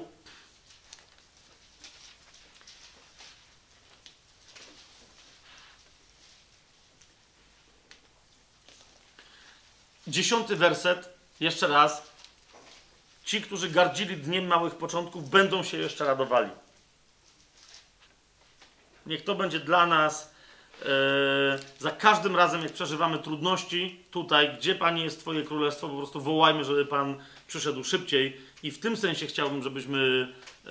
Dziesiąty werset, jeszcze raz. Ci, którzy gardzili dniem małych początków, będą się jeszcze radowali. Niech to będzie dla nas za każdym razem, jak przeżywamy trudności tutaj, gdzie Panie jest Twoje królestwo, po prostu wołajmy, żeby Pan przyszedł szybciej. I w tym sensie chciałbym, żebyśmy,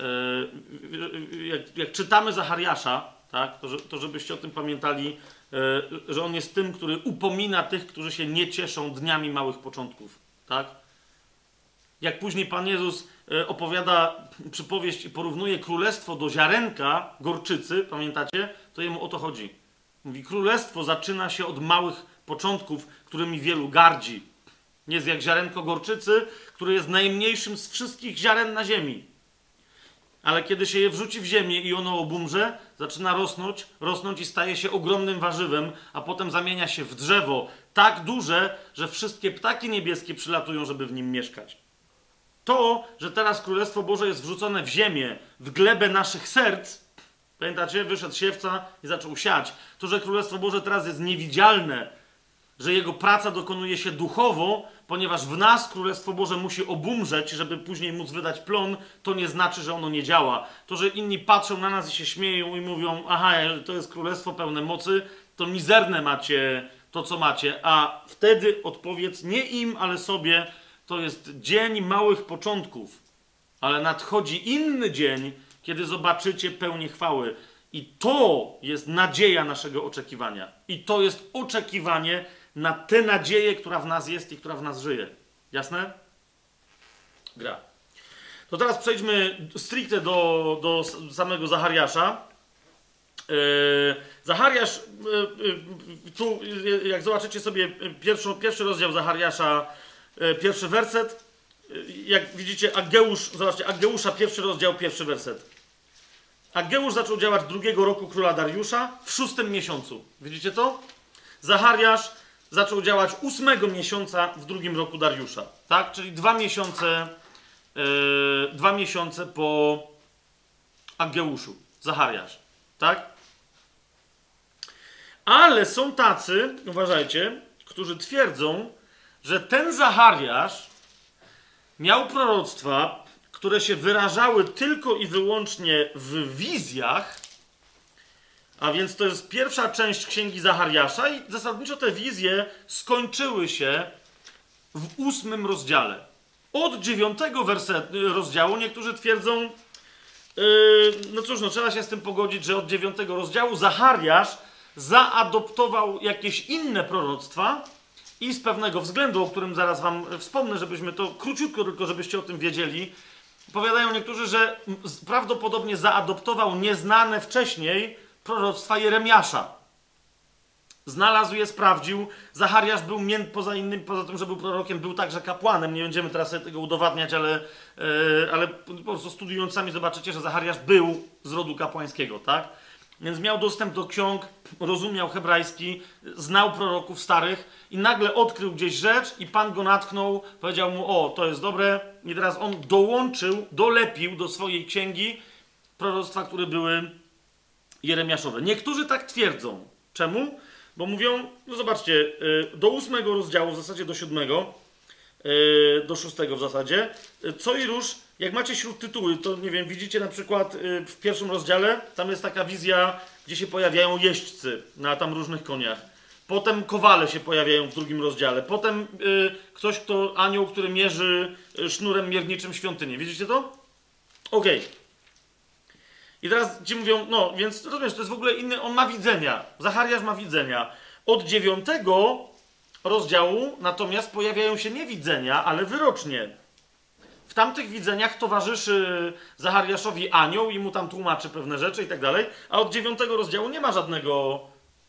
jak czytamy Zachariasza, tak, to żebyście o tym pamiętali, że on jest tym, który upomina tych, którzy się nie cieszą dniami małych początków. Tak? Jak później Pan Jezus opowiada przypowieść i porównuje królestwo do ziarenka gorczycy, pamiętacie? To jemu o to chodzi. Mówi, królestwo zaczyna się od małych początków, którymi wielu gardzi. Jest jak ziarenko gorczycy, które jest najmniejszym z wszystkich ziaren na ziemi. Ale kiedy się je wrzuci w ziemię i ono obumrze, zaczyna rosnąć i staje się ogromnym warzywem, a potem zamienia się w drzewo tak duże, że wszystkie ptaki niebieskie przylatują, żeby w nim mieszkać. To, że teraz Królestwo Boże jest wrzucone w ziemię, w glebę naszych serc, pamiętacie? Wyszedł siewca i zaczął siać. To, że Królestwo Boże teraz jest niewidzialne, że jego praca dokonuje się duchowo, ponieważ w nas Królestwo Boże musi obumrzeć, żeby później móc wydać plon, to nie znaczy, że ono nie działa. To, że inni patrzą na nas i się śmieją i mówią, aha, to jest Królestwo pełne mocy, to mizerne macie to, co macie. A wtedy odpowiedz nie im, ale sobie, to jest dzień małych początków. Ale nadchodzi inny dzień, kiedy zobaczycie pełnię chwały. I to jest nadzieja naszego oczekiwania. I to jest oczekiwanie na tę nadzieję, która w nas jest i która w nas żyje. Jasne? Gra. To teraz przejdźmy stricte do samego Zachariasza. Zachariasz, tu jak zobaczycie sobie pierwszy rozdział Zachariasza, pierwszy werset, jak widzicie zobaczcie, Aggeusza, pierwszy rozdział, pierwszy werset. Aggeusz zaczął działać 2 roku króla Dariusza w 6 miesiącu. Widzicie to? Zachariasz zaczął działać 8 miesiąca w 2 roku Dariusza. Tak? Czyli 2 miesiące po Aggeuszu. Zachariasz. Tak? Ale są tacy, uważajcie, którzy twierdzą, że ten Zachariasz miał proroctwa, które się wyrażały tylko i wyłącznie w wizjach, a więc to jest pierwsza część Księgi Zachariasza i zasadniczo te wizje skończyły się w 8 rozdziale. Od 9 rozdziału niektórzy twierdzą, no cóż, no trzeba się z tym pogodzić, że od 9 rozdziału Zachariasz zaadoptował jakieś inne proroctwa i z pewnego względu, o którym zaraz wam wspomnę, żebyśmy to króciutko tylko, żebyście o tym wiedzieli, powiadają niektórzy, że prawdopodobnie zaadoptował nieznane wcześniej proroctwa Jeremiasza. Znalazł je, sprawdził. Zachariasz był, poza tym, że był prorokiem, był także kapłanem. Nie będziemy teraz sobie tego udowadniać, ale po prostu studiując sami zobaczycie, że Zachariasz był z rodu kapłańskiego, tak? Więc miał dostęp do ksiąg, rozumiał hebrajski, znał proroków starych i nagle odkrył gdzieś rzecz i Pan go natchnął, powiedział mu, o, to jest dobre. I teraz on dolepił do swojej księgi proroctwa, które były jeremiaszowe. Niektórzy tak twierdzą. Czemu? Bo mówią, no zobaczcie, do 8 rozdziału, w zasadzie do 7, do 6 w zasadzie, co i róż, jak macie śródtytuły, to nie wiem, widzicie na przykład w pierwszym rozdziale, tam jest taka wizja, gdzie się pojawiają jeźdźcy na tam różnych koniach. Potem kowale się pojawiają w 2 rozdziale. Potem anioł, który mierzy sznurem mierniczym świątynię. Widzicie to? Okej. I teraz ci mówią, no więc rozumiesz, to jest w ogóle inny, on ma widzenia. Zachariasz ma widzenia. Od 9 rozdziału natomiast pojawiają się nie widzenia, ale wyrocznie. W tamtych widzeniach towarzyszy Zachariaszowi anioł i mu tam tłumaczy pewne rzeczy i tak dalej, a od 9 rozdziału nie ma żadnego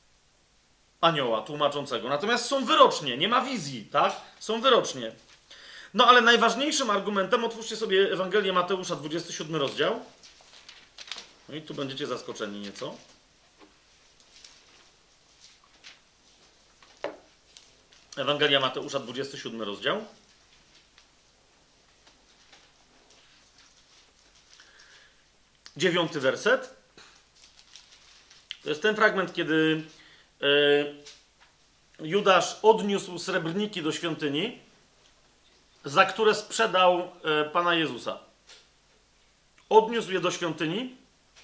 anioła tłumaczącego. Natomiast są wyrocznie, nie ma wizji, tak? Są wyrocznie. No ale najważniejszym argumentem, otwórzcie sobie Ewangelię Mateusza, 27 rozdział. No i tu będziecie zaskoczeni nieco. Ewangelia Mateusza, 27 rozdział. Dziewiąty werset. To jest ten fragment, kiedy Judasz odniósł srebrniki do świątyni, za które sprzedał Pana Jezusa. Odniósł je do świątyni.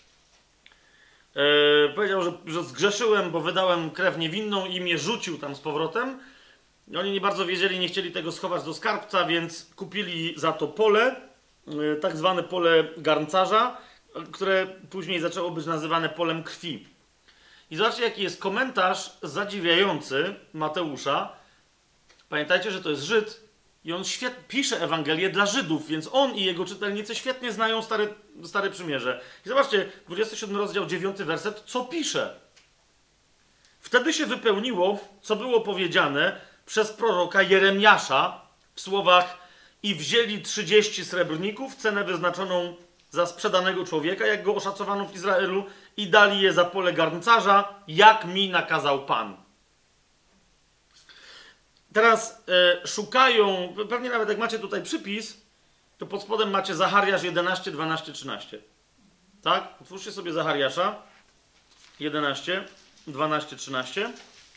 Powiedział, że zgrzeszyłem, bo wydałem krew niewinną i mnie rzucił tam z powrotem. I oni nie bardzo wiedzieli, nie chcieli tego schować do skarbca, więc kupili za to pole, tak zwane pole garncarza, które później zaczęło być nazywane polem krwi. I zobaczcie, jaki jest komentarz zadziwiający Mateusza. Pamiętajcie, że to jest Żyd i on pisze Ewangelię dla Żydów, więc on i jego czytelnicy świetnie znają Stare Przymierze. I zobaczcie, 27 rozdział, 9 werset, co pisze. Wtedy się wypełniło, co było powiedziane przez proroka Jeremiasza w słowach: i wzięli 30 srebrników, cenę wyznaczoną za sprzedanego człowieka, jak go oszacowano w Izraelu, i dali je za pole garncarza, jak mi nakazał Pan. Teraz szukają, pewnie nawet jak macie tutaj przypis, to pod spodem macie Zachariasz 11, 12, 13. Tak? Otwórzcie sobie Zachariasza 11, 12, 13.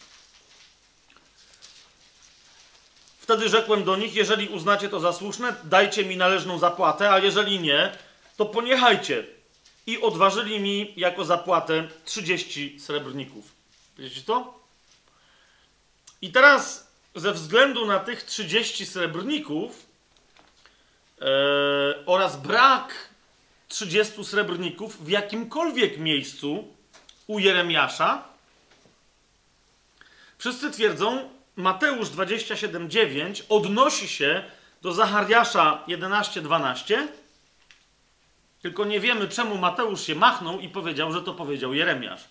Wtedy rzekłem do nich, jeżeli uznacie to za słuszne, dajcie mi należną zapłatę, a jeżeli nie, to poniechajcie. I odważyli mi jako zapłatę 30 srebrników. Wiecie to? I teraz ze względu na tych 30 srebrników oraz brak 30 srebrników w jakimkolwiek miejscu u Jeremiasza, wszyscy twierdzą, Mateusz 27,9 odnosi się do Zachariasza 11,12 Tylko nie wiemy, czemu Mateusz się machnął i powiedział, że to powiedział Jeremiasz.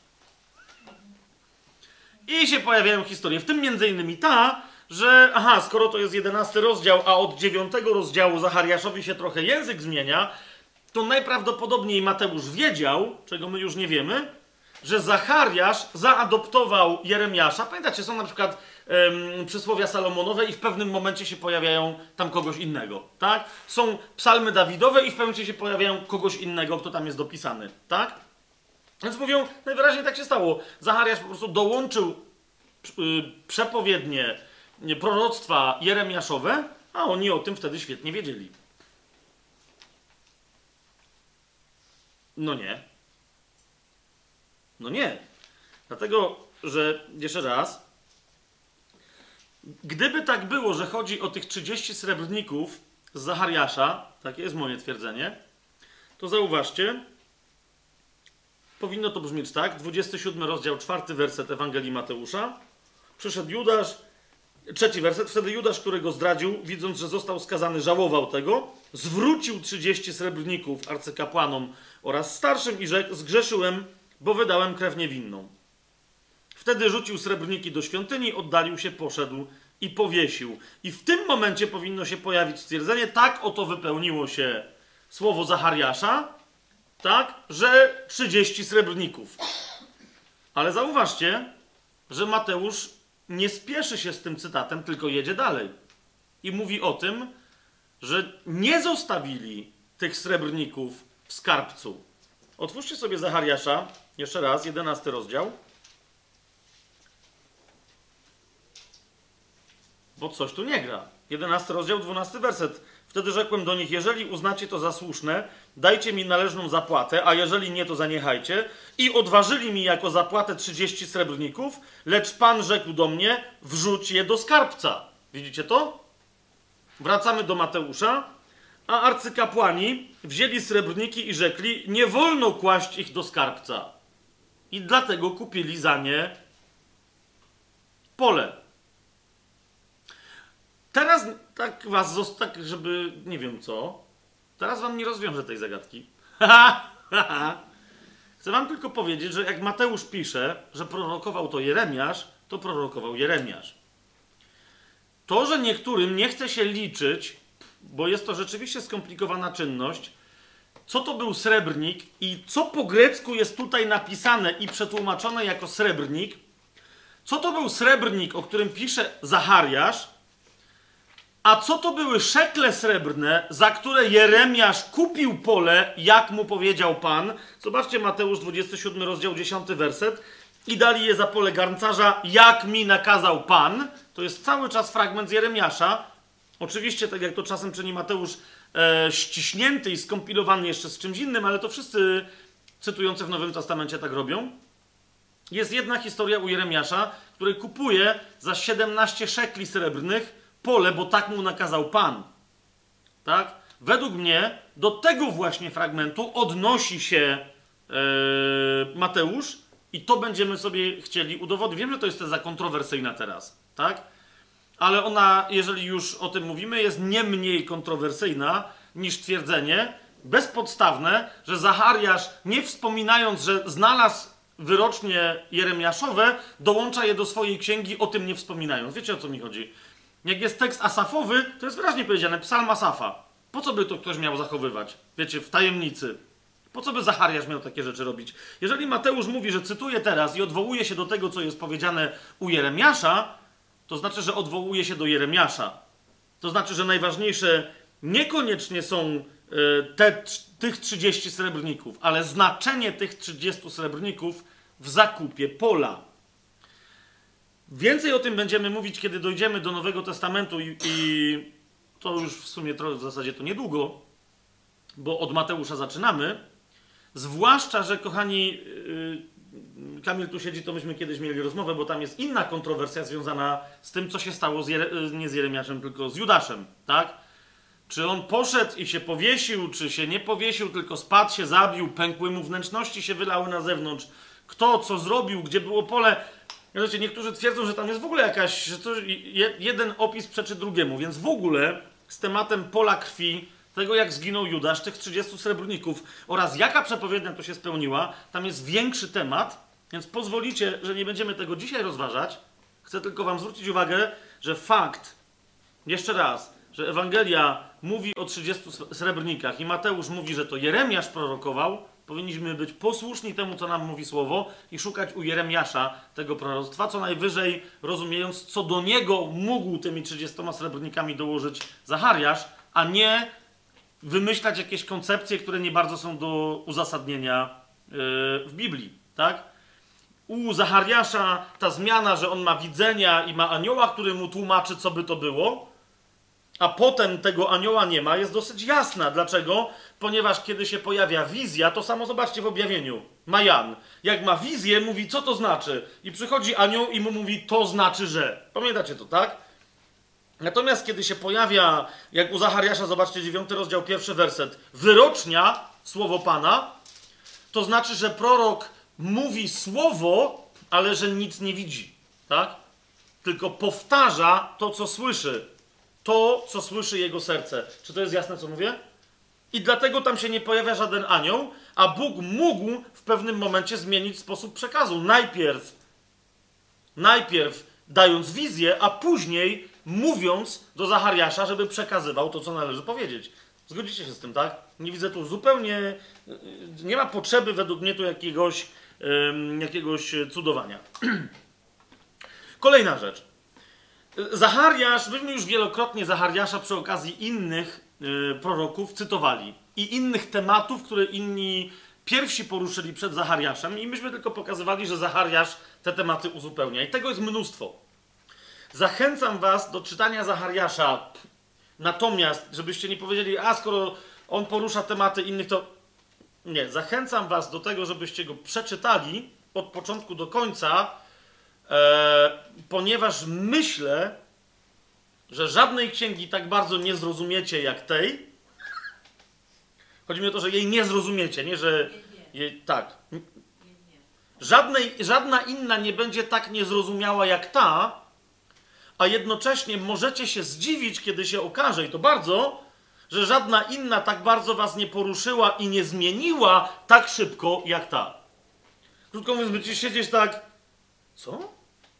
I się pojawiają historie, w tym między innymi ta, że skoro to jest 11 rozdział, a od 9 rozdziału Zachariaszowi się trochę język zmienia, to najprawdopodobniej Mateusz wiedział, czego my już nie wiemy, że Zachariasz zaadoptował Jeremiasza. Pamiętacie, są na przykład przysłowia Salomonowe i w pewnym momencie się pojawiają tam kogoś innego, tak? Są psalmy Dawidowe i w pewnym momencie się pojawiają kogoś innego, kto tam jest dopisany, tak? Więc mówią, najwyraźniej tak się stało. Zachariasz po prostu dołączył przepowiednie, proroctwa jeremiaszowe, a oni o tym wtedy świetnie wiedzieli. No nie. No nie. Dlatego, że jeszcze raz, gdyby tak było, że chodzi o tych 30 srebrników z Zachariasza, takie jest moje twierdzenie, to zauważcie, powinno to brzmieć tak, 27 rozdział, 4 werset Ewangelii Mateusza. Przyszedł Judasz, 3 werset, wtedy Judasz, którego zdradził, widząc, że został skazany, żałował tego, zwrócił 30 srebrników arcykapłanom oraz starszym i rzekł, zgrzeszyłem, bo wydałem krew niewinną. Wtedy rzucił srebrniki do świątyni, oddalił się, poszedł i powiesił. I w tym momencie powinno się pojawić stwierdzenie, tak oto wypełniło się słowo Zachariasza, tak, że 30 srebrników. Ale zauważcie, że Mateusz nie spieszy się z tym cytatem, tylko jedzie dalej. I mówi o tym, że nie zostawili tych srebrników w skarbcu. Otwórzcie sobie Zachariasza, jeszcze raz, 11 rozdział. Bo coś tu nie gra. 11 rozdział, 12 werset. Wtedy rzekłem do nich, jeżeli uznacie to za słuszne, dajcie mi należną zapłatę, a jeżeli nie, to zaniechajcie. I odważyli mi jako zapłatę 30 srebrników, lecz Pan rzekł do mnie, wrzuć je do skarbca. Widzicie to? Wracamy do Mateusza, a arcykapłani wzięli srebrniki i rzekli, nie wolno kłaść ich do skarbca. I dlatego kupili za nie pole. Teraz tak was, tak żeby, nie wiem co, teraz wam nie rozwiążę tej zagadki. Chcę wam tylko powiedzieć, że jak Mateusz pisze, że prorokował to Jeremiasz, to prorokował Jeremiasz. To, że niektórym nie chce się liczyć, bo jest to rzeczywiście skomplikowana czynność, co to był srebrnik i co po grecku jest tutaj napisane i przetłumaczone jako srebrnik, co to był srebrnik, o którym pisze Zachariasz, a co to były szekle srebrne, za które Jeremiasz kupił pole, jak mu powiedział Pan. Zobaczcie Mateusz 27 rozdział 10 werset. I dali je za pole garncarza, jak mi nakazał Pan. To jest cały czas fragment z Jeremiasza. Oczywiście, tak jak to czasem czyni Mateusz, ściśnięty i skompilowany jeszcze z czymś innym, ale to wszyscy cytujący w Nowym Testamencie tak robią. Jest jedna historia u Jeremiasza, który kupuje za 17 szekli srebrnych pole, bo tak mu nakazał Pan. Tak? Według mnie do tego właśnie fragmentu odnosi się Mateusz i to będziemy sobie chcieli udowodnić. Wiem, że to jest teza kontrowersyjna teraz, tak? Ale ona, jeżeli już o tym mówimy, jest nie mniej kontrowersyjna niż twierdzenie bezpodstawne, że Zachariasz, nie wspominając, że znalazł wyrocznie jeremiaszowe, dołącza je do swojej księgi, o tym nie wspominając. Wiecie, o co mi chodzi? Jak jest tekst asafowy, to jest wyraźnie powiedziane, psalm Asafa. Po co by to ktoś miał zachowywać? Wiecie, w tajemnicy. Po co by Zachariasz miał takie rzeczy robić? Jeżeli Mateusz mówi, że cytuje teraz i odwołuje się do tego, co jest powiedziane u Jeremiasza, to znaczy, że odwołuje się do Jeremiasza. To znaczy, że najważniejsze niekoniecznie są tych 30 srebrników, ale znaczenie tych 30 srebrników w zakupie pola. Więcej o tym będziemy mówić, kiedy dojdziemy do Nowego Testamentu i to już w sumie w zasadzie to niedługo, bo od Mateusza zaczynamy. Zwłaszcza, że kochani, Kamil tu siedzi, to myśmy kiedyś mieli rozmowę, bo tam jest inna kontrowersja związana z tym, co się stało nie z Jeremiaszem, tylko z Judaszem, tak? Czy on poszedł i się powiesił, czy się nie powiesił, tylko spadł, się zabił, pękły mu wnętrzności, się wylały na zewnątrz. Kto, co zrobił, gdzie było pole. Wiecie, niektórzy twierdzą, że tam jest w ogóle jakaś, że to jeden opis przeczy drugiemu, więc w ogóle z tematem pola krwi tego jak zginął Judasz, tych 30 srebrników oraz jaka przepowiednia to się spełniła, tam jest większy temat, więc pozwolicie, że nie będziemy tego dzisiaj rozważać. Chcę tylko wam zwrócić uwagę, że fakt, jeszcze raz, że Ewangelia mówi o 30 srebrnikach i Mateusz mówi, że to Jeremiasz prorokował, powinniśmy być posłuszni temu, co nam mówi Słowo i szukać u Jeremiasza tego proroctwa, co najwyżej rozumiejąc, co do niego mógł tymi 30 srebrnikami dołożyć Zachariasz, a nie wymyślać jakieś koncepcje, które nie bardzo są do uzasadnienia w Biblii, tak? U Zachariasza ta zmiana, że on ma widzenia i ma anioła, który mu tłumaczy, co by to było, a potem tego anioła nie ma, jest dosyć jasna. Dlaczego? Ponieważ kiedy się pojawia wizja, to samo zobaczcie w objawieniu. Ma Jan. Jak ma wizję, mówi, co to znaczy. I przychodzi anioł i mu mówi, to znaczy, że. Pamiętacie to, tak? Natomiast kiedy się pojawia, jak u Zachariasza, zobaczcie 9 rozdział, 1 werset, wyrocznia, słowo Pana, to znaczy, że prorok mówi słowo, ale że nic nie widzi, tak? Tylko powtarza to, co słyszy. To, co słyszy jego serce. Czy to jest jasne, co mówię? I dlatego tam się nie pojawia żaden anioł, a Bóg mógł w pewnym momencie zmienić sposób przekazu. Najpierw dając wizję, a później mówiąc do Zachariasza, żeby przekazywał to, co należy powiedzieć. Zgodzicie się z tym, tak? Nie widzę tu zupełnie... Nie ma potrzeby według mnie tu jakiegoś cudowania. Kolejna rzecz. Zachariasz, myśmy już wielokrotnie Zachariasza przy okazji innych proroków cytowali i innych tematów, które inni pierwsi poruszyli przed Zachariaszem i myśmy tylko pokazywali, że Zachariasz te tematy uzupełnia. I tego jest mnóstwo. Zachęcam was do czytania Zachariasza, natomiast, żebyście nie powiedzieli, a skoro on porusza tematy innych, to nie. Zachęcam was do tego, żebyście go przeczytali od początku do końca, ponieważ myślę, że żadnej księgi tak bardzo nie zrozumiecie jak tej. Chodzi mi o to, że jej nie zrozumiecie, nie, że... Jej, tak. Żadna inna nie będzie tak niezrozumiała jak ta, a jednocześnie możecie się zdziwić, kiedy się okaże, i to bardzo, że żadna inna tak bardzo was nie poruszyła i nie zmieniła tak szybko jak ta. Krótko mówiąc, będziecie siedzieć tak... Co?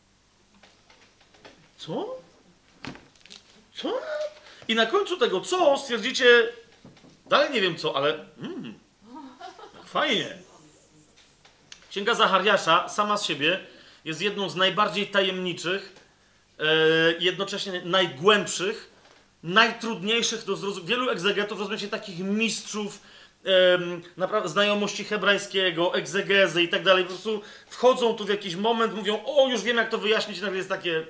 Co? Co? I na końcu tego co stwierdzicie, dalej nie wiem co, ale fajnie. Księga Zachariasza sama z siebie jest jedną z najbardziej tajemniczych, jednocześnie najgłębszych, najtrudniejszych do zrozumienia. Wielu egzegetów, rozumiecie, takich mistrzów naprawdę znajomości hebrajskiego, egzegezy i tak dalej, po prostu wchodzą tu w jakiś moment, mówią, o, już wiem jak to wyjaśnić, i nagle jest takie...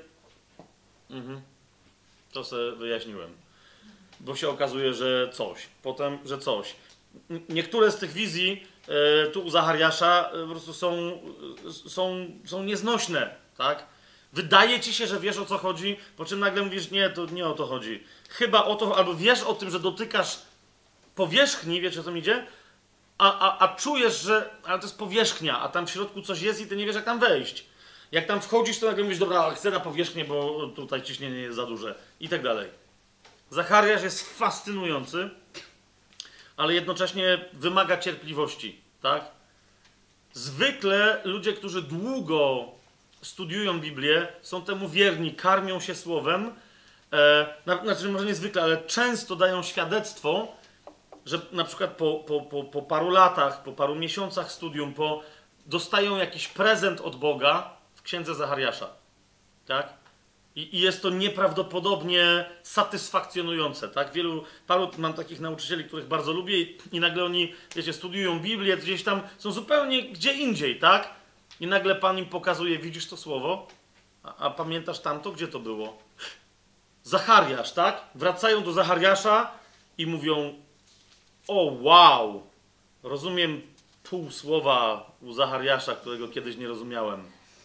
To sobie wyjaśniłem. Bo się okazuje, że coś. Potem, że coś. Niektóre z tych wizji tu u Zachariasza po prostu są nieznośne, tak? Wydaje ci się, że wiesz o co chodzi, po czym nagle mówisz, nie, to nie o to chodzi. Chyba o to, albo wiesz o tym, że dotykasz powierzchni, wiecie o co mi idzie? A czujesz, że ale to jest powierzchnia, a tam w środku coś jest i ty nie wiesz jak tam wejść. Jak tam wchodzisz, to nagle mówisz, dobra, chcę na powierzchnię, bo tutaj ciśnienie jest za duże. I tak dalej. Zachariasz jest fascynujący, ale jednocześnie wymaga cierpliwości, tak? Zwykle ludzie, którzy długo studiują Biblię, są temu wierni, karmią się słowem, znaczy może niezwykle, ale często dają świadectwo, że na przykład po paru latach, po paru miesiącach studium, dostają jakiś prezent od Boga w księdze Zachariasza, tak? I jest to nieprawdopodobnie satysfakcjonujące, tak? Paru mam takich nauczycieli, których bardzo lubię i nagle oni, wiecie, studiują Biblię, gdzieś tam są zupełnie gdzie indziej, tak? I nagle Pan im pokazuje, widzisz to słowo? A pamiętasz tamto? Gdzie to było? Zachariasz, tak? Wracają do Zachariasza i mówią, o wow, rozumiem pół słowa u Zachariasza, którego kiedyś nie rozumiałem.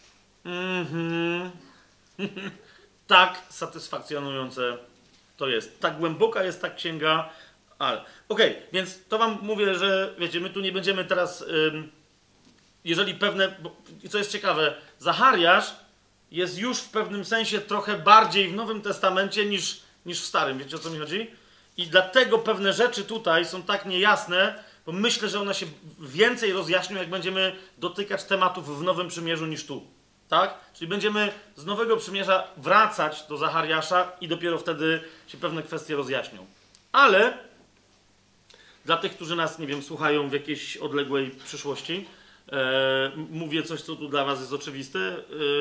Tak satysfakcjonujące to jest. Tak głęboka jest ta księga, ale... Okej, więc to wam mówię, że wiecie, my tu nie będziemy teraz... jeżeli pewne... I co jest ciekawe, Zachariasz jest już w pewnym sensie trochę bardziej w Nowym Testamencie niż w Starym. Wiecie, o co mi chodzi? I dlatego pewne rzeczy tutaj są tak niejasne, bo myślę, że one się więcej rozjaśnią, jak będziemy dotykać tematów w Nowym Przymierzu niż tu. Tak? Czyli będziemy z Nowego Przymierza wracać do Zachariasza i dopiero wtedy się pewne kwestie rozjaśnią. Ale dla tych, którzy nas, nie wiem, słuchają w jakiejś odległej przyszłości, mówię coś, co tu dla was jest oczywiste.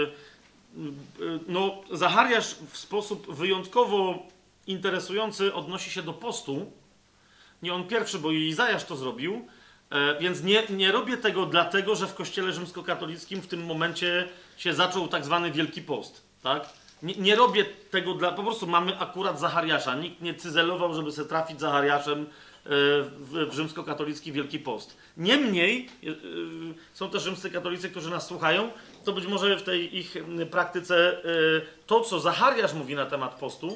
No, Zachariasz w sposób wyjątkowo interesujący odnosi się do postu. Nie on pierwszy, bo i Izajasz to zrobił, więc nie robię tego dlatego, że w Kościele rzymskokatolickim w tym momencie się zaczął tak zwany Wielki Post. Tak? Nie robię tego po prostu mamy akurat Zachariasza. Nikt nie cyzelował, żeby sobie trafić Zachariaszem w rzymskokatolicki Wielki Post. Niemniej są też rzymscy katolicy, którzy nas słuchają, to być może w tej ich praktyce to, co Zachariasz mówi na temat postu,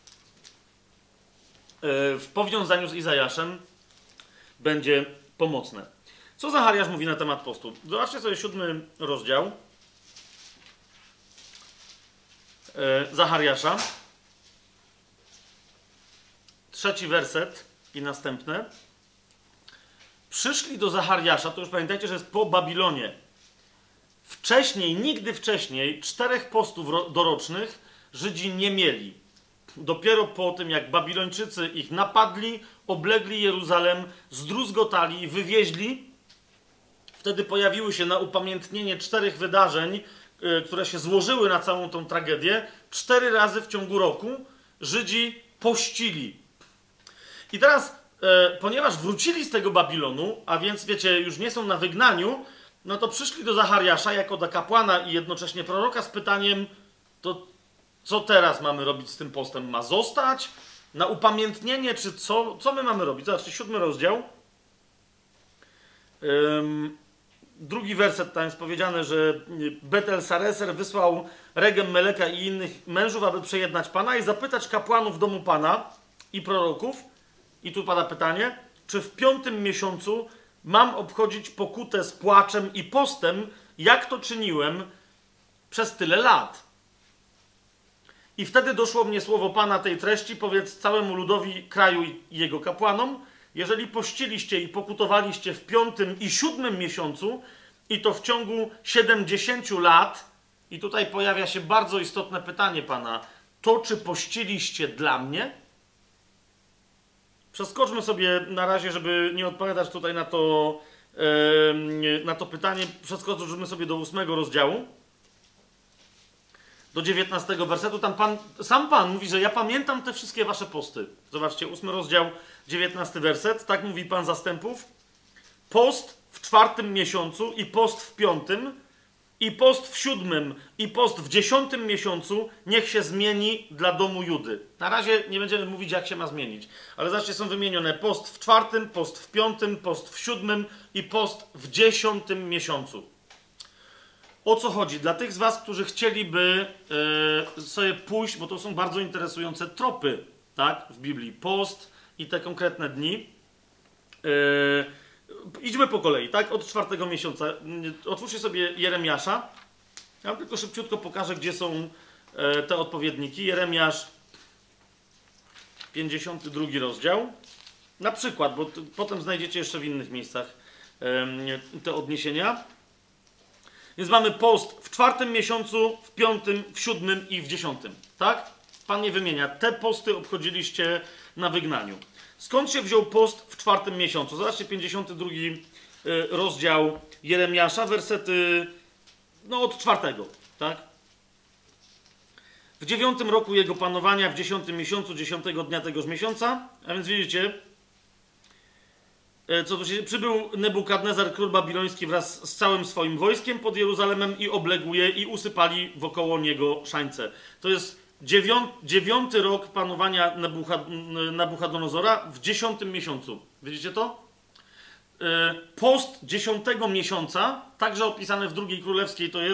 w powiązaniu z Izajaszem będzie pomocne. Co Zachariasz mówi na temat postu? Zobaczcie sobie 7 rozdział Zachariasza. 3 werset i następne. Przyszli do Zachariasza, to już pamiętajcie, że jest po Babilonie. Wcześniej, nigdy wcześniej, 4 postów dorocznych Żydzi nie mieli. Dopiero po tym, jak Babilończycy ich napadli, oblegli Jeruzalem, zdruzgotali, wywieźli, wtedy pojawiły się na upamiętnienie 4 wydarzeń, które się złożyły na całą tą tragedię. 4 razy w ciągu roku Żydzi pościli. I teraz, ponieważ wrócili z tego Babilonu, a więc, wiecie, już nie są na wygnaniu, no to przyszli do Zachariasza jako do kapłana i jednocześnie proroka z pytaniem, to co teraz mamy robić z tym postem? Ma zostać? Na upamiętnienie, czy co? Co my mamy robić? Zobaczcie, 7 rozdział. 2 werset, tam jest powiedziane, że Betel Sareser wysłał Regem Meleka i innych mężów, aby przejednać Pana i zapytać kapłanów domu Pana i proroków. I tu pada pytanie, czy w 5. miesiącu mam obchodzić pokutę z płaczem i postem, jak to czyniłem przez tyle lat? I wtedy doszło mnie słowo Pana tej treści, powiedz całemu ludowi kraju i jego kapłanom, jeżeli pościliście i pokutowaliście w 5. i 7. miesiącu, i to w ciągu 70 lat, i tutaj pojawia się bardzo istotne pytanie Pana, to czy pościliście dla mnie? Przeskoczmy sobie na razie, żeby nie odpowiadać tutaj na to pytanie, przeskoczmy sobie do 8 rozdziału. Do 19 wersetu, tam sam Pan mówi, że ja pamiętam te wszystkie wasze posty. Zobaczcie, 8 rozdział, 19 werset, tak mówi Pan zastępów. Post w 4. miesiącu i post w 5. i post w 7. i post w 10. miesiącu niech się zmieni dla domu Judy. Na razie nie będziemy mówić, jak się ma zmienić. Ale zobaczcie, są wymienione post w 4., post w 5., post w 7. i post w 10. miesiącu. O co chodzi? Dla tych z was, którzy chcieliby sobie pójść, bo to są bardzo interesujące tropy, tak, w Biblii. Post i te konkretne dni. Idźmy po kolei, tak? Od 4. miesiąca. Otwórzcie sobie Jeremiasza. Ja wam tylko szybciutko pokażę, gdzie są te odpowiedniki. Jeremiasz, 52 rozdział. Na przykład, bo potem znajdziecie jeszcze w innych miejscach te odniesienia. Więc mamy post w 4. miesiącu, w 5., w 7. i w 10. Tak? Pan nie wymienia. Te posty obchodziliście na wygnaniu. Skąd się wziął post w 4. miesiącu? Zobaczcie 52 rozdział Jeremiasza, wersety od 4. Tak? W 9. roku jego panowania, w 10. miesiącu, 10. dnia tegoż miesiąca, a więc widzicie, co tu się przybył Nebukadnezar, król babiloński, wraz z całym swoim wojskiem pod Jeruzalemem i obległ je i usypali wokoło niego szańce. To jest 9. rok panowania Nabuchodonozora w 10. miesiącu. Widzicie to? Post 10. miesiąca, także opisany w II Królewskiej, to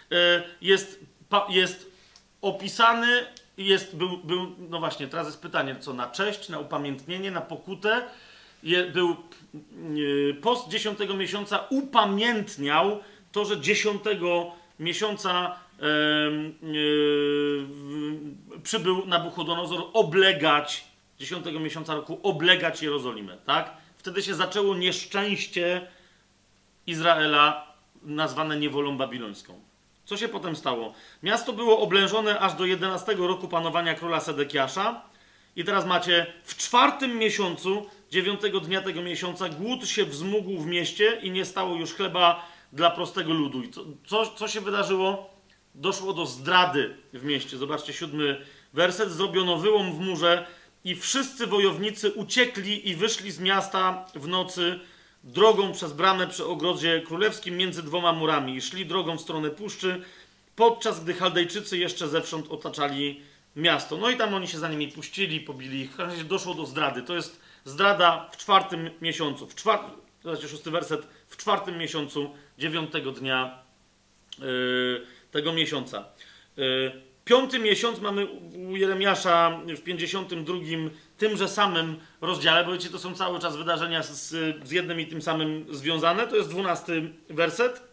jest opisany, był, no właśnie, teraz jest pytanie, co na cześć, na upamiętnienie, na pokutę. Był post 10. miesiąca upamiętniał to, że 10. miesiąca przybył Nabuchodonozor oblegać 10 miesiąca roku oblegać Jerozolimę, tak? Wtedy się zaczęło nieszczęście Izraela nazwane niewolą babilońską. Co się potem stało? Miasto było oblężone aż do 11 roku panowania króla Sedekiasza i teraz macie w 4 miesiącu, 9 dnia tego miesiąca, głód się wzmógł w mieście i nie stało już chleba dla prostego ludu. I co się wydarzyło? Doszło do zdrady w mieście. Zobaczcie 7 werset. Zrobiono wyłom w murze i wszyscy wojownicy uciekli i wyszli z miasta w nocy drogą przez bramę przy ogrodzie królewskim między 2 murami i szli drogą w stronę puszczy, podczas gdy Chaldejczycy jeszcze zewsząd otaczali miasto. No i tam oni się za nimi puścili, pobili ich. W każdym razie doszło do zdrady. To jest zdrada w 4 miesiącu. Zobaczcie 6 werset. W 4 miesiącu, 9 dnia tego miesiąca. 5 miesiąc mamy u Jeremiasza w 52 tymże samym rozdziale, bo wiecie, to są cały czas wydarzenia z jednym i tym samym związane. To jest 12 werset.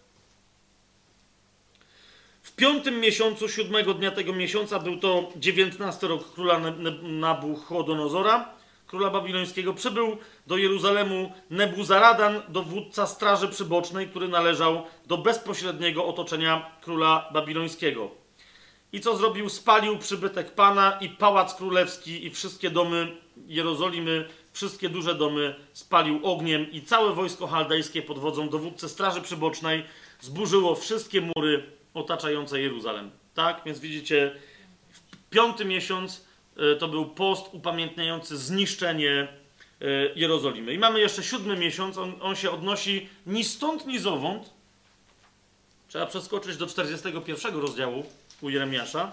W 5 miesiącu, 7 dnia tego miesiąca, był to 19 rok króla Nabuchodonozora, króla babilońskiego, przybył do Jeruzalemu Nebuzaradan, dowódca straży przybocznej, który należał do bezpośredniego otoczenia króla babilońskiego. I co zrobił? Spalił przybytek Pana i pałac królewski i wszystkie domy Jerozolimy, wszystkie duże domy spalił ogniem i całe wojsko chaldejskie pod wodzą dowódcy straży przybocznej zburzyło wszystkie mury otaczające Jeruzalem. Tak? Więc widzicie, 5 miesiąc to był post upamiętniający zniszczenie Jerozolimy. I mamy jeszcze 7 miesiąc, on się odnosi ni stąd, ni zowąd. Trzeba przeskoczyć do 41 rozdziału u Jeremiasza.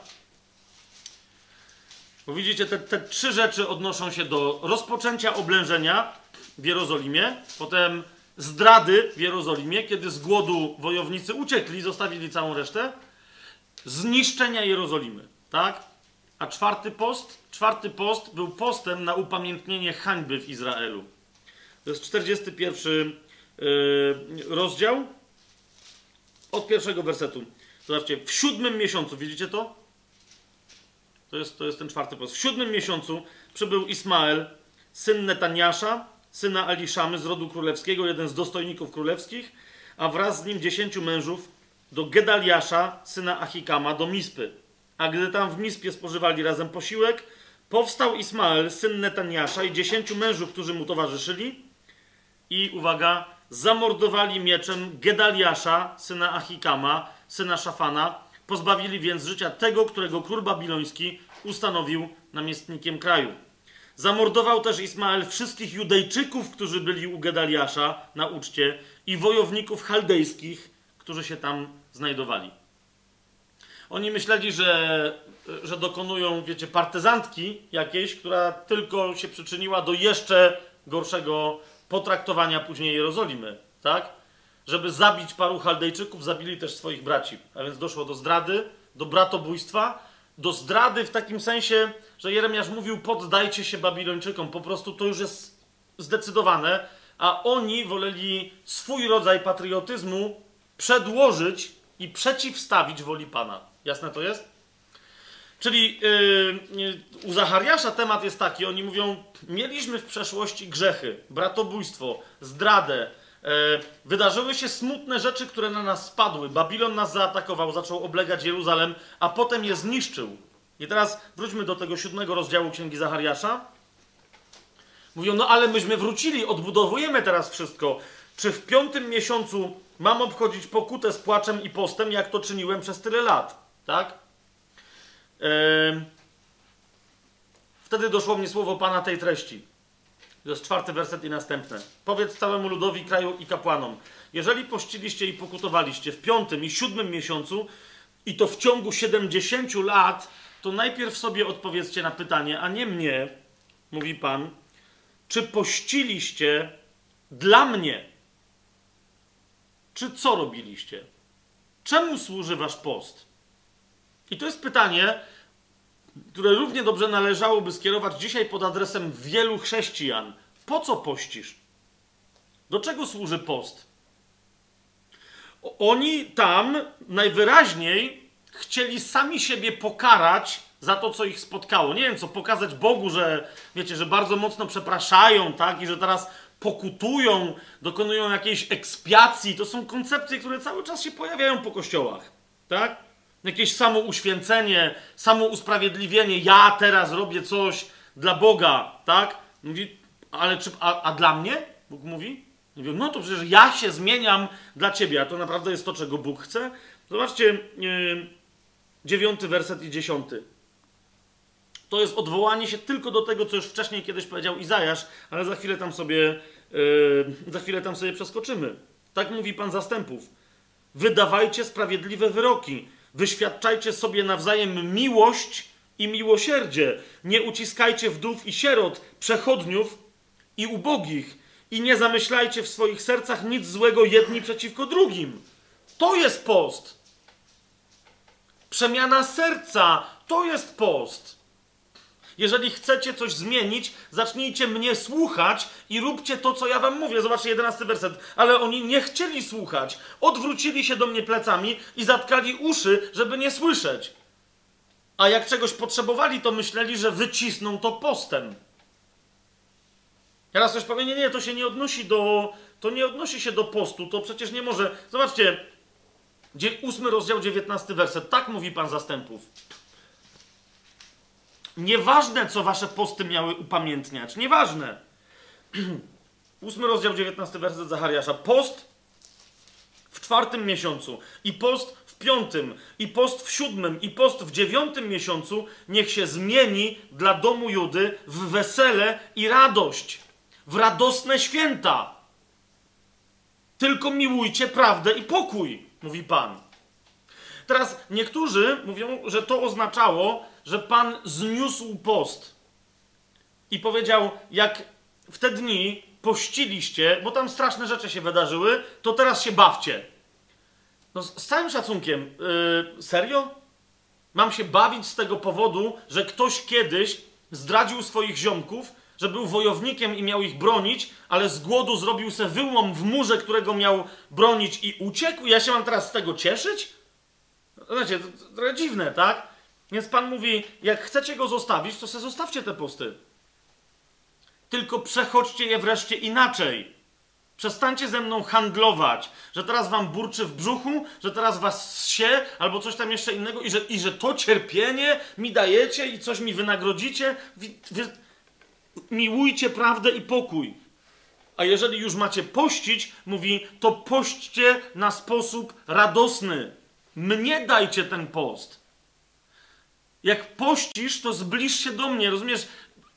Bo widzicie, te 3 rzeczy odnoszą się do rozpoczęcia oblężenia w Jerozolimie, potem zdrady w Jerozolimie, kiedy z głodu wojownicy uciekli, zostawili całą resztę, zniszczenia Jerozolimy, tak? A 4 post był postem na upamiętnienie hańby w Izraelu. To jest 41 rozdział od 1 wersetu. Zobaczcie, w 7 miesiącu, widzicie to? To jest ten 4 post. W 7 miesiącu przybył Ismael, syn Netaniasza, syna Eliszamy z rodu królewskiego, jeden z dostojników królewskich, a wraz z nim 10 mężów do Gedaliasza, syna Achikama, do Mispy. A gdy tam w Mispie spożywali razem posiłek, powstał Ismael, syn Netaniasza i 10 mężów, którzy mu towarzyszyli i, uwaga, zamordowali mieczem Gedaliasza, syna Achikama, syna Szafana, pozbawili więc życia tego, którego król babiloński ustanowił namiestnikiem kraju. Zamordował też Ismael wszystkich Judejczyków, którzy byli u Gedaliasza na uczcie i wojowników chaldejskich, którzy się tam znajdowali. Oni myśleli, że dokonują, wiecie, partyzantki jakiejś, która tylko się przyczyniła do jeszcze gorszego potraktowania później Jerozolimy, tak? Żeby zabić paru Chaldejczyków, zabili też swoich braci. A więc doszło do zdrady, do bratobójstwa, do zdrady w takim sensie, że Jeremiasz mówił, poddajcie się Babilończykom, po prostu to już jest zdecydowane, a oni woleli swój rodzaj patriotyzmu przedłożyć i przeciwstawić woli Pana. Jasne to jest? Czyli u Zachariasza temat jest taki, oni mówią, mieliśmy w przeszłości grzechy, bratobójstwo, zdradę, wydarzyły się smutne rzeczy, które na nas spadły. Babilon nas zaatakował, zaczął oblegać Jeruzalem, a potem je zniszczył. I teraz wróćmy do tego 7 rozdziału Księgi Zachariasza. Mówią, no ale myśmy wrócili, odbudowujemy teraz wszystko. Czy w 5 miesiącu mam obchodzić pokutę z płaczem i postem, jak to czyniłem przez tyle lat? Tak? Wtedy doszło mnie słowo Pana tej treści. To jest 4 werset i następne. Powiedz całemu ludowi, kraju i kapłanom. Jeżeli pościliście i pokutowaliście w 5 i 7 miesiącu i to w ciągu 70 lat, to najpierw sobie odpowiedzcie na pytanie, a nie mnie, mówi Pan, czy pościliście dla mnie? Czy co robiliście? Czemu służy wasz post? I to jest pytanie, które równie dobrze należałoby skierować dzisiaj pod adresem wielu chrześcijan. Po co pościsz? Do czego służy post? Oni tam najwyraźniej chcieli sami siebie pokarać za to, co ich spotkało. Nie wiem, co pokazać Bogu, że wiecie, że bardzo mocno przepraszają, tak? I że teraz pokutują, dokonują jakiejś ekspiacji. To są koncepcje, które cały czas się pojawiają po kościołach, tak? Jakieś samouświęcenie, samousprawiedliwienie. Ja teraz robię coś dla Boga, tak? Mówi, ale a dla mnie? Bóg mówi? Mówi, no to przecież ja się zmieniam dla ciebie, a to naprawdę jest to, czego Bóg chce. Zobaczcie, 9 werset i 10. To jest odwołanie się tylko do tego, co już wcześniej kiedyś powiedział Izajasz, ale za chwilę tam sobie przeskoczymy. Tak mówi Pan zastępów. Wydawajcie sprawiedliwe wyroki. Wyświadczajcie sobie nawzajem miłość i miłosierdzie. Nie uciskajcie wdów i sierot, przechodniów i ubogich. I nie zamyślajcie w swoich sercach nic złego jedni przeciwko drugim. To jest post. Przemiana serca. To jest post. Jeżeli chcecie coś zmienić, zacznijcie mnie słuchać i róbcie to, co ja wam mówię. Zobaczcie 11 werset. Ale oni nie chcieli słuchać. Odwrócili się do mnie plecami i zatkali uszy, żeby nie słyszeć. A jak czegoś potrzebowali, to myśleli, że wycisną to postem. Teraz ktoś powie, nie, to się nie odnosi to nie odnosi się do postu, to przecież nie może. Zobaczcie, 8 rozdział, 19 werset. Tak mówi Pan zastępów. Nieważne, co wasze posty miały upamiętniać. Nieważne. 8 rozdział, 19 werset Zachariasza. Post w 4. miesiącu i post w 5. i post w 7. i post w 9. miesiącu niech się zmieni dla domu Judy w wesele i radość. W radosne święta. Tylko miłujcie prawdę i pokój, mówi Pan. Teraz niektórzy mówią, że to oznaczało, że Pan zniósł post i powiedział, jak w te dni pościliście, bo tam straszne rzeczy się wydarzyły, to teraz się bawcie. No z całym szacunkiem, serio? Mam się bawić z tego powodu, że ktoś kiedyś zdradził swoich ziomków, że był wojownikiem i miał ich bronić, ale z głodu zrobił se wyłom w murze, którego miał bronić i uciekł? Ja się mam teraz z tego cieszyć? Znacie, to trochę dziwne, tak? Więc Pan mówi, jak chcecie go zostawić, to se zostawcie te posty. Tylko przechodźcie je wreszcie inaczej. Przestańcie ze mną handlować, że teraz wam burczy w brzuchu, że teraz was zsie, albo coś tam jeszcze innego i że to cierpienie mi dajecie i coś mi wynagrodzicie. Miłujcie prawdę i pokój. A jeżeli już macie pościć, mówi, to pośćcie na sposób radosny. Mnie dajcie ten post. Jak pościsz, to zbliż się do mnie, rozumiesz?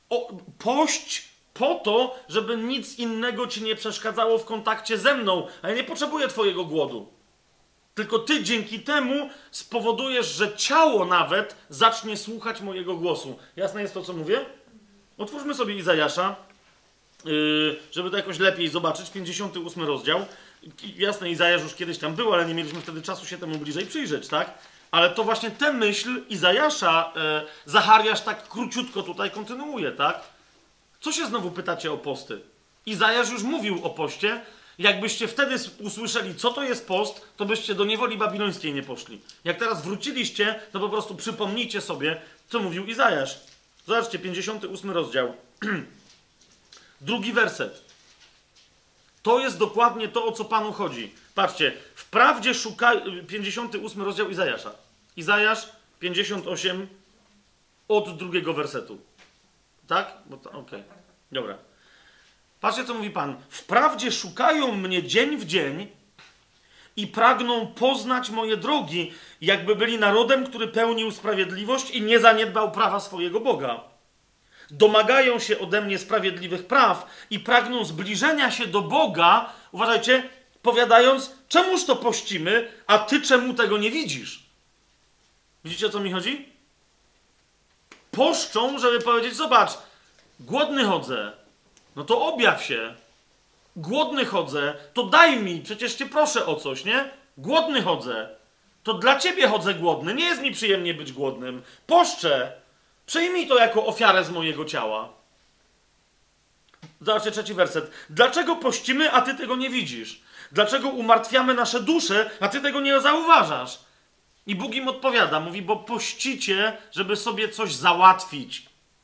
Pość po to, żeby nic innego ci nie przeszkadzało w kontakcie ze mną. A ja nie potrzebuję twojego głodu. Tylko ty dzięki temu spowodujesz, że ciało nawet zacznie słuchać mojego głosu. Jasne jest to, co mówię? Otwórzmy sobie Izajasza, żeby to jakoś lepiej zobaczyć. 58 rozdział. Jasne, Izajasz już kiedyś tam był, ale nie mieliśmy wtedy czasu się temu bliżej przyjrzeć, tak? Ale to właśnie tę myśl Izajasza Zachariasz tak króciutko tutaj kontynuuje, tak? Co się znowu pytacie o posty? Izajasz już mówił o poście. Jakbyście wtedy usłyszeli, co to jest post, to byście do niewoli babilońskiej nie poszli. Jak teraz wróciliście, to po prostu przypomnijcie sobie, co mówił Izajasz. Zobaczcie, 58 rozdział. 2 werset. To jest dokładnie to, o co Panu chodzi. Patrzcie, wprawdzie szukaj... 58 rozdział Izajasza. Izajasz 58 od 2 wersetu. Tak? Okej. Dobra. Patrzcie, co mówi Pan. Wprawdzie szukają mnie dzień w dzień i pragną poznać moje drogi, jakby byli narodem, który pełnił sprawiedliwość i nie zaniedbał prawa swojego Boga. Domagają się ode mnie sprawiedliwych praw i pragną zbliżenia się do Boga, uważajcie, powiadając, czemuż to pościmy, a ty czemu tego nie widzisz? Widzicie, o co mi chodzi? Poszczą, żeby powiedzieć, zobacz, głodny chodzę, no to objaw się. Głodny chodzę, to daj mi, przecież cię proszę o coś, nie? Głodny chodzę, to dla ciebie chodzę głodny, nie jest mi przyjemnie być głodnym. Poszczę, przyjmij to jako ofiarę z mojego ciała. Zobaczcie 3 werset. Dlaczego pościmy, a ty tego nie widzisz? Dlaczego umartwiamy nasze dusze, a ty tego nie zauważasz? I Bóg im odpowiada, mówi, bo pościcie, żeby sobie coś załatwić.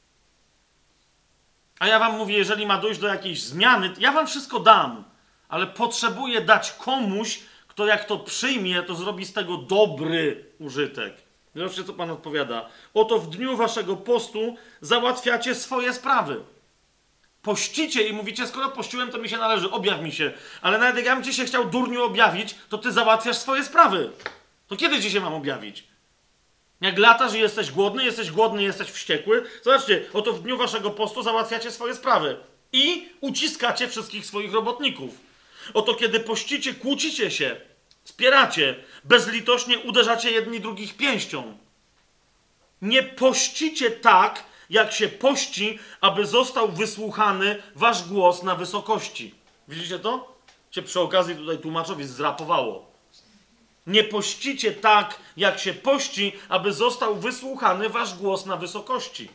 A ja wam mówię, jeżeli ma dojść do jakiejś zmiany, ja wam wszystko dam, ale potrzebuję dać komuś, kto jak to przyjmie, to zrobi z tego dobry użytek. Zobaczcie, co Pan odpowiada. Oto w dniu waszego postu załatwiacie swoje sprawy. Pościcie i mówicie, skoro pościłem, to mi się należy, objaw mi się. Ale nawet jak ja bym ci się chciał durniu objawić, to ty załatwiasz swoje sprawy. To kiedy ci się mam objawić? Jak latasz i jesteś głodny, jesteś wściekły. Zobaczcie, oto w dniu waszego postu załatwiacie swoje sprawy. I uciskacie wszystkich swoich robotników. Oto kiedy pościcie, kłócicie się, spieracie, bezlitośnie uderzacie jedni drugich pięścią. Nie pościcie tak, jak się pości, aby został wysłuchany wasz głos na wysokości. Widzicie to? Się przy okazji tutaj tłumaczowi zrapowało. Nie pościcie tak, jak się pości, aby został wysłuchany wasz głos na wysokości.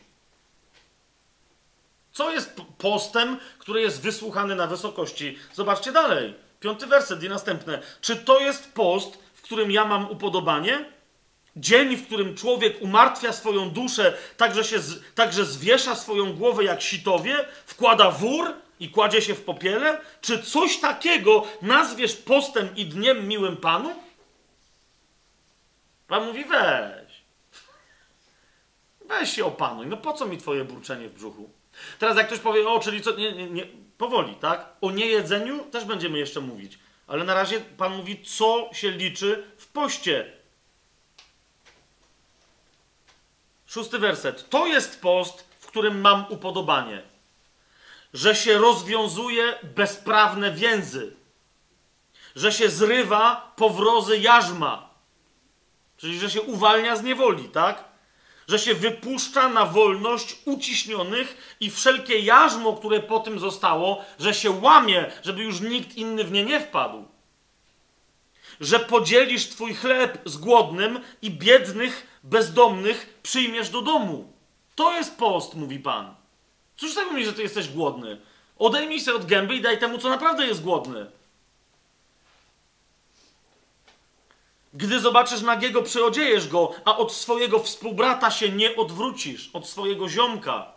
Co jest postem, który jest wysłuchany na wysokości? Zobaczcie dalej. 5. werset i następne. Czy to jest post, w którym ja mam upodobanie? Dzień, w którym człowiek umartwia swoją duszę, także zwiesza swoją głowę jak sitowie, wkłada wór i kładzie się w popiele? Czy coś takiego nazwiesz postem i dniem miłym Panu? Pan mówi, weź się opanuj, no po co mi twoje burczenie w brzuchu? Teraz jak ktoś powie, czyli co, nie, powoli, tak? O niejedzeniu też będziemy jeszcze mówić, ale na razie Pan mówi, co się liczy w poście. 6. werset. To jest post, w którym mam upodobanie, że się rozwiązuje bezprawne więzy, że się zrywa powrozy jarzma, czyli że się uwalnia z niewoli, tak? Że się wypuszcza na wolność uciśnionych i wszelkie jarzmo, które po tym zostało, że się łamie, żeby już nikt inny w nie nie wpadł. Że podzielisz twój chleb z głodnym i biednych, bezdomnych przyjmiesz do domu. To jest post, mówi Pan. Cóż tego mi, że ty jesteś głodny? Odejmij się od gęby i daj temu, co naprawdę jest głodny. Gdy zobaczysz nagiego, przyodziejesz go, a od swojego współbrata się nie odwrócisz, od swojego ziomka.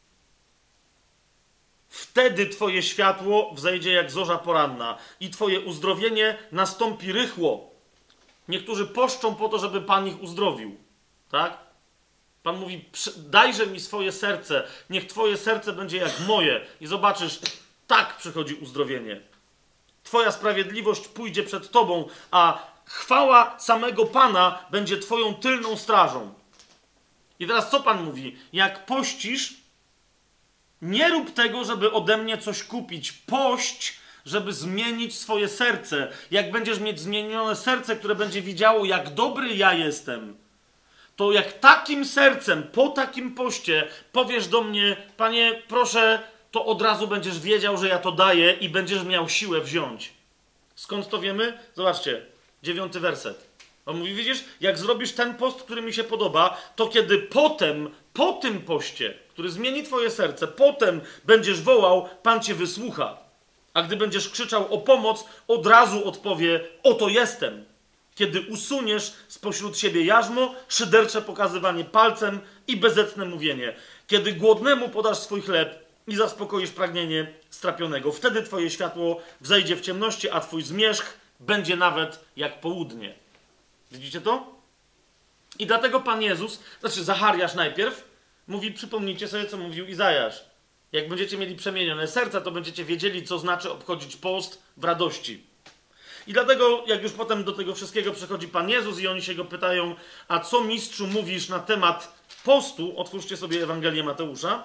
Wtedy twoje światło wzejdzie jak zorza poranna i twoje uzdrowienie nastąpi rychło. Niektórzy poszczą po to, żeby Pan ich uzdrowił. Tak? Pan mówi, dajże mi swoje serce, niech twoje serce będzie jak moje. I zobaczysz, tak przychodzi uzdrowienie. Twoja sprawiedliwość pójdzie przed tobą, a chwała samego Pana będzie twoją tylną strażą. I teraz co Pan mówi? Jak pościsz, nie rób tego, żeby ode mnie coś kupić. Pość, żeby zmienić swoje serce. Jak będziesz mieć zmienione serce, które będzie widziało, jak dobry ja jestem, to jak takim sercem, po takim poście powiesz do mnie, Panie, proszę, to od razu będziesz wiedział, że ja to daję i będziesz miał siłę wziąć. Skąd to wiemy? Zobaczcie, 9. werset. On mówi, widzisz, jak zrobisz ten post, który mi się podoba, to kiedy potem, po tym poście, który zmieni twoje serce, potem będziesz wołał, Pan cię wysłucha. A gdy będziesz krzyczał o pomoc, od razu odpowie, oto jestem. Kiedy usuniesz spośród siebie jarzmo, szydercze pokazywanie palcem i bezecne mówienie. Kiedy głodnemu podasz swój chleb i zaspokoisz pragnienie strapionego. Wtedy twoje światło wzejdzie w ciemności, a twój zmierzch będzie nawet jak południe. Widzicie to? I dlatego Pan Jezus, Zachariasz najpierw, mówi, przypomnijcie sobie, co mówił Izajasz. Jak będziecie mieli przemienione serca, to będziecie wiedzieli, co znaczy obchodzić post w radości. I dlatego, jak już potem do tego wszystkiego przychodzi Pan Jezus i oni się go pytają, a co, mistrzu, mówisz na temat postu? Otwórzcie sobie Ewangelię Mateusza.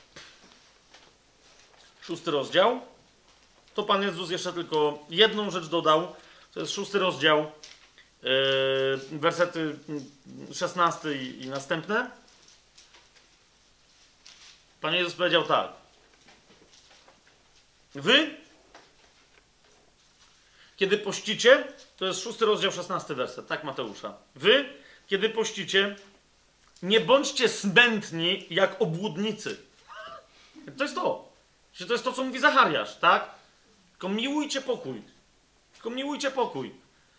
6. rozdział. To Pan Jezus jeszcze tylko jedną rzecz dodał. To jest 6. rozdział, wersety 16 i następne. Pan Jezus powiedział tak. Wy, kiedy pościcie, to jest 6. rozdział, 16. werset, tak Mateusza. Wy, kiedy pościcie, nie bądźcie smętni jak obłudnicy. To jest to. To jest to, co mówi Zachariasz, tak? Tylko miłujcie pokój.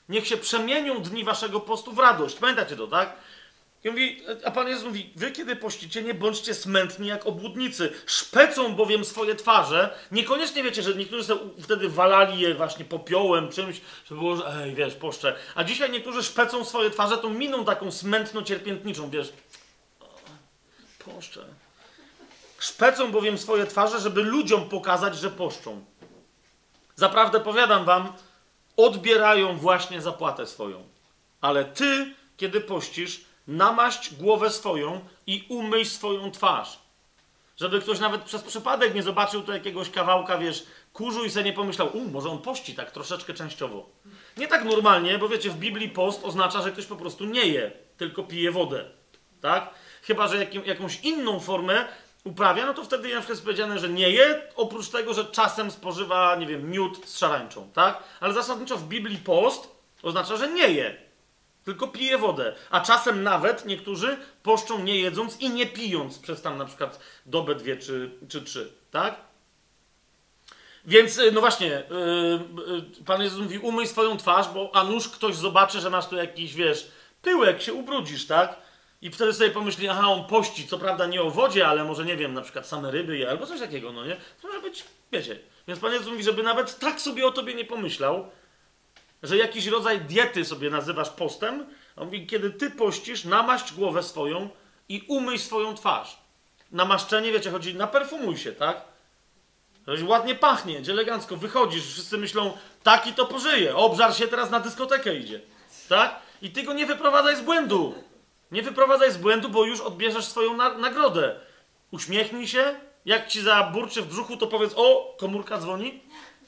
Niech się przemienią dni waszego postu w radość. Pamiętacie to, tak? I mówi, a Pan Jezus mówi, wy kiedy pościcie, nie bądźcie smętni jak obłudnicy. Szpecą bowiem swoje twarze. Niekoniecznie wiecie, że niektórzy sobie wtedy walali je właśnie popiołem, czymś, żeby było, że ej, wiesz, poszczę. A dzisiaj niektórzy szpecą swoje twarze, tą miną taką smętno-cierpiętniczą, wiesz. Poszczę. Szpecą bowiem swoje twarze, żeby ludziom pokazać, że poszczą. Zaprawdę powiadam wam, odbierają właśnie zapłatę swoją. Ale ty, kiedy pościsz, namaść głowę swoją i umyj swoją twarz. Żeby ktoś nawet przez przypadek nie zobaczył tu jakiegoś kawałka, wiesz, kurzu i sobie nie pomyślał, może on pości tak troszeczkę częściowo. Nie tak normalnie, bo wiecie, w Biblii post oznacza, że ktoś po prostu nie je, tylko pije wodę. Tak? Chyba że jakąś inną formę uprawia, no to wtedy na przykład jest powiedziane, że nie je, oprócz tego, że czasem spożywa, nie wiem, miód z szarańczą. Tak? Ale zasadniczo w Biblii post oznacza, że nie je. Tylko pije wodę. A czasem nawet niektórzy poszczą nie jedząc i nie pijąc przez tam na przykład dobę, 2 czy 3. Tak? Więc, no właśnie, Pan Jezus mówi, umyj swoją twarz, a nuż ktoś zobaczy, że masz tu jakiś, wiesz, pyłek, się ubrudzisz, tak? I wtedy sobie pomyśli, aha, on pości, co prawda nie o wodzie, ale może, nie wiem, na przykład same ryby je, albo coś takiego, no nie? To może być, wiecie. Więc Pan Jezus mówi, żeby nawet tak sobie o tobie nie pomyślał, że jakiś rodzaj diety sobie nazywasz postem. On mówi, kiedy ty pościsz, namaść głowę swoją i umyj swoją twarz. Namaszczenie, wiecie, chodzi, naperfumuj się, tak? Ładnie pachnie, elegancko, wychodzisz, wszyscy myślą, taki to pożyje, obżar się, teraz na dyskotekę idzie, tak? I ty go nie wyprowadzaj z błędu. Nie wyprowadzaj z błędu, bo już odbierzesz swoją nagrodę. Uśmiechnij się, jak ci zaburczy w brzuchu, to powiedz, o, komórka dzwoni.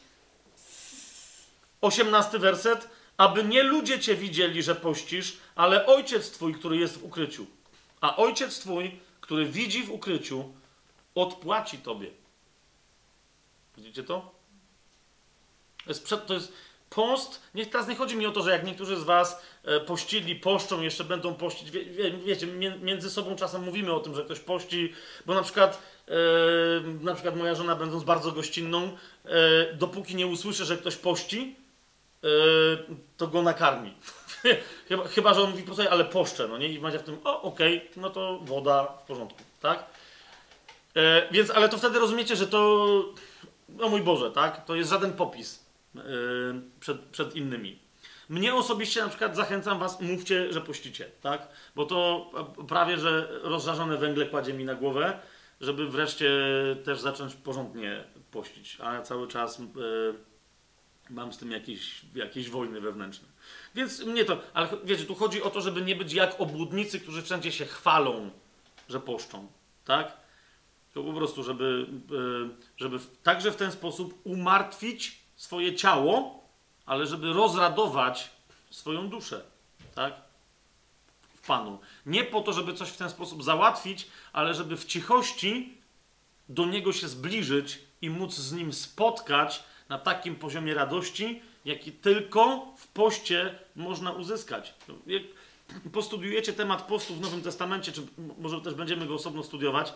18 werset. Aby nie ludzie cię widzieli, że pościsz, ale Ojciec twój, który jest w ukryciu. A Ojciec twój, który widzi w ukryciu, odpłaci tobie. Widzicie to? To jest post. Teraz nie chodzi mi o to, że jak niektórzy z was pościli, poszczą, jeszcze będą pościć. Wiecie, między sobą czasem mówimy o tym, że ktoś pości, bo na przykład moja żona, będąc bardzo gościnną, dopóki nie usłyszy, że ktoś pości, to go nakarmi. Chyba, że on mówi, posłuchaj, ale poszczę, no nie? I Madzia w tym, okej, no to woda w porządku, tak? Więc, ale to wtedy rozumiecie, że to, o mój Boże, tak? To jest żaden popis przed innymi. Mnie osobiście na przykład zachęcam was, mówcie, że pościcie, tak? Bo to prawie, że rozżarzone węgle kładzie mi na głowę, żeby wreszcie też zacząć porządnie pościć, a ja cały czas mam z tym jakieś wojny wewnętrzne. Więc mnie to, ale wiecie, tu chodzi o to, żeby nie być jak obłudnicy, którzy wszędzie się chwalą, że poszczą, tak? To po prostu, żeby także w ten sposób umartwić swoje ciało, ale żeby rozradować swoją duszę, tak? W Panu. Nie po to, żeby coś w ten sposób załatwić, ale żeby w cichości do Niego się zbliżyć i móc z Nim spotkać na takim poziomie radości, jaki tylko w poście można uzyskać. Jak postudiujecie temat postu w Nowym Testamencie, czy może też będziemy go osobno studiować,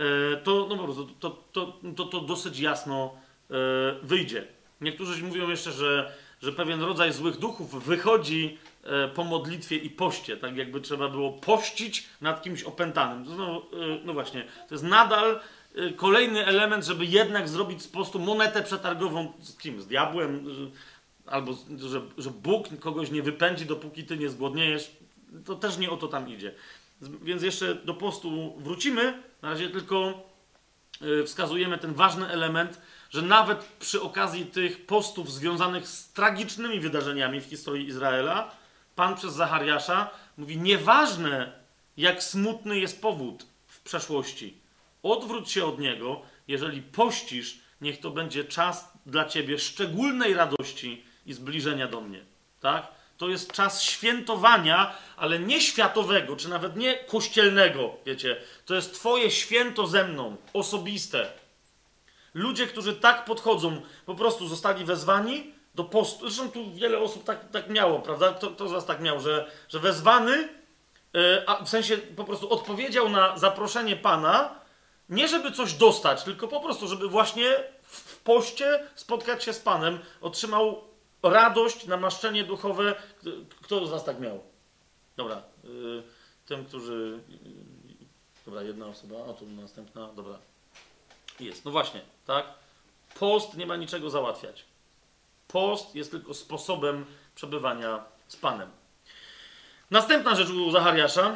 to dosyć jasno wyjdzie. Niektórzy mówią jeszcze, że pewien rodzaj złych duchów wychodzi po modlitwie i poście, tak jakby trzeba było pościć nad kimś opętanym. No właśnie, to jest nadal kolejny element, żeby jednak zrobić z postu monetę przetargową z kim? Z diabłem? Albo że Bóg kogoś nie wypędzi, dopóki ty nie zgłodniejesz. To też nie o to tam idzie. Więc jeszcze do postu wrócimy. Na razie tylko wskazujemy ten ważny element, że nawet przy okazji tych postów związanych z tragicznymi wydarzeniami w historii Izraela, Pan przez Zachariasza mówi, nieważne jak smutny jest powód w przeszłości, odwróć się od niego, jeżeli pościsz, niech to będzie czas dla ciebie szczególnej radości i zbliżenia do mnie. Tak? To jest czas świętowania, ale nie światowego, czy nawet nie kościelnego, wiecie. To jest twoje święto ze mną, osobiste. Ludzie, którzy tak podchodzą, po prostu zostali wezwani do postu. Zresztą tu wiele osób tak miało, prawda? Kto z was tak miał, że wezwany, a w sensie po prostu odpowiedział na zaproszenie Pana, nie żeby coś dostać, tylko po prostu, żeby właśnie w poście spotkać się z Panem, otrzymał radość, namaszczenie duchowe. Kto z was tak miał? Dobra. Tym, którzy... Dobra, jedna osoba, a tu następna. Dobra. Jest. No właśnie, tak? Post nie ma niczego załatwiać. Post jest tylko sposobem przebywania z Panem. Następna rzecz u Zachariasza,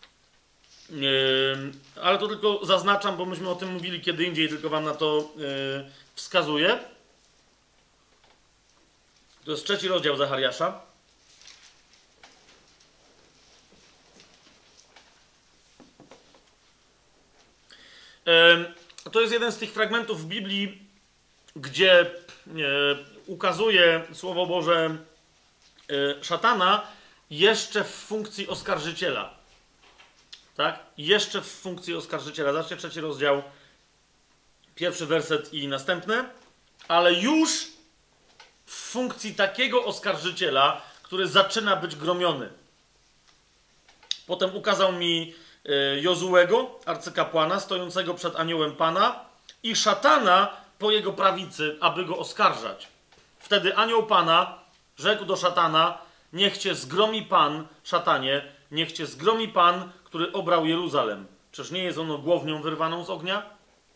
ale to tylko zaznaczam, bo myśmy o tym mówili kiedy indziej, tylko wam na to wskazuję. To jest 3 rozdział Zachariasza. To jest jeden z tych fragmentów w Biblii, gdzie ukazuje Słowo Boże szatana jeszcze w funkcji oskarżyciela. Tak? Jeszcze w funkcji oskarżyciela. Zobaczcie 3 rozdział, 1 werset i następny. Ale już w funkcji takiego oskarżyciela, który zaczyna być gromiony. Potem ukazał mi Jozułego, arcykapłana, stojącego przed aniołem Pana i szatana po jego prawicy, aby go oskarżać. Wtedy anioł Pana rzekł do szatana: niech cię zgromi Pan, szatanie, niech cię zgromi Pan, który obrał Jeruzalem. Czyż nie jest ono głownią wyrwaną z ognia?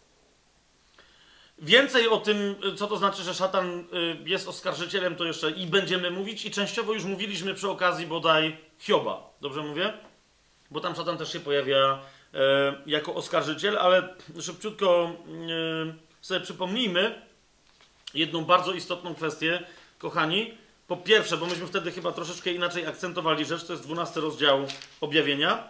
Więcej o tym, co to znaczy, że szatan jest oskarżycielem, to jeszcze i będziemy mówić, i częściowo już mówiliśmy przy okazji bodaj Hioba. Dobrze mówię? Bo tam szatan też się pojawia jako oskarżyciel, ale szybciutko sobie przypomnijmy jedną bardzo istotną kwestię, kochani. Po pierwsze, bo myśmy wtedy chyba troszeczkę inaczej akcentowali rzecz, to jest 12 rozdział Objawienia.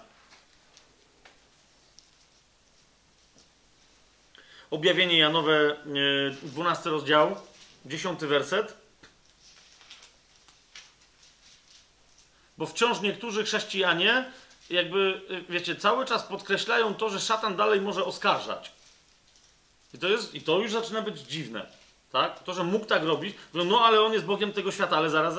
Objawienie Janowe, 12 rozdział, 10 werset. Bo wciąż niektórzy chrześcijanie, jakby, wiecie, cały czas podkreślają to, że szatan dalej może oskarżać. I to już zaczyna być dziwne. Tak? To, że mógł tak robić, no ale on jest Bogiem tego świata, ale zaraz.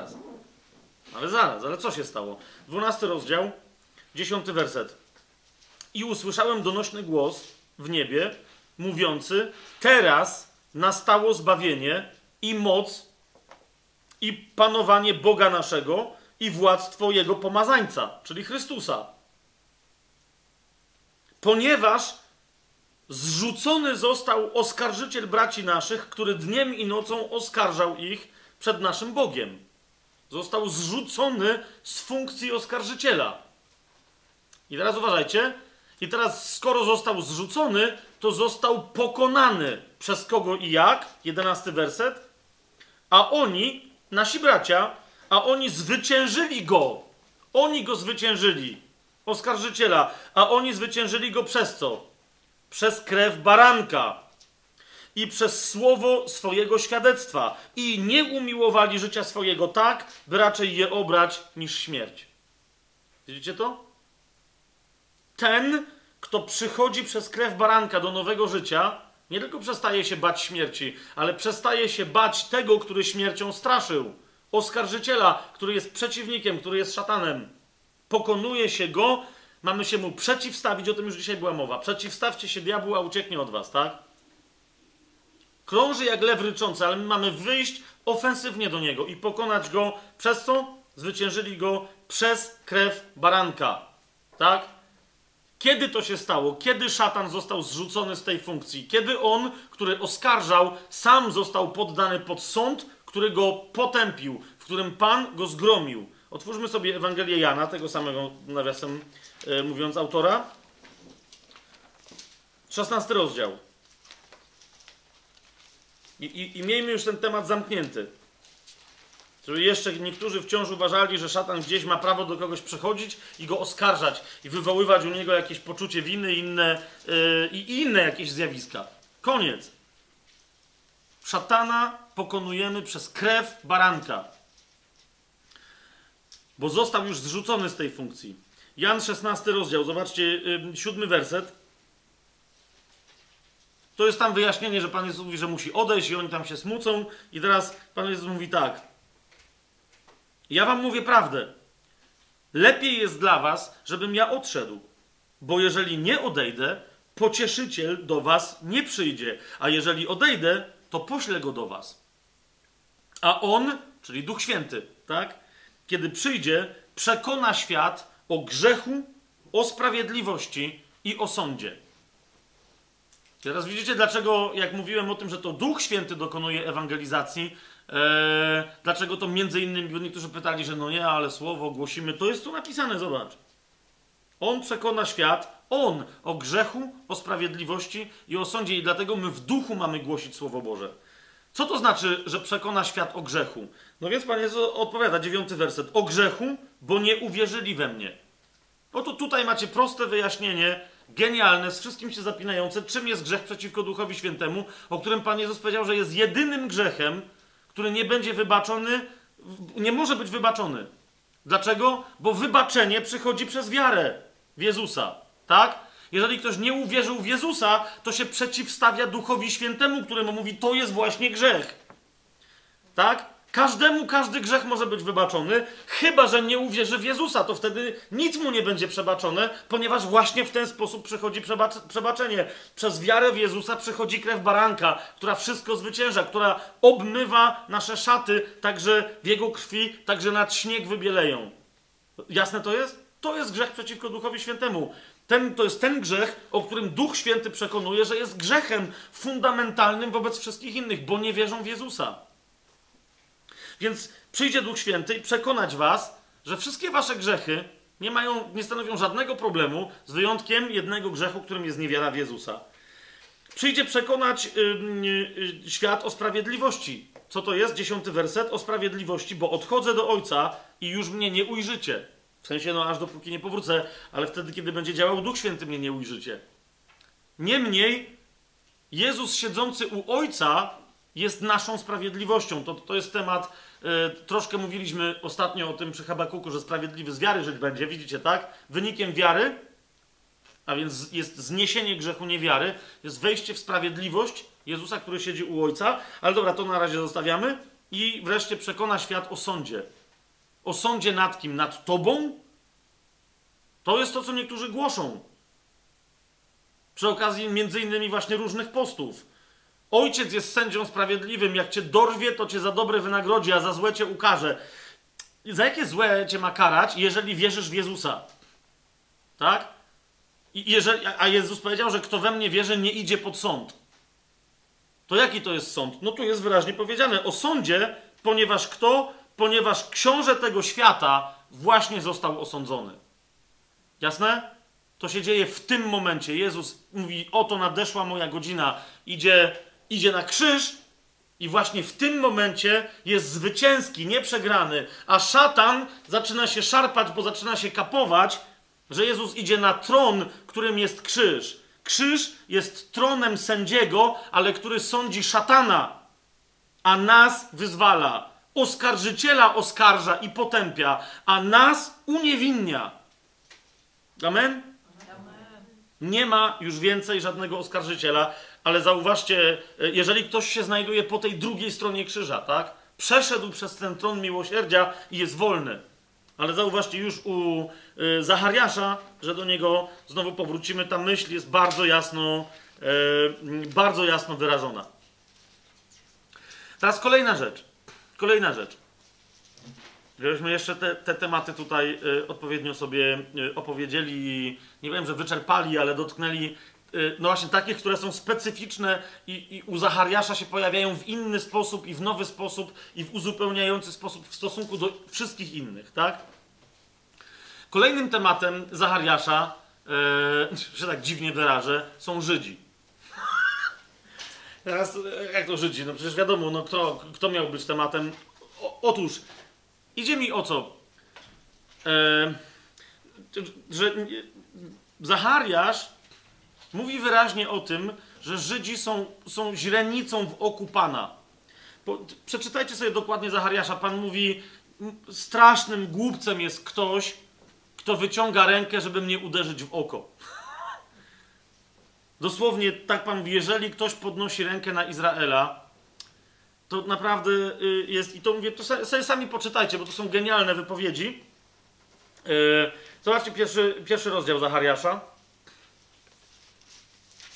Ale co się stało? 12 rozdział, 10 werset. I usłyszałem donośny głos w niebie, mówiący: teraz nastało zbawienie i moc i panowanie Boga naszego i władztwo Jego pomazańca, czyli Chrystusa. Ponieważ zrzucony został oskarżyciel braci naszych, który dniem i nocą oskarżał ich przed naszym Bogiem. Został zrzucony z funkcji oskarżyciela. I teraz uważajcie. I teraz, skoro został zrzucony, to został pokonany. Przez kogo i jak? 11 werset. A oni, nasi bracia, a oni zwyciężyli go. Oni go zwyciężyli. Oskarżyciela. A oni zwyciężyli go przez co? Przez krew baranka i przez słowo swojego świadectwa. I nie umiłowali życia swojego tak, by raczej je obrać niż śmierć. Widzicie to? Ten, kto przychodzi przez krew baranka do nowego życia, nie tylko przestaje się bać śmierci, ale przestaje się bać tego, który śmiercią straszył. Oskarżyciela, który jest przeciwnikiem, który jest szatanem. Pokonuje się go, mamy się mu przeciwstawić, o tym już dzisiaj była mowa. Przeciwstawcie się diabłu, a ucieknie od was, tak? Krąży jak lew ryczący, ale my mamy wyjść ofensywnie do niego i pokonać go przez co? Zwyciężyli go przez krew baranka, tak? Kiedy to się stało? Kiedy szatan został zrzucony z tej funkcji? Kiedy on, który oskarżał, sam został poddany pod sąd, który go potępił, w którym Pan go zgromił. Otwórzmy sobie Ewangelię Jana, tego samego, nawiasem mówiąc, autora. 16 rozdział. I miejmy już ten temat zamknięty. Żeby jeszcze niektórzy wciąż uważali, że szatan gdzieś ma prawo do kogoś przychodzić i go oskarżać i wywoływać u niego jakieś poczucie winy i inne jakieś zjawiska. Koniec. Szatana pokonujemy przez krew baranka. Bo został już zrzucony z tej funkcji. Jan 16 rozdział, zobaczcie, 7 werset. To jest tam wyjaśnienie, że Pan Jezus mówi, że musi odejść i oni tam się smucą. I teraz Pan Jezus mówi tak. Ja wam mówię prawdę. Lepiej jest dla was, żebym ja odszedł. Bo jeżeli nie odejdę, pocieszyciel do was nie przyjdzie. A jeżeli odejdę, to poślę go do was. A on czyli Duch Święty, tak? Kiedy przyjdzie, przekona świat o grzechu, o sprawiedliwości i o sądzie. Teraz widzicie, dlaczego, jak mówiłem o tym, że to Duch Święty dokonuje ewangelizacji, dlaczego to między innymi, bo niektórzy pytali, że no nie, ale słowo głosimy, to jest tu napisane, zobacz. On przekona świat, on o grzechu, o sprawiedliwości i o sądzie i dlatego my w duchu mamy głosić Słowo Boże. Co to znaczy, że przekona świat o grzechu? No więc Pan Jezus odpowiada, 9 werset. O grzechu, bo nie uwierzyli we mnie. Oto tutaj macie proste wyjaśnienie, genialne, z wszystkim się zapinające, czym jest grzech przeciwko Duchowi Świętemu, o którym Pan Jezus powiedział, że jest jedynym grzechem, który nie będzie wybaczony, nie może być wybaczony. Dlaczego? Bo wybaczenie przychodzi przez wiarę w Jezusa, tak? Jeżeli ktoś nie uwierzył w Jezusa, to się przeciwstawia Duchowi Świętemu, któremu mówi, to jest właśnie grzech. Tak? Każdemu każdy grzech może być wybaczony, chyba że nie uwierzy w Jezusa, to wtedy nic mu nie będzie przebaczone, ponieważ właśnie w ten sposób przychodzi przebaczenie. Przez wiarę w Jezusa przychodzi krew baranka, która wszystko zwycięża, która obmywa nasze szaty, także w Jego krwi, także nad śnieg wybieleją. Jasne to jest? To jest grzech przeciwko Duchowi Świętemu. To jest ten grzech, o którym Duch Święty przekonuje, że jest grzechem fundamentalnym wobec wszystkich innych, bo nie wierzą w Jezusa. Więc przyjdzie Duch Święty i przekonać was, że wszystkie wasze grzechy nie stanowią żadnego problemu, z wyjątkiem jednego grzechu, którym jest niewiara w Jezusa. Przyjdzie przekonać świat o sprawiedliwości. Co to jest? 10 werset. O sprawiedliwości, bo odchodzę do Ojca i już mnie nie ujrzycie. W sensie, no aż dopóki nie powrócę, ale wtedy, kiedy będzie działał Duch Święty, mnie nie ujrzycie. Niemniej, Jezus siedzący u Ojca jest naszą sprawiedliwością. To jest temat, troszkę mówiliśmy ostatnio o tym przy Habakuku, że sprawiedliwy z wiary żyć będzie, widzicie, tak? Wynikiem wiary, a więc jest zniesienie grzechu niewiary, jest wejście w sprawiedliwość Jezusa, który siedzi u Ojca, ale dobra, to na razie zostawiamy i wreszcie przekona świat o sądzie. O sądzie nad kim? Nad tobą? To jest to, co niektórzy głoszą. Przy okazji między innymi właśnie różnych postów. Ojciec jest sędzią sprawiedliwym. Jak cię dorwie, to cię za dobre wynagrodzi, a za złe cię ukarze. Za jakie złe cię ma karać, jeżeli wierzysz w Jezusa? Tak? A Jezus powiedział, że kto we mnie wierzy, nie idzie pod sąd. To jaki to jest sąd? No tu jest wyraźnie powiedziane o sądzie, ponieważ kto? Ponieważ książę tego świata właśnie został osądzony. Jasne? To się dzieje w tym momencie. Jezus mówi, oto nadeszła moja godzina. Idzie na krzyż i właśnie w tym momencie jest zwycięski, nieprzegrany. A szatan zaczyna się szarpać, bo zaczyna się kapować, że Jezus idzie na tron, którym jest krzyż. Krzyż jest tronem sędziego, ale który sądzi szatana, a nas wyzwala. Oskarżyciela oskarża i potępia, a nas uniewinnia. Amen? Nie ma już więcej żadnego oskarżyciela, ale zauważcie, jeżeli ktoś się znajduje po tej drugiej stronie krzyża, tak? Przeszedł przez ten tron miłosierdzia i jest wolny. Ale zauważcie już u Zachariasza, że do niego znowu powrócimy, ta myśl jest bardzo jasno wyrażona. Teraz kolejna rzecz. Żebyśmy jeszcze te tematy tutaj odpowiednio sobie opowiedzieli i nie wiem, że wyczerpali, ale dotknęli no właśnie takich, które są specyficzne i u Zachariasza się pojawiają w inny sposób i w nowy sposób i w uzupełniający sposób w stosunku do wszystkich innych, tak? Kolejnym tematem Zachariasza, że tak dziwnie wyrażę, są Żydzi. Teraz, jak to Żydzi? No przecież wiadomo, no kto miał być tematem? Otóż, idzie mi o co? Że Zachariasz mówi wyraźnie o tym, że Żydzi są źrenicą w oku Pana. Przeczytajcie sobie dokładnie Zachariasza. Pan mówi, strasznym głupcem jest ktoś, kto wyciąga rękę, żeby mnie uderzyć w oko. Dosłownie tak Pan mówi, jeżeli ktoś podnosi rękę na Izraela, to naprawdę jest, i to mówię, to sobie sami poczytajcie, bo to są genialne wypowiedzi. Zobaczcie pierwszy rozdział Zachariasza.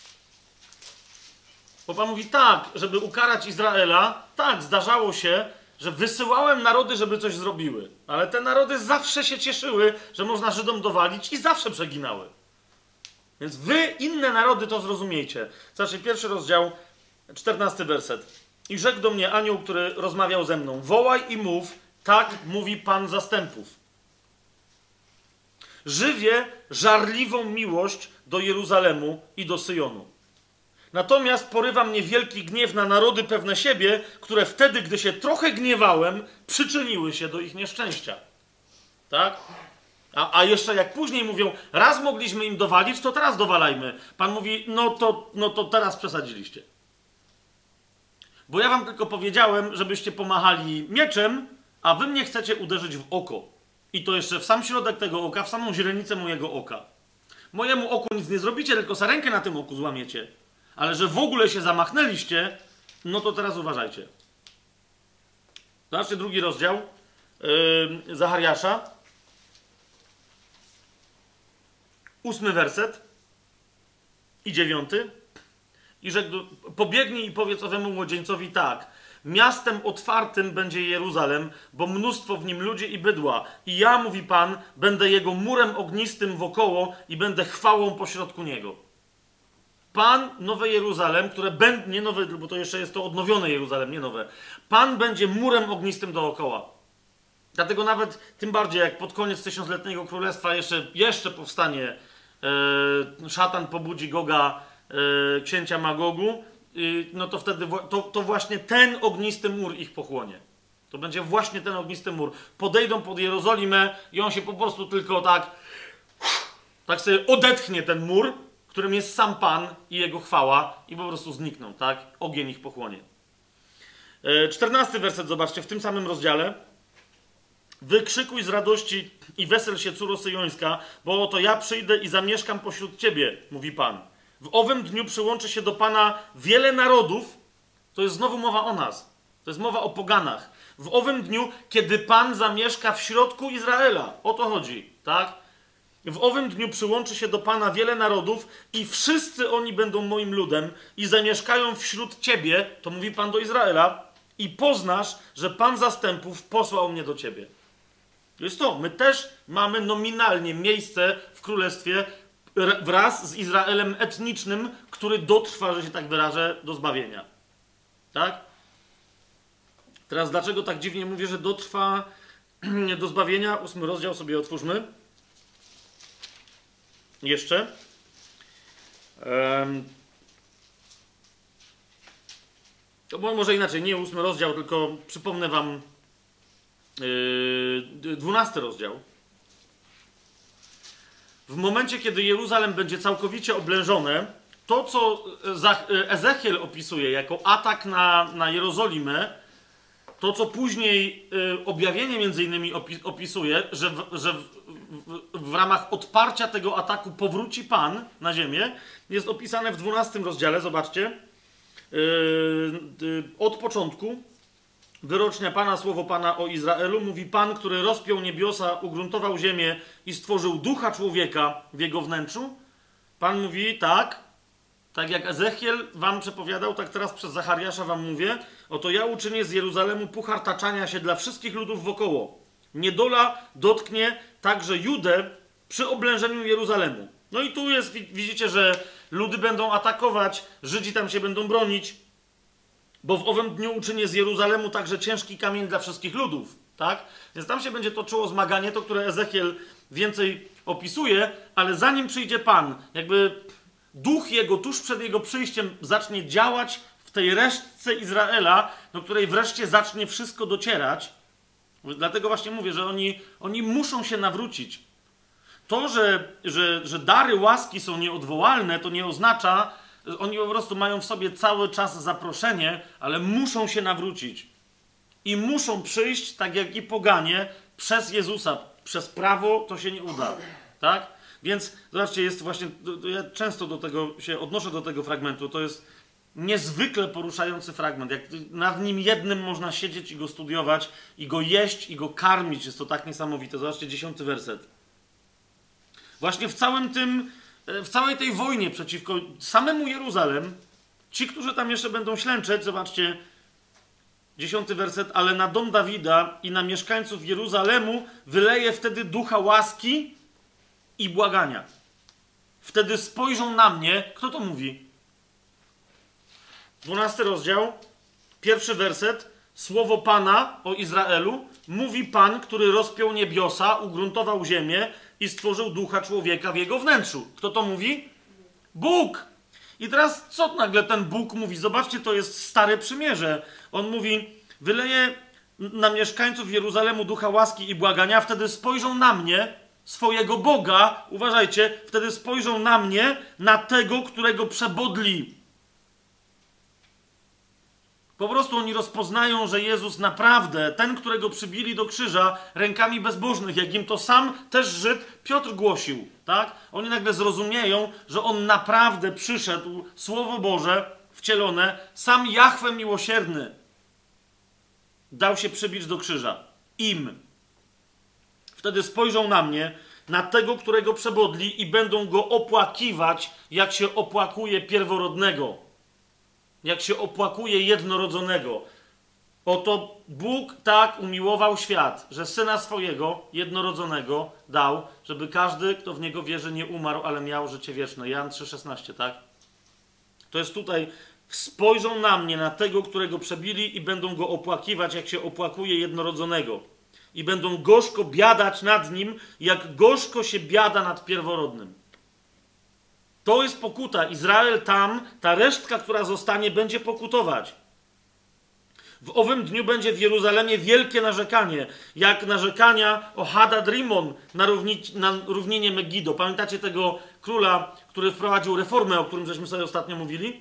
Bo Pan mówi tak, żeby ukarać Izraela, tak, zdarzało się, że wysyłałem narody, żeby coś zrobiły. Ale te narody zawsze się cieszyły, że można Żydom dowalić i zawsze przeginały. Więc wy, inne narody, to zrozumiejcie. Znaczy, 1 rozdział, 14 werset. I rzekł do mnie anioł, który rozmawiał ze mną. Wołaj i mów, tak mówi Pan zastępów. Żywię żarliwą miłość do Jeruzalemu i do Syjonu. Natomiast porywa mnie wielki gniew na narody pewne siebie, które wtedy, gdy się trochę gniewałem, przyczyniły się do ich nieszczęścia. Tak? A jeszcze jak później mówią, raz mogliśmy im dowalić, to teraz dowalajmy. Pan mówi, no to teraz przesadziliście. Bo ja wam tylko powiedziałem, żebyście pomachali mieczem, a wy mnie chcecie uderzyć w oko. I to jeszcze w sam środek tego oka, w samą źrenicę mojego oka. Mojemu oku nic nie zrobicie, tylko sarenkę na tym oku złamiecie. Ale że w ogóle się zamachnęliście, no to teraz uważajcie. Zobaczcie 2 rozdział Zachariasza. 8 werset i 9. I rzekł, pobiegnij i powiedz owemu młodzieńcowi tak. Miastem otwartym będzie Jeruzalem, bo mnóstwo w nim ludzi i bydła. I ja, mówi Pan, będę jego murem ognistym wokoło i będę chwałą pośrodku niego. Pan, nowe Jeruzalem, które będzie, nie nowe, bo to jeszcze jest to odnowione Jeruzalem, nie nowe. Pan będzie murem ognistym dookoła. Dlatego nawet, tym bardziej jak pod koniec tysiącletniego królestwa jeszcze powstanie szatan pobudzi Goga, księcia Magogu, no to wtedy to właśnie ten ognisty mur ich pochłonie. To będzie właśnie ten ognisty mur. Podejdą pod Jerozolimę i on się po prostu tylko tak sobie odetchnie ten mur, którym jest sam Pan i jego chwała i po prostu znikną, tak? Ogień ich pochłonie. 14 werset, zobaczcie, w tym samym rozdziale. Wykrzykuj z radości i wesel się, córo syjońska, bo oto ja przyjdę i zamieszkam pośród ciebie, mówi Pan. W owym dniu przyłączy się do Pana wiele narodów. To jest znowu mowa o nas. To jest mowa o poganach. W owym dniu, kiedy Pan zamieszka w środku Izraela. O to chodzi, tak? W owym dniu przyłączy się do Pana wiele narodów i wszyscy oni będą moim ludem i zamieszkają wśród ciebie, to mówi Pan do Izraela, i poznasz, że Pan zastępów posłał mnie do ciebie. To jest to. My też mamy nominalnie miejsce w królestwie wraz z Izraelem etnicznym, który dotrwa, że się tak wyrażę, do zbawienia. Tak? Teraz dlaczego tak dziwnie mówię, że dotrwa do zbawienia? 8 rozdział sobie otwórzmy. Jeszcze. To może inaczej, nie 8 rozdział, tylko przypomnę wam 12 rozdział. W momencie, kiedy Jeruzalem będzie całkowicie oblężone, to, co Ezechiel opisuje jako atak na Jerozolimę, to, co później objawienie między innymi opisuje, że w ramach odparcia tego ataku powróci Pan na ziemię, jest opisane w 12 rozdziale, zobaczcie, od początku. Wyrocznia Pana, słowo Pana o Izraelu, mówi Pan, który rozpiął niebiosa, ugruntował ziemię i stworzył ducha człowieka w jego wnętrzu. Pan mówi tak jak Ezechiel wam przepowiadał, tak teraz przez Zachariasza wam mówię, oto ja uczynię z Jeruzalemu puchar taczania się dla wszystkich ludów wokoło. Niedola dotknie także Judę przy oblężeniu Jeruzalemu. No i tu jest, widzicie, że ludy będą atakować, Żydzi tam się będą bronić, bo w owym dniu uczynię z Jeruzalemu także ciężki kamień dla wszystkich ludów, tak? Więc tam się będzie toczyło zmaganie, to które Ezechiel więcej opisuje, ale zanim przyjdzie Pan, jakby duch jego tuż przed jego przyjściem zacznie działać w tej resztce Izraela, do której wreszcie zacznie wszystko docierać. Dlatego właśnie mówię, że oni muszą się nawrócić. To, że dary łaski są nieodwołalne, to nie oznacza, że oni po prostu mają w sobie cały czas zaproszenie, ale muszą się nawrócić. I muszą przyjść, tak jak i poganie, przez Jezusa. Przez prawo to się nie uda. Tak? Więc zobaczcie, jest właśnie, ja często do tego się odnoszę do tego fragmentu, to jest niezwykle poruszający fragment. Jak nad nim jednym można siedzieć i go studiować, i go jeść, i go karmić. Jest to tak niesamowite. Zobaczcie 10 werset. Właśnie w całej tej wojnie przeciwko samemu Jeruzalem, ci, którzy tam jeszcze będą ślęczeć, zobaczcie, 10 werset, ale na dom Dawida i na mieszkańców Jeruzalemu wyleje wtedy ducha łaski i błagania. Wtedy spojrzą na mnie. Kto to mówi? 12 rozdział, 1 werset. Słowo Pana o Izraelu. Mówi Pan, który rozpiął niebiosa, ugruntował ziemię i stworzył ducha człowieka w jego wnętrzu. Kto to mówi? Bóg. I teraz co nagle ten Bóg mówi? Zobaczcie, to jest Stare Przymierze. On mówi, wyleje na mieszkańców Jeruzalemu ducha łaski i błagania, wtedy spojrzą na mnie, swojego Boga, uważajcie, wtedy spojrzą na mnie, na tego, którego przebodli. Po prostu oni rozpoznają, że Jezus naprawdę, ten, którego przybili do krzyża rękami bezbożnych, jak im to sam też Żyd Piotr głosił, tak? Oni nagle zrozumieją, że on naprawdę przyszedł, Słowo Boże wcielone, sam Jahwe miłosierny dał się przybić do krzyża. Im. Wtedy spojrzą na mnie, na tego, którego przebodli i będą go opłakiwać, jak się opłakuje pierworodnego. Jak się opłakuje jednorodzonego. Oto Bóg tak umiłował świat, że Syna swojego jednorodzonego dał, żeby każdy, kto w Niego wierzy, nie umarł, ale miał życie wieczne. Jan 3,16, tak? To jest tutaj. Spojrzą na mnie, na tego, którego przebili i będą go opłakiwać, jak się opłakuje jednorodzonego. I będą gorzko biadać nad nim, jak gorzko się biada nad pierworodnym. To jest pokuta. Izrael tam, ta resztka, która zostanie, będzie pokutować. W owym dniu będzie w Jeruzalemie wielkie narzekanie, jak narzekania o Hadad Rimon na równinie Megido. Pamiętacie tego króla, który wprowadził reformę, o którym żeśmy sobie ostatnio mówili?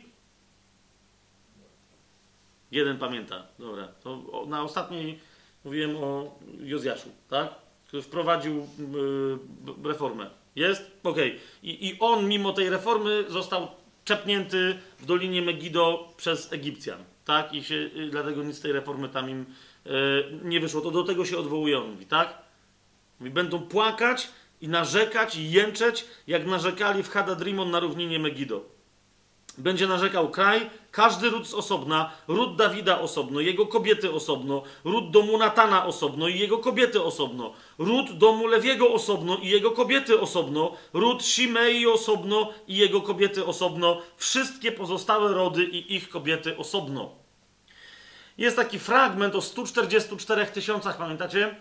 Jeden pamięta. Dobra. To na ostatniej mówiłem o Jozjaszu, tak? Który wprowadził reformę. Jest? Okej. I on mimo tej reformy został czepnięty w Dolinie Megido przez Egipcjan. Tak? I dlatego nic z tej reformy tam im nie wyszło. To do tego się odwołuje on, mówi, tak? Mówi, będą płakać i narzekać i jęczeć, jak narzekali w Hadad Rimon na równinie Megido. Będzie narzekał kraj, każdy ród z osobna, ród Dawida osobno, jego kobiety osobno, ród domu Natana osobno i jego kobiety osobno, ród domu Lewiego osobno i jego kobiety osobno, ród Shimei osobno i jego kobiety osobno, wszystkie pozostałe rody i ich kobiety osobno. Jest taki fragment o 144 tysiącach, pamiętacie?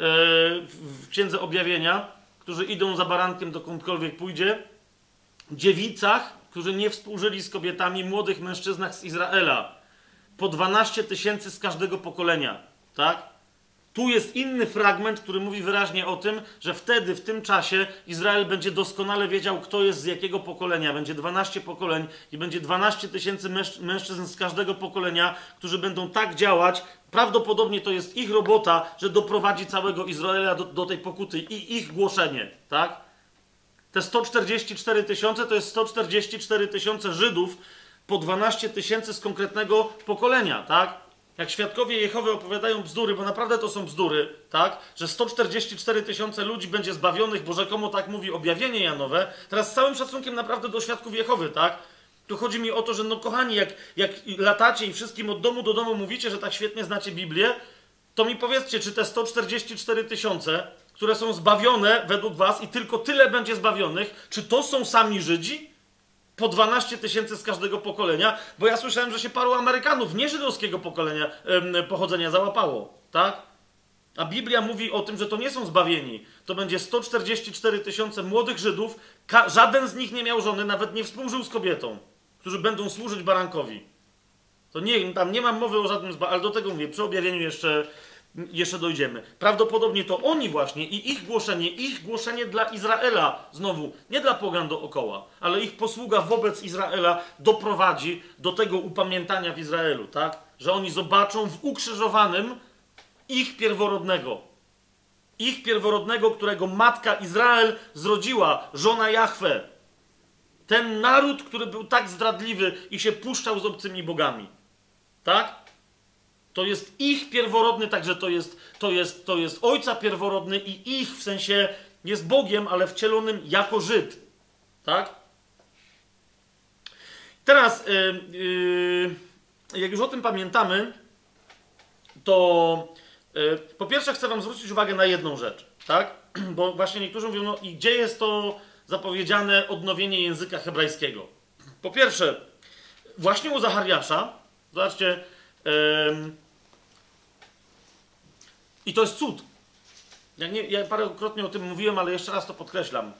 W Księdze Objawienia, którzy idą za barankiem dokądkolwiek pójdzie, dziewicach, którzy nie współżyli z kobietami, młodych mężczyznach z Izraela. Po 12 tysięcy z każdego pokolenia. Tak? Tu jest inny fragment, który mówi wyraźnie o tym, że wtedy, w tym czasie Izrael będzie doskonale wiedział, kto jest z jakiego pokolenia. Będzie 12 pokoleń i będzie 12 tysięcy mężczyzn z każdego pokolenia, którzy będą tak działać. Prawdopodobnie to jest ich robota, że doprowadzi całego Izraela do tej pokuty i ich głoszenie. Tak? Te 144 tysiące to jest 144 tysiące Żydów po 12 tysięcy z konkretnego pokolenia, tak? Jak świadkowie Jehowy opowiadają bzdury, bo naprawdę to są bzdury, tak? Że 144 tysiące ludzi będzie zbawionych, bo rzekomo tak mówi objawienie Janowe. Teraz z całym szacunkiem naprawdę do świadków Jehowy, tak? Tu chodzi mi o to, że no kochani, jak latacie i wszystkim od domu do domu mówicie, że tak świetnie znacie Biblię, to mi powiedzcie, czy te 144 tysiące, które są zbawione według was i tylko tyle będzie zbawionych, czy to są sami Żydzi? Po 12 tysięcy z każdego pokolenia? Bo ja słyszałem, że się paru Amerykanów nie żydowskiego pochodzenia załapało, tak? A Biblia mówi o tym, że to nie są zbawieni. To będzie 144 tysiące młodych Żydów, żaden z nich nie miał żony, nawet nie współżył z kobietą, którzy będą służyć barankowi. To nie, tam nie mam mowy o żadnym ale do tego mówię, przy objawieniu jeszcze dojdziemy. Prawdopodobnie to oni właśnie i ich głoszenie dla Izraela, znowu, nie dla pogan dookoła, ale ich posługa wobec Izraela doprowadzi do tego upamiętania w Izraelu, tak? Że oni zobaczą w ukrzyżowanym ich pierworodnego, którego matka Izrael zrodziła, żona Jahwe. Ten naród, który był tak zdradliwy i się puszczał z obcymi bogami. Tak? To jest ich pierworodny, także to jest ojca pierworodny i ich, w sensie jest Bogiem, ale wcielonym jako Żyd. Tak? Teraz, jak już o tym pamiętamy, to po pierwsze chcę wam zwrócić uwagę na jedną rzecz, tak? Bo właśnie niektórzy mówią, no i gdzie jest to zapowiedziane odnowienie języka hebrajskiego? Po pierwsze, właśnie u Zachariasza, zobaczcie, i to jest cud. Ja parokrotnie o tym mówiłem, ale jeszcze raz to podkreślam.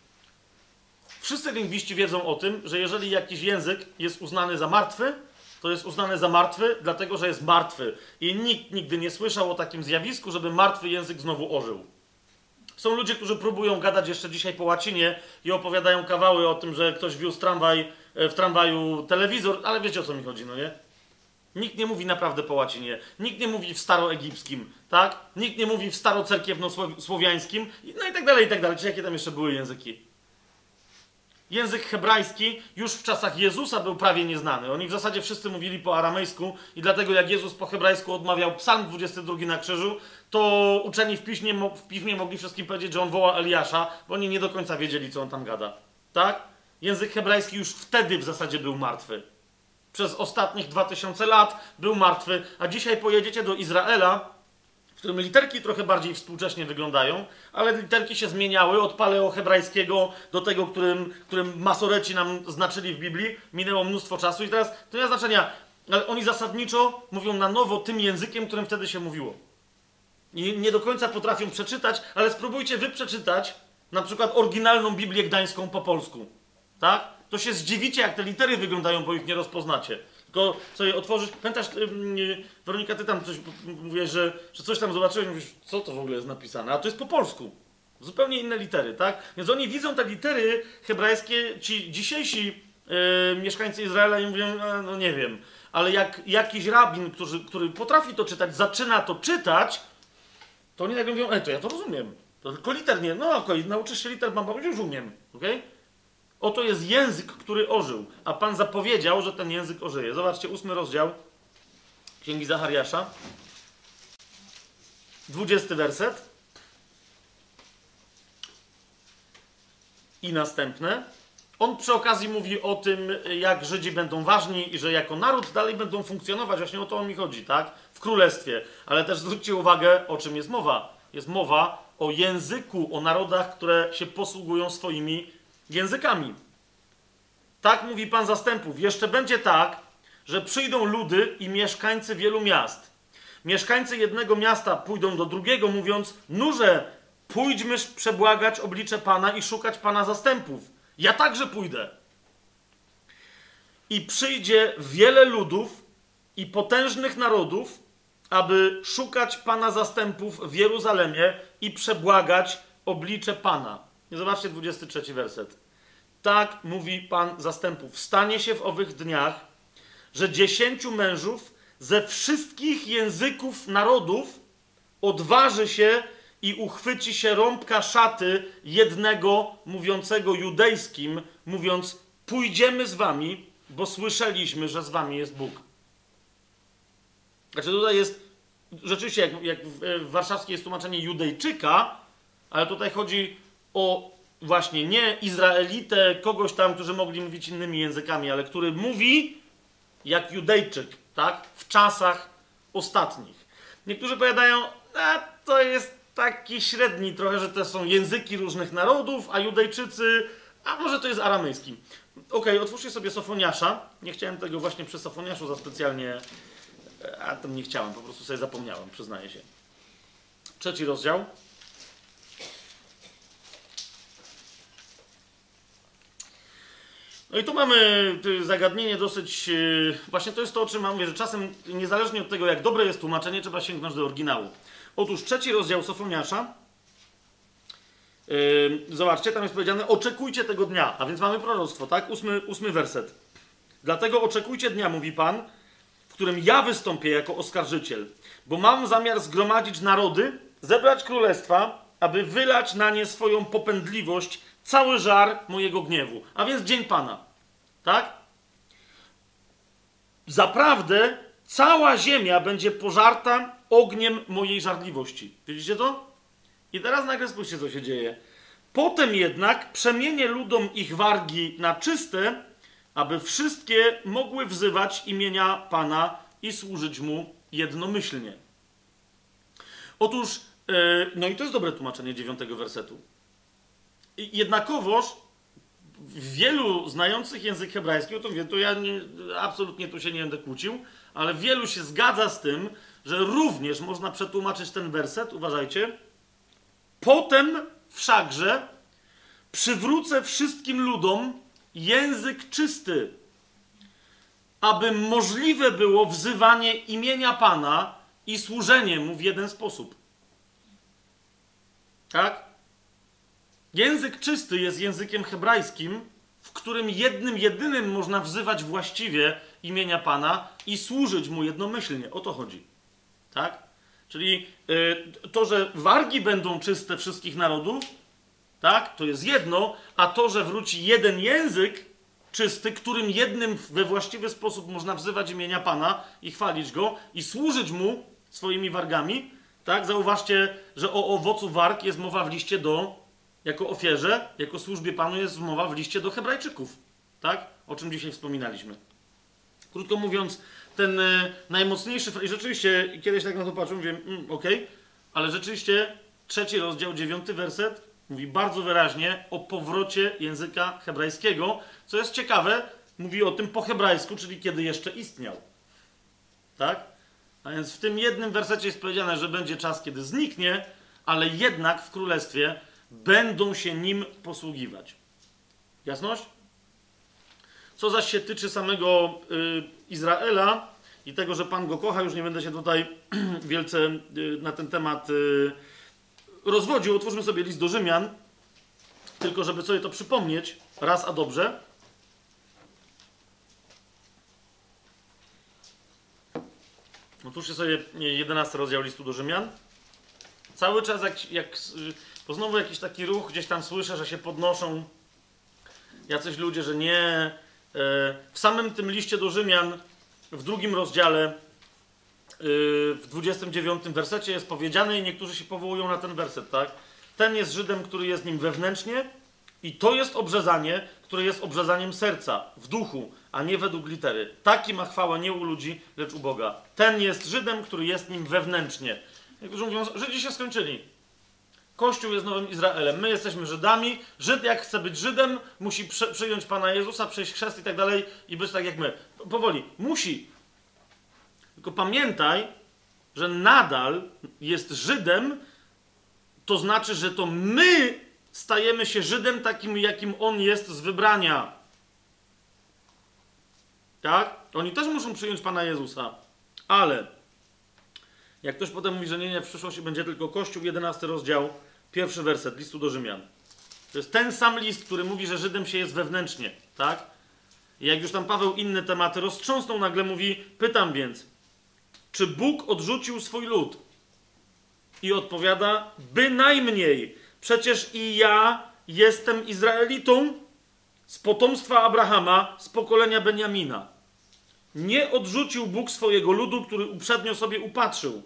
Wszyscy lingwiści wiedzą o tym, że jeżeli jakiś język jest uznany za martwy, to jest uznany za martwy, dlatego że jest martwy. I nikt nigdy nie słyszał o takim zjawisku, żeby martwy język znowu ożył. Są ludzie, którzy próbują gadać jeszcze dzisiaj po łacinie i opowiadają kawały o tym, że ktoś wiózł w tramwaju telewizor, ale wiecie, o co mi chodzi, no nie? Nikt nie mówi naprawdę po łacinie. Nikt nie mówi w staroegipskim, tak? Nikt nie mówi w starocerkiewno-słowiańskim, no i tak dalej, i tak dalej. Czy jakie tam jeszcze były języki? Język hebrajski już w czasach Jezusa był prawie nieznany. Oni w zasadzie wszyscy mówili po aramejsku i dlatego jak Jezus po hebrajsku odmawiał Psalm 22 na krzyżu, to uczeni w piśmie mogli wszystkim powiedzieć, że on woła Eliasza, bo oni nie do końca wiedzieli, co on tam gada. Tak? Język hebrajski już wtedy w zasadzie był martwy. Przez ostatnich 2000 lat był martwy, a dzisiaj pojedziecie do Izraela, w którym literki trochę bardziej współcześnie wyglądają, ale literki się zmieniały od paleohebrajskiego do tego, którym Masoreci nam znaczyli w Biblii. Minęło mnóstwo czasu i teraz to nie ma znaczenia, ale oni zasadniczo mówią na nowo tym językiem, którym wtedy się mówiło. I nie do końca potrafią przeczytać, ale spróbujcie wy przeczytać na przykład oryginalną Biblię Gdańską po polsku. Tak? To się zdziwicie, jak te litery wyglądają, bo ich nie rozpoznacie. Tylko sobie otworzyć... Pamiętasz, Weronika, ty tam coś mówisz, że coś tam zobaczyłeś i mówisz, co to w ogóle jest napisane? A to jest po polsku. Zupełnie inne litery, tak? Więc oni widzą te litery hebrajskie, ci dzisiejsi mieszkańcy Izraela i mówią, no nie wiem. Ale jak jakiś rabin, który potrafi to czytać, zaczyna to czytać, to oni nagle mówią, to ja to rozumiem. To tylko liter nie. No okej, nauczysz się liter, już umiem. Okej? Oto jest język, który ożył, a Pan zapowiedział, że ten język ożyje. Zobaczcie, 8 rozdział Księgi Zachariasza, 20 werset i następne. On przy okazji mówi o tym, jak Żydzi będą ważni i że jako naród dalej będą funkcjonować. Właśnie o to mi chodzi, tak? W królestwie. Ale też zwróćcie uwagę, o czym jest mowa. Jest mowa o języku, o narodach, które się posługują swoimi językami. Tak mówi Pan zastępów. Jeszcze będzie tak, że przyjdą ludy i mieszkańcy wielu miast. Mieszkańcy jednego miasta pójdą do drugiego, mówiąc, nurze, pójdźmy przebłagać oblicze Pana i szukać Pana zastępów. Ja także pójdę. I przyjdzie wiele ludów i potężnych narodów, aby szukać Pana zastępów w Jeruzalemie i przebłagać oblicze Pana. I zobaczcie 23 werset. Tak mówi Pan zastępów. Stanie się w owych dniach, że 10 mężów ze wszystkich języków narodów odważy się i uchwyci się rąbka szaty jednego mówiącego judejskim, mówiąc, pójdziemy z wami, bo słyszeliśmy, że z wami jest Bóg. Znaczy tutaj jest, rzeczywiście jak w warszawskiej jest tłumaczenie Judejczyka, ale tutaj chodzi o właśnie nie Izraelitę, kogoś tam, którzy mogli mówić innymi językami, ale który mówi jak Judejczyk, tak? W czasach ostatnich. Niektórzy powiadają, to jest taki średni trochę, że to są języki różnych narodów, a Judejczycy, a może to jest aramejski. Okej, otwórzcie sobie Sofoniasza. Nie chciałem tego właśnie przy Sofoniaszu za specjalnie, a tam nie chciałem, po prostu sobie zapomniałem, przyznaję się. 3 rozdział. No i tu mamy zagadnienie dosyć... Właśnie to jest to, o czym mówię, że czasem niezależnie od tego, jak dobre jest tłumaczenie, trzeba sięgnąć do oryginału. Otóż 3 rozdział Sofoniasza. Zobaczcie, tam jest powiedziane, oczekujcie tego dnia. A więc mamy proroctwo, tak? 8 werset. Dlatego oczekujcie dnia, mówi Pan, w którym ja wystąpię jako oskarżyciel. Bo mam zamiar zgromadzić narody, zebrać królestwa, aby wylać na nie swoją popędliwość, cały żar mojego gniewu. A więc dzień Pana. Tak? Zaprawdę cała ziemia będzie pożarta ogniem mojej żarliwości. Widzicie to? I teraz nagle spójrzcie, co się dzieje. Potem jednak przemienię ludom ich wargi na czyste, aby wszystkie mogły wzywać imienia Pana i służyć Mu jednomyślnie. Otóż, no i to jest dobre tłumaczenie 9 wersetu. Jednakowoż wielu znających język hebrajski, to ja absolutnie tu się nie będę kłócił, ale wielu się zgadza z tym, że również można przetłumaczyć ten werset, uważajcie, potem wszakże przywrócę wszystkim ludom język czysty, aby możliwe było wzywanie imienia Pana i służenie Mu w jeden sposób. Tak? Język czysty jest językiem hebrajskim, w którym jedynym można wzywać właściwie imienia Pana i służyć Mu jednomyślnie. O to chodzi. Tak? Czyli to, że wargi będą czyste wszystkich narodów, tak? To jest jedno, a to, że wróci jeden język czysty, którym jednym we właściwy sposób można wzywać imienia Pana i chwalić Go i służyć Mu swoimi wargami, tak? Zauważcie, że o owocu warg jest mowa w liście jako ofierze, jako służbie Panu jest mowa w liście do Hebrajczyków, tak? O czym dzisiaj wspominaliśmy. Krótko mówiąc, ten najmocniejszy, i rzeczywiście kiedyś tak na to patrzyłem, mówię, okej, ale rzeczywiście 3 rozdział, 9 werset mówi bardzo wyraźnie o powrocie języka hebrajskiego, co jest ciekawe, mówi o tym po hebrajsku, czyli kiedy jeszcze istniał. Tak? A więc w tym jednym wersecie jest powiedziane, że będzie czas, kiedy zniknie, ale jednak w królestwie będą się nim posługiwać. Jasność? Co zaś się tyczy samego Izraela i tego, że Pan go kocha, już nie będę się tutaj wielce na ten temat rozwodził. Otwórzmy sobie list do Rzymian, tylko żeby sobie to przypomnieć raz a dobrze. Otwórzcie sobie 11 rozdział listu do Rzymian. Cały czas bo znowu jakiś taki ruch, gdzieś tam słyszę, że się podnoszą jacyś ludzie, że nie. W samym tym liście do Rzymian, w 2 rozdziale, w 29 wersecie jest powiedziane i niektórzy się powołują na ten werset, tak? Ten jest Żydem, który jest nim wewnętrznie i to jest obrzezanie, które jest obrzezaniem serca, w duchu, a nie według litery. Taki ma chwałę nie u ludzi, lecz u Boga. Ten jest Żydem, który jest nim wewnętrznie. Niektórzy mówią, Żydzi się skończyli. Kościół jest nowym Izraelem. My jesteśmy Żydami. Żyd, jak chce być Żydem, musi przyjąć Pana Jezusa, przejść chrzest i tak dalej i być tak jak my. Powoli. Musi. Tylko pamiętaj, że nadal jest Żydem, to znaczy, że to my stajemy się Żydem takim, jakim on jest z wybrania. Tak? Oni też muszą przyjąć Pana Jezusa. Ale jak ktoś potem mówi, że nie, w przyszłości będzie tylko Kościół, 11 rozdział, 1 werset listu do Rzymian. To jest ten sam list, który mówi, że Żydem się jest wewnętrznie. Tak? I jak już tam Paweł inne tematy roztrząsnął, nagle mówi, pytam więc, czy Bóg odrzucił swój lud? I odpowiada, bynajmniej. Przecież i ja jestem Izraelitą z potomstwa Abrahama, z pokolenia Benjamina. Nie odrzucił Bóg swojego ludu, który uprzednio sobie upatrzył.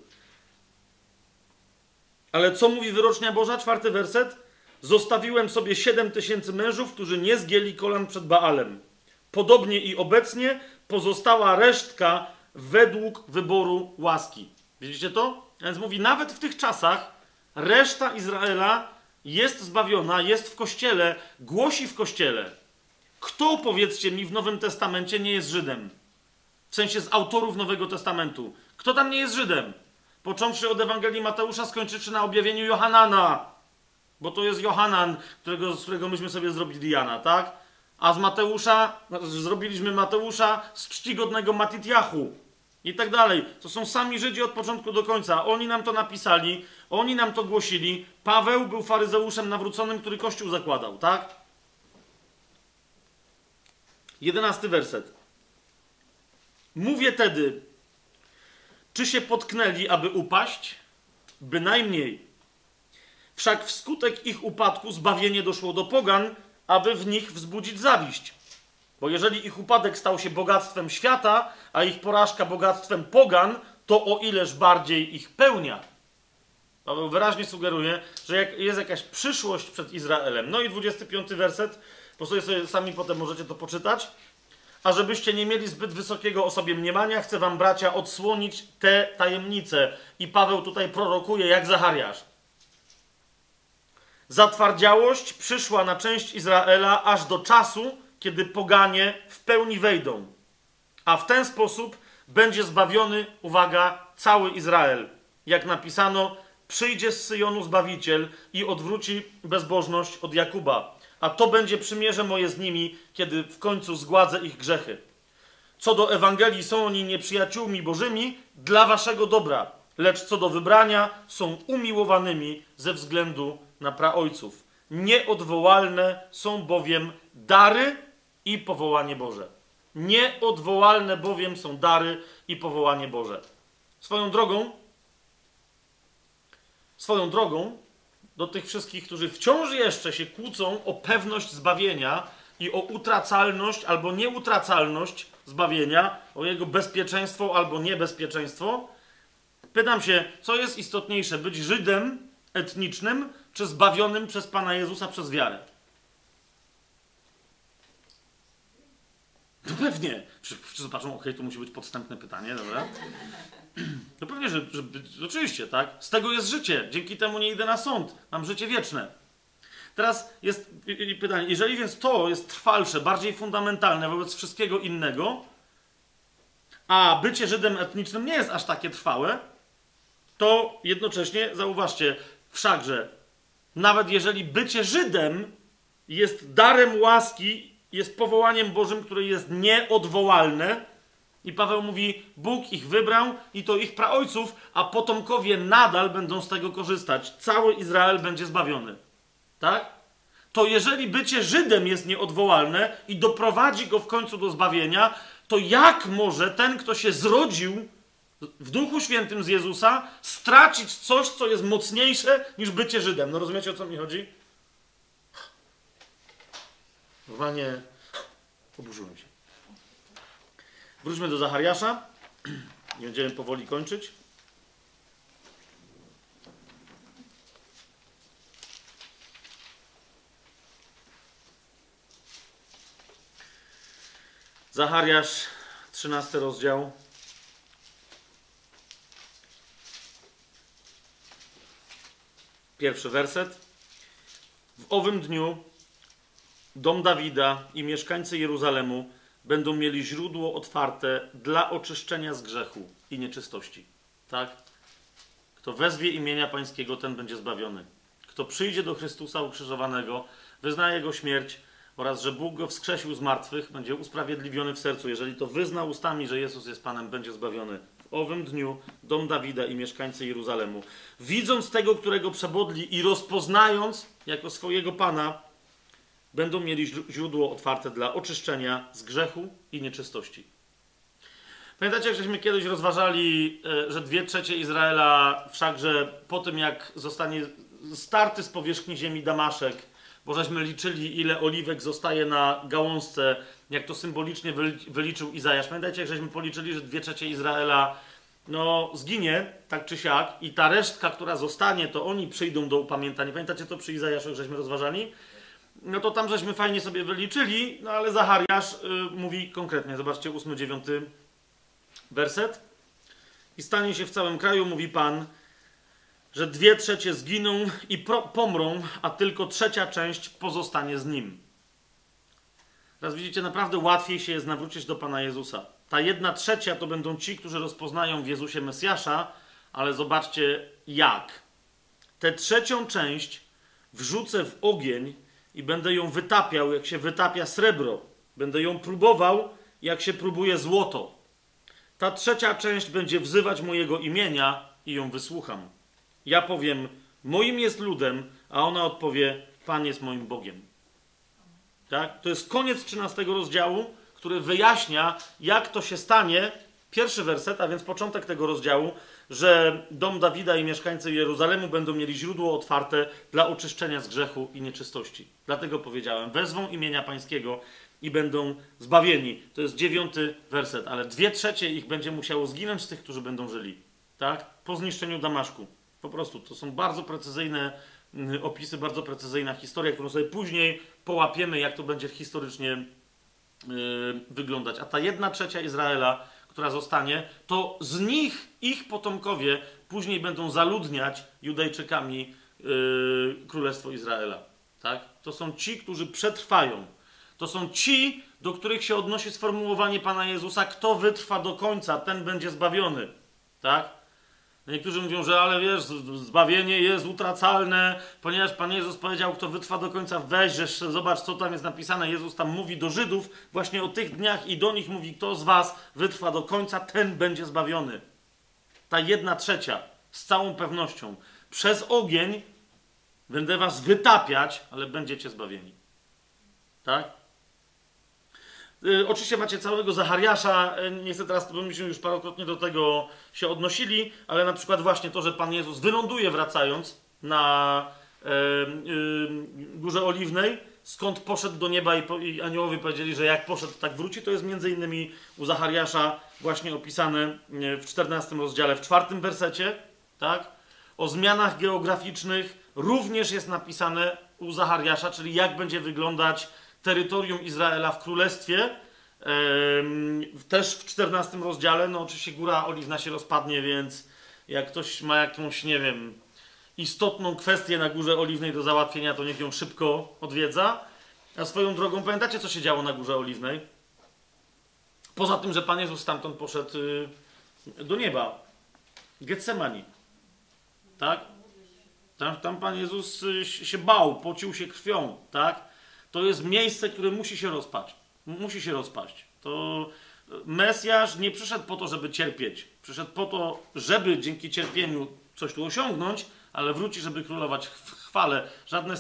Ale co mówi wyrocznia Boża? 4 werset. Zostawiłem sobie 7000 mężów, którzy nie zgięli kolan przed Baalem. Podobnie i obecnie pozostała resztka według wyboru łaski. Widzicie to? A więc mówi, nawet w tych czasach reszta Izraela jest zbawiona, jest w Kościele, głosi w Kościele. Kto, powiedzcie mi, w Nowym Testamencie nie jest Żydem? W sensie z autorów Nowego Testamentu. Kto tam nie jest Żydem? Począwszy od Ewangelii Mateusza, skończywszy na objawieniu Johanana. Bo to jest Johanan, z którego myśmy sobie zrobili Jana, tak? A z Mateusza, zrobiliśmy Mateusza z czcigodnego Matitjahu. I tak dalej. To są sami Żydzi od początku do końca. Oni nam to napisali, oni nam to głosili. Paweł był faryzeuszem nawróconym, który Kościół zakładał, tak? 11 werset. Mówię tedy, czy się potknęli, aby upaść? Bynajmniej. Wszak wskutek ich upadku zbawienie doszło do pogan, aby w nich wzbudzić zawiść. Bo jeżeli ich upadek stał się bogactwem świata, a ich porażka bogactwem pogan, to o ileż bardziej ich pełnia. Paweł wyraźnie sugeruje, że jest jakaś przyszłość przed Izraelem. No i 25 werset, bo sobie sami potem możecie to poczytać. A żebyście nie mieli zbyt wysokiego o sobie mniemania, chcę wam, bracia, odsłonić te tajemnice. I Paweł tutaj prorokuje, jak Zachariasz. Zatwardziałość przyszła na część Izraela aż do czasu, kiedy poganie w pełni wejdą. A w ten sposób będzie zbawiony, uwaga, cały Izrael. Jak napisano, przyjdzie z Syjonu Zbawiciel i odwróci bezbożność od Jakuba. A to będzie przymierze moje z nimi, kiedy w końcu zgładzę ich grzechy. Co do Ewangelii, są oni nieprzyjaciółmi bożymi dla waszego dobra, lecz co do wybrania, są umiłowanymi ze względu na praojców. Nieodwołalne są bowiem dary i powołanie Boże. Nieodwołalne bowiem są dary i powołanie Boże. Swoją drogą, do tych wszystkich, którzy wciąż jeszcze się kłócą o pewność zbawienia i o utracalność albo nieutracalność zbawienia, o jego bezpieczeństwo albo niebezpieczeństwo, pytam się, co jest istotniejsze, być Żydem etnicznym, czy zbawionym przez Pana Jezusa przez wiarę? No pewnie. Wszyscy patrzą, okej, to musi być podstępne pytanie, dobra? No pewnie, że oczywiście, tak? Z tego jest życie. Dzięki temu nie idę na sąd. Mam życie wieczne. Teraz jest pytanie, jeżeli więc to jest trwalsze, bardziej fundamentalne wobec wszystkiego innego, a bycie Żydem etnicznym nie jest aż takie trwałe, to jednocześnie, zauważcie, wszakże, nawet jeżeli bycie Żydem jest darem łaski, jest powołaniem Bożym, które jest nieodwołalne, i Paweł mówi, Bóg ich wybrał i to ich praojców, a potomkowie nadal będą z tego korzystać. Cały Izrael będzie zbawiony. Tak? To jeżeli bycie Żydem jest nieodwołalne i doprowadzi go w końcu do zbawienia, to jak może ten, kto się zrodził w Duchu Świętym z Jezusa, stracić coś, co jest mocniejsze niż bycie Żydem? No rozumiecie, o co mi chodzi? Normalnie oburzyłem się. Wróćmy do Zachariasza. Będziemy powoli kończyć. Zachariasz, 13 rozdział. Pierwszy werset. W owym dniu dom Dawida i mieszkańcy Jeruzalemu będą mieli źródło otwarte dla oczyszczenia z grzechu i nieczystości. Tak? Kto wezwie imienia Pańskiego, ten będzie zbawiony. Kto przyjdzie do Chrystusa ukrzyżowanego, wyzna Jego śmierć oraz, że Bóg go wskrzesił z martwych, będzie usprawiedliwiony w sercu. Jeżeli to wyzna ustami, że Jezus jest Panem, będzie zbawiony. W owym dniu dom Dawida i mieszkańcy Jeruzalemu, widząc tego, którego przebodli i rozpoznając jako swojego Pana, będą mieli źródło otwarte dla oczyszczenia z grzechu i nieczystości. Pamiętacie, jak żeśmy kiedyś rozważali, że 2/3 Izraela wszakże po tym, jak zostanie starty z powierzchni ziemi Damaszek, bo żeśmy liczyli, ile oliwek zostaje na gałązce, jak to symbolicznie wyliczył Izajasz. Pamiętacie, jak żeśmy policzyli, że 2/3 Izraela zginie, tak czy siak, i ta resztka, która zostanie, to oni przyjdą do upamiętania. Pamiętacie to przy Izajaszu, jak żeśmy rozważali? No to tam żeśmy fajnie sobie wyliczyli, no ale Zachariasz mówi konkretnie. Zobaczcie, 8-9 werset. I stanie się w całym kraju, mówi Pan, że 2/3 zginą i pomrą, a tylko 1/3 część pozostanie z nim. Teraz widzicie, naprawdę łatwiej się jest nawrócić do Pana Jezusa. Ta 1/3 to będą ci, którzy rozpoznają w Jezusie Mesjasza, ale zobaczcie jak. Tę 1/3 część wrzucę w ogień i będę ją wytapiał, jak się wytapia srebro. Będę ją próbował, jak się próbuje złoto. Ta 1/3 część będzie wzywać mojego imienia i ją wysłucham. Ja powiem, moim jest ludem, a ona odpowie, Pan jest moim Bogiem. Tak? To jest koniec 13 rozdziału, który wyjaśnia, jak to się stanie, pierwszy werset, a więc początek tego rozdziału, że dom Dawida i mieszkańcy Jeruzalemu będą mieli źródło otwarte dla oczyszczenia z grzechu i nieczystości. Dlatego powiedziałem, wezwą imienia Pańskiego i będą zbawieni. To jest 9 werset, ale 2/3 ich będzie musiało zginąć z tych, którzy będą żyli. Tak? Po zniszczeniu Damaszku. Po prostu to są bardzo precyzyjne opisy, bardzo precyzyjna historia, którą sobie później połapiemy, jak to będzie historycznie wyglądać. A ta 1/3 Izraela, która zostanie, to z nich, ich potomkowie później będą zaludniać Judejczykami Królestwo Izraela. Tak? To są ci, którzy przetrwają. To są ci, do których się odnosi sformułowanie Pana Jezusa, kto wytrwa do końca, ten będzie zbawiony. Tak? Niektórzy mówią, że ale wiesz, zbawienie jest utracalne, ponieważ Pan Jezus powiedział, kto wytrwa do końca, weź, że zobacz, co tam jest napisane. Jezus tam mówi do Żydów właśnie o tych dniach i do nich mówi, kto z was wytrwa do końca, ten będzie zbawiony. Ta 1/3 z całą pewnością. Przez ogień będę was wytapiać, ale będziecie zbawieni. Tak? Oczywiście macie całego Zachariasza, nie chcę teraz, bo myśmy już parokrotnie do tego się odnosili, ale na przykład właśnie to, że Pan Jezus wyląduje wracając na Górze Oliwnej, skąd poszedł do nieba i aniołowie powiedzieli, że jak poszedł, tak wróci, to jest między innymi u Zachariasza właśnie opisane w 14 rozdziale, w 4 wersecie, tak? O zmianach geograficznych również jest napisane u Zachariasza, czyli jak będzie wyglądać terytorium Izraela w królestwie, też w 14 rozdziale. No oczywiście Góra Oliwna się rozpadnie, więc jak ktoś ma jakąś, nie wiem, istotną kwestię na Górze Oliwnej do załatwienia, to niech ją szybko odwiedza. A swoją drogą, pamiętacie, co się działo na Górze Oliwnej? Poza tym, że Pan Jezus stamtąd poszedł do nieba. Getsemani. Tak? Tam Pan Jezus się bał, pocił się krwią, tak? To jest miejsce, które musi się rozpaść. Musi się rozpaść. To Mesjasz nie przyszedł po to, żeby cierpieć. Przyszedł po to, żeby dzięki cierpieniu coś tu osiągnąć, ale wróci, żeby królować w chwale. Żadne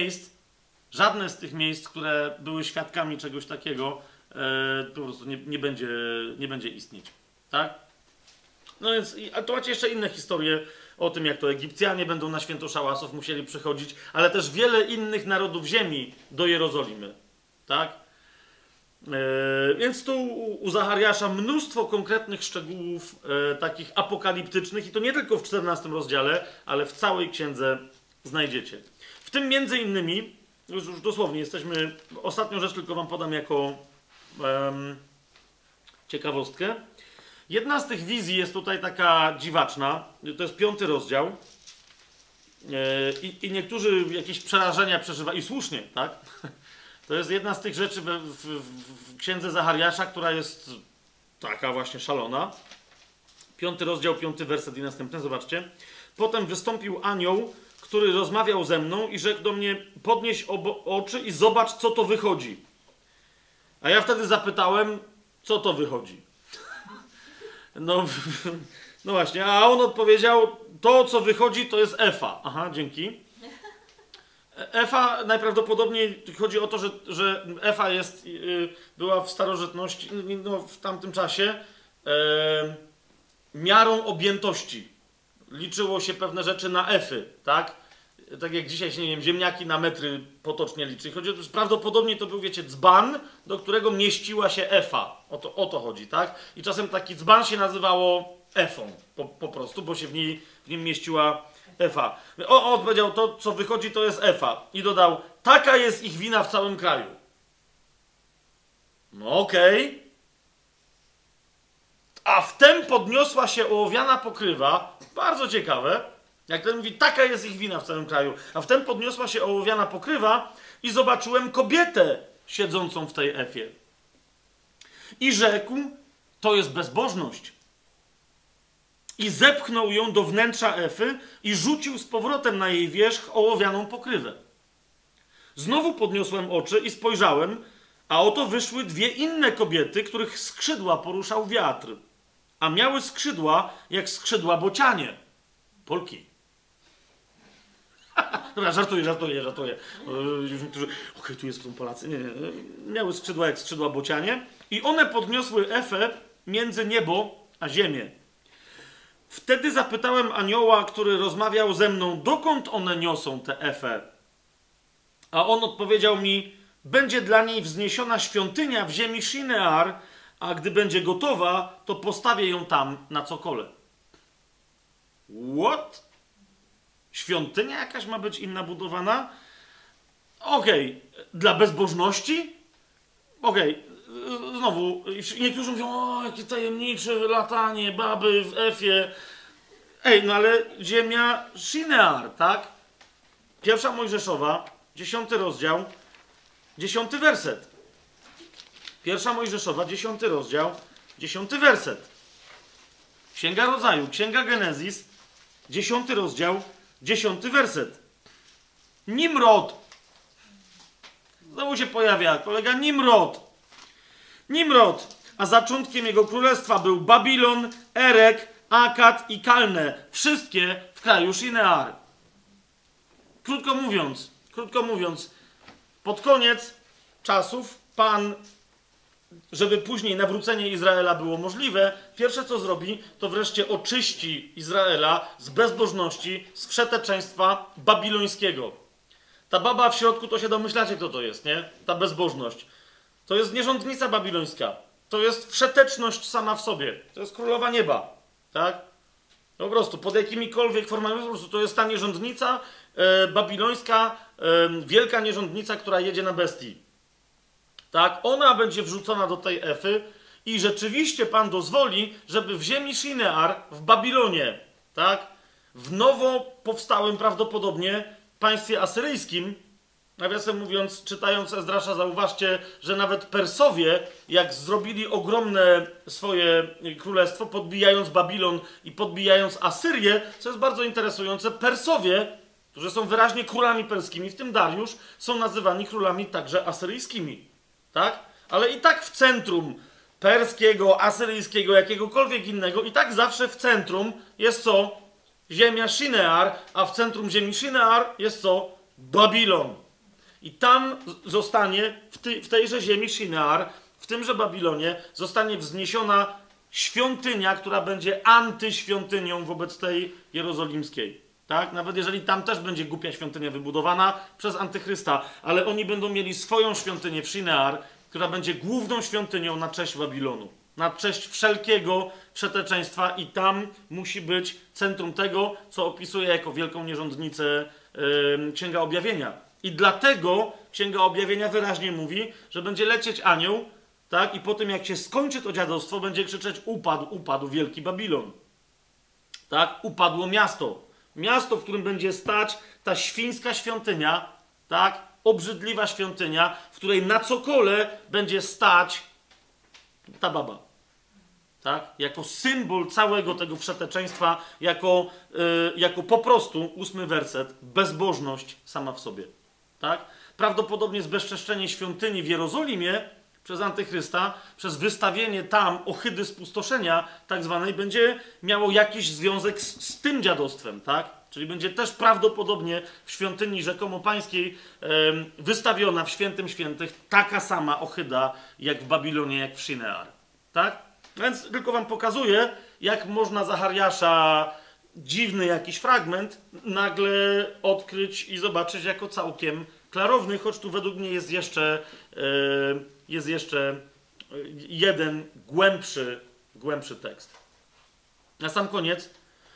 z tych miejsc, które były świadkami czegoś takiego, po prostu nie będzie istnieć. Tak? No więc, a to macie jeszcze inne historie o tym, jak to Egipcjanie będą na święto szałasów musieli przychodzić, ale też wiele innych narodów ziemi do Jerozolimy. Tak? Więc tu u Zachariasza mnóstwo konkretnych szczegółów takich apokaliptycznych i to nie tylko w 14 rozdziale, ale w całej księdze znajdziecie. W tym między innymi, już dosłownie jesteśmy, ostatnią rzecz tylko wam podam jako ciekawostkę. Jedna z tych wizji jest tutaj taka dziwaczna, to jest 5 rozdział i niektórzy jakieś przerażenia przeżywają, i słusznie, tak? To jest jedna z tych rzeczy w księdze Zachariasza, która jest taka właśnie szalona. 5 rozdział, 5 werset i następny, zobaczcie. Potem wystąpił anioł, który rozmawiał ze mną i rzekł do mnie, podnieś oczy i zobacz, co to wychodzi. A ja wtedy zapytałem, co to wychodzi? No właśnie, a on odpowiedział, to co wychodzi to jest Efa. Aha, dzięki. Efa najprawdopodobniej chodzi o to, że Efa była w starożytności, no, w tamtym czasie miarą objętości. Liczyło się pewne rzeczy na efy, tak? Tak jak dzisiaj się, nie wiem, ziemniaki na metry potocznie liczy. Chodzi o to, że prawdopodobnie to był, wiecie, dzban, do którego mieściła się Efa. O to chodzi, tak? I czasem taki dzban się nazywało Efą, po prostu, bo się w nim mieściła Efa. On powiedział, to co wychodzi to jest Efa. I dodał, taka jest ich wina w całym kraju. No okej. A wtem podniosła się ołowiana pokrywa, bardzo ciekawe, jak ten mówi, taka jest ich wina w całym kraju. A wtem podniosła się ołowiana pokrywa i zobaczyłem kobietę siedzącą w tej Efie. I rzekł, to jest bezbożność. I zepchnął ją do wnętrza Efy i rzucił z powrotem na jej wierzch ołowianą pokrywę. Znowu podniosłem oczy i spojrzałem, a oto wyszły 2 inne kobiety, których skrzydła poruszał wiatr, a miały skrzydła jak skrzydła bocianie. Polki. Dobra, żartuję. Okej, tu są Polacy. Nie. Miały skrzydła jak skrzydła bocianie i one podniosły Efę między niebo a ziemię. Wtedy zapytałem anioła, który rozmawiał ze mną, dokąd one niosą tę Efę. A on odpowiedział mi, będzie dla niej wzniesiona świątynia w ziemi Shinear, a gdy będzie gotowa, to postawię ją tam na cokole. What? Świątynia jakaś ma być inna budowana? Okej. Dla bezbożności? Okej. znowu, niektórzy mówią, o, jakie tajemnicze latanie, baby w Efie. Ej, no ale ziemia Shinear, tak? Pierwsza Mojżeszowa, 10 rozdział, 10 werset. Pierwsza Mojżeszowa, 10 rozdział, 10 werset. Księga Rodzaju, Księga Genezis, 10 rozdział, 10 werset. Nimrod. Znowu się pojawia kolega Nimrod. Nimrod, a zaczątkiem jego królestwa był Babilon, Erek, Akad i Kalne. Wszystkie w kraju Shinear. Krótko mówiąc, pod koniec czasów Pan, żeby później nawrócenie Izraela było możliwe, pierwsze co zrobi, to wreszcie oczyści Izraela z bezbożności, z wszeteczeństwa babilońskiego. Ta baba w środku, to się domyślacie, kto to jest, nie? Ta bezbożność. To jest nierządnica babilońska. To jest wszeteczność sama w sobie. To jest królowa nieba. Tak? Po prostu, pod jakimikolwiek formami, po prostu to jest ta nierządnica babilońska, wielka nierządnica, która jedzie na bestii. Tak? Ona będzie wrzucona do tej Efy i rzeczywiście Pan dozwoli, żeby w ziemi Shinear, w Babilonie, tak? W nowo powstałym prawdopodobnie państwie asyryjskim, nawiasem mówiąc, czytając Ezdrasza, zauważcie, że nawet Persowie, jak zrobili ogromne swoje królestwo, podbijając Babilon i podbijając Asyrię, co jest bardzo interesujące, Persowie, którzy są wyraźnie królami perskimi, w tym Dariusz, są nazywani królami także asyryjskimi. Tak? Ale i tak w centrum perskiego, asyryjskiego, jakiegokolwiek innego, i tak zawsze w centrum jest co? Ziemia Shinear, a w centrum ziemi Shinear jest co? Babilon. I tam zostanie, w tejże ziemi Shinear, w tymże Babilonie, zostanie wzniesiona świątynia, która będzie antyświątynią wobec tej jerozolimskiej. Tak? Nawet jeżeli tam też będzie głupia świątynia wybudowana przez Antychrysta, ale oni będą mieli swoją świątynię w Shinear, która będzie główną świątynią na cześć Babilonu. Na cześć wszelkiego wszeteczeństwa i tam musi być centrum tego, co opisuje jako wielką nierządnicę Księga Objawienia. I dlatego Księga Objawienia wyraźnie mówi, że będzie lecieć anioł, tak? I po tym jak się skończy to dziadostwo, będzie krzyczeć upadł wielki Babilon. Tak? Upadło miasto. Miasto, w którym będzie stać ta świńska świątynia, tak? Obrzydliwa świątynia, w której na cokole będzie stać ta baba. Tak? Jako symbol całego tego wszeteczeństwa, jako po prostu, 8 werset, bezbożność sama w sobie. Tak? Prawdopodobnie zbezczeszczenie świątyni w Jerozolimie przez Antychrysta, przez wystawienie tam ohydy spustoszenia tak zwanej, będzie miało jakiś związek z tym dziadostwem, tak? Czyli będzie też prawdopodobnie w świątyni rzekomo pańskiej wystawiona w świętym świętych taka sama ohyda jak w Babilonie, jak w Shinear. Tak? Więc tylko wam pokazuję, jak można Zachariasza, dziwny jakiś fragment, nagle odkryć i zobaczyć jako całkiem klarowny, choć tu według mnie jest jeszcze jeden głębszy tekst. Na sam koniec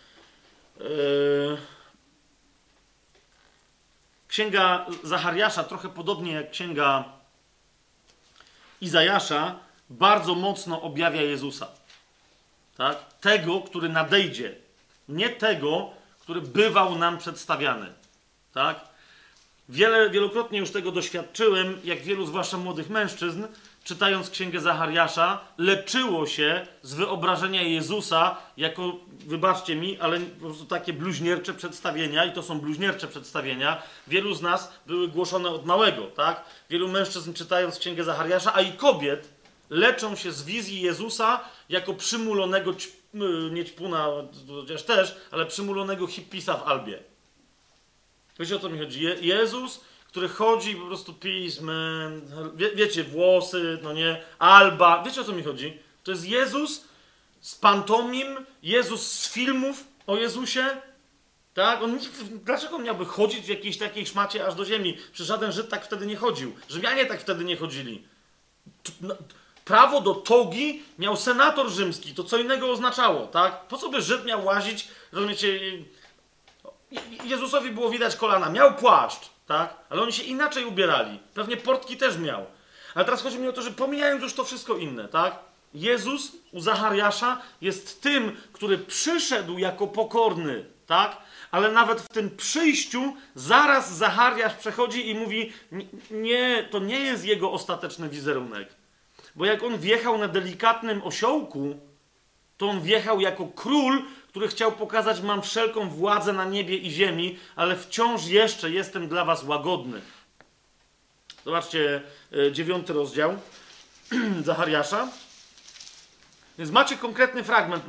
Księga Zachariasza, trochę podobnie jak Księga Izajasza, bardzo mocno objawia Jezusa. Tak? Tego, który nadejdzie. Nie tego, który bywał nam przedstawiany. Tak? Wielokrotnie już tego doświadczyłem, jak wielu, zwłaszcza młodych mężczyzn, czytając Księgę Zachariasza, leczyło się z wyobrażenia Jezusa jako, wybaczcie mi, ale po prostu takie bluźniercze przedstawienia, i to są bluźniercze przedstawienia, wielu z nas były głoszone od małego, tak? Wielu mężczyzn czytając Księgę Zachariasza, a i kobiet, leczą się z wizji Jezusa jako przymulonego, nie ćpuna, chociaż też, ale przymulonego hippisa w Albie. Wiecie, o co mi chodzi? Jezus, który chodzi po prostu pismem, wiecie, włosy, no nie, Alba, wiecie, o co mi chodzi? To jest Jezus z pantomim, Jezus z filmów o Jezusie, tak? Dlaczego on miałby chodzić w jakiejś takiej szmacie aż do ziemi? Przecież żaden Żyd tak wtedy nie chodził. Rzymianie tak wtedy nie chodzili. Prawo do togi miał senator rzymski, to co innego oznaczało, tak? Po co by Żyd miał łazić, rozumiecie? Jezusowi było widać kolana, miał płaszcz, tak? Ale oni się inaczej ubierali. Pewnie portki też miał. Ale teraz chodzi mi o to, że pomijając już to wszystko inne, tak? Jezus u Zachariasza jest tym, który przyszedł jako pokorny, tak? Ale nawet w tym przyjściu zaraz Zachariasz przechodzi i mówi, nie, to nie jest jego ostateczny wizerunek. Bo jak on wjechał na delikatnym osiołku, to on wjechał jako król, który chciał pokazać, mam wszelką władzę na niebie i ziemi, ale wciąż jeszcze jestem dla was łagodny. Zobaczcie 9 rozdział Zachariasza. Więc macie konkretny fragment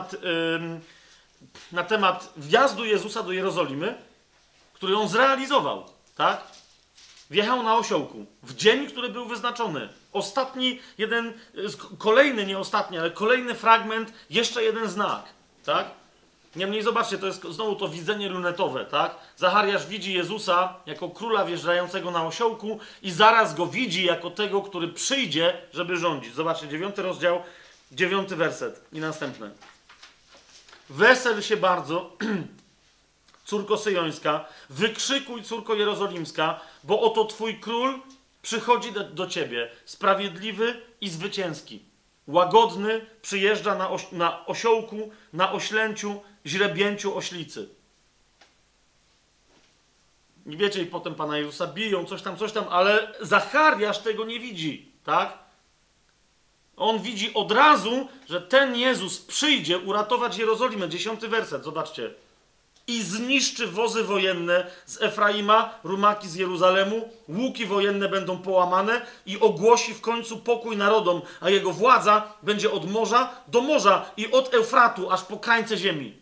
na temat wjazdu Jezusa do Jerozolimy, który on zrealizował, tak? Wjechał na osiołku w dzień, który był wyznaczony. Ostatni, kolejny, nie ostatni, ale kolejny fragment, jeszcze jeden znak, tak? Niemniej zobaczcie, to jest znowu to widzenie lunetowe, tak? Zachariasz widzi Jezusa jako króla wjeżdżającego na osiołku i zaraz go widzi jako tego, który przyjdzie, żeby rządzić. Zobaczcie, 9 rozdział, 9 werset i następne. Wesel się bardzo, córko syjońska, wykrzykuj, córko jerozolimska, bo oto twój król przychodzi do ciebie, sprawiedliwy i zwycięski. Łagodny przyjeżdża na osiołku, na oślęciu, źrebięciu oślicy. Nie wiecie, i potem Pana Jezusa biją, coś tam, ale Zachariasz tego nie widzi, tak? On widzi od razu, że ten Jezus przyjdzie uratować Jerozolimę. 10 werset, zobaczcie. I zniszczy wozy wojenne z Efraima, rumaki z Jeruzalemu, łuki wojenne będą połamane i ogłosi w końcu pokój narodom, a jego władza będzie od morza do morza i od Eufratu aż po krańce ziemi.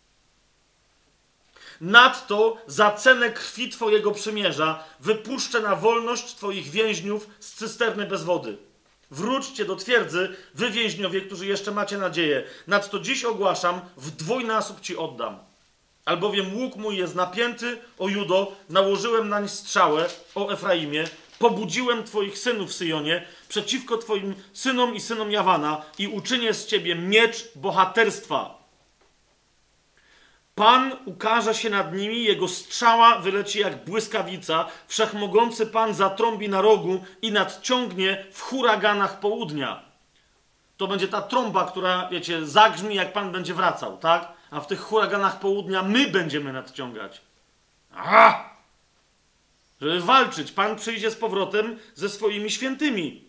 Nadto za cenę krwi twojego przymierza wypuszczę na wolność twoich więźniów z cysterny bez wody. Wróćcie do twierdzy, wy więźniowie, którzy jeszcze macie nadzieję. Nadto dziś ogłaszam, w dwójnasób ci oddam. Albowiem łuk mój jest napięty, o Judo, nałożyłem nań strzałę, o Efraimie, pobudziłem twoich synów w Syjonie, przeciwko twoim synom i synom Jawana i uczynię z ciebie miecz bohaterstwa. Pan ukaże się nad nimi, jego strzała wyleci jak błyskawica, wszechmogący Pan zatrąbi na rogu i nadciągnie w huraganach południa. To będzie ta trąba, która, wiecie, zagrzmi, jak Pan będzie wracał, tak? A w tych huraganach południa my będziemy nadciągać. Aha! Żeby walczyć. Pan przyjdzie z powrotem ze swoimi świętymi.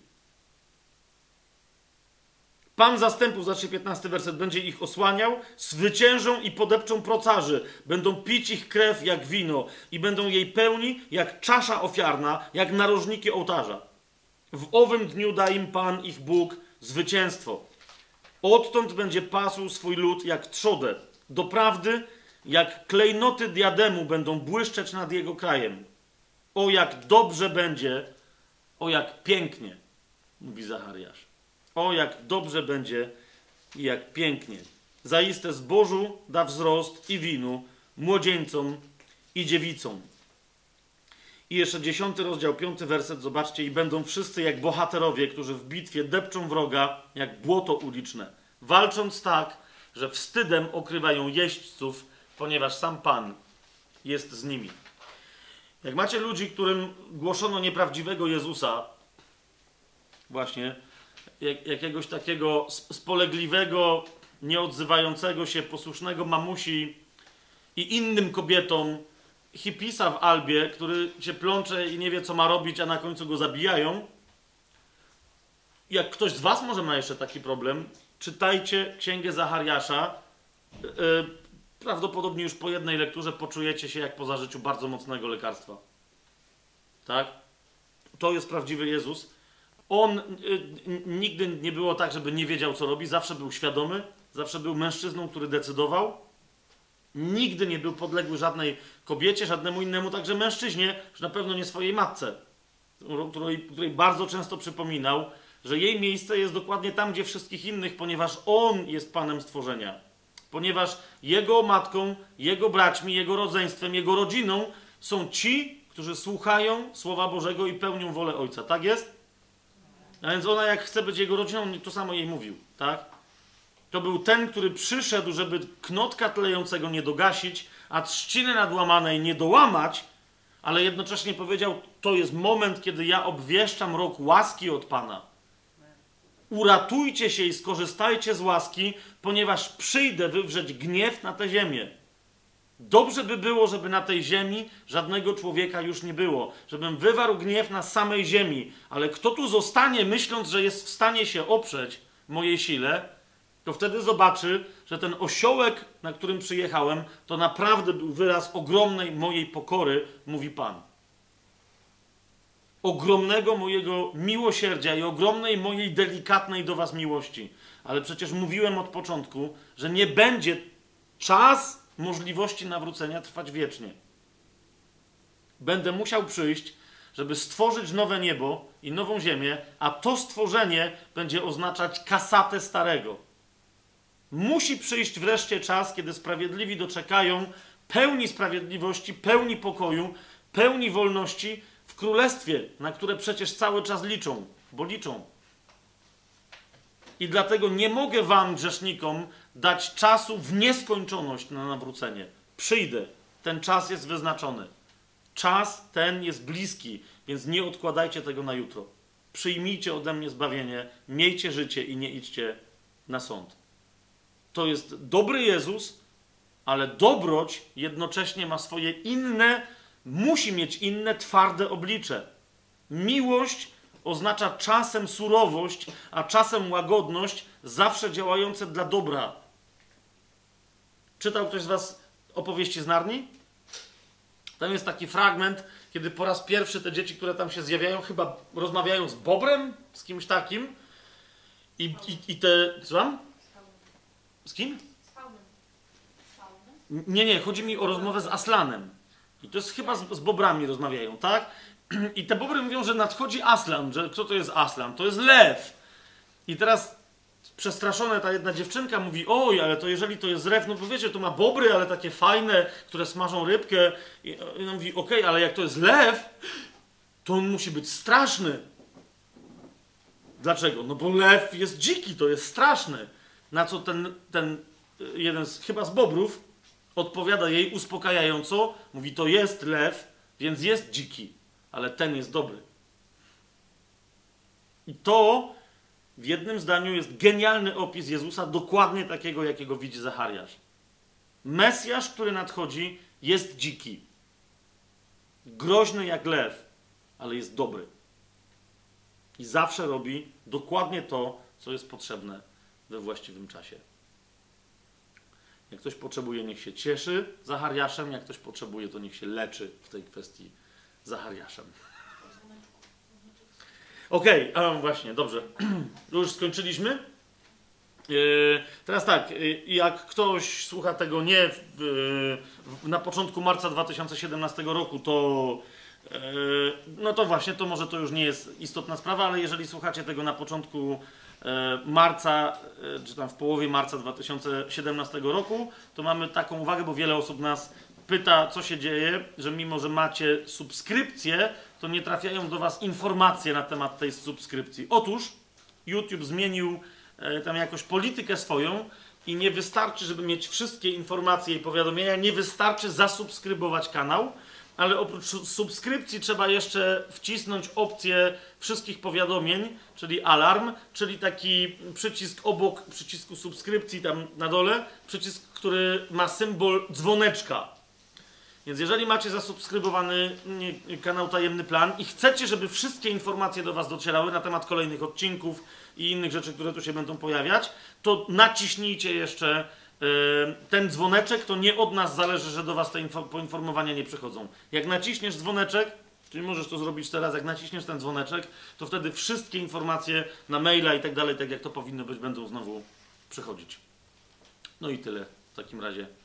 Pan zastępów, znaczy 15 werset, będzie ich osłaniał, zwyciężą i podepczą procarzy. Będą pić ich krew jak wino i będą jej pełni jak czasza ofiarna, jak narożniki ołtarza. W owym dniu da im Pan, ich Bóg, zwycięstwo. Odtąd będzie pasł swój lud jak trzodę. Doprawdy, jak klejnoty diademu będą błyszczeć nad jego krajem. O, jak dobrze będzie, o, jak pięknie, mówi Zachariasz. O, jak dobrze będzie i jak pięknie. Zaiste zbożu da wzrost i winu, młodzieńcom i dziewicom. I jeszcze 10 rozdział, 5 werset, zobaczcie. I będą wszyscy jak bohaterowie, którzy w bitwie depczą wroga jak błoto uliczne. Walcząc tak, że wstydem okrywają jeźdźców, ponieważ sam Pan jest z nimi. Jak macie ludzi, którym głoszono nieprawdziwego Jezusa, właśnie, jakiegoś takiego spolegliwego, nieodzywającego się, posłusznego mamusi i innym kobietom, hipisa w Albie, który się plącze i nie wie, co ma robić, a na końcu go zabijają. Jak ktoś z was może ma jeszcze taki problem, czytajcie Księgę Zachariasza. Prawdopodobnie już po jednej lekturze poczujecie się jak po zażyciu bardzo mocnego lekarstwa. Tak? To jest prawdziwy Jezus. On nigdy nie było tak, żeby nie wiedział, co robi. Zawsze był świadomy. Zawsze był mężczyzną, który decydował. Nigdy nie był podległy żadnej kobiecie, żadnemu innemu, także mężczyźnie, że na pewno nie swojej matce, której bardzo często przypominał, że jej miejsce jest dokładnie tam, gdzie wszystkich innych, ponieważ on jest Panem stworzenia. Ponieważ jego matką, jego braćmi, jego rodzeństwem, jego rodziną są ci, którzy słuchają Słowa Bożego i pełnią wolę Ojca. Tak jest? A więc ona, jak chce być jego rodziną, to samo jej mówił. Tak? To był ten, który przyszedł, żeby knotka tlejącego nie dogasić, a trzciny nadłamanej nie dołamać, ale jednocześnie powiedział, to jest moment, kiedy ja obwieszczam rok łaski od Pana. Uratujcie się i skorzystajcie z łaski, ponieważ przyjdę wywrzeć gniew na tę ziemię. Dobrze by było, żeby na tej ziemi żadnego człowieka już nie było, żebym wywarł gniew na samej ziemi, ale kto tu zostanie, myśląc, że jest w stanie się oprzeć mojej sile, to wtedy zobaczy, że ten osiołek, na którym przyjechałem, to naprawdę był wyraz ogromnej mojej pokory, mówi Pan. Ogromnego mojego miłosierdzia i ogromnej mojej delikatnej do was miłości. Ale przecież mówiłem od początku, że nie będzie czas możliwości nawrócenia trwać wiecznie. Będę musiał przyjść, żeby stworzyć nowe niebo i nową ziemię, a to stworzenie będzie oznaczać kasatę starego. Musi przyjść wreszcie czas, kiedy sprawiedliwi doczekają pełni sprawiedliwości, pełni pokoju, pełni wolności w królestwie, na które przecież cały czas liczą, bo liczą. I dlatego nie mogę wam, grzesznikom, dać czasu w nieskończoność na nawrócenie. Przyjdę. Ten czas jest wyznaczony. Czas ten jest bliski, więc nie odkładajcie tego na jutro. Przyjmijcie ode mnie zbawienie, miejcie życie i nie idźcie na sąd. To jest dobry Jezus, ale dobroć jednocześnie ma swoje inne, musi mieć inne, twarde oblicze. Miłość oznacza czasem surowość, a czasem łagodność, zawsze działające dla dobra. Czytał ktoś z was opowieści z Narni? Tam jest taki fragment, kiedy po raz pierwszy te dzieci, które tam się zjawiają, chyba rozmawiają z Bobrem, z kimś takim. I te... Słucham? Z kim? Z Faunem. Nie, chodzi mi o rozmowę z Aslanem. I to jest chyba z Bobrami rozmawiają, tak? I te Bobry mówią, że nadchodzi Aslan, że kto to jest Aslan? To jest lew. I teraz przestraszona ta jedna dziewczynka mówi, oj, ale to jeżeli to jest lew, no bo wiecie, to ma bobry, ale takie fajne, które smażą rybkę. I ona mówi, okej, ale jak to jest lew, to on musi być straszny. Dlaczego? No bo lew jest dziki, to jest straszny. Na co ten jeden chyba z Bobrów odpowiada jej uspokajająco, mówi, to jest lew, więc jest dziki, ale ten jest dobry. I to w jednym zdaniu jest genialny opis Jezusa, dokładnie takiego, jakiego widzi Zachariasz. Mesjasz, który nadchodzi, jest dziki. Groźny jak lew, ale jest dobry. I zawsze robi dokładnie to, co jest potrzebne we właściwym czasie. Jak ktoś potrzebuje, niech się cieszy Zachariaszem, jak ktoś potrzebuje, to niech się leczy w tej kwestii Zachariaszem. Okej, właśnie, dobrze. Już skończyliśmy? Teraz tak, jak ktoś słucha tego nie na początku marca 2017 roku, to no to właśnie, to może to już nie jest istotna sprawa, ale jeżeli słuchacie tego na początku marca, czy tam w połowie marca 2017 roku, to mamy taką uwagę, bo wiele osób nas pyta, co się dzieje, że mimo, że macie subskrypcję, to nie trafiają do was informacje na temat tej subskrypcji. Otóż YouTube zmienił tam jakoś politykę swoją i nie wystarczy, żeby mieć wszystkie informacje i powiadomienia, nie wystarczy zasubskrybować kanał, ale oprócz subskrypcji trzeba jeszcze wcisnąć opcję wszystkich powiadomień, czyli alarm, czyli taki przycisk obok przycisku subskrypcji tam na dole, przycisk, który ma symbol dzwoneczka. Więc jeżeli macie zasubskrybowany kanał Tajemny Plan i chcecie, żeby wszystkie informacje do was docierały na temat kolejnych odcinków i innych rzeczy, które tu się będą pojawiać, to naciśnijcie jeszcze ten dzwoneczek. To nie od nas zależy, że do was te poinformowania nie przychodzą. Jak naciśniesz dzwoneczek, czyli możesz to zrobić teraz, jak naciśniesz ten dzwoneczek, to wtedy wszystkie informacje na maila i tak dalej, tak jak to powinno być, będą znowu przychodzić. No i tyle w takim razie.